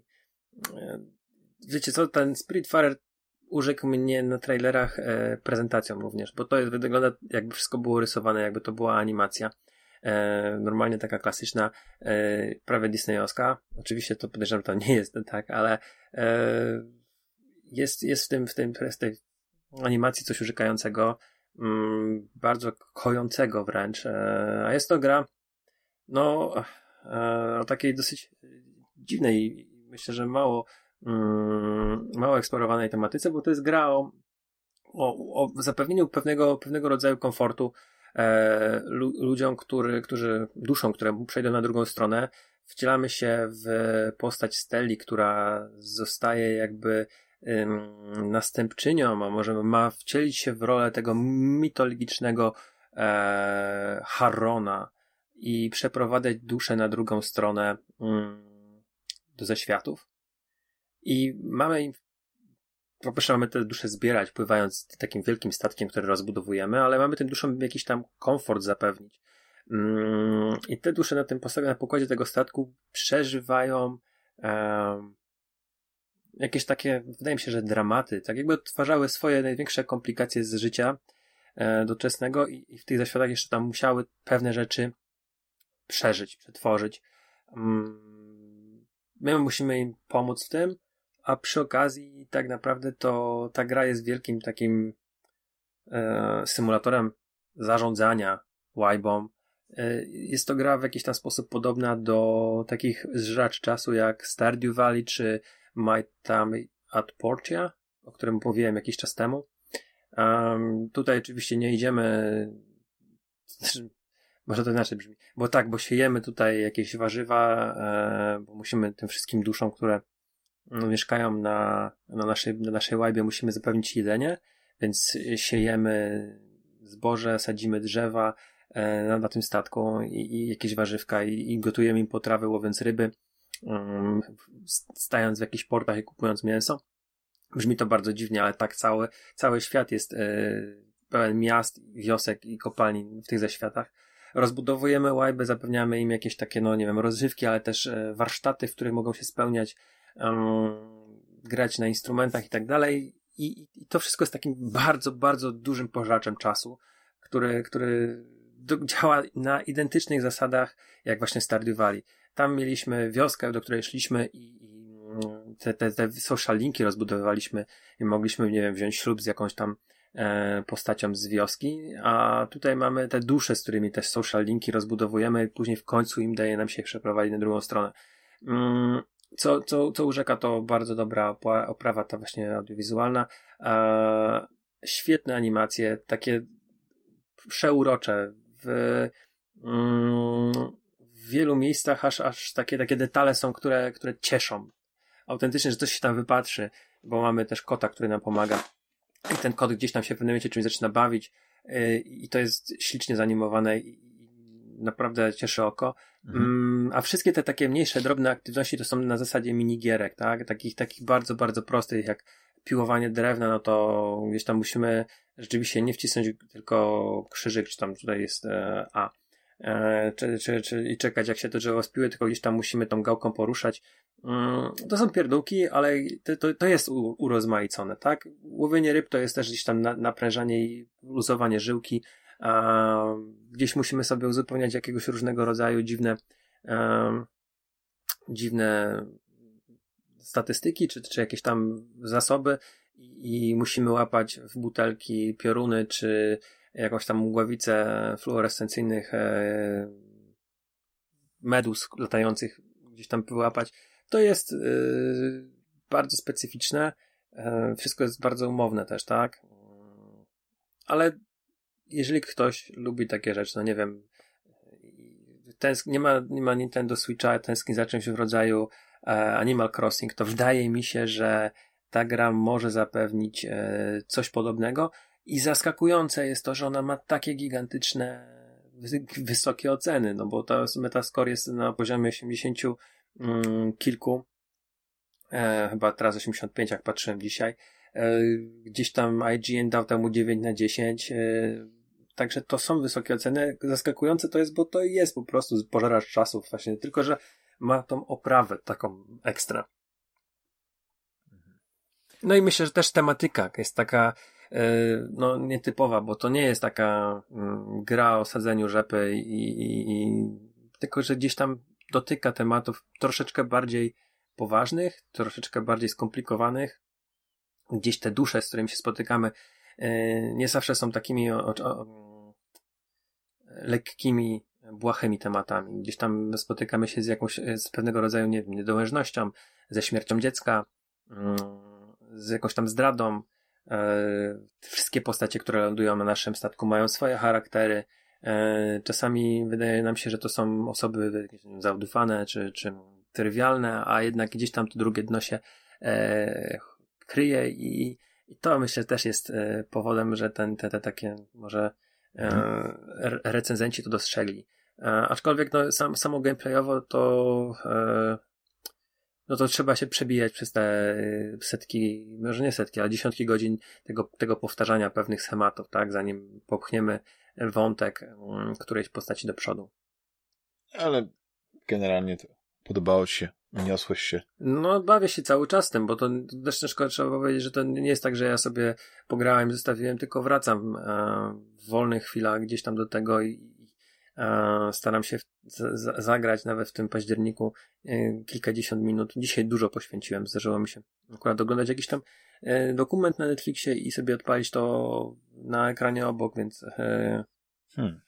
[SPEAKER 2] Wiecie co, ten Spiritfarer urzekł mnie na trailerach e, prezentacją również, bo to jest, wygląda jakby wszystko było rysowane, jakby to była animacja. E, normalnie taka klasyczna, e, prawie disneyowska. Oczywiście to podejrzewam, że to nie jest tak, ale e, jest, jest w tym, w tym, w tej animacji coś urzekającego, mm, bardzo kojącego wręcz, e, a jest to gra no e, o takiej dosyć dziwnej, myślę, że mało mm, mało eksplorowanej tematyce, bo to jest gra o, o, o zapewnieniu pewnego, pewnego rodzaju komfortu e, lu, ludziom, który, którzy duszą, które przejdą na drugą stronę. Wcielamy się w postać Stelli, która zostaje jakby następczynią, a może ma wcielić się w rolę tego mitologicznego e, Harrona i przeprowadzać duszę na drugą stronę mm, do zaświatów. I mamy im po pierwsze mamy te dusze zbierać, pływając takim wielkim statkiem, który rozbudowujemy, ale mamy tym duszom jakiś tam komfort zapewnić. Mm, I te dusze na tym na pokładzie tego statku przeżywają e, jakieś takie, wydaje mi się, że dramaty, tak jakby odtwarzały swoje największe komplikacje z życia e, doczesnego i, i w tych zaświatach jeszcze tam musiały pewne rzeczy przeżyć, przetworzyć. Mm, my musimy im pomóc w tym, a przy okazji tak naprawdę to ta gra jest wielkim takim e, symulatorem zarządzania łajbą. E, jest to gra w jakiś tam sposób podobna do takich zżeraczy czasu jak Stardew Valley czy My Time at Portia, o którym mówiłem jakiś czas temu. Um, tutaj oczywiście nie idziemy, może to inaczej brzmi, bo tak, bo siejemy tutaj jakieś warzywa, e, bo musimy tym wszystkim duszom, które no, mieszkają na, na, naszej, na naszej łajbie, musimy zapewnić jedzenie, więc siejemy zboże, sadzimy drzewa e, na, na tym statku i, i jakieś warzywka i, i gotujemy im potrawy, łowiąc ryby. Um, stając w jakichś portach i kupując mięso. Brzmi to bardzo dziwnie, ale tak cały, cały świat jest e, pełen miast, wiosek i kopalni w tych zaświatach. Rozbudowujemy łajby, zapewniamy im jakieś takie, no nie wiem, rozrywki, ale też e, warsztaty, w których mogą się spełniać, um, grać na instrumentach i tak dalej. I, i to wszystko jest takim bardzo, bardzo dużym pożeraczem czasu, który, który do, działa na identycznych zasadach jak właśnie Stardew Valley. Tam mieliśmy wioskę, do której szliśmy i, i te, te, te social linki rozbudowywaliśmy i mogliśmy, nie wiem, wziąć ślub z jakąś tam e, postacią z wioski, a tutaj mamy te dusze, z którymi też social linki rozbudowujemy i później w końcu im daje nam się przeprowadzić na drugą stronę. Mm, co, co, co urzeka, to bardzo dobra oprawa ta właśnie audiowizualna. E, świetne animacje, takie przeurocze w mm, w wielu miejscach aż, aż takie, takie detale są, które, które cieszą. Autentycznie, że coś się tam wypatrzy, bo mamy też kota, który nam pomaga i ten kot gdzieś tam się w pewnym momencie czymś zaczyna bawić yy, i to jest ślicznie zanimowane i, i naprawdę cieszy oko. Mhm. Yy, a wszystkie te takie mniejsze, drobne aktywności to są na zasadzie minigierek, tak? Takich, takich bardzo, bardzo prostych, jak piłowanie drewna, no to gdzieś tam musimy rzeczywiście nie wcisnąć tylko krzyżyk, czy tam tutaj jest e, A. E, czy, czy, czy, i czekać jak się to drzewo spiły, tylko gdzieś tam musimy tą gałką poruszać. Mm, to są pierdółki, ale to, to, to jest u, urozmaicone, tak? Łowienie ryb to jest też gdzieś tam na, naprężanie i luzowanie żyłki, a gdzieś musimy sobie uzupełniać jakiegoś różnego rodzaju dziwne um, dziwne statystyki, czy, czy jakieś tam zasoby i, i musimy łapać w butelki pioruny, czy jakąś tam mgławicę fluorescencyjnych e, medus latających gdzieś tam wyłapać. To jest e, bardzo specyficzne. E, wszystko jest bardzo umowne też, tak? Ale jeżeli ktoś lubi takie rzeczy, no nie wiem, tęsk- nie ma, nie ma Nintendo Switcha, tęskni za czymś w rodzaju e, Animal Crossing, to wydaje mi się, że ta gra może zapewnić e, coś podobnego i zaskakujące jest to, że ona ma takie gigantyczne wy- wysokie oceny, no bo to Metascore jest na poziomie osiemdziesiąt mm, kilku, e, chyba teraz osiemdziesiąt pięć, jak patrzyłem dzisiaj, e, gdzieś tam I G N dał temu dziewięć na dziesięć, e, także to są wysokie oceny. Zaskakujące to jest, bo to jest po prostu pożeracz czasów właśnie, tylko że ma tą oprawę taką ekstra. No i myślę, że też tematyka jest taka yy, no nietypowa, bo to nie jest taka yy, gra o sadzeniu rzepy i, i, i tylko, że gdzieś tam dotyka tematów troszeczkę bardziej poważnych, troszeczkę bardziej skomplikowanych. Gdzieś te dusze, z którymi się spotykamy, yy, nie zawsze są takimi o, o, o, lekkimi, błahymi tematami. Gdzieś tam spotykamy się z jakąś, z pewnego rodzaju, nie wiem, niedołężnością, ze śmiercią dziecka, yy, z jakąś tam zdradą. E, wszystkie postacie, które lądują na naszym statku, mają swoje charaktery. E, czasami wydaje nam się, że to są osoby zaudufane czy, czy trywialne, a jednak gdzieś tam to drugie dno się e, kryje i, i to myślę też jest e, powodem, że ten, te, te takie może e, recenzenci to dostrzegli. E, aczkolwiek no, sam, samo gameplayowo to e, no to trzeba się przebijać przez te setki, może nie setki, ale dziesiątki godzin tego, tego powtarzania pewnych schematów, tak, zanim popchniemy wątek um, którejś postaci do przodu.
[SPEAKER 1] Ale generalnie to podobało ci się, uniosłeś się.
[SPEAKER 2] No, bawię się cały czas tym, bo to też też trzeba powiedzieć, że to nie jest tak, że ja sobie pograłem, zostawiłem, tylko wracam e, w wolnych chwilach gdzieś tam do tego i staram się z- zagrać nawet w tym październiku e, kilkadziesiąt minut. Dzisiaj dużo poświęciłem. Zdarzyło mi się akurat oglądać jakiś tam e, dokument na Netflixie i sobie odpalić to na ekranie obok, więc e,
[SPEAKER 1] hmm.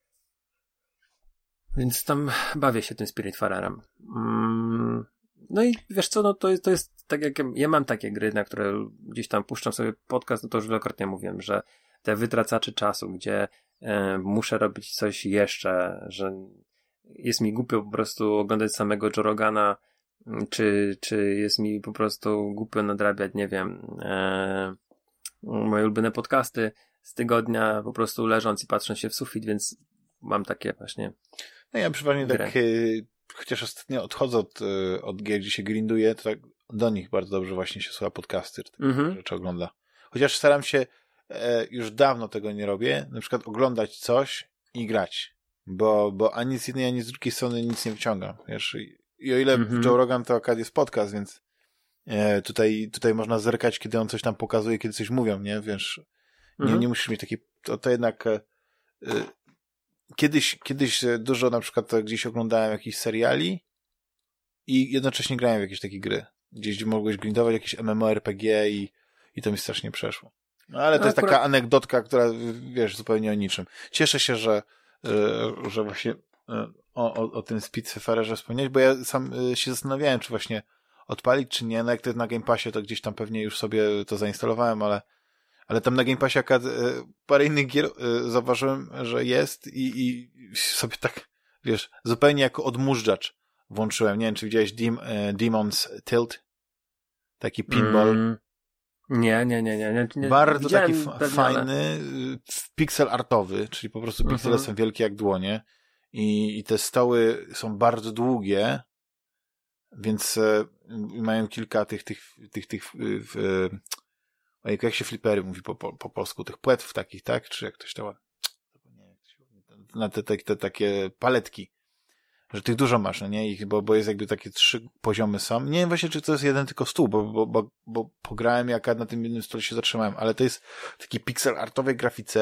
[SPEAKER 2] więc tam bawię się tym Spiritfarerem. Mm, no i wiesz co, no to jest, to jest tak jak ja, ja mam takie gry, na które gdzieś tam puszczam sobie podcast, no to już wielokrotnie mówiłem, że te wytracacze czasu, gdzie e, muszę robić coś jeszcze, że jest mi głupio po prostu oglądać samego Joe Rogana, czy, czy jest mi po prostu głupio nadrabiać, nie wiem, e, moje ulubione podcasty z tygodnia, po prostu leżąc i patrząc się w sufit, więc mam takie właśnie.
[SPEAKER 1] No ja przypadnie tak, y, chociaż ostatnio odchodzę od, y, od gier, gdzie się grinduje, to tak do nich bardzo dobrze właśnie się słucha podcasty, czy takie mm-hmm. rzeczy ogląda. Chociaż staram się, e, już dawno tego nie robię, na przykład oglądać coś i grać, bo, bo ani z jednej, ani z drugiej strony nic nie wyciągam, wiesz, i, i o ile mm-hmm. Joe Rogan to akurat jest podcast, więc e, tutaj, tutaj można zerkać, kiedy on coś tam pokazuje, kiedy coś mówią, nie, wiesz, nie, mm-hmm. nie musisz mieć takiej, to, to jednak e, e, Kiedyś, kiedyś dużo na przykład gdzieś oglądałem jakichś seriali i jednocześnie grałem w jakieś takie gry. Gdzieś, gdzie mogłeś grindować jakieś MMORPG i, i to mi strasznie przeszło. No ale to no, jest akurat taka anegdotka, która, wiesz, zupełnie o niczym. Cieszę się, że, że właśnie o, o, o tym Spiritfarerze wspomnieć, bo ja sam się zastanawiałem, czy właśnie odpalić, czy nie. No jak to jest na Game Passie, to gdzieś tam pewnie już sobie to zainstalowałem, ale Ale tam na Game Passie akurat e, parę innych gier e, zauważyłem, że jest i, i sobie tak, wiesz, zupełnie jako odmóżdżacz włączyłem. Nie wiem, czy widziałeś Dim, e, Demon's Tilt? Taki pinball. Mm,
[SPEAKER 2] nie, nie, nie, nie. nie
[SPEAKER 1] Bardzo
[SPEAKER 2] widziałem
[SPEAKER 1] taki f-
[SPEAKER 2] pewnie,
[SPEAKER 1] fajny,
[SPEAKER 2] ale...
[SPEAKER 1] pixel artowy, czyli po prostu piksele mm-hmm. są wielkie jak dłonie i, i te stoły są bardzo długie, więc e, mają kilka tych, tych, tych, tych, w, o jak się flipery mówi po, po, po polsku, tych płetw takich, tak? Czy jak ktoś to na te, te, te takie paletki, że tych dużo masz, no nie? Ich, bo, bo jest jakby takie trzy poziomy są. Nie wiem właśnie, czy to jest jeden tylko stół, bo, bo, bo, bo pograłem, jak na tym jednym stole się zatrzymałem, ale to jest taki pixel artowej grafice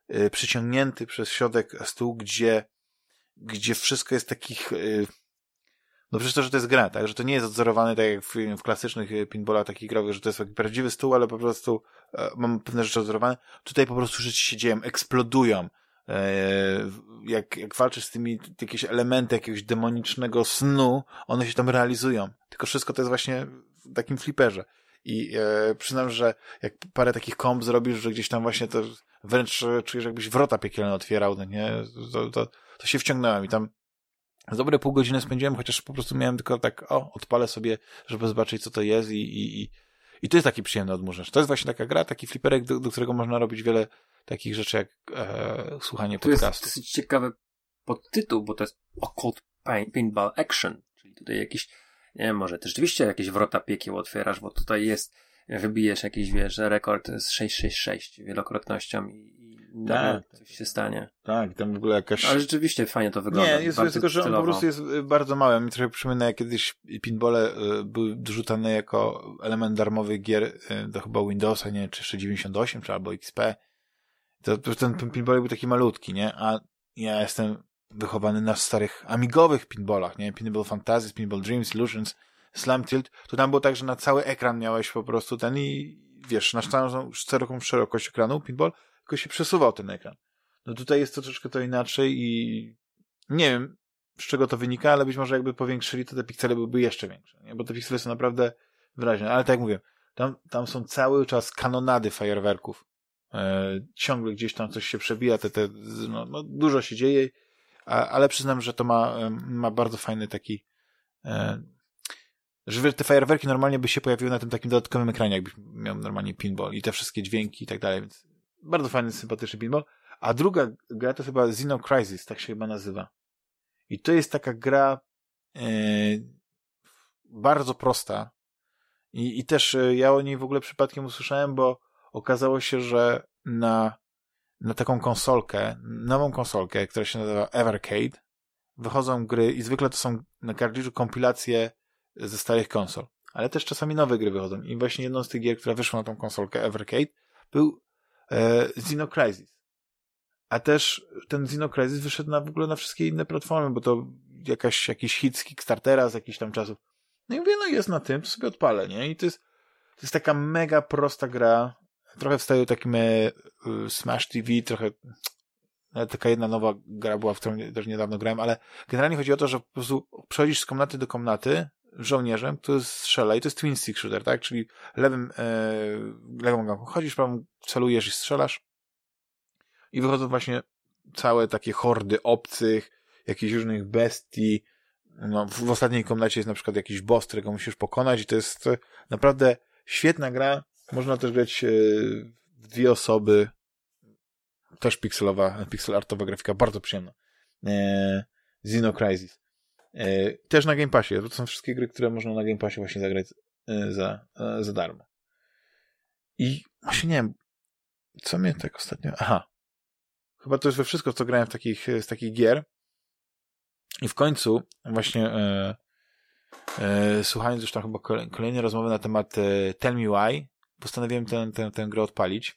[SPEAKER 1] y, przyciągnięty przez środek stół, gdzie, gdzie wszystko jest takich... Y, no przecież to, że to jest gra, tak? Że to nie jest odzorowane tak jak w, w klasycznych pinballach takich growych, że to jest taki prawdziwy stół, ale po prostu e, mam pewne rzeczy odzorowane. Tutaj po prostu rzeczy się dzieją, eksplodują. E, jak, jak walczysz z tymi, jakieś elementy jakiegoś demonicznego snu, one się tam realizują. Tylko wszystko to jest właśnie w takim fliperze. I e, przyznam, że jak parę takich komb zrobisz, że gdzieś tam właśnie to wręcz czujesz, jakbyś wrota piekielne otwierał, no nie? To, to, to się wciągnąłem i tam z dobre pół godziny spędziłem, chociaż po prostu miałem tylko tak, o, odpalę sobie, żeby zobaczyć, co to jest i, i, i, i to jest taki przyjemny odmurzacz. To jest właśnie taka gra, taki fliperek, do, do którego można robić wiele takich rzeczy, jak e, słuchanie
[SPEAKER 2] podcastu. To jest
[SPEAKER 1] podcastu.
[SPEAKER 2] dosyć ciekawy podtytuł, bo to jest Occult Pinball Action, czyli tutaj jakiś, nie wiem, może też rzeczywiście jakieś wrota piekieł otwierasz, bo tutaj jest, wybijesz jakiś, wiesz, rekord z sześć sześć sześć wielokrotnością i tak, coś się stanie.
[SPEAKER 1] Tak, tam w ogóle jakaś...
[SPEAKER 2] Ale rzeczywiście fajnie to wygląda.
[SPEAKER 1] Nie, jest tylko, że on po prostu jest bardzo mały. Mi trochę przypomina, jak kiedyś pinballe y, były dorzucane jako element darmowych gier y, do chyba Windowsa, nie, czy jeszcze dziewięćdziesiąt osiem, czy albo X P. To, to ten, ten pinball był taki malutki, nie? A ja jestem wychowany na starych amigowych pinballach, nie? Pinball Fantasies, Pinball Dreams, Illusions, Slam Tilt. To tam było tak, że na cały ekran miałeś po prostu ten i wiesz, na całą szeroką szerokość ekranu pinball, tylko się przesuwał ten ekran. No tutaj jest to troszeczkę to inaczej i nie wiem, z czego to wynika, ale być może jakby powiększyli, to te piksele byłyby jeszcze większe, nie? Bo te piksele są naprawdę wyraźne. Ale tak jak mówię, tam, tam są cały czas kanonady fajerwerków. E, ciągle gdzieś tam coś się przebija, te, te, no, no, dużo się dzieje, a, ale przyznam, że to ma, ma bardzo fajny taki e, że te fajerwerki normalnie by się pojawiły na tym takim dodatkowym ekranie, jakbyś miał normalnie pinball i te wszystkie dźwięki i tak dalej, więc bardzo fajny, sympatyczny pinball. A druga gra to chyba Xeno Crisis, tak się chyba nazywa. I to jest taka gra e, bardzo prosta. I, i też e, ja o niej w ogóle przypadkiem usłyszałem, bo okazało się, że na, na taką konsolkę, nową konsolkę, która się nazywa Evercade, wychodzą gry i zwykle to są na kartridżu kompilacje ze starych konsol. Ale też czasami nowe gry wychodzą. I właśnie jedną z tych gier, która wyszła na tą konsolkę Evercade, był e, Xeno Crisis. A też ten Xeno Crisis wyszedł na, w ogóle na wszystkie inne platformy, bo to jakaś, jakiś hit z Kickstartera z jakichś tam czasów. No i mówię, no jest na tym, to sobie odpalę, nie? I to jest, to jest taka mega prosta gra. Trochę w stylu takim e, Smash T V, trochę nawet taka jedna nowa gra była, w którą też niedawno grałem, ale generalnie chodzi o to, że po prostu przechodzisz z komnaty do komnaty żołnierzem, który strzela i to jest twin stick shooter, tak? Czyli lewym, e, lewą gałką chodzisz, prawą celujesz i strzelasz i wychodzą właśnie całe takie hordy obcych, jakichś różnych bestii. No, w, w ostatniej komnacie jest na przykład jakiś boss, którego musisz pokonać i to jest naprawdę świetna gra. Można też grać e, w dwie osoby. Też pikselowa, pixel artowa grafika, bardzo przyjemna. E, Xeno Crisis. E, też na Game Passie. To są wszystkie gry, które można na Game Passie właśnie zagrać e, za, e, za darmo. I właśnie nie wiem, co mnie tak ostatnio... Aha. Chyba to jest we wszystko, co grałem w takich, z takich gier. I w końcu właśnie e, e, słuchając już tam chyba kolejne rozmowy na temat e, Tell Me Why, postanowiłem tę, tę, tę grę odpalić.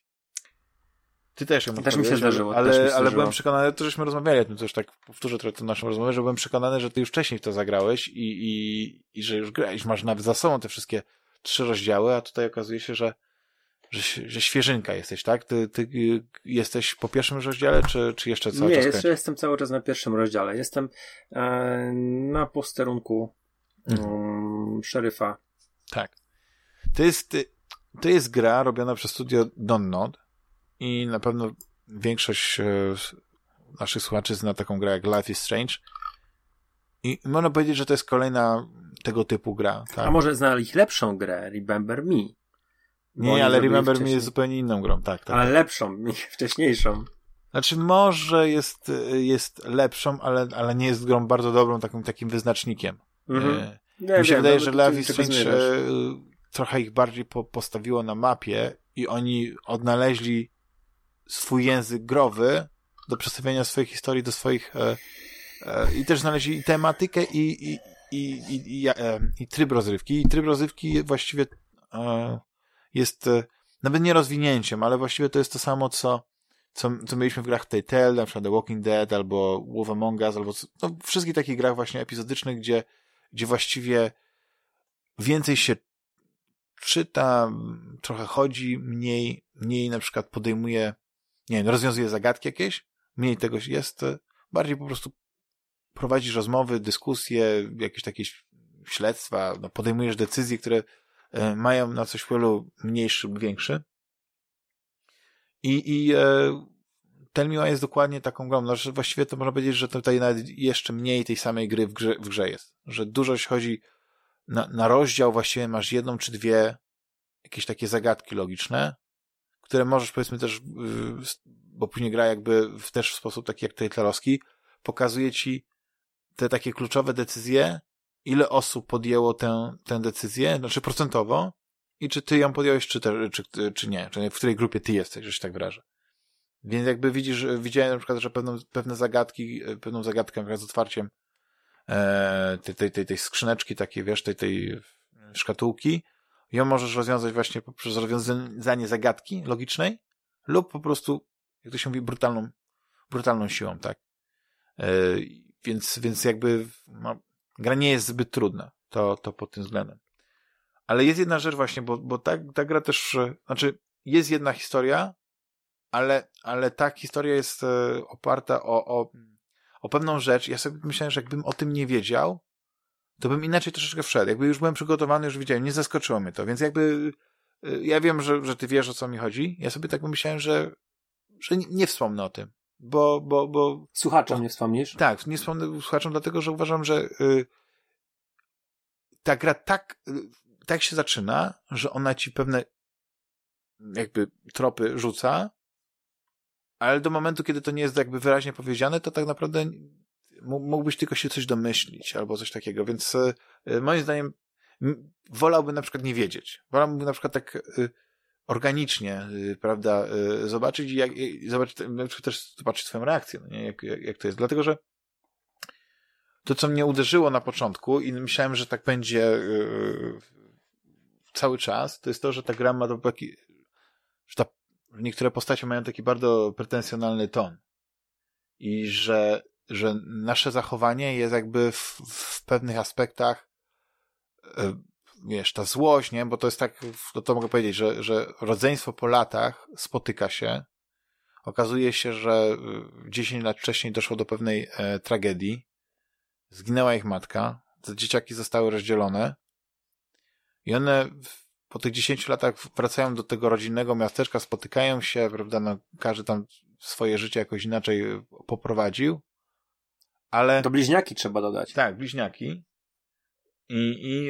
[SPEAKER 1] Ty też ją
[SPEAKER 2] Też mi się zdarzyło.
[SPEAKER 1] Ale,
[SPEAKER 2] też mi się
[SPEAKER 1] ale
[SPEAKER 2] zdarzyło.
[SPEAKER 1] byłem przekonany, to żeśmy rozmawiali o tym, to już tak powtórzę trochę tę naszą rozmowę, że byłem przekonany, że ty już wcześniej w to zagrałeś i, i, i że już grałeś, masz nawet za sobą te wszystkie trzy rozdziały, a tutaj okazuje się, że, że, że świeżynka jesteś, tak? Ty, ty jesteś po pierwszym rozdziale, czy, czy jeszcze cały
[SPEAKER 2] Nie,
[SPEAKER 1] czas? Nie,
[SPEAKER 2] jeszcze jestem cały czas na pierwszym rozdziale. Jestem e, na posterunku mhm. um, szeryfa.
[SPEAKER 1] Tak. To jest, to jest gra robiona przez studio Dontnod i na pewno większość e, naszych słuchaczy zna taką grę jak Life is Strange i można powiedzieć, że to jest kolejna tego typu gra. Tak?
[SPEAKER 2] A może znali ich lepszą grę, Remember Me?
[SPEAKER 1] Nie, ale Remember Me jest zupełnie inną grą, tak. tak.
[SPEAKER 2] Ale lepszą, wcześniejszą.
[SPEAKER 1] Znaczy może jest, jest lepszą, ale, ale nie jest grą bardzo dobrą, takim, takim wyznacznikiem. Mhm. E,
[SPEAKER 2] nie,
[SPEAKER 1] mi się
[SPEAKER 2] wiem,
[SPEAKER 1] wydaje,
[SPEAKER 2] no,
[SPEAKER 1] że Life is Strange e, trochę ich bardziej po, postawiło na mapie i oni odnaleźli swój język growy do przedstawiania swojej historii, do swoich e, e, i też znaleźli tematykę i, i, i, i, i, e, i tryb rozrywki. I tryb rozrywki właściwie e, jest e, nawet nie rozwinięciem, ale właściwie to jest to samo, co, co, co mieliśmy w grach Telltale, na przykład The Walking Dead, albo Wolf Among Us, albo no, wszystkich takich grach właśnie epizodycznych, gdzie, gdzie właściwie więcej się czyta, trochę chodzi, mniej, mniej na przykład podejmuje, nie wiem, rozwiązuje zagadki jakieś, mniej tego jest, bardziej po prostu prowadzisz rozmowy, dyskusje, jakieś takie śledztwa, no, podejmujesz decyzje, które e, mają na coś wpływu mniejszy lub większy. I, i e, Tell Me Why jest dokładnie taką grą, no, że właściwie to można powiedzieć, że tutaj nawet jeszcze mniej tej samej gry w grze, w grze jest, że dużo jeśli chodzi na, na rozdział, właściwie masz jedną czy dwie jakieś takie zagadki logiczne, które możesz powiedzmy też, bo później gra jakby w, też w sposób taki jak Telltale'owski, pokazuje ci te takie kluczowe decyzje, ile osób podjęło tę, tę decyzję, znaczy procentowo i czy ty ją podjąłeś, czy, te, czy, czy nie, czy w której grupie ty jesteś, że się tak wyrażę. Więc jakby widzisz, widziałem na przykład, że pewną, pewne zagadki, pewną zagadkę na przykład z otwarciem e, tej, tej, tej, tej skrzyneczki takiej, wiesz, tej, tej szkatułki, ją możesz rozwiązać właśnie poprzez rozwiązanie zagadki logicznej lub po prostu, jak to się mówi, brutalną, brutalną siłą, tak. E, więc, więc jakby no, gra nie jest zbyt trudna, to, to pod tym względem. Ale jest jedna rzecz właśnie, bo, bo ta, ta gra też, znaczy jest jedna historia, ale, ale ta historia jest e, oparta o, o, o pewną rzecz. Ja sobie myślałem, że jakbym o tym nie wiedział, to bym inaczej troszeczkę wszedł. Jakby już byłem przygotowany, już wiedziałem, nie zaskoczyło mnie to, więc jakby e, ja wiem, że, że ty wiesz, o co mi chodzi. Ja sobie tak myślałem, że, że nie, nie wspomnę o tym, bo... bo, bo
[SPEAKER 2] Słuchaczom nie wspomnisz?
[SPEAKER 1] Tak, nie wspomnę słuchaczom, dlatego, że uważam, że y, ta gra tak, y, tak się zaczyna, że ona ci pewne jakby tropy rzuca, ale do momentu, kiedy to nie jest jakby wyraźnie powiedziane, to tak naprawdę mógłbyś tylko się coś domyślić albo coś takiego, więc y, moim zdaniem m, wolałbym na przykład nie wiedzieć. Wolałbym na przykład tak y, organicznie, y, prawda, y, zobaczyć i jak, y, zobaczyć, na przykład też zobaczyć swoją reakcję, no nie? Jak, jak, jak to jest. Dlatego, że to, co mnie uderzyło na początku i myślałem, że tak będzie yy, cały czas, to jest to, że ta gra ma taki, że ta, niektóre postacie mają taki bardzo pretensjonalny ton i że, że nasze zachowanie jest jakby w, w pewnych aspektach yy, wiesz, ta złość, nie? Bo to jest tak, to, to mogę powiedzieć, że, że rodzeństwo po latach spotyka się, okazuje się, że dziesięć lat wcześniej doszło do pewnej e, tragedii, zginęła ich matka, te dzieciaki zostały rozdzielone i one po tych dziesięciu latach wracają do tego rodzinnego miasteczka, spotykają się, prawda, no, każdy tam swoje życie jakoś inaczej poprowadził, ale...
[SPEAKER 2] To bliźniaki trzeba dodać.
[SPEAKER 1] Tak, bliźniaki. I, i,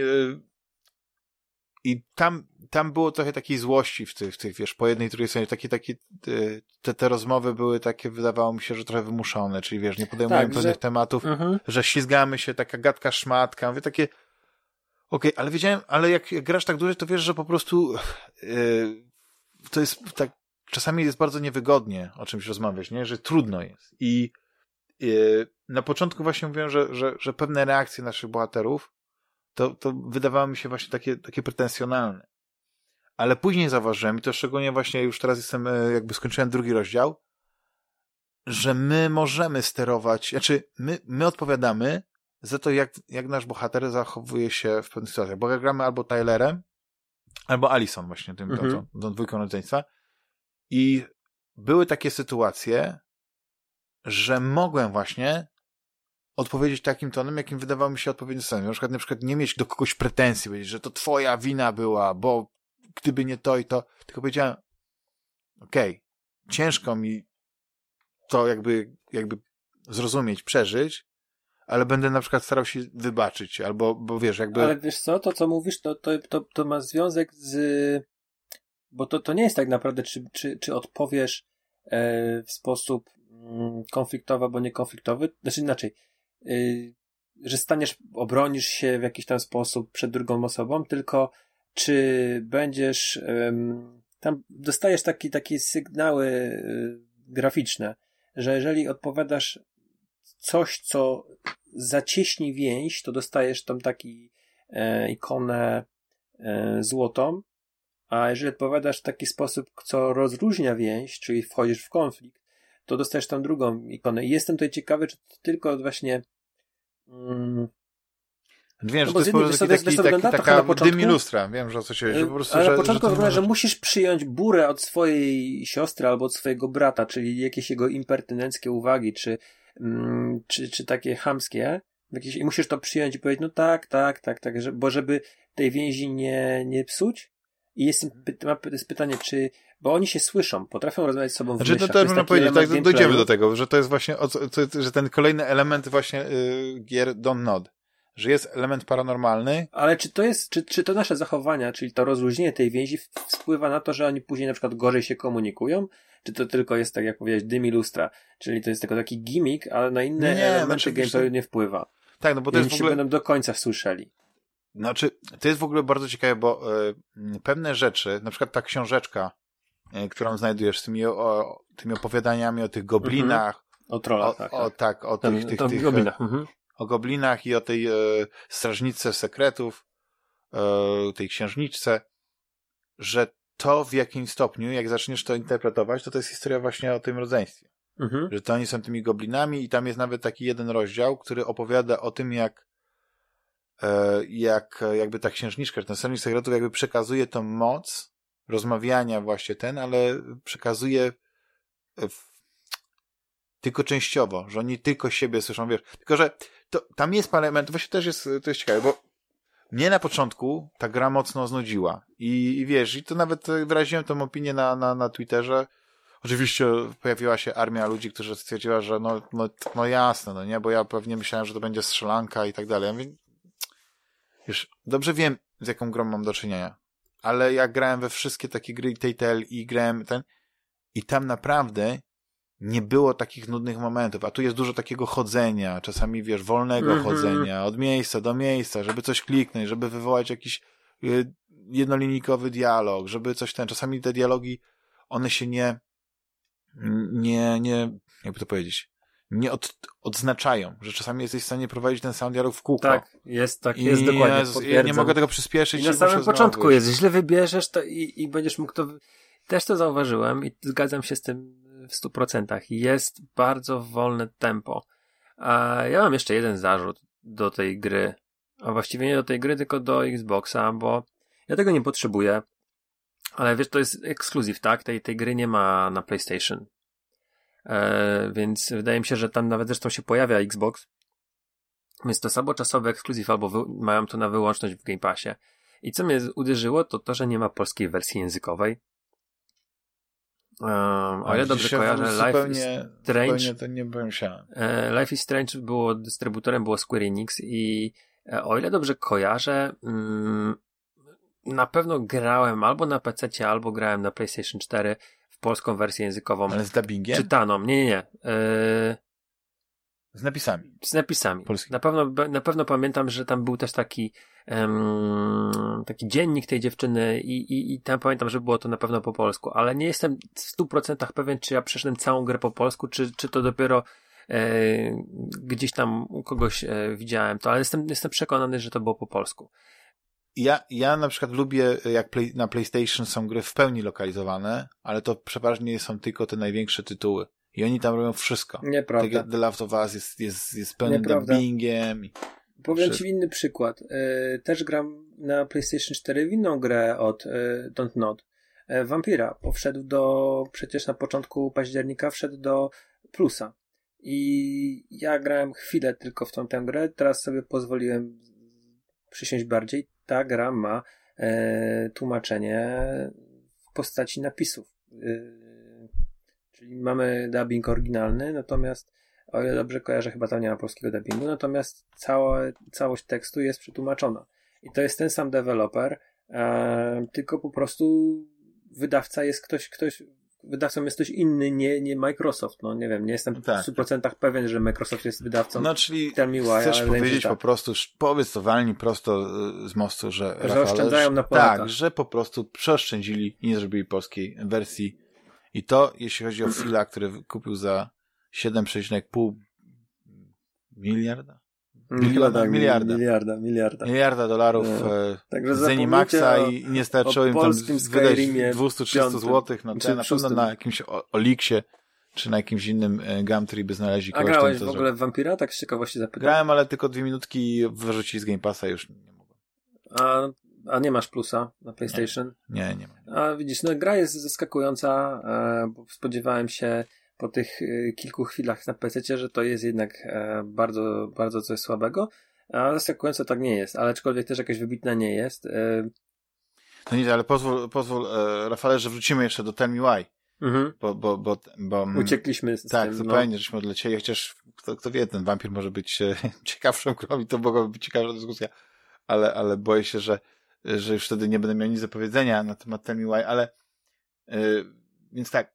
[SPEAKER 1] i tam, tam było trochę takiej złości w tych, w tych wiesz, po jednej, drugiej stronie, takie, takie, te, te rozmowy były takie, wydawało mi się, że trochę wymuszone, czyli wiesz, nie podejmujemy tak, pewnych że... tematów, uh-huh. że ślizgamy się, taka gadka szmatka, mówię takie, okej, okay, ale wiedziałem, ale jak, jak grasz tak dłużej, to wiesz, że po prostu yy, to jest tak, czasami jest bardzo niewygodnie o czymś rozmawiać, nie, że trudno jest i yy, na początku właśnie mówiłem, że, że, że pewne reakcje naszych bohaterów to, to wydawało mi się właśnie takie, takie pretensjonalne. Ale później zauważyłem, i to szczególnie właśnie już teraz jestem, jakby skończyłem drugi rozdział, że my możemy sterować, znaczy my, my odpowiadamy za to, jak, jak nasz bohater zachowuje się w pewnych sytuacjach. Bo jak gramy albo Tylerem, albo Alison właśnie, tym, mhm. tą, tą, tą dwójką rodzeństwa. I były takie sytuacje, że mogłem właśnie odpowiedzieć takim tonem, jakim wydawało mi się odpowiednim tonem. Na przykład, na przykład nie mieć do kogoś pretensji, powiedzieć, że to twoja wina była, bo gdyby nie to i to, tylko powiedziałem, okej, okay, ciężko mi to jakby, jakby zrozumieć, przeżyć, ale będę na przykład starał się wybaczyć, albo, bo wiesz, jakby...
[SPEAKER 2] Ale wiesz co, to co mówisz, to, to, to, to ma związek z... Bo to, to nie jest tak naprawdę, czy, czy, czy odpowiesz e, w sposób mm, konfliktowy, albo niekonfliktowy, znaczy inaczej, y, że staniesz, obronisz się w jakiś tam sposób przed drugą osobą, tylko czy będziesz ym, tam dostajesz taki, takie sygnały y, graficzne, że jeżeli odpowiadasz coś, co zacieśni więź, to dostajesz tam taki e, ikonę e, złotą, A jeżeli odpowiadasz w taki sposób, co rozróżnia więź, czyli wchodzisz w konflikt, to dostajesz tam drugą ikonę. I jestem tutaj ciekawy, czy to tylko właśnie... Mm,
[SPEAKER 1] Wiem,
[SPEAKER 2] no
[SPEAKER 1] że to jest po prostu taki, taki, taki, taka dym i lustra. Wiem, że o co się że po prostu,
[SPEAKER 2] ale
[SPEAKER 1] że,
[SPEAKER 2] na początku
[SPEAKER 1] że,
[SPEAKER 2] wygląda, że musisz przyjąć burę od swojej siostry albo od swojego brata, czyli jakieś jego impertynenckie uwagi, czy, mm, czy, czy takie chamskie. Jakieś, i musisz to przyjąć i powiedzieć, no tak, tak, tak, tak, że, bo żeby tej więzi nie, nie psuć. I jest, jest pytanie, czy, bo oni się słyszą, potrafią rozmawiać z sobą w
[SPEAKER 1] znaczy,
[SPEAKER 2] myślach.
[SPEAKER 1] to też można powiedzieć, tak,
[SPEAKER 2] gameplayu.
[SPEAKER 1] dojdziemy do tego, że to jest właśnie, o, to, że ten kolejny element właśnie y, gier Don't Nod, że jest element paranormalny.
[SPEAKER 2] Ale czy to jest, czy, czy to nasze zachowania, czyli to rozluźnienie tej więzi wpływa na to, że oni później na przykład gorzej się komunikują? Czy to tylko jest, tak jak powiedziałeś, dym i lustra? Czyli to jest tylko taki gimmick, ale na inne nie, elementy znaczy, gameplayu nie wpływa.
[SPEAKER 1] Tak, no bo to
[SPEAKER 2] I
[SPEAKER 1] jest w ogóle...
[SPEAKER 2] się będą do końca słyszeli.
[SPEAKER 1] Znaczy, to jest w ogóle bardzo ciekawe, bo y, pewne rzeczy, na przykład ta książeczka, y, którą znajdujesz z tymi, o, tymi opowiadaniami o tych goblinach,
[SPEAKER 2] mhm. o trollach,
[SPEAKER 1] o,
[SPEAKER 2] tak,
[SPEAKER 1] o,
[SPEAKER 2] tak.
[SPEAKER 1] tak, o tych, tych, tych
[SPEAKER 2] goblinach. Mhm.
[SPEAKER 1] o goblinach i o tej y, strażniczce sekretów, y, tej księżniczce, że to w jakim stopniu, jak zaczniesz to interpretować, to to jest historia właśnie o tym rodzeństwie.
[SPEAKER 2] Mhm.
[SPEAKER 1] Że to oni są tymi goblinami i tam jest nawet taki jeden rozdział, który opowiada o tym, jak jak jakby ta księżniczka, ten strażnik sekretów jakby przekazuje tą moc rozmawiania właśnie ten, ale przekazuje w... tylko częściowo, że oni tylko siebie słyszą, wiesz. Tylko, że to, tam jest parę elementów, właśnie też jest, to jest ciekawe, bo mnie na początku ta gra mocno znudziła i, i wiesz, i to nawet wyraziłem tą opinię na, na, na Twitterze. Oczywiście pojawiła się armia ludzi, którzy stwierdziła, że no, no, no jasne, no nie, bo ja pewnie myślałem, że to będzie strzelanka i tak dalej. Ja mówię, wiesz, dobrze wiem, z jaką grą mam do czynienia, ale ja grałem we wszystkie takie gry Telltale i grałem ten i tam naprawdę nie było takich nudnych momentów, a tu jest dużo takiego chodzenia, czasami, wiesz, wolnego mm-hmm. chodzenia, od miejsca do miejsca, żeby coś kliknąć, żeby wywołać jakiś y, jednolinijkowy dialog, żeby coś ten, czasami te dialogi, one się nie nie, nie, jakby to powiedzieć, nie od, odznaczają, że czasami jesteś w stanie prowadzić ten sam dialog w kółko.
[SPEAKER 2] Tak, jest tak, jest I dokładnie.
[SPEAKER 1] Ja, ja nie mogę tego przyspieszyć.
[SPEAKER 2] I na samym początku znowu. Jest, źle wybierzesz to i, i będziesz mógł to... Też to zauważyłem i zgadzam się z tym w stu procentach. Jest bardzo wolne tempo. A ja mam jeszcze jeden zarzut do tej gry, a właściwie nie do tej gry, tylko do Xboxa, bo ja tego nie potrzebuję. Ale wiesz, to jest ekskluzyw, tak? Tej, tej gry nie ma na PlayStation. E, więc wydaje mi się, że tam nawet zresztą się pojawia Xbox. Więc to jest albo czasowy ekskluzyw, albo wy, mają to na wyłączność w Game Passie. I co mnie uderzyło, to to, że nie ma polskiej wersji językowej. Um, o ile dobrze kojarzę, Life is Strange.
[SPEAKER 1] To nie pomyślałem.
[SPEAKER 2] E, Life is Strange było dystrybutorem, było Square Enix i e, o ile dobrze kojarzę, mm, na pewno grałem albo na pececie, albo grałem na PlayStation cztery w polską wersję językową.
[SPEAKER 1] Ale z dubbingiem?
[SPEAKER 2] Czytaną. Nie, nie, nie. Yy...
[SPEAKER 1] Z napisami.
[SPEAKER 2] Z napisami.
[SPEAKER 1] Polski.
[SPEAKER 2] Na pewno, na pewno pamiętam, że tam był też taki um, taki dziennik tej dziewczyny i, i, i tam pamiętam, że było to na pewno po polsku, ale nie jestem w stu procentach pewien, czy ja przeszedłem całą grę po polsku, czy, czy to dopiero e, gdzieś tam u kogoś e, widziałem to, ale jestem, jestem przekonany, że to było po polsku.
[SPEAKER 1] Ja, ja na przykład lubię, jak play, na PlayStation są gry w pełni lokalizowane, ale to przeważnie są tylko te największe tytuły. I oni tam robią wszystko.
[SPEAKER 2] Nieprawda.
[SPEAKER 1] The Last of Us jest, jest, jest pełnym dubbingiem. I...
[SPEAKER 2] Powiem ci inny przykład. Yy, też gram na PlayStation cztery w inną grę od yy, Don't Nod. Yy, Vampira. Wszedł do, przecież na początku października wszedł do Plusa. I ja grałem chwilę tylko w tą tę grę. Teraz sobie pozwoliłem przysiąść bardziej. Ta gra ma yy, tłumaczenie w postaci napisów. Yy, Czyli mamy dubbing oryginalny, natomiast o ile dobrze kojarzę, chyba tam nie ma polskiego dubbingu, natomiast cała, całość tekstu jest przetłumaczona. I to jest ten sam deweloper, e, tylko po prostu wydawca jest ktoś, ktoś, wydawcą jest ktoś inny, nie, nie Microsoft. No nie wiem, nie jestem
[SPEAKER 1] tak.
[SPEAKER 2] w stu procentach pewien, że Microsoft jest wydawcą.
[SPEAKER 1] No czyli
[SPEAKER 2] Tell me why,
[SPEAKER 1] chcesz
[SPEAKER 2] ale
[SPEAKER 1] powiedzieć
[SPEAKER 2] tak.
[SPEAKER 1] po prostu, powiedz to walni prosto z mostu, że
[SPEAKER 2] Że
[SPEAKER 1] Rafale,
[SPEAKER 2] oszczędzają na Polakach.
[SPEAKER 1] Tak, że po prostu przeoszczędzili i nie zrobili polskiej wersji. I to, jeśli chodzi o Phila, który kupił za siedem przecinek pięć miliarda Biliona,
[SPEAKER 2] tak,
[SPEAKER 1] miliarda.
[SPEAKER 2] Miliarda, miliarda.
[SPEAKER 1] Miliarda dolarów
[SPEAKER 2] no.
[SPEAKER 1] z Zenimaxa i nie starczyło im tam wydać dwieście trzysta złotych na, ten, na pewno na jakimś Oliksie czy na jakimś innym Gumtree by znaleźli kogoś.
[SPEAKER 2] A grałeś
[SPEAKER 1] ten,
[SPEAKER 2] w ogóle w Vampira? Tak z ciekawości zapytam.
[SPEAKER 1] Grałem, ale tylko dwie minutki i wyrzucili z Game Passa już nie mogłem.
[SPEAKER 2] A, a nie masz plusa na PlayStation?
[SPEAKER 1] Nie, nie, nie mam.
[SPEAKER 2] A widzisz, no gra jest zaskakująca, e, bo spodziewałem się po tych e, kilku chwilach na pececie, że to jest jednak e, bardzo, bardzo coś słabego, a zaskakująco tak nie jest, ale aczkolwiek też jakaś wybitna nie jest. E...
[SPEAKER 1] No nie, ale pozwól, pozwól e, Rafale, że wrócimy jeszcze do Tell Me Why.
[SPEAKER 2] Mhm.
[SPEAKER 1] Bo, bo, bo, bo,
[SPEAKER 2] Uciekliśmy z
[SPEAKER 1] tak,
[SPEAKER 2] tym.
[SPEAKER 1] Tak,
[SPEAKER 2] no.
[SPEAKER 1] zupełnie, żeśmy odlecieli, chociaż kto, kto wie, ten wampir może być e, ciekawszą grą i to mogłaby być ciekawsza dyskusja, ale, ale boję się, że, że już wtedy nie będę miał nic do powiedzenia na temat Tell Me Why, ale e, więc tak,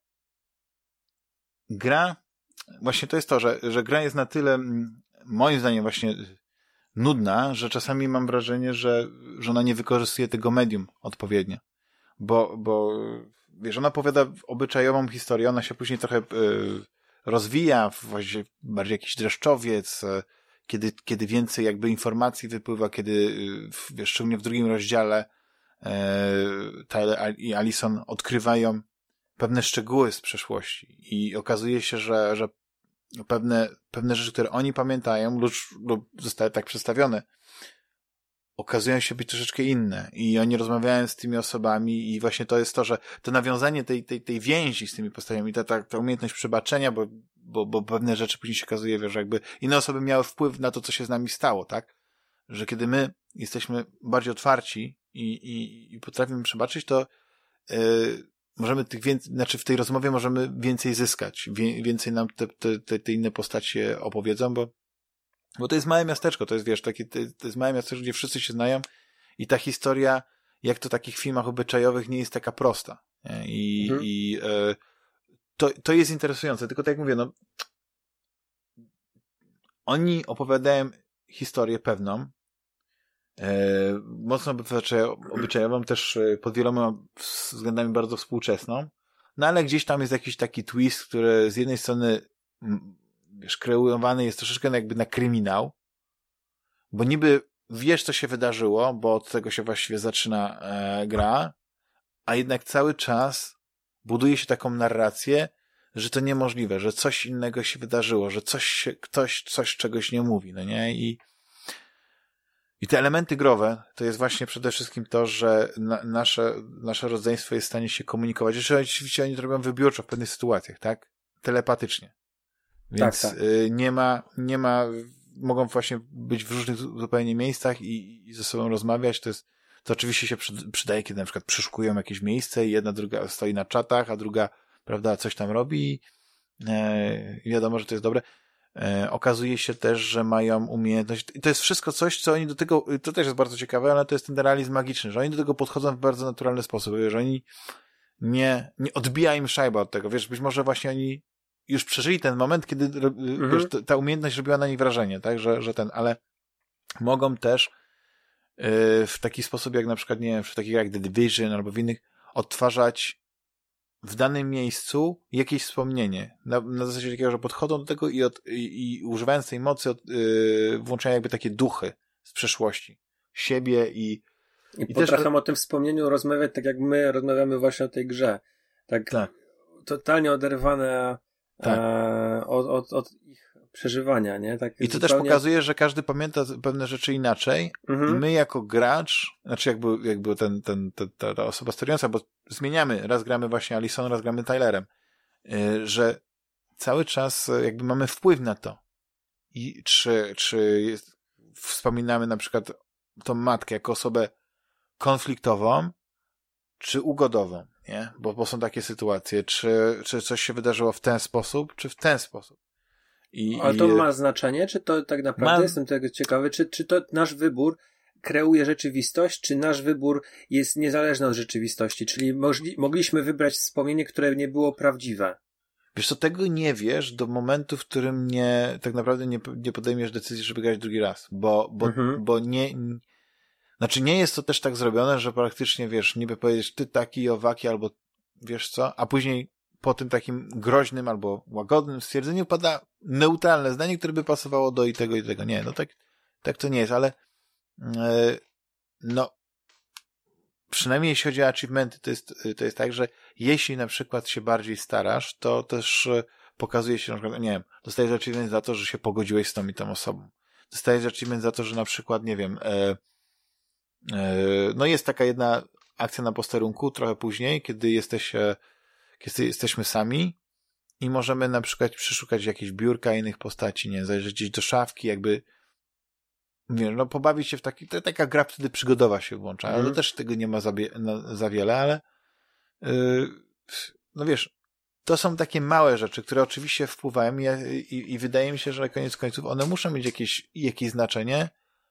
[SPEAKER 1] gra, właśnie to jest to, że, że gra jest na tyle, moim zdaniem właśnie nudna, że czasami mam wrażenie, że, że ona nie wykorzystuje tego medium odpowiednio, bo, bo wiesz, ona opowiada obyczajową historię, ona się później trochę y, rozwija, właśnie bardziej jakiś dreszczowiec, y, kiedy, kiedy więcej jakby informacji wypływa, kiedy, y, wiesz, szczególnie w drugim rozdziale y, Tyler i Allison odkrywają pewne szczegóły z przeszłości i okazuje się, że, że pewne, pewne rzeczy, które oni pamiętają lub, lub zostały tak przedstawione, okazują się być troszeczkę inne i oni rozmawiają z tymi osobami i właśnie to jest to, że to nawiązanie tej, tej, tej więzi z tymi postaciami, ta, ta, ta umiejętność przebaczenia, bo, bo, bo pewne rzeczy później się okazuje, wiesz, że jakby inne osoby miały wpływ na to, co się z nami stało, tak? Że kiedy my jesteśmy bardziej otwarci i, i, i potrafimy przebaczyć, to yy, możemy tych więcej, znaczy w tej rozmowie możemy więcej zyskać, Wie, więcej nam te, te, te, te inne postacie opowiedzą, bo Bo to jest małe miasteczko, to jest, wiesz, takie, to jest małe miasteczko, gdzie wszyscy się znają i ta historia, jak to w takich filmach obyczajowych, nie jest taka prosta. Nie? I, mhm. i e, to, to jest interesujące, tylko tak jak mówię, no oni opowiadają historię pewną, e, mocno obyczajową, też pod wieloma względami bardzo współczesną, no ale gdzieś tam jest jakiś taki twist, który z jednej strony wiesz, kreowany jest troszeczkę jakby na kryminał, bo niby wiesz, co się wydarzyło, bo od tego się właściwie zaczyna e, gra, a jednak cały czas buduje się taką narrację, że to niemożliwe, że coś innego się wydarzyło, że coś się, ktoś coś czegoś nie mówi, no nie? I, i te elementy growe to jest właśnie przede wszystkim to, że na, nasze, nasze rodzeństwo jest w stanie się komunikować. Jeszcze oczywiście oni to robią wybiórczo w pewnych sytuacjach, tak? Telepatycznie. Więc tak, tak. Y, nie ma, nie ma, mogą właśnie być w różnych zupełnie miejscach i, i ze sobą rozmawiać. To jest, to oczywiście się przy, przydaje, kiedy na przykład przeszukują jakieś miejsce i jedna, druga stoi na czatach, a druga, prawda, coś tam robi i e, wiadomo, że to jest dobre. E, okazuje się też, że mają umiejętność, i to jest wszystko coś, co oni do tego, to też jest bardzo ciekawe, ale to jest ten realizm magiczny, że oni do tego podchodzą w bardzo naturalny sposób, że oni nie, nie odbija im szajba od tego, wiesz, być może właśnie oni już przeżyli ten moment, kiedy mhm. wiesz, ta umiejętność robiła na nich wrażenie, tak, że, że ten, ale mogą też yy, w taki sposób, jak na przykład, nie wiem, w takich jak The Division albo w innych, odtwarzać w danym miejscu jakieś wspomnienie. Na, na zasadzie takiego, że podchodzą do tego i, od, i, i używając tej mocy od, yy, włączają jakby takie duchy z przeszłości. Siebie i
[SPEAKER 2] I, I potrafią też... o tym wspomnieniu rozmawiać tak, jak my rozmawiamy właśnie o tej grze. Tak, tak. Totalnie oderwane tak. e, od, od, od ich przeżywania, nie? Tak
[SPEAKER 1] I to
[SPEAKER 2] zupełnie...
[SPEAKER 1] też pokazuje, że każdy pamięta pewne rzeczy inaczej mhm. i my jako gracz, znaczy jakby, jakby ten, ten, ten, ta, ta osoba sterująca, bo zmieniamy, raz gramy właśnie Allison, raz gramy Tylerem, yy, że cały czas jakby mamy wpływ na to. I czy, czy jest, wspominamy na przykład tą matkę jako osobę konfliktową, czy ugodową, nie? Bo, bo są takie sytuacje, czy, czy coś się wydarzyło w ten sposób, czy w ten sposób. I,
[SPEAKER 2] Ale to
[SPEAKER 1] i...
[SPEAKER 2] ma znaczenie, czy to tak naprawdę, ma... jestem tego ciekawy, czy, czy to nasz wybór kreuje rzeczywistość, czy nasz wybór jest niezależny od rzeczywistości, czyli możli, mogliśmy wybrać wspomnienie, które nie było prawdziwe.
[SPEAKER 1] Wiesz co, tego nie wiesz do momentu, w którym nie, tak naprawdę nie, nie podejmiesz decyzji, żeby grać drugi raz, bo, bo, mhm. bo nie, nie, znaczy nie jest to też tak zrobione, że praktycznie, wiesz, niby powiedzieć ty taki, owaki, albo wiesz co, a później po tym takim groźnym albo łagodnym stwierdzeniu pada neutralne zdanie, które by pasowało do i tego i tego. Nie, no tak tak to nie jest, ale e, no przynajmniej jeśli chodzi o achievementy, to jest, to jest tak, że jeśli na przykład się bardziej starasz, to też pokazuje się, na przykład, nie wiem, dostajesz achievement za to, że się pogodziłeś z tą i tą osobą. Dostajesz achievement za to, że na przykład, nie wiem, e, e, no jest taka jedna akcja na posterunku, trochę później, kiedy jesteś, e, kiedy jesteśmy sami i możemy na przykład przeszukać jakieś biurka innych postaci, nie wiem, zajrzeć gdzieś do szafki, jakby nie wiem, no pobawić się w taki, to taka gra wtedy przygodowa się włącza, ale mm. też tego nie ma za, no, za wiele, ale yy, no wiesz, to są takie małe rzeczy, które oczywiście wpływają i, i, i wydaje mi się, że na koniec końców one muszą mieć jakieś, jakieś znaczenie,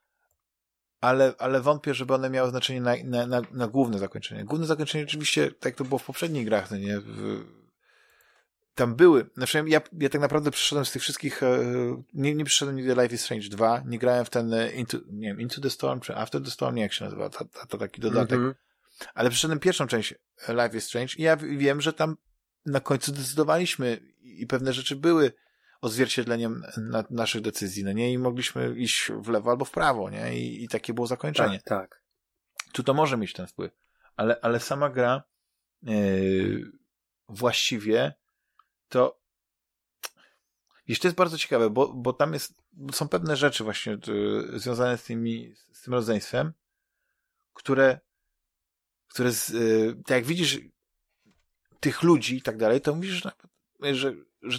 [SPEAKER 1] ale, ale wątpię, żeby one miały znaczenie na, na, na, na główne zakończenie. Główne zakończenie oczywiście, tak jak to było w poprzednich grach, no nie, w, tam były, znaczy ja, ja tak naprawdę przyszedłem z tych wszystkich, nie, nie przyszedłem nigdy Life is Strange dwa, nie grałem w ten Into, nie wiem, Into the Storm, czy After the Storm, nie jak się nazywa, to, to, to taki dodatek, mm-hmm. ale przyszedłem pierwszą część Life is Strange i ja wiem, że tam na końcu decydowaliśmy i pewne rzeczy były odzwierciedleniem na, naszych decyzji, no nie, i mogliśmy iść w lewo albo w prawo, nie, i, i takie było zakończenie.
[SPEAKER 2] Tak, tak.
[SPEAKER 1] Tu to może mieć ten wpływ, ale, ale sama gra yy, właściwie to wiesz, to jest bardzo ciekawe, bo, bo tam jest, są pewne rzeczy właśnie y, związane z tymi, z tym rodzeństwem, które, które z, y, tak jak widzisz tych ludzi i tak dalej, to mówisz, że, że, że,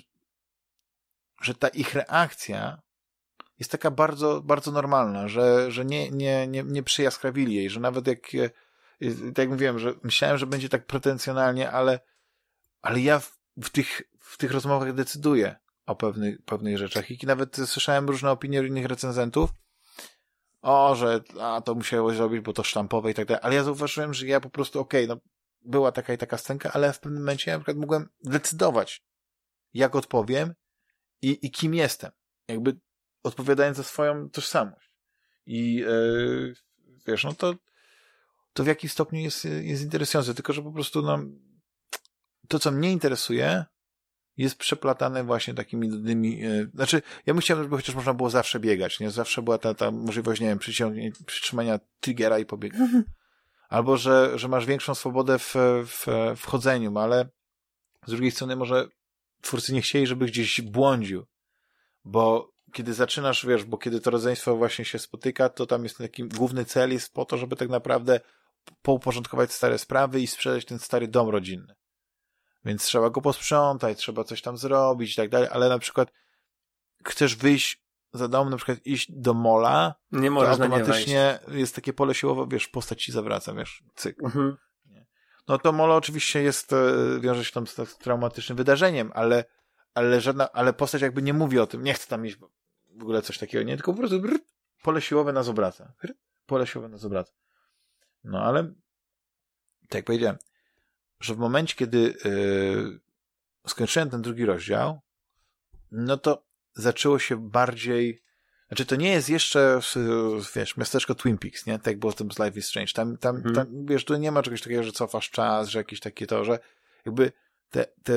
[SPEAKER 1] że ta ich reakcja jest taka bardzo, bardzo normalna, że, że nie, nie, nie, nie przyjaskrawili jej, że nawet jak, y, tak jak mówiłem, że myślałem, że będzie tak pretensjonalnie, ale, ale ja w, w tych w tych rozmowach decyduję o pewnych, pewnych rzeczach i nawet słyszałem różne opinie innych recenzentów, o, że a, to musiało zrobić, bo to sztampowe i tak dalej, ale ja zauważyłem, że ja po prostu, okej, okay, no była taka i taka scenka, ale w pewnym momencie ja na przykład mogłem decydować, jak odpowiem i, i kim jestem, jakby odpowiadając za swoją tożsamość. I yy, wiesz, no to to w jakim stopniu jest, jest interesujące, tylko że po prostu no, to, co mnie interesuje, jest przeplatane właśnie takimi innymi, yy, znaczy, ja bym chciał, żeby chociaż można było zawsze biegać, nie? Zawsze była ta, ta możliwość, nie wiem, przytrzymania triggera i pobiegania. Mhm. Albo, że, że masz większą swobodę w, w, w chodzeniu, ale z drugiej strony może twórcy nie chcieli, żeby gdzieś błądził, bo kiedy zaczynasz, wiesz, bo kiedy to rodzeństwo właśnie się spotyka, to tam jest taki główny cel jest po to, żeby tak naprawdę pouporządkować stare sprawy i sprzedać ten stary dom rodzinny. Więc trzeba go posprzątać, trzeba coś tam zrobić i tak dalej, ale na przykład chcesz wyjść za dom, na przykład iść do mola,
[SPEAKER 2] nie możesz
[SPEAKER 1] to automatycznie jest takie pole siłowe, wiesz, postać ci zawraca, wiesz, cyk.
[SPEAKER 2] Mhm.
[SPEAKER 1] No to molo oczywiście jest, wiąże się tam z, z traumatycznym wydarzeniem, ale, ale żadna, ale postać jakby nie mówi o tym, nie chce tam iść w ogóle coś takiego, nie, tylko po prostu brr, pole siłowe nas obraca. Brr, pole siłowe nas obraca. No ale, tak jak powiedziałem, że w momencie, kiedy yy, skończyłem ten drugi rozdział, no to zaczęło się bardziej, znaczy to nie jest jeszcze, wiesz, miasteczko Twin Peaks, nie? Tak jak było w tym z Life is Strange. Tam, tam, hmm. tam, wiesz, tu nie ma czegoś takiego, że cofasz czas, że jakieś takie to, że jakby te, te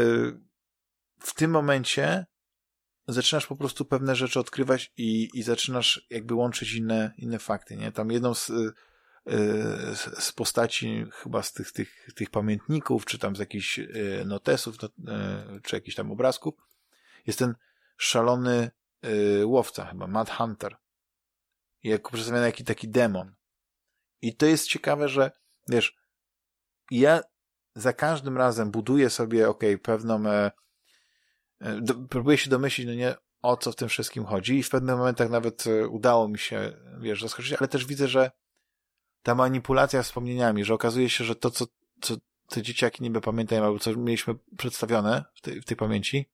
[SPEAKER 1] w tym momencie zaczynasz po prostu pewne rzeczy odkrywać i, i zaczynasz jakby łączyć inne, inne fakty, nie? Tam jedną z, z, z postaci chyba z tych, tych, tych pamiętników, czy tam z jakichś notesów, czy jakichś tam obrazków jest ten szalony y, łowca chyba, Mad Hunter. I jako przedstawiony jaki taki demon. I to jest ciekawe, że wiesz, ja za każdym razem buduję sobie, okej, okay, pewną e, e, do, próbuję się domyślić, no nie, o co w tym wszystkim chodzi i w pewnych momentach nawet e, udało mi się, wiesz, zaskoczyć, ale też widzę, że ta manipulacja wspomnieniami, że okazuje się, że to, co, co te dzieciaki niby pamiętają, albo co mieliśmy przedstawione w tej, w tej pamięci,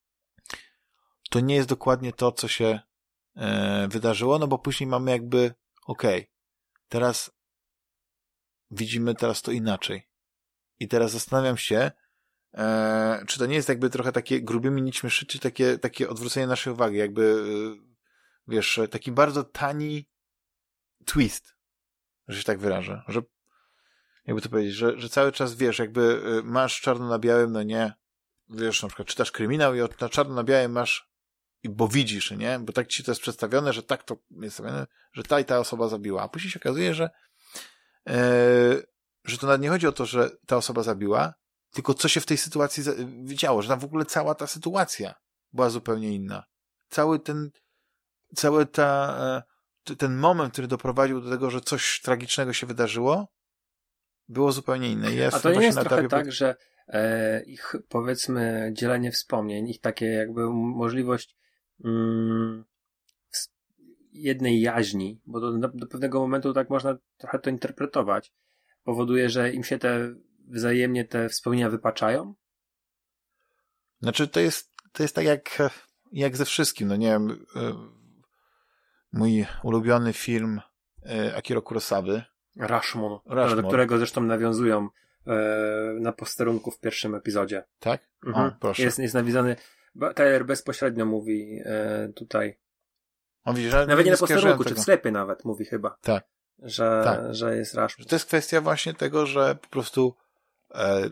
[SPEAKER 1] to nie jest dokładnie to, co się e, wydarzyło, no bo później mamy jakby, okej, okay, teraz widzimy teraz to inaczej. I teraz zastanawiam się, e, czy to nie jest jakby trochę takie grubymi nićmi szycie, takie, takie odwrócenie naszej uwagi, jakby, e, wiesz, taki bardzo tani twist, że się tak wyrażę, że jakby to powiedzieć, że, że cały czas, wiesz, jakby masz czarno na białym, no nie, wiesz, na przykład czytasz kryminał i na czarno na białym masz i bo widzisz, nie? Bo tak ci to jest przedstawione, że tak to jest przedstawione, że ta i ta osoba zabiła. A później się okazuje, że yy, że to nawet nie chodzi o to, że ta osoba zabiła, tylko co się w tej sytuacji widziało, że tam w ogóle cała ta sytuacja była zupełnie inna. Cały ten, cały ta, ten moment, który doprowadził do tego, że coś tragicznego się wydarzyło, było zupełnie inne. Jest
[SPEAKER 2] A to nie jest trochę
[SPEAKER 1] etapie...
[SPEAKER 2] tak, że e, ich, powiedzmy, dzielenie wspomnień, ich takie jakby możliwość mm, jednej jaźni, bo do, do, do pewnego momentu tak można trochę to interpretować, powoduje, że im się te wzajemnie te wspomnienia wypaczają?
[SPEAKER 1] Znaczy to jest, to jest tak jak, jak ze wszystkim, no nie wiem, mój ulubiony film Akira Kurosawy.
[SPEAKER 2] Rashomon,
[SPEAKER 1] Rashomon.
[SPEAKER 2] do którego zresztą nawiązują e, na posterunku w pierwszym epizodzie.
[SPEAKER 1] Tak?
[SPEAKER 2] Mhm.
[SPEAKER 1] O, proszę.
[SPEAKER 2] Jest, jest nawiązany, Tyler bezpośrednio mówi e, tutaj.
[SPEAKER 1] On widzi, że
[SPEAKER 2] nawet nie na posterunku, czy
[SPEAKER 1] tego.
[SPEAKER 2] w sklepie nawet mówi chyba.
[SPEAKER 1] Tak.
[SPEAKER 2] Że,
[SPEAKER 1] tak.
[SPEAKER 2] że jest Rashomon.
[SPEAKER 1] To jest kwestia właśnie tego, że po prostu e,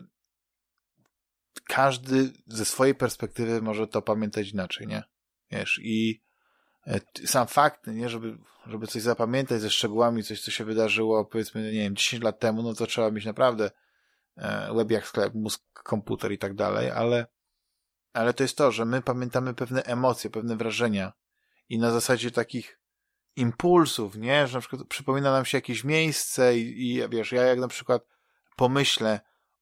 [SPEAKER 1] każdy ze swojej perspektywy może to pamiętać inaczej, nie? Wiesz, i e, sam fakt, nie, żeby, żeby coś zapamiętać ze szczegółami, coś, co się wydarzyło, powiedzmy, nie wiem, dziesięć lat temu, no to trzeba mieć naprawdę e, łeb jak sklep, mózg, komputer i tak dalej, ale, ale to jest to, że my pamiętamy pewne emocje, pewne wrażenia i na zasadzie takich impulsów, nie? Że na przykład przypomina nam się jakieś miejsce i, i wiesz, ja jak na przykład pomyślę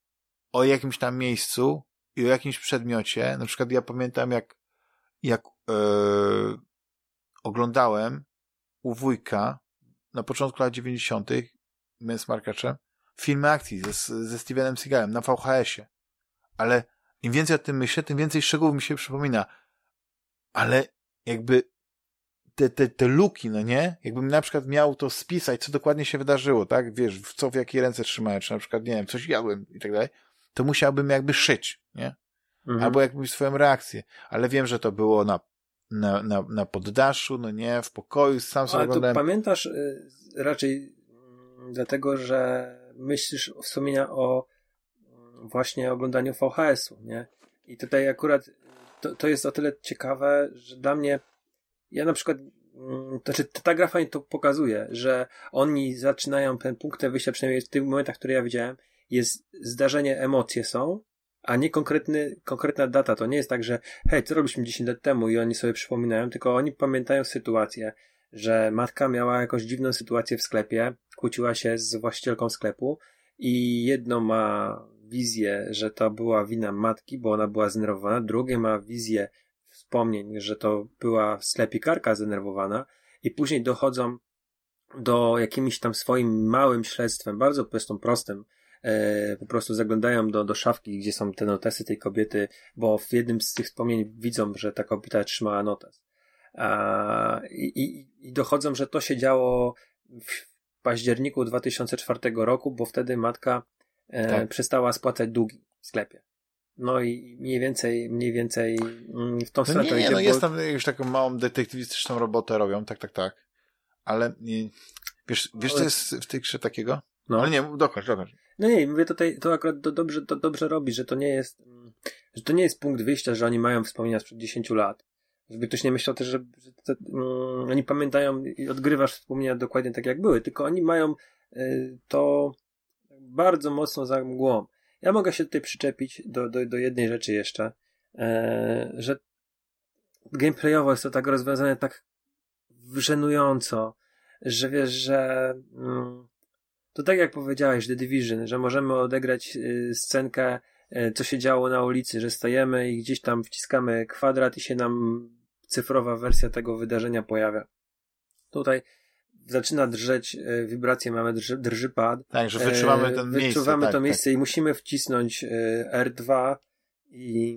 [SPEAKER 1] o jakimś tam miejscu i o jakimś przedmiocie, na przykład ja pamiętam jak jak yy, oglądałem u wujka na początku lat dziewięćdziesiątych my z Markaczem filmy akcji ze, ze Stevenem Seagalem na V H S ie. Ale im więcej o tym myślę, tym więcej szczegółów mi się przypomina. Ale jakby te, te, te luki, no nie? Jakbym na przykład miał to spisać, co dokładnie się wydarzyło, tak? Wiesz, w co w jakiej ręce trzymałem, czy na przykład, nie wiem, coś jadłem i tak dalej, to musiałbym jakby szyć, nie? Mhm. Albo jakąś swoją reakcję. Ale wiem, że to było na, na, na, na poddaszu, no nie, w pokoju, sam sobie
[SPEAKER 2] Ale
[SPEAKER 1] oglądałem.
[SPEAKER 2] to pamiętasz y, raczej y, dlatego, że myślisz o wspomnienia o y, właśnie oglądaniu V H S u, nie? I tutaj akurat to, to jest o tyle ciekawe, że dla mnie ja na przykład, to znaczy ta gra fajnie to pokazuje, że oni zaczynają ten punkt wyjścia, przynajmniej w tych momentach, które ja widziałem, jest zdarzenie, emocje są, a nie konkretny, konkretna data. To nie jest tak, że hej, co robiliśmy dziesięć lat temu i oni sobie przypominają, tylko oni pamiętają sytuację, że matka miała jakąś dziwną sytuację w sklepie, kłóciła się z właścicielką sklepu i jedno ma wizję, że to była wina matki, bo ona była zdenerwowana, drugie ma wizję wspomnień, że to była sklepikarka zdenerwowana i później dochodzą do jakimś tam swoim małym śledztwem, bardzo prostym, prostym, e, po prostu zaglądają do, do szafki, gdzie są te notesy tej kobiety, bo w jednym z tych wspomnień widzą, że ta kobieta trzymała notes. A, i, i dochodzą, że to się działo w październiku dwa tysiące czwartego roku, bo wtedy matka e, tak. przestała spłacać długi w sklepie. No i mniej więcej, mniej więcej w tą stronę
[SPEAKER 1] no nie, nie,
[SPEAKER 2] idzie.
[SPEAKER 1] No
[SPEAKER 2] bo...
[SPEAKER 1] jest tam już taką małą detektywistyczną robotę robią, tak, tak, tak. Ale nie, wiesz, wiesz Ale... co jest w tej grze takiego? No. Ale nie, dokończ, dokończ.
[SPEAKER 2] No nie, mówię tutaj, to akurat to dobrze, to dobrze robi, że to nie jest, że to nie jest punkt wyjścia, że oni mają wspomnienia sprzed dziesięciu lat. Żeby ktoś nie myślał też, że, że to, um, oni pamiętają i odgrywasz wspomnienia dokładnie tak jak były, tylko oni mają y, to bardzo mocno za mgłą. Ja mogę się tutaj przyczepić do, do, do jednej rzeczy jeszcze, e, że gameplayowo jest to tak rozwiązane tak żenująco, że wiesz, że mm, to tak jak powiedziałeś, The Division, że możemy odegrać y, scenkę, y, co się działo na ulicy, że stajemy i gdzieś tam wciskamy kwadrat i się nam cyfrowa wersja tego wydarzenia pojawia. Tutaj zaczyna drżeć e, wibracje, mamy drży, drży pad.
[SPEAKER 1] Tak, że wyczuwamy ten miejsce.
[SPEAKER 2] Wyczuwamy
[SPEAKER 1] tak,
[SPEAKER 2] to
[SPEAKER 1] tak.
[SPEAKER 2] miejsce i musimy wcisnąć e, R dwa i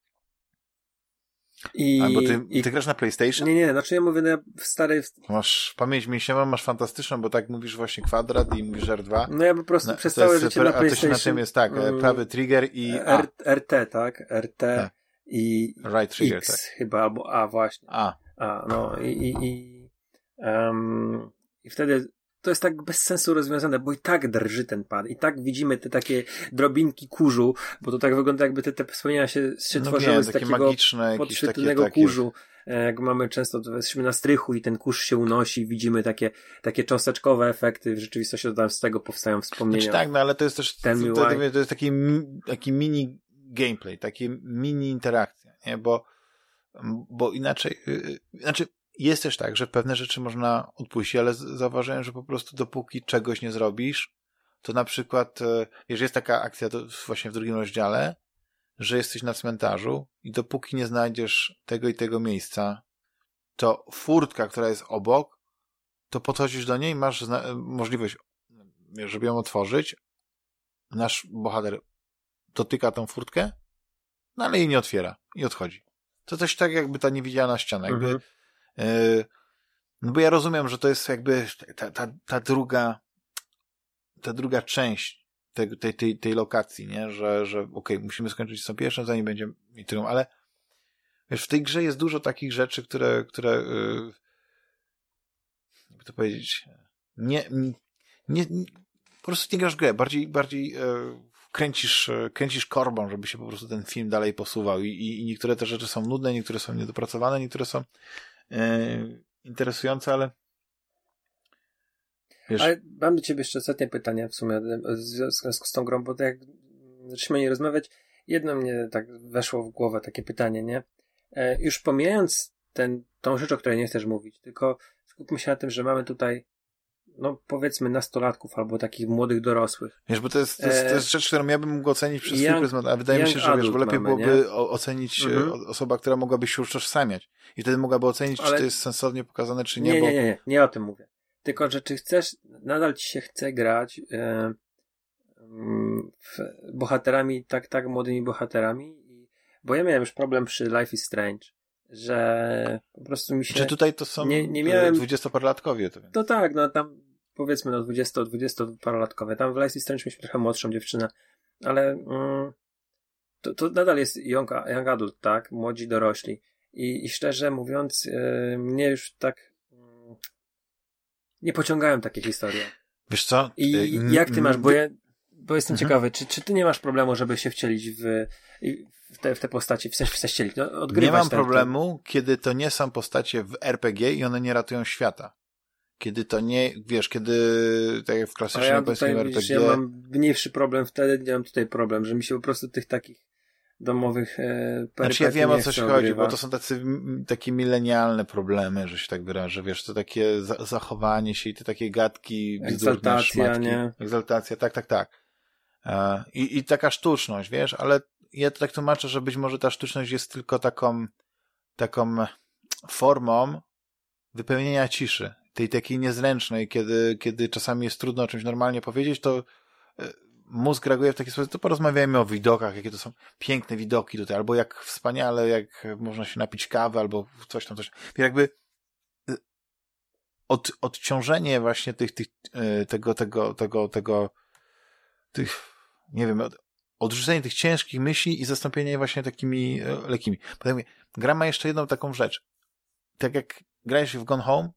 [SPEAKER 2] i...
[SPEAKER 1] A, bo ty,
[SPEAKER 2] i,
[SPEAKER 1] ty grasz na PlayStation?
[SPEAKER 2] Nie, nie, znaczy ja mówię na w starej...
[SPEAKER 1] Masz pamięć mięśniową, masz fantastyczną, bo tak mówisz właśnie kwadrat i mówisz R dwa.
[SPEAKER 2] No ja po prostu
[SPEAKER 1] na,
[SPEAKER 2] przez całe życie
[SPEAKER 1] super,
[SPEAKER 2] na PlayStation...
[SPEAKER 1] A to się na tym jest tak, mm, prawy trigger i A.
[SPEAKER 2] R, R T, tak? R T tak. I
[SPEAKER 1] right trigger,
[SPEAKER 2] X
[SPEAKER 1] tak.
[SPEAKER 2] chyba, albo A właśnie.
[SPEAKER 1] A.
[SPEAKER 2] A, no i i, i, um, i wtedy to jest tak bez sensu rozwiązane, bo i tak drży ten pad, i tak widzimy te takie drobinki kurzu, bo to tak wygląda jakby te, te wspomnienia się, się
[SPEAKER 1] no
[SPEAKER 2] tworzyły
[SPEAKER 1] wiem,
[SPEAKER 2] z
[SPEAKER 1] takie
[SPEAKER 2] takiego
[SPEAKER 1] magiczne,
[SPEAKER 2] podświetlonego
[SPEAKER 1] takie,
[SPEAKER 2] kurzu. jak mamy często, jesteśmy na strychu i ten kurz się unosi, widzimy takie, takie cząsteczkowe efekty, w rzeczywistości to z tego powstają wspomnienia.
[SPEAKER 1] Znaczy, tak, no ale to jest też, to, to, to jest taki, taki mini gameplay, takie mini interakcja, nie, bo, bo inaczej, yy, znaczy jest też tak, że pewne rzeczy można odpuścić, ale zauważyłem, że po prostu dopóki czegoś nie zrobisz, to na przykład, wiesz, jest taka akcja to właśnie w drugim rozdziale, że jesteś na cmentarzu i dopóki nie znajdziesz tego i tego miejsca, to furtka, która jest obok, to podchodzisz do niej, masz zna- możliwość, żeby ją otworzyć, nasz bohater dotyka tą furtkę, no ale jej nie otwiera i odchodzi. To coś tak jakby ta niewidzialna ściana, jakby
[SPEAKER 2] mhm.
[SPEAKER 1] yy, no bo ja rozumiem, że to jest jakby ta, ta, ta druga ta druga część tej, tej, tej, tej lokacji, nie? Że, że okej, okay, musimy skończyć z tą pierwszą, zanim będziemy mieć drugą, ale wiesz, w tej grze jest dużo takich rzeczy, które, które yy, jakby to powiedzieć, nie, nie, nie, po prostu nie grasz w grę, bardziej, bardziej yy, kręcisz, yy, kręcisz korbą, żeby się po prostu ten film dalej posuwał i, i, i niektóre te rzeczy są nudne, niektóre są niedopracowane, niektóre są yy, interesujące, ale wiesz...
[SPEAKER 2] Ale mam do ciebie jeszcze ostatnie pytanie w sumie w związku z tą grą, bo to jak zaczęliśmy o niej rozmawiać, jedno mnie tak weszło w głowę takie pytanie, nie? E, już pomijając ten, tą rzecz, o której nie chcesz mówić, tylko skupmy się na tym, że mamy tutaj no powiedzmy nastolatków albo takich młodych dorosłych.
[SPEAKER 1] Wiesz, bo to jest, to jest, to jest rzecz, którą ja bym mógł ocenić przez swój pryzmat, a wydaje mi się, że wiesz, bo lepiej mamy, byłoby nie? ocenić mhm. osoba, która mogłaby się utożsamiać i wtedy mogłaby ocenić, Ale... czy to jest sensownie pokazane, czy nie.
[SPEAKER 2] Nie,
[SPEAKER 1] bo...
[SPEAKER 2] nie, nie, nie, nie o tym mówię. Tylko, że czy chcesz, nadal ci się chce grać e, w bohaterami, tak, tak młodymi bohaterami, i, bo ja miałem już problem przy Life is Strange, że po prostu mi się...
[SPEAKER 1] Czy tutaj to są
[SPEAKER 2] nie, nie miałem...
[SPEAKER 1] dwudziestoparolatkowie? To,
[SPEAKER 2] to tak, no tam powiedzmy no dwudziesto, dwudziestoparolatkowie. Tam w Life is Strange mieliśmy trochę młodszą dziewczynę, ale mm, to, to nadal jest young, young adult, tak? Młodzi dorośli. I, i szczerze mówiąc, yy, mnie już tak nie pociągają takie historie.
[SPEAKER 1] Wiesz co?
[SPEAKER 2] I
[SPEAKER 1] N-
[SPEAKER 2] jak ty masz, bo ja bo jestem
[SPEAKER 1] mhm.
[SPEAKER 2] ciekawy, czy, czy ty nie masz problemu, żeby się wcielić w, w, te, w te postaci, w sensie w wcielić, no, odgrywać
[SPEAKER 1] Nie mam
[SPEAKER 2] ten,
[SPEAKER 1] problemu, ten... kiedy to nie są postacie w er pe gie i one nie ratują świata. Kiedy to nie, wiesz, kiedy tak jak w klasycznym
[SPEAKER 2] ja
[SPEAKER 1] japońskim er pe gie...
[SPEAKER 2] Ja mam mniejszy problem wtedy, nie mam tutaj problem, że mi się po prostu tych takich domowych e,
[SPEAKER 1] Znaczy ja wiem, o co się chodzi, bo to są tacy, takie milenialne problemy, że się tak wyrażę, wiesz, to takie za- zachowanie się i te takie gadki,
[SPEAKER 2] egzaltacja, szmatki. Nie?
[SPEAKER 1] Egzaltacja, tak, tak, tak. E, i, I taka sztuczność, wiesz, ale ja to tak tłumaczę, że być może ta sztuczność jest tylko taką taką formą wypełnienia ciszy, tej takiej niezręcznej, kiedy, kiedy czasami jest trudno o czymś normalnie powiedzieć, to mózg reaguje w taki sposób, to porozmawiajmy o widokach, jakie to są piękne widoki tutaj, albo jak wspaniale, jak można się napić kawy, albo coś tam, coś. Jakby od, odciążenie właśnie tych, tych, tego, tego, tego, tego, tych, nie wiem, odrzucenie tych ciężkich myśli i zastąpienie je właśnie takimi lekkimi. Potem mówię, gra ma jeszcze jedną taką rzecz. Tak jak grałeś w Gone Home?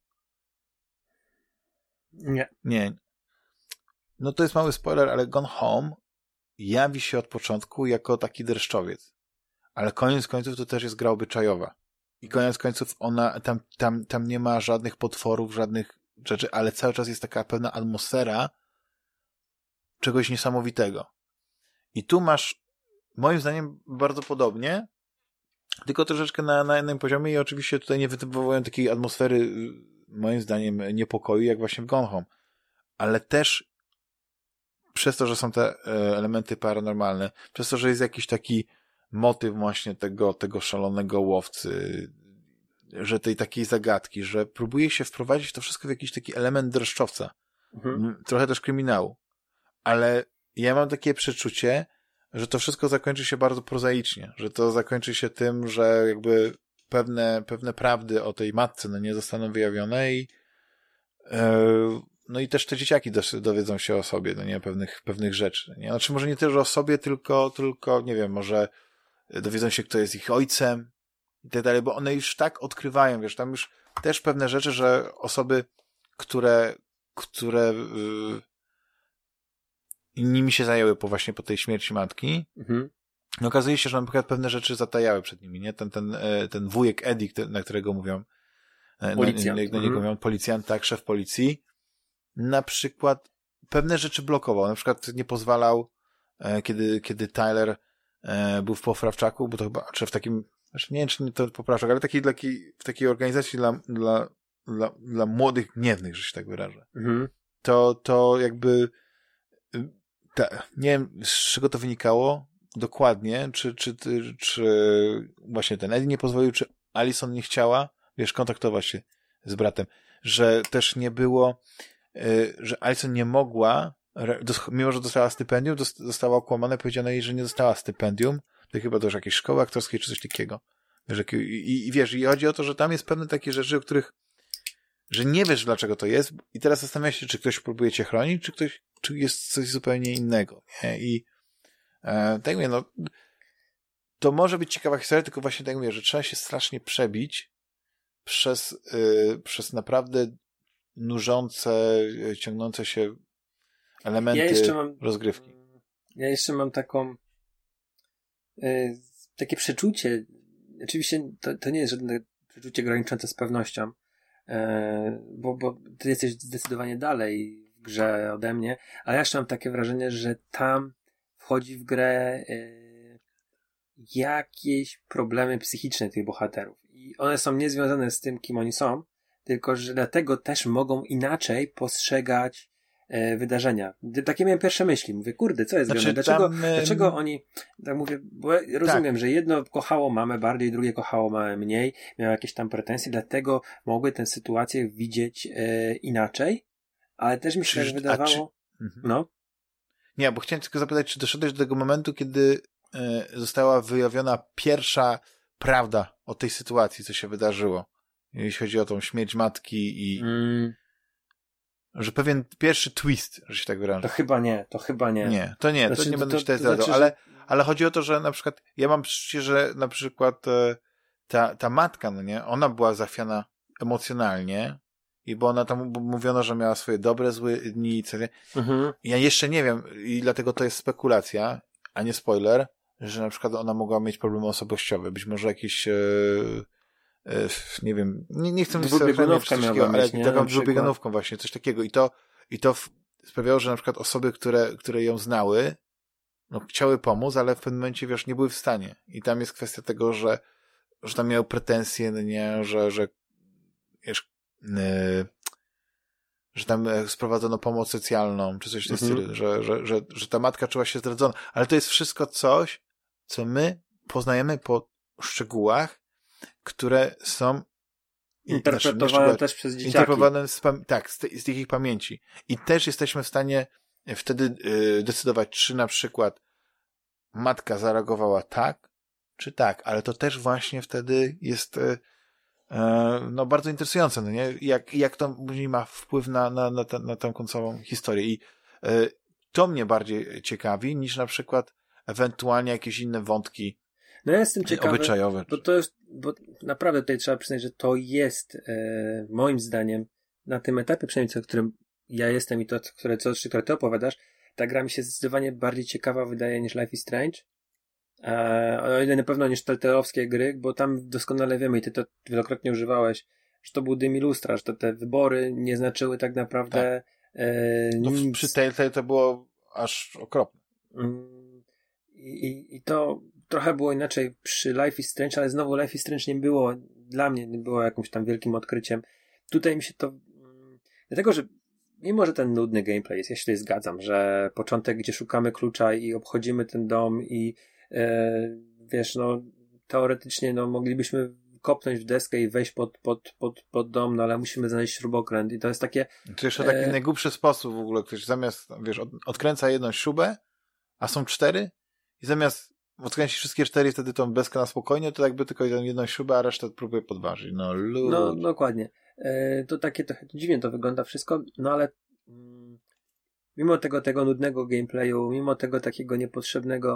[SPEAKER 2] Nie.
[SPEAKER 1] Nie. No to jest mały spoiler, ale Gone Home jawi się od początku jako taki dreszczowiec. Ale koniec końców to też jest gra obyczajowa. I koniec końców ona, tam, tam, tam nie ma żadnych potworów, żadnych rzeczy, ale cały czas jest taka pewna atmosfera czegoś niesamowitego. I tu masz, moim zdaniem, bardzo podobnie, tylko troszeczkę na, na innym poziomie i oczywiście tutaj nie wytypowują takiej atmosfery, moim zdaniem, niepokoju, jak właśnie w Gone Home. Ale też przez to, że są te elementy paranormalne, przez to, że jest jakiś taki motyw właśnie tego, tego szalonego łowcy, że tej takiej zagadki, że próbuje się wprowadzić to wszystko w jakiś taki element dreszczowca. Mhm. Trochę też kryminału. Ale ja mam takie przeczucie, że to wszystko zakończy się bardzo prozaicznie, że to zakończy się tym, że jakby pewne, pewne prawdy o tej matce no nie zostaną wyjawione i yy, no i też te dzieciaki dowiedzą się o sobie, no nie, pewnych, pewnych rzeczy. Nie? Znaczy może nie też o sobie, tylko, tylko, nie wiem, może dowiedzą się, kto jest ich ojcem i tak dalej, bo one już tak odkrywają, wiesz, tam już też pewne rzeczy, że osoby, które, które yy, nimi się zajęły po właśnie po tej śmierci matki, mhm. no okazuje się, że na przykład pewne rzeczy zatajały przed nimi, nie? Ten, ten, ten wujek Eddie, na którego mówią,
[SPEAKER 2] Policjant.
[SPEAKER 1] na, na niego mówią policjant, tak, szef policji, na przykład pewne rzeczy blokował, na przykład nie pozwalał, kiedy, kiedy Tyler był w poprawczaku, bo to chyba, czy w takim, nie wiem, czy nie to poprawczak, ale takiej, takiej, w takiej organizacji dla, dla, dla, dla młodych gniewnych, że się tak wyrażę.
[SPEAKER 2] Mhm.
[SPEAKER 1] To, to jakby ta, nie wiem, z czego to wynikało dokładnie, czy, czy, czy, czy właśnie ten Eddie nie pozwolił, czy Alison nie chciała, wiesz, kontaktować się z bratem, że też nie było, y, że Alison nie mogła, mimo że dostała stypendium, została okłamana, powiedziano jej, że nie dostała stypendium, to chyba też jakieś szkoły aktorskiej, czy coś takiego. Wiesz, i, i, i wiesz, i chodzi o to, że tam jest pewne takie rzeczy, o których że nie wiesz, dlaczego to jest i teraz zastanawiasz się, czy ktoś próbuje cię chronić, czy ktoś, czy jest coś zupełnie innego, nie? I e, tak mówię, no to może być ciekawa historia, tylko właśnie tak mówię, że trzeba się strasznie przebić przez, y, przez naprawdę nużące, ciągnące się elementy ja mam, rozgrywki.
[SPEAKER 2] Ja jeszcze mam taką y, takie przeczucie, oczywiście to, to nie jest żadne przeczucie graniczące z pewnością, Bo, bo ty jesteś zdecydowanie dalej w grze ode mnie, ale ja jeszcze mam takie wrażenie, że tam wchodzi w grę y, jakieś problemy psychiczne tych bohaterów i one są niezwiązane z tym, kim oni są, tylko że dlatego też mogą inaczej postrzegać y, wydarzenia. Takie miałem pierwsze myśli, mówię, kurde, co jest znaczy, grane? Dlaczego, tam, dlaczego oni, tak mówię, bo ja rozumiem, tak. że jedno kochało mamę bardziej, drugie kochało mamę mniej, miało jakieś tam pretensje, dlatego mogły tę sytuację widzieć e, inaczej, ale też mi się Czyż, tak wydawało, czy... mhm. no.
[SPEAKER 1] Nie, bo chciałem tylko zapytać, czy doszedłeś do tego momentu, kiedy e, została wyjawiona pierwsza prawda o tej sytuacji, co się wydarzyło, jeśli chodzi o tą śmierć matki i mm. że pewien pierwszy twist, że się tak wyrażę.
[SPEAKER 2] To chyba nie, to chyba nie.
[SPEAKER 1] Nie, to nie, znaczy, to nie to, będę się teraz zdradzał, znaczy, ale, że... ale chodzi o to, że na przykład, ja mam przeczucie, że na przykład e, ta, ta matka, no nie, ona była zachwiana emocjonalnie i bo ona tam mówiono, że miała swoje dobre, złe dni i co nie. Mhm. Ja jeszcze nie wiem i dlatego to jest spekulacja, a nie spoiler, że na przykład ona mogła mieć problemy osobowościowe, być może jakieś e, nie wiem, nie, nie chcę mówić
[SPEAKER 2] dwubiegunówkę miała
[SPEAKER 1] ale
[SPEAKER 2] mieć, nie?
[SPEAKER 1] taką dwubiegunówką właśnie, coś takiego i to, i to w, sprawiało, że na przykład osoby, które, które ją znały, no chciały pomóc, ale w pewnym momencie, wiesz, nie były w stanie i tam jest kwestia tego, że, że tam miały pretensje, nie, że, że wiesz, yy, że tam sprowadzono pomoc socjalną, czy coś w tym mhm. stylu, że, że, że, że ta matka czuła się zdradzona, ale to jest wszystko coś, co my poznajemy po szczegółach, które są
[SPEAKER 2] interpretowane znaczy, też przez dzieciaki.
[SPEAKER 1] Interpretowane z, tak, z, te, z ich pamięci. I też jesteśmy w stanie wtedy yy, decydować, czy na przykład matka zareagowała tak, czy tak, ale to też właśnie wtedy jest yy, yy, no bardzo interesujące, no nie? Jak, jak to później ma wpływ na, na, na, te, na tę końcową historię. I yy, to mnie bardziej ciekawi, niż na przykład ewentualnie jakieś inne wątki
[SPEAKER 2] No ja jestem ciekawy,
[SPEAKER 1] obyczajowe.
[SPEAKER 2] Bo to jest, bo naprawdę tutaj trzeba przyznać, że to jest e, moim zdaniem na tym etapie, przynajmniej w którym ja jestem i to, które, co, które ty opowiadasz, ta gra mi się zdecydowanie bardziej ciekawa wydaje niż Life is Strange. E, o ile na pewno niż telltale'owskie gry, bo tam doskonale wiemy i ty to wielokrotnie używałeś, że to był dym i lustra, że to te wybory nie znaczyły tak naprawdę tak. e,
[SPEAKER 1] no,
[SPEAKER 2] nic.
[SPEAKER 1] Przy Telltale to było aż okropne.
[SPEAKER 2] Mm, i, I to trochę było inaczej przy Life is Strange, ale znowu Life is Strange nie było, dla mnie nie było jakimś tam wielkim odkryciem. Tutaj mi się to... Mm, dlatego, że mimo, że ten nudny gameplay jest, ja się tutaj zgadzam, że początek, gdzie szukamy klucza i obchodzimy ten dom i e, wiesz, no teoretycznie no moglibyśmy kopnąć w deskę i wejść pod, pod, pod, pod dom, no ale musimy znaleźć śrubokręt i to jest takie...
[SPEAKER 1] To jeszcze taki e... najgłupszy sposób w ogóle, ktoś zamiast, wiesz, od, odkręca jedną śrubę, a są cztery i zamiast odkręcić wszystkie cztery, wtedy tą deskę na spokojnie, to jakby tylko jedną śrubę, a resztę próbuje podważyć. No, lud.
[SPEAKER 2] No, dokładnie. E, to takie trochę dziwnie to wygląda wszystko, no ale mm, mimo tego, tego nudnego gameplayu, mimo tego takiego niepotrzebnego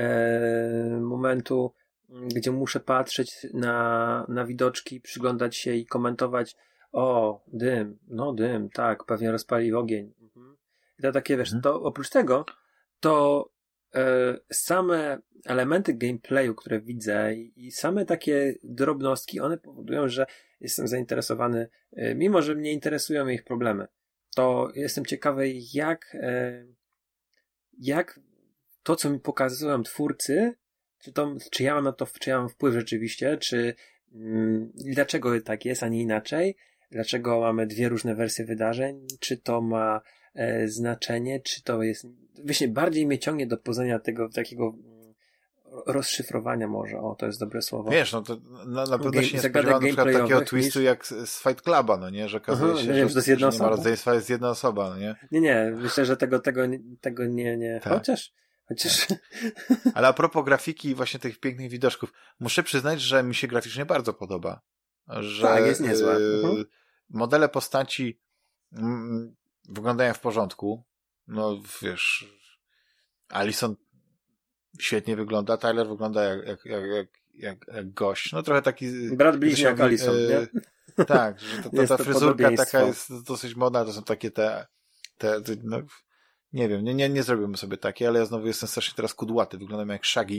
[SPEAKER 2] e, momentu, gdzie muszę patrzeć na, na widoczki, przyglądać się i komentować, o, dym, no dym, tak, pewnie rozpali ogień. Mhm. I to takie, wiesz, mhm. to oprócz tego, to e, same elementy gameplayu, które widzę i, i same takie drobnostki, one powodują, że jestem zainteresowany, e, mimo że mnie interesują ich problemy, to jestem ciekawy, jak e, jak to, co mi pokazują twórcy, czy, to, czy ja mam na to, czy ja mam wpływ rzeczywiście, czy mm, dlaczego tak jest, a nie inaczej, dlaczego mamy dwie różne wersje wydarzeń, czy to ma e, znaczenie, czy to jest, właśnie bardziej mnie ciągnie do poznania tego takiego mm, rozszyfrowania może, o, to jest dobre słowo.
[SPEAKER 1] Wiesz, no to na, na pewno
[SPEAKER 2] Game,
[SPEAKER 1] się nie spodziewałem na przykład takiego twistu niż... jak z Fight Cluba, no nie, że okazuje
[SPEAKER 2] Aha,
[SPEAKER 1] się,
[SPEAKER 2] nie
[SPEAKER 1] że,
[SPEAKER 2] wiem, że to jest jedna
[SPEAKER 1] że nie ma
[SPEAKER 2] osoba.
[SPEAKER 1] rodzeństwa, jest jedna osoba, no nie?
[SPEAKER 2] Nie, nie, myślę, że tego, tego, tego nie, nie,
[SPEAKER 1] tak.
[SPEAKER 2] chociaż Chociaż...
[SPEAKER 1] Ale a propos grafiki i właśnie tych pięknych widoczków, muszę przyznać, że mi się graficznie bardzo podoba. Że
[SPEAKER 2] tak, jest niezłe.
[SPEAKER 1] Yy, modele postaci mm, wyglądają w porządku. No wiesz, Alison świetnie wygląda, Tyler wygląda jak, jak, jak, jak, jak, jak gość. No trochę taki...
[SPEAKER 2] Brat bliźniak Alison, yy, nie?
[SPEAKER 1] Tak, że to, to, ta fryzurka taka jest dosyć modna, to są takie te... te, te no, nie wiem, nie, nie, nie zrobiłbym sobie takie, ale ja znowu jestem strasznie teraz kudłaty, wyglądam jak Shaggy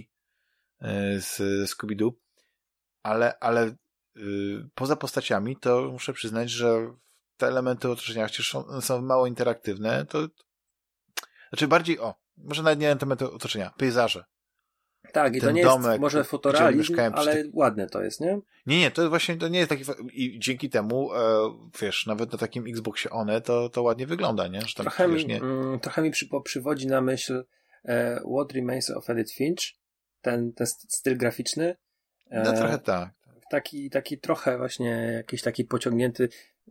[SPEAKER 1] z Scooby-Doo, ale, ale yy, poza postaciami to muszę przyznać, że te elementy otoczenia, chociaż są, są mało interaktywne, to znaczy bardziej, o, może nawet nie elementy otoczenia, pejzaże.
[SPEAKER 2] Tak, i
[SPEAKER 1] ten
[SPEAKER 2] to nie
[SPEAKER 1] domek,
[SPEAKER 2] jest może fotorealizm, ale tych... ładne to jest, nie?
[SPEAKER 1] Nie, nie, to właśnie to nie jest taki... I dzięki temu, e, wiesz, nawet na takim Xboxie One to, to ładnie wygląda, nie? Że tam,
[SPEAKER 2] trochę,
[SPEAKER 1] wiesz,
[SPEAKER 2] mi,
[SPEAKER 1] nie...
[SPEAKER 2] mm, trochę mi przy, przywodzi na myśl e, What Remains of Edith Finch, ten, ten styl graficzny.
[SPEAKER 1] E, no trochę tak.
[SPEAKER 2] Taki, taki trochę właśnie jakiś taki pociągnięty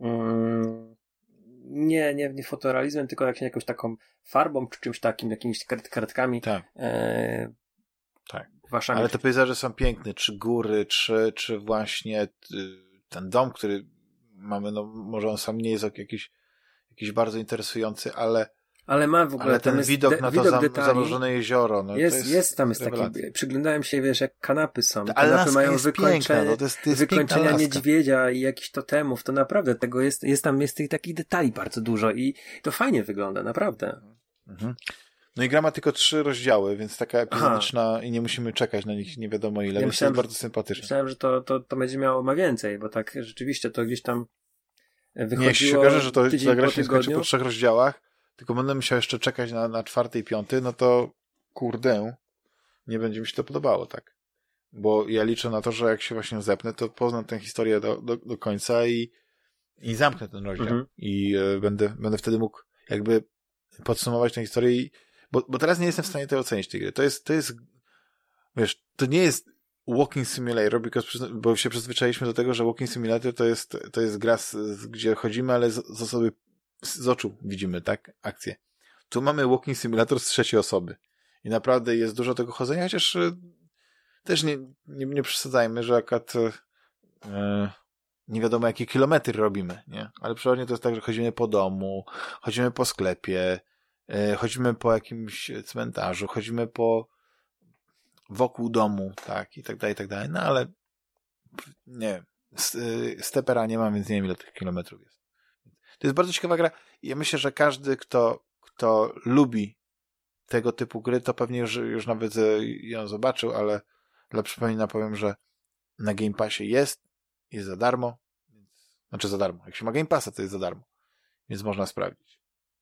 [SPEAKER 2] mm, nie, nie, nie fotorealizmem, tylko jak, jakąś taką farbą, czy czymś takim, jakimiś kart, kartkami.
[SPEAKER 1] Tak.
[SPEAKER 2] E,
[SPEAKER 1] tak.
[SPEAKER 2] Waszami.
[SPEAKER 1] Ale te pejzaże są piękne, czy góry, czy, czy właśnie ten dom, który mamy, no może on sam nie jest jakiś, jakiś bardzo interesujący, ale
[SPEAKER 2] ale ma w ogóle
[SPEAKER 1] ale ten
[SPEAKER 2] jest
[SPEAKER 1] widok
[SPEAKER 2] de,
[SPEAKER 1] na to
[SPEAKER 2] widok
[SPEAKER 1] zam,
[SPEAKER 2] detali,
[SPEAKER 1] zamrożone jezioro, no
[SPEAKER 2] jest,
[SPEAKER 1] to jest,
[SPEAKER 2] jest tam jest
[SPEAKER 1] rewelacja.
[SPEAKER 2] taki, przyglądałem się, wiesz, jak kanapy są.
[SPEAKER 1] Ale
[SPEAKER 2] kanapy mają
[SPEAKER 1] jest
[SPEAKER 2] wykończenie,
[SPEAKER 1] piękna, no to jest, to jest
[SPEAKER 2] wykończenia niedźwiedzia i jakichś totemów, to naprawdę tego jest, jest tam, jest tych takich detali bardzo dużo i to fajnie wygląda, naprawdę.
[SPEAKER 1] Mhm. No i gra ma tylko trzy rozdziały, więc taka epizodyczna i nie musimy czekać na nich nie wiadomo ile, ja więc myślałem, to jest bardzo sympatyczne.
[SPEAKER 2] Myślałem, że to, to, to będzie miało ma więcej, bo tak rzeczywiście to gdzieś tam wychodziło. Nie,
[SPEAKER 1] jeśli się okaże, że to ta gra się skończy po trzech rozdziałach, tylko będę musiał jeszcze czekać na, na czwarty i piąty, no to kurde, nie będzie mi się to podobało, tak. Bo ja liczę na to, że jak się właśnie zepnę, to poznam tę historię do, do, do końca i, i zamknę ten rozdział. Mhm. I e, będę, będę wtedy mógł jakby podsumować tę historię i Bo, bo teraz nie jestem w stanie tego ocenić tej gry. To jest, to jest, wiesz, to nie jest walking simulator, because, bo się przyzwyczailiśmy do tego, że walking simulator to jest, to jest gra, z, z, gdzie chodzimy, ale z, z osoby, z oczu widzimy, tak, akcję. Tu mamy walking simulator z trzeciej osoby. I naprawdę jest dużo tego chodzenia, chociaż y, też nie, nie, nie przesadzajmy, że akurat y, nie wiadomo jakie kilometry robimy, nie? Ale przeważnie to jest tak, że chodzimy po domu, chodzimy po sklepie, chodzimy po jakimś cmentarzu, chodzimy po wokół domu, tak, i tak dalej, i tak dalej, no ale nie wiem, stepera nie mam, więc nie wiem ile tych kilometrów jest. To jest bardzo ciekawa gra i ja myślę, że każdy, kto, kto lubi tego typu gry, to pewnie już, już nawet ją zobaczył, ale dla przypomnienia powiem, że na Game Passie jest, jest za darmo, znaczy za darmo, jak się ma Game Passa, to jest za darmo, więc można sprawdzić.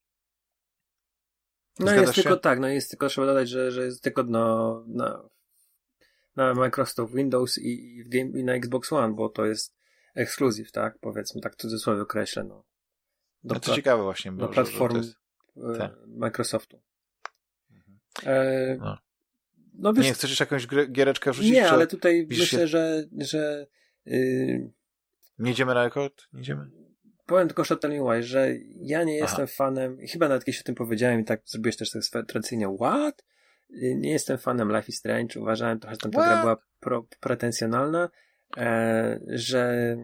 [SPEAKER 2] No Zgadzasz jest się? Tylko tak, no jest tylko trzeba dodać, że, że jest tylko na, na, na Microsoft Windows i, i, w game, i na Xbox One, bo to jest ekskluzyw, tak? Powiedzmy, tak w cudzysłowie określę, no.
[SPEAKER 1] Do no to ciekawe właśnie, bo
[SPEAKER 2] do platform jest... e, Microsoftu.
[SPEAKER 1] Mhm.
[SPEAKER 2] E,
[SPEAKER 1] no.
[SPEAKER 2] No wiesz,
[SPEAKER 1] nie, chcesz jeszcze jakąś giereczkę wrzucić?
[SPEAKER 2] Nie, ale tutaj myślę,
[SPEAKER 1] się...
[SPEAKER 2] że, że yy...
[SPEAKER 1] nie idziemy na rekord? Nie idziemy?
[SPEAKER 2] Powiem tylko Shuttling, że ja nie jestem Aha. fanem, chyba nawet kiedyś o tym powiedziałem i tak zrobiłeś też tak tradycyjnie, what? Nie jestem fanem Life is Strange, uważałem trochę, że tam ta gra była pro, pretensjonalna, e, że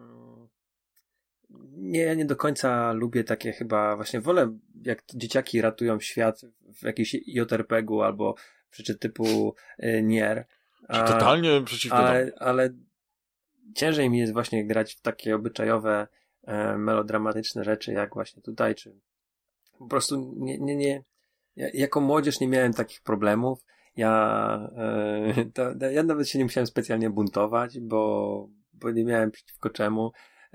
[SPEAKER 2] nie, ja nie do końca lubię takie chyba, właśnie wolę jak dzieciaki ratują świat w jakimś J R P gu albo rzeczy typu e, Nier.
[SPEAKER 1] A, totalnie przeciwko
[SPEAKER 2] ale, ale ciężej mi jest właśnie grać w takie obyczajowe melodramatyczne rzeczy, jak właśnie tutaj, czy po prostu nie, nie, nie ja, jako młodzież nie miałem takich problemów. Ja, e, to, to, ja nawet się nie musiałem specjalnie buntować, bo, bo nie miałem przeciwko czemu.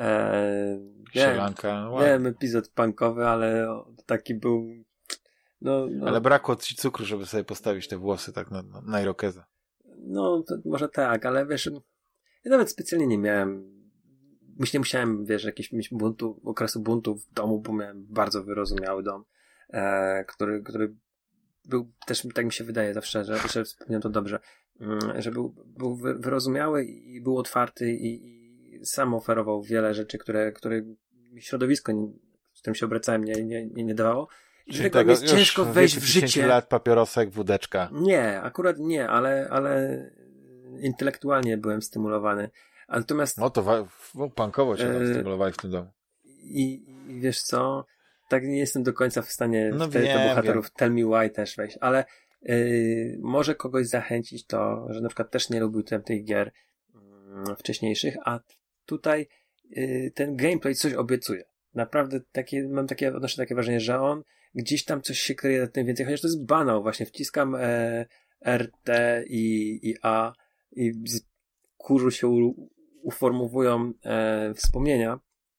[SPEAKER 2] E, miałem, miałem epizod punkowy, ale taki był no, no.
[SPEAKER 1] Ale brakło ci cukru, żeby sobie postawić te włosy tak na, na, na irokezę.
[SPEAKER 2] No, to może tak, ale wiesz, ja nawet specjalnie nie miałem, nie musiałem, wiesz, jakiegoś mieć buntu, okresu buntu w domu, bo miałem bardzo wyrozumiały dom, e, który, który był też, tak mi się wydaje zawsze, że, że wspomniałem to dobrze, że był, był wyrozumiały i był otwarty i, i sam oferował wiele rzeczy, które, które mi środowisko, z którym się obracałem, nie, nie, nie, nie dawało. I
[SPEAKER 1] Czyli
[SPEAKER 2] tego jest ciężko wejść w życie.
[SPEAKER 1] lat papierosek, wódeczka.
[SPEAKER 2] Nie, akurat nie, ale, ale intelektualnie byłem stymulowany. Natomiast...
[SPEAKER 1] No to wa- punkowo cię e... stymulowali w tym domu.
[SPEAKER 2] I, I wiesz co, tak nie jestem do końca w stanie
[SPEAKER 1] no
[SPEAKER 2] w te,
[SPEAKER 1] wiem,
[SPEAKER 2] te bohaterów
[SPEAKER 1] wiem.
[SPEAKER 2] Tell Me Why też wejść, ale yy, może kogoś zachęcić to, że na przykład też nie lubił tych gier yy, wcześniejszych, a tutaj yy, ten gameplay coś obiecuje. Naprawdę takie, mam takie, odnoszę takie wrażenie, że on gdzieś tam coś się kryje na tym więcej, chociaż to jest banał, właśnie wciskam e, R, T i, i A i z kurzu się u, uformowują e, wspomnienia,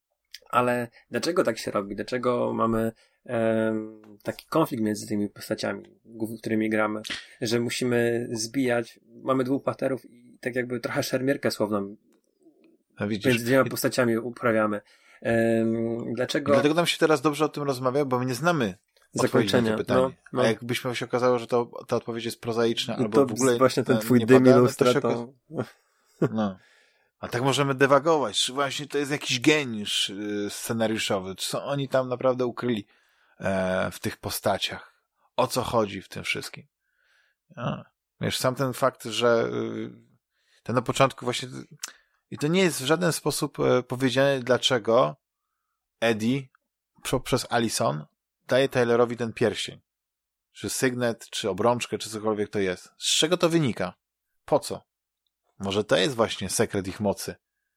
[SPEAKER 2] ale dlaczego tak się robi? Dlaczego mamy e, taki konflikt między tymi postaciami, którymi gramy, że musimy zbijać, mamy dwóch bohaterów i tak jakby trochę szermierkę słowną między dwiema postaciami uprawiamy. Um, dlaczego?
[SPEAKER 1] I dlatego nam się teraz dobrze o tym rozmawia, bo my nie znamy zakończenia na to pytanie. No, no. A jakbyśmy się okazało, że to, ta odpowiedź jest prozaiczna,
[SPEAKER 2] I
[SPEAKER 1] albo
[SPEAKER 2] to
[SPEAKER 1] w ogóle
[SPEAKER 2] właśnie ten twój dym ilustra to...
[SPEAKER 1] No. A tak możemy dywagować, czy właśnie to jest jakiś geniusz yy, scenariuszowy, czy są oni tam naprawdę ukryli e, w tych postaciach. O co chodzi w tym wszystkim? A, wiesz, sam ten fakt, że yy, ten na początku właśnie i to nie jest w żaden sposób e, powiedziane, dlaczego Eddie przez Allison daje Tylerowi ten pierścień. Czy sygnet, czy obrączkę, czy cokolwiek to jest. Z czego to wynika? Po co? Może to jest właśnie sekret ich mocy.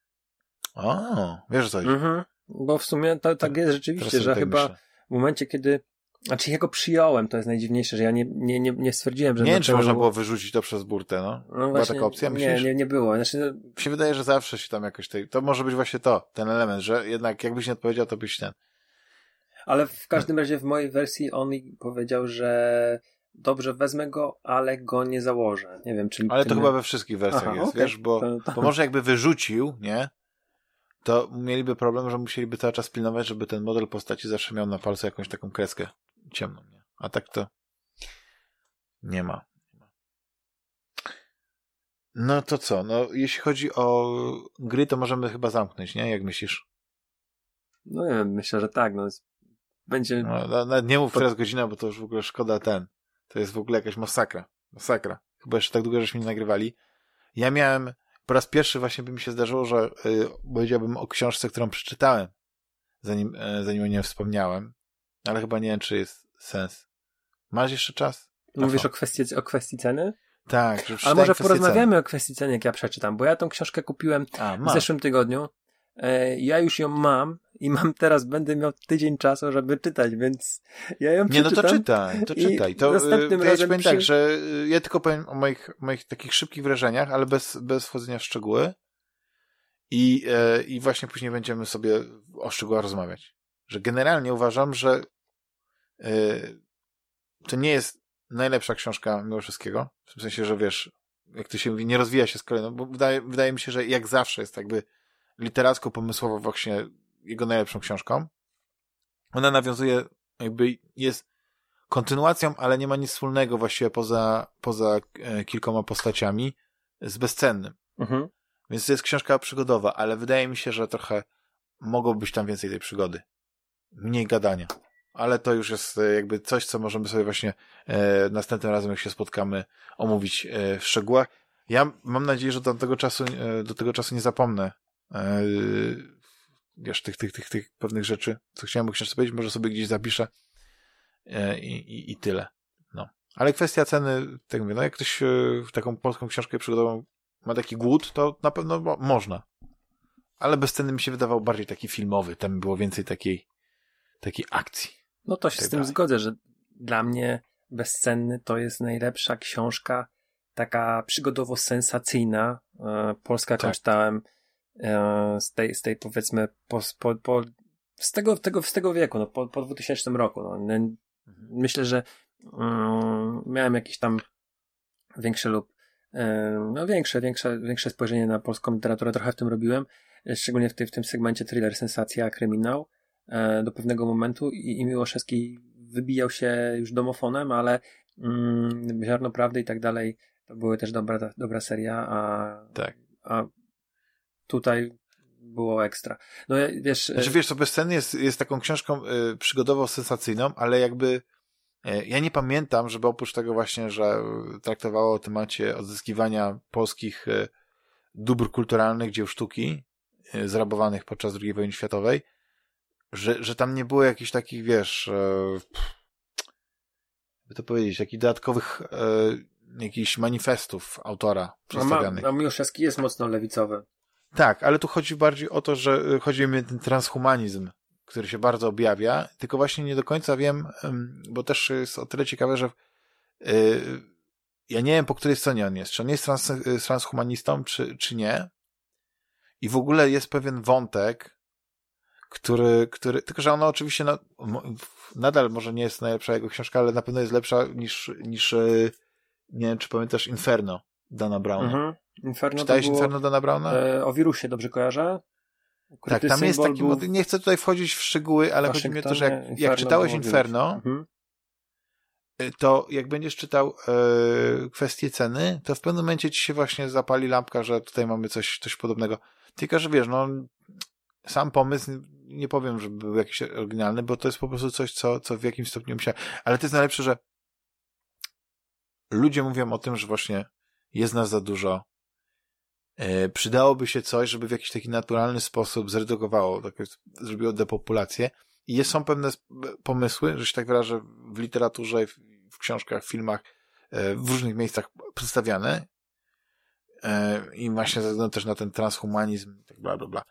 [SPEAKER 1] O, wiesz coś.
[SPEAKER 2] Mhm. Bo w sumie to, tak jest rzeczywiście, że tak chyba myślę. W momencie, kiedy znaczy ja go przyjąłem, to jest najdziwniejsze, że ja nie, nie, nie, nie stwierdziłem, że...
[SPEAKER 1] Nie wiem, czy można było wyrzucić to przez burtę, no. no Była właśnie, taka opcja, myślisz?
[SPEAKER 2] Nie, nie, nie było. Znaczy, no...
[SPEAKER 1] Mi się wydaje, że zawsze się tam jakoś... Tej... To może być właśnie to, ten element, że jednak jakbyś nie odpowiedział, to byś ten...
[SPEAKER 2] Ale w każdym razie w mojej wersji on mi powiedział, że dobrze, wezmę go, ale go nie założę. Nie wiem, czy...
[SPEAKER 1] Ale to
[SPEAKER 2] ty...
[SPEAKER 1] chyba we wszystkich wersjach Aha, jest, okay. wiesz, bo, to, to... bo może jakby wyrzucił, nie? To mieliby problem, że musieliby cały czas pilnować, żeby ten model postaci zawsze miał na palcu jakąś taką kreskę ciemną, nie? A tak to nie ma. No to co? No jeśli chodzi o gry, to możemy chyba zamknąć, nie? Jak myślisz?
[SPEAKER 2] No nie wiem, myślę, że tak. No, będzie...
[SPEAKER 1] No, nawet nie mów teraz godzina, bo to już w ogóle szkoda ten. To jest w ogóle jakaś masakra. Masakra. Chyba jeszcze tak długo, żeśmy nie nagrywali. Ja miałem po raz pierwszy właśnie by mi się zdarzyło, że yy, powiedziałbym o książce, którą przeczytałem, zanim, yy, zanim o niej wspomniałem, ale chyba nie wiem, czy jest sens. Masz jeszcze czas?
[SPEAKER 2] A Mówisz o kwestii, o kwestii ceny?
[SPEAKER 1] Tak. Że
[SPEAKER 2] ale może porozmawiamy ceny. o kwestii ceny, jak ja przeczytam, bo ja tą książkę kupiłem
[SPEAKER 1] A,
[SPEAKER 2] w zeszłym tygodniu. Yy, ja już ją mam i mam teraz, będę miał tydzień czasu, żeby czytać, więc ja ją
[SPEAKER 1] przeczytam.
[SPEAKER 2] Nie, no
[SPEAKER 1] to czytaj, to czytaj. To,
[SPEAKER 2] następnym
[SPEAKER 1] to ja
[SPEAKER 2] razem
[SPEAKER 1] powiem
[SPEAKER 2] przy...
[SPEAKER 1] tak, że ja tylko powiem o moich, moich takich szybkich wrażeniach, ale bez, bez wchodzenia w szczegóły i, e, i właśnie później będziemy sobie o szczegółach rozmawiać. Że generalnie uważam, że e, to nie jest najlepsza książka mimo wszystkiego, w tym sensie, że wiesz, jak to się mówi, nie rozwija się z kolei, no bo wydaje, wydaje mi się, że jak zawsze jest jakby literacko, pomysłowo właśnie jego najlepszą książką. Ona nawiązuje, jakby jest kontynuacją, ale nie ma nic wspólnego właściwie poza, poza e, kilkoma postaciami z bezcennym.
[SPEAKER 2] Mhm.
[SPEAKER 1] Więc to jest książka przygodowa, ale wydaje mi się, że trochę mogło być tam więcej tej przygody. Mniej gadania. Ale to już jest e, jakby coś, co możemy sobie właśnie e, następnym razem, jak się spotkamy, omówić e, w szczegółach. Ja mam nadzieję, że do tego czasu, e, do tego czasu nie zapomnę Yy, wiesz, tych, tych, tych, tych pewnych rzeczy, co chciałem o książce powiedzieć, może sobie gdzieś zapiszę yy, i, i tyle. No. Ale kwestia ceny, tak mówię, no jak ktoś yy, taką polską książkę przygodową ma taki głód, to na pewno bo, można. Ale bez ceny mi się wydawał bardziej taki filmowy, tam było więcej takiej takiej akcji.
[SPEAKER 2] No to się
[SPEAKER 1] tak
[SPEAKER 2] z tym
[SPEAKER 1] dalej.
[SPEAKER 2] zgodzę, że dla mnie Bezcenny to jest najlepsza książka, taka przygodowo-sensacyjna, e, polska, jaką
[SPEAKER 1] tak. czytałem
[SPEAKER 2] e, z, tej, z tej powiedzmy po, po, po, z, tego, tego, z tego wieku, no, po, po dwutysięcznym roku. No. Mhm. Myślę, że um, miałem jakieś tam większe lub um, no większe, większe, większe spojrzenie na polską literaturę, trochę w tym robiłem, szczególnie w, tej, w tym segmencie thriller, sensacja, kryminał e, do pewnego momentu i, i Miłoszewski wybijał się już domofonem, ale mm, Ziarno Prawdy i tak dalej to były też dobra, dobra seria, a,
[SPEAKER 1] tak.
[SPEAKER 2] a tutaj było ekstra. No wiesz...
[SPEAKER 1] Znaczy wiesz, to Bezcenny jest, jest taką książką y, przygodowo-sensacyjną, ale jakby y, ja nie pamiętam, żeby oprócz tego właśnie, że traktowało o temacie odzyskiwania polskich y, dóbr kulturalnych, dzieł sztuki y, zrabowanych podczas drugiej wojny światowej, że, że tam nie było jakichś takich, wiesz, y, by to powiedzieć, jakichś dodatkowych y, jakichś manifestów autora przedstawionych.
[SPEAKER 2] A Miłoszewski jest mocno lewicowy.
[SPEAKER 1] Tak, ale tu chodzi bardziej o to, że chodzi mi o ten transhumanizm, który się bardzo objawia, tylko właśnie nie do końca wiem, bo też jest o tyle ciekawe, że yy, ja nie wiem, po której stronie on jest, czy on jest trans, transhumanistą, czy, czy nie. I w ogóle jest pewien wątek, który, który tylko że ona oczywiście no, nadal może nie jest najlepsza jego książka, ale na pewno jest lepsza niż, niż nie wiem, czy pamiętasz Inferno Dana Browna. Mhm.
[SPEAKER 2] Inferno
[SPEAKER 1] Czytałeś
[SPEAKER 2] było,
[SPEAKER 1] Inferno Dana Browna?
[SPEAKER 2] E, o wirusie, dobrze kojarzę?
[SPEAKER 1] Ukryty tak, tam jest taki był... Nie chcę tutaj wchodzić w szczegóły, ale chodzi mi o to, że jak, jak czytałeś Inferno, mhm. to jak będziesz czytał e, kwestię ceny, to w pewnym momencie ci się właśnie zapali lampka, że tutaj mamy coś, coś podobnego. Tylko, że wiesz, no sam pomysł, nie powiem, że był jakiś oryginalny, bo to jest po prostu coś, co, co w jakimś stopniu musiałem. Ale to jest najlepsze, że ludzie mówią o tym, że właśnie jest nas za dużo. E, przydałoby się coś, żeby w jakiś taki naturalny sposób zredukowało, tak jest, zrobiło depopulację. I jest, są pewne pomysły, że się tak wyrażę, w literaturze, w, w książkach, w filmach, e, w różnych miejscach przedstawiane. E, I właśnie ze względu też na ten transhumanizm, tak bla, bla, bla.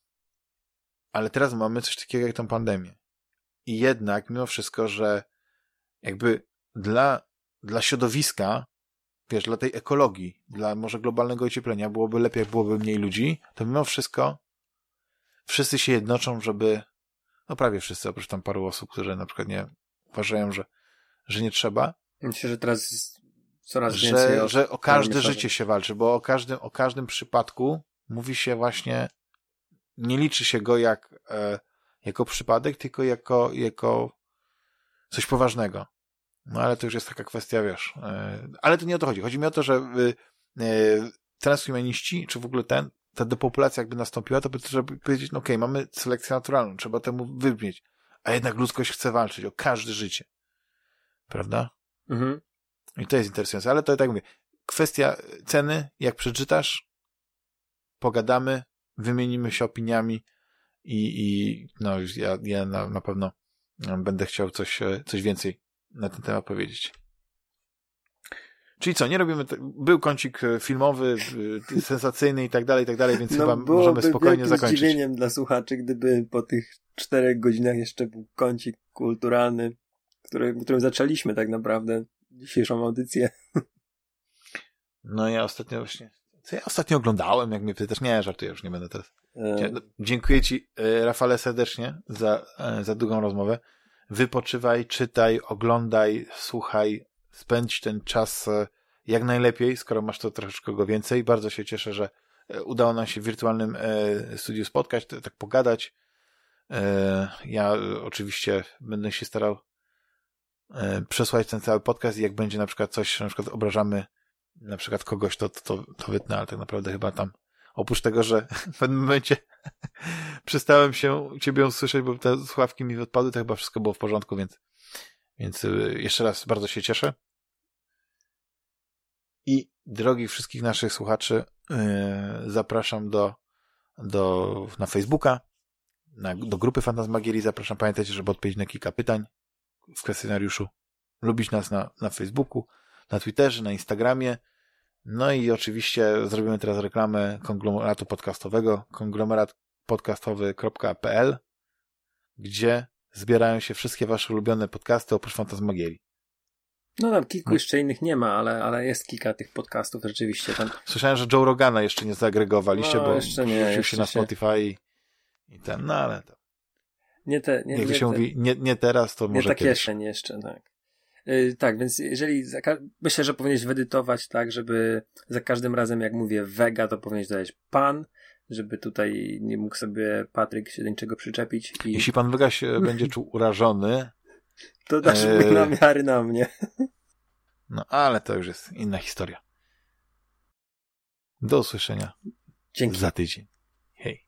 [SPEAKER 1] Ale teraz mamy coś takiego jak tą pandemię. I jednak, mimo wszystko, że jakby dla, dla środowiska, wiesz, dla tej ekologii, dla może globalnego ocieplenia byłoby lepiej, jak byłoby mniej ludzi, to mimo wszystko wszyscy się jednoczą, żeby, no prawie wszyscy, oprócz tam paru osób, które na przykład nie uważają, że, że nie trzeba.
[SPEAKER 2] Myślę, że teraz jest coraz
[SPEAKER 1] że,
[SPEAKER 2] więcej osób,
[SPEAKER 1] że o każde życie się walczy, bo o każdym, o każdym przypadku mówi się właśnie, nie liczy się go jak, e, jako przypadek, tylko jako, jako coś poważnego. No ale to już jest taka kwestia, wiesz. E, ale to nie o to chodzi. Chodzi mi o to, że e, transhumaniści, czy w ogóle ten, ta depopulacja jakby nastąpiła, to by trzeba powiedzieć, no okej, okay, mamy selekcję naturalną, trzeba temu wybrzmieć. A jednak ludzkość chce walczyć o każde życie. Prawda?
[SPEAKER 2] Mhm.
[SPEAKER 1] I to jest interesujące. Ale to tak mówię. Kwestia ceny, jak przeczytasz, pogadamy, wymienimy się opiniami i, i no ja, ja na, na pewno będę chciał coś, coś więcej na ten temat powiedzieć. Czyli co, nie robimy... Te... Był kącik filmowy, sensacyjny i tak dalej, i tak dalej, więc no, chyba możemy spokojnie zakończyć.
[SPEAKER 2] Byłoby zdziwieniem dla słuchaczy, gdyby po tych czterech godzinach jeszcze był kącik kulturalny, który, którym zaczęliśmy tak naprawdę dzisiejszą audycję.
[SPEAKER 1] No ja ostatnio właśnie... Co ja ostatnio oglądałem, jak mnie pytasz? Nie, żartuję, już nie będę teraz. Um. Dziękuję ci, Rafale, serdecznie za, za długą rozmowę. Wypoczywaj, czytaj, oglądaj, słuchaj, spędź ten czas jak najlepiej, skoro masz to troszeczkę go więcej. Bardzo się cieszę, że udało nam się w wirtualnym studiu spotkać, tak pogadać. Ja oczywiście będę się starał przesłać ten cały podcast i jak będzie na przykład coś, na przykład obrażamy na przykład kogoś, to, to, to wytnę, ale tak naprawdę chyba tam, oprócz tego, że w pewnym momencie przestałem się ciebie usłyszeć, bo te słuchawki mi odpadły, to chyba wszystko było w porządku, więc, więc jeszcze raz bardzo się cieszę. I drogich wszystkich naszych słuchaczy yy, zapraszam do, do, na Facebooka, na, do grupy Fantasmagierii. Zapraszam, pamiętajcie, żeby odpowiedzieć na kilka pytań w kwestionariuszu. Lubić nas na, na Facebooku, na Twitterze, na Instagramie. No i oczywiście zrobimy teraz reklamę konglomeratu podcastowego, konglomerat podcastowy kropka p l, gdzie zbierają się wszystkie wasze ulubione podcasty oprócz Fantasmagierii.
[SPEAKER 2] No tam kilku jeszcze innych nie ma, ale, ale jest kilka tych podcastów rzeczywiście. Tam...
[SPEAKER 1] Słyszałem, że Joe Rogana jeszcze nie zaagregowaliście,
[SPEAKER 2] no,
[SPEAKER 1] bo
[SPEAKER 2] jeszcze nie,
[SPEAKER 1] wrzucił
[SPEAKER 2] jeszcze
[SPEAKER 1] się na
[SPEAKER 2] się...
[SPEAKER 1] Spotify i, i ten, no ale to...
[SPEAKER 2] Nie te, nie,
[SPEAKER 1] Jak
[SPEAKER 2] nie
[SPEAKER 1] się
[SPEAKER 2] te...
[SPEAKER 1] mówi, nie, nie teraz, to
[SPEAKER 2] nie
[SPEAKER 1] może
[SPEAKER 2] tak
[SPEAKER 1] kiedyś.
[SPEAKER 2] jeszcze, nie jeszcze, tak. Yy, tak, więc jeżeli... Za ka... Myślę, że powinieneś wyedytować tak, żeby za każdym razem, jak mówię Vega, to powinieneś dodać pan, żeby tutaj nie mógł sobie Patryk się do niczego przyczepić. I...
[SPEAKER 1] Jeśli pan Vega się będzie czuł urażony...
[SPEAKER 2] To dasz
[SPEAKER 1] e...
[SPEAKER 2] namiary na mnie.
[SPEAKER 1] No, ale to już jest inna historia. Do usłyszenia.
[SPEAKER 2] Dzięki.
[SPEAKER 1] Za tydzień. Hej.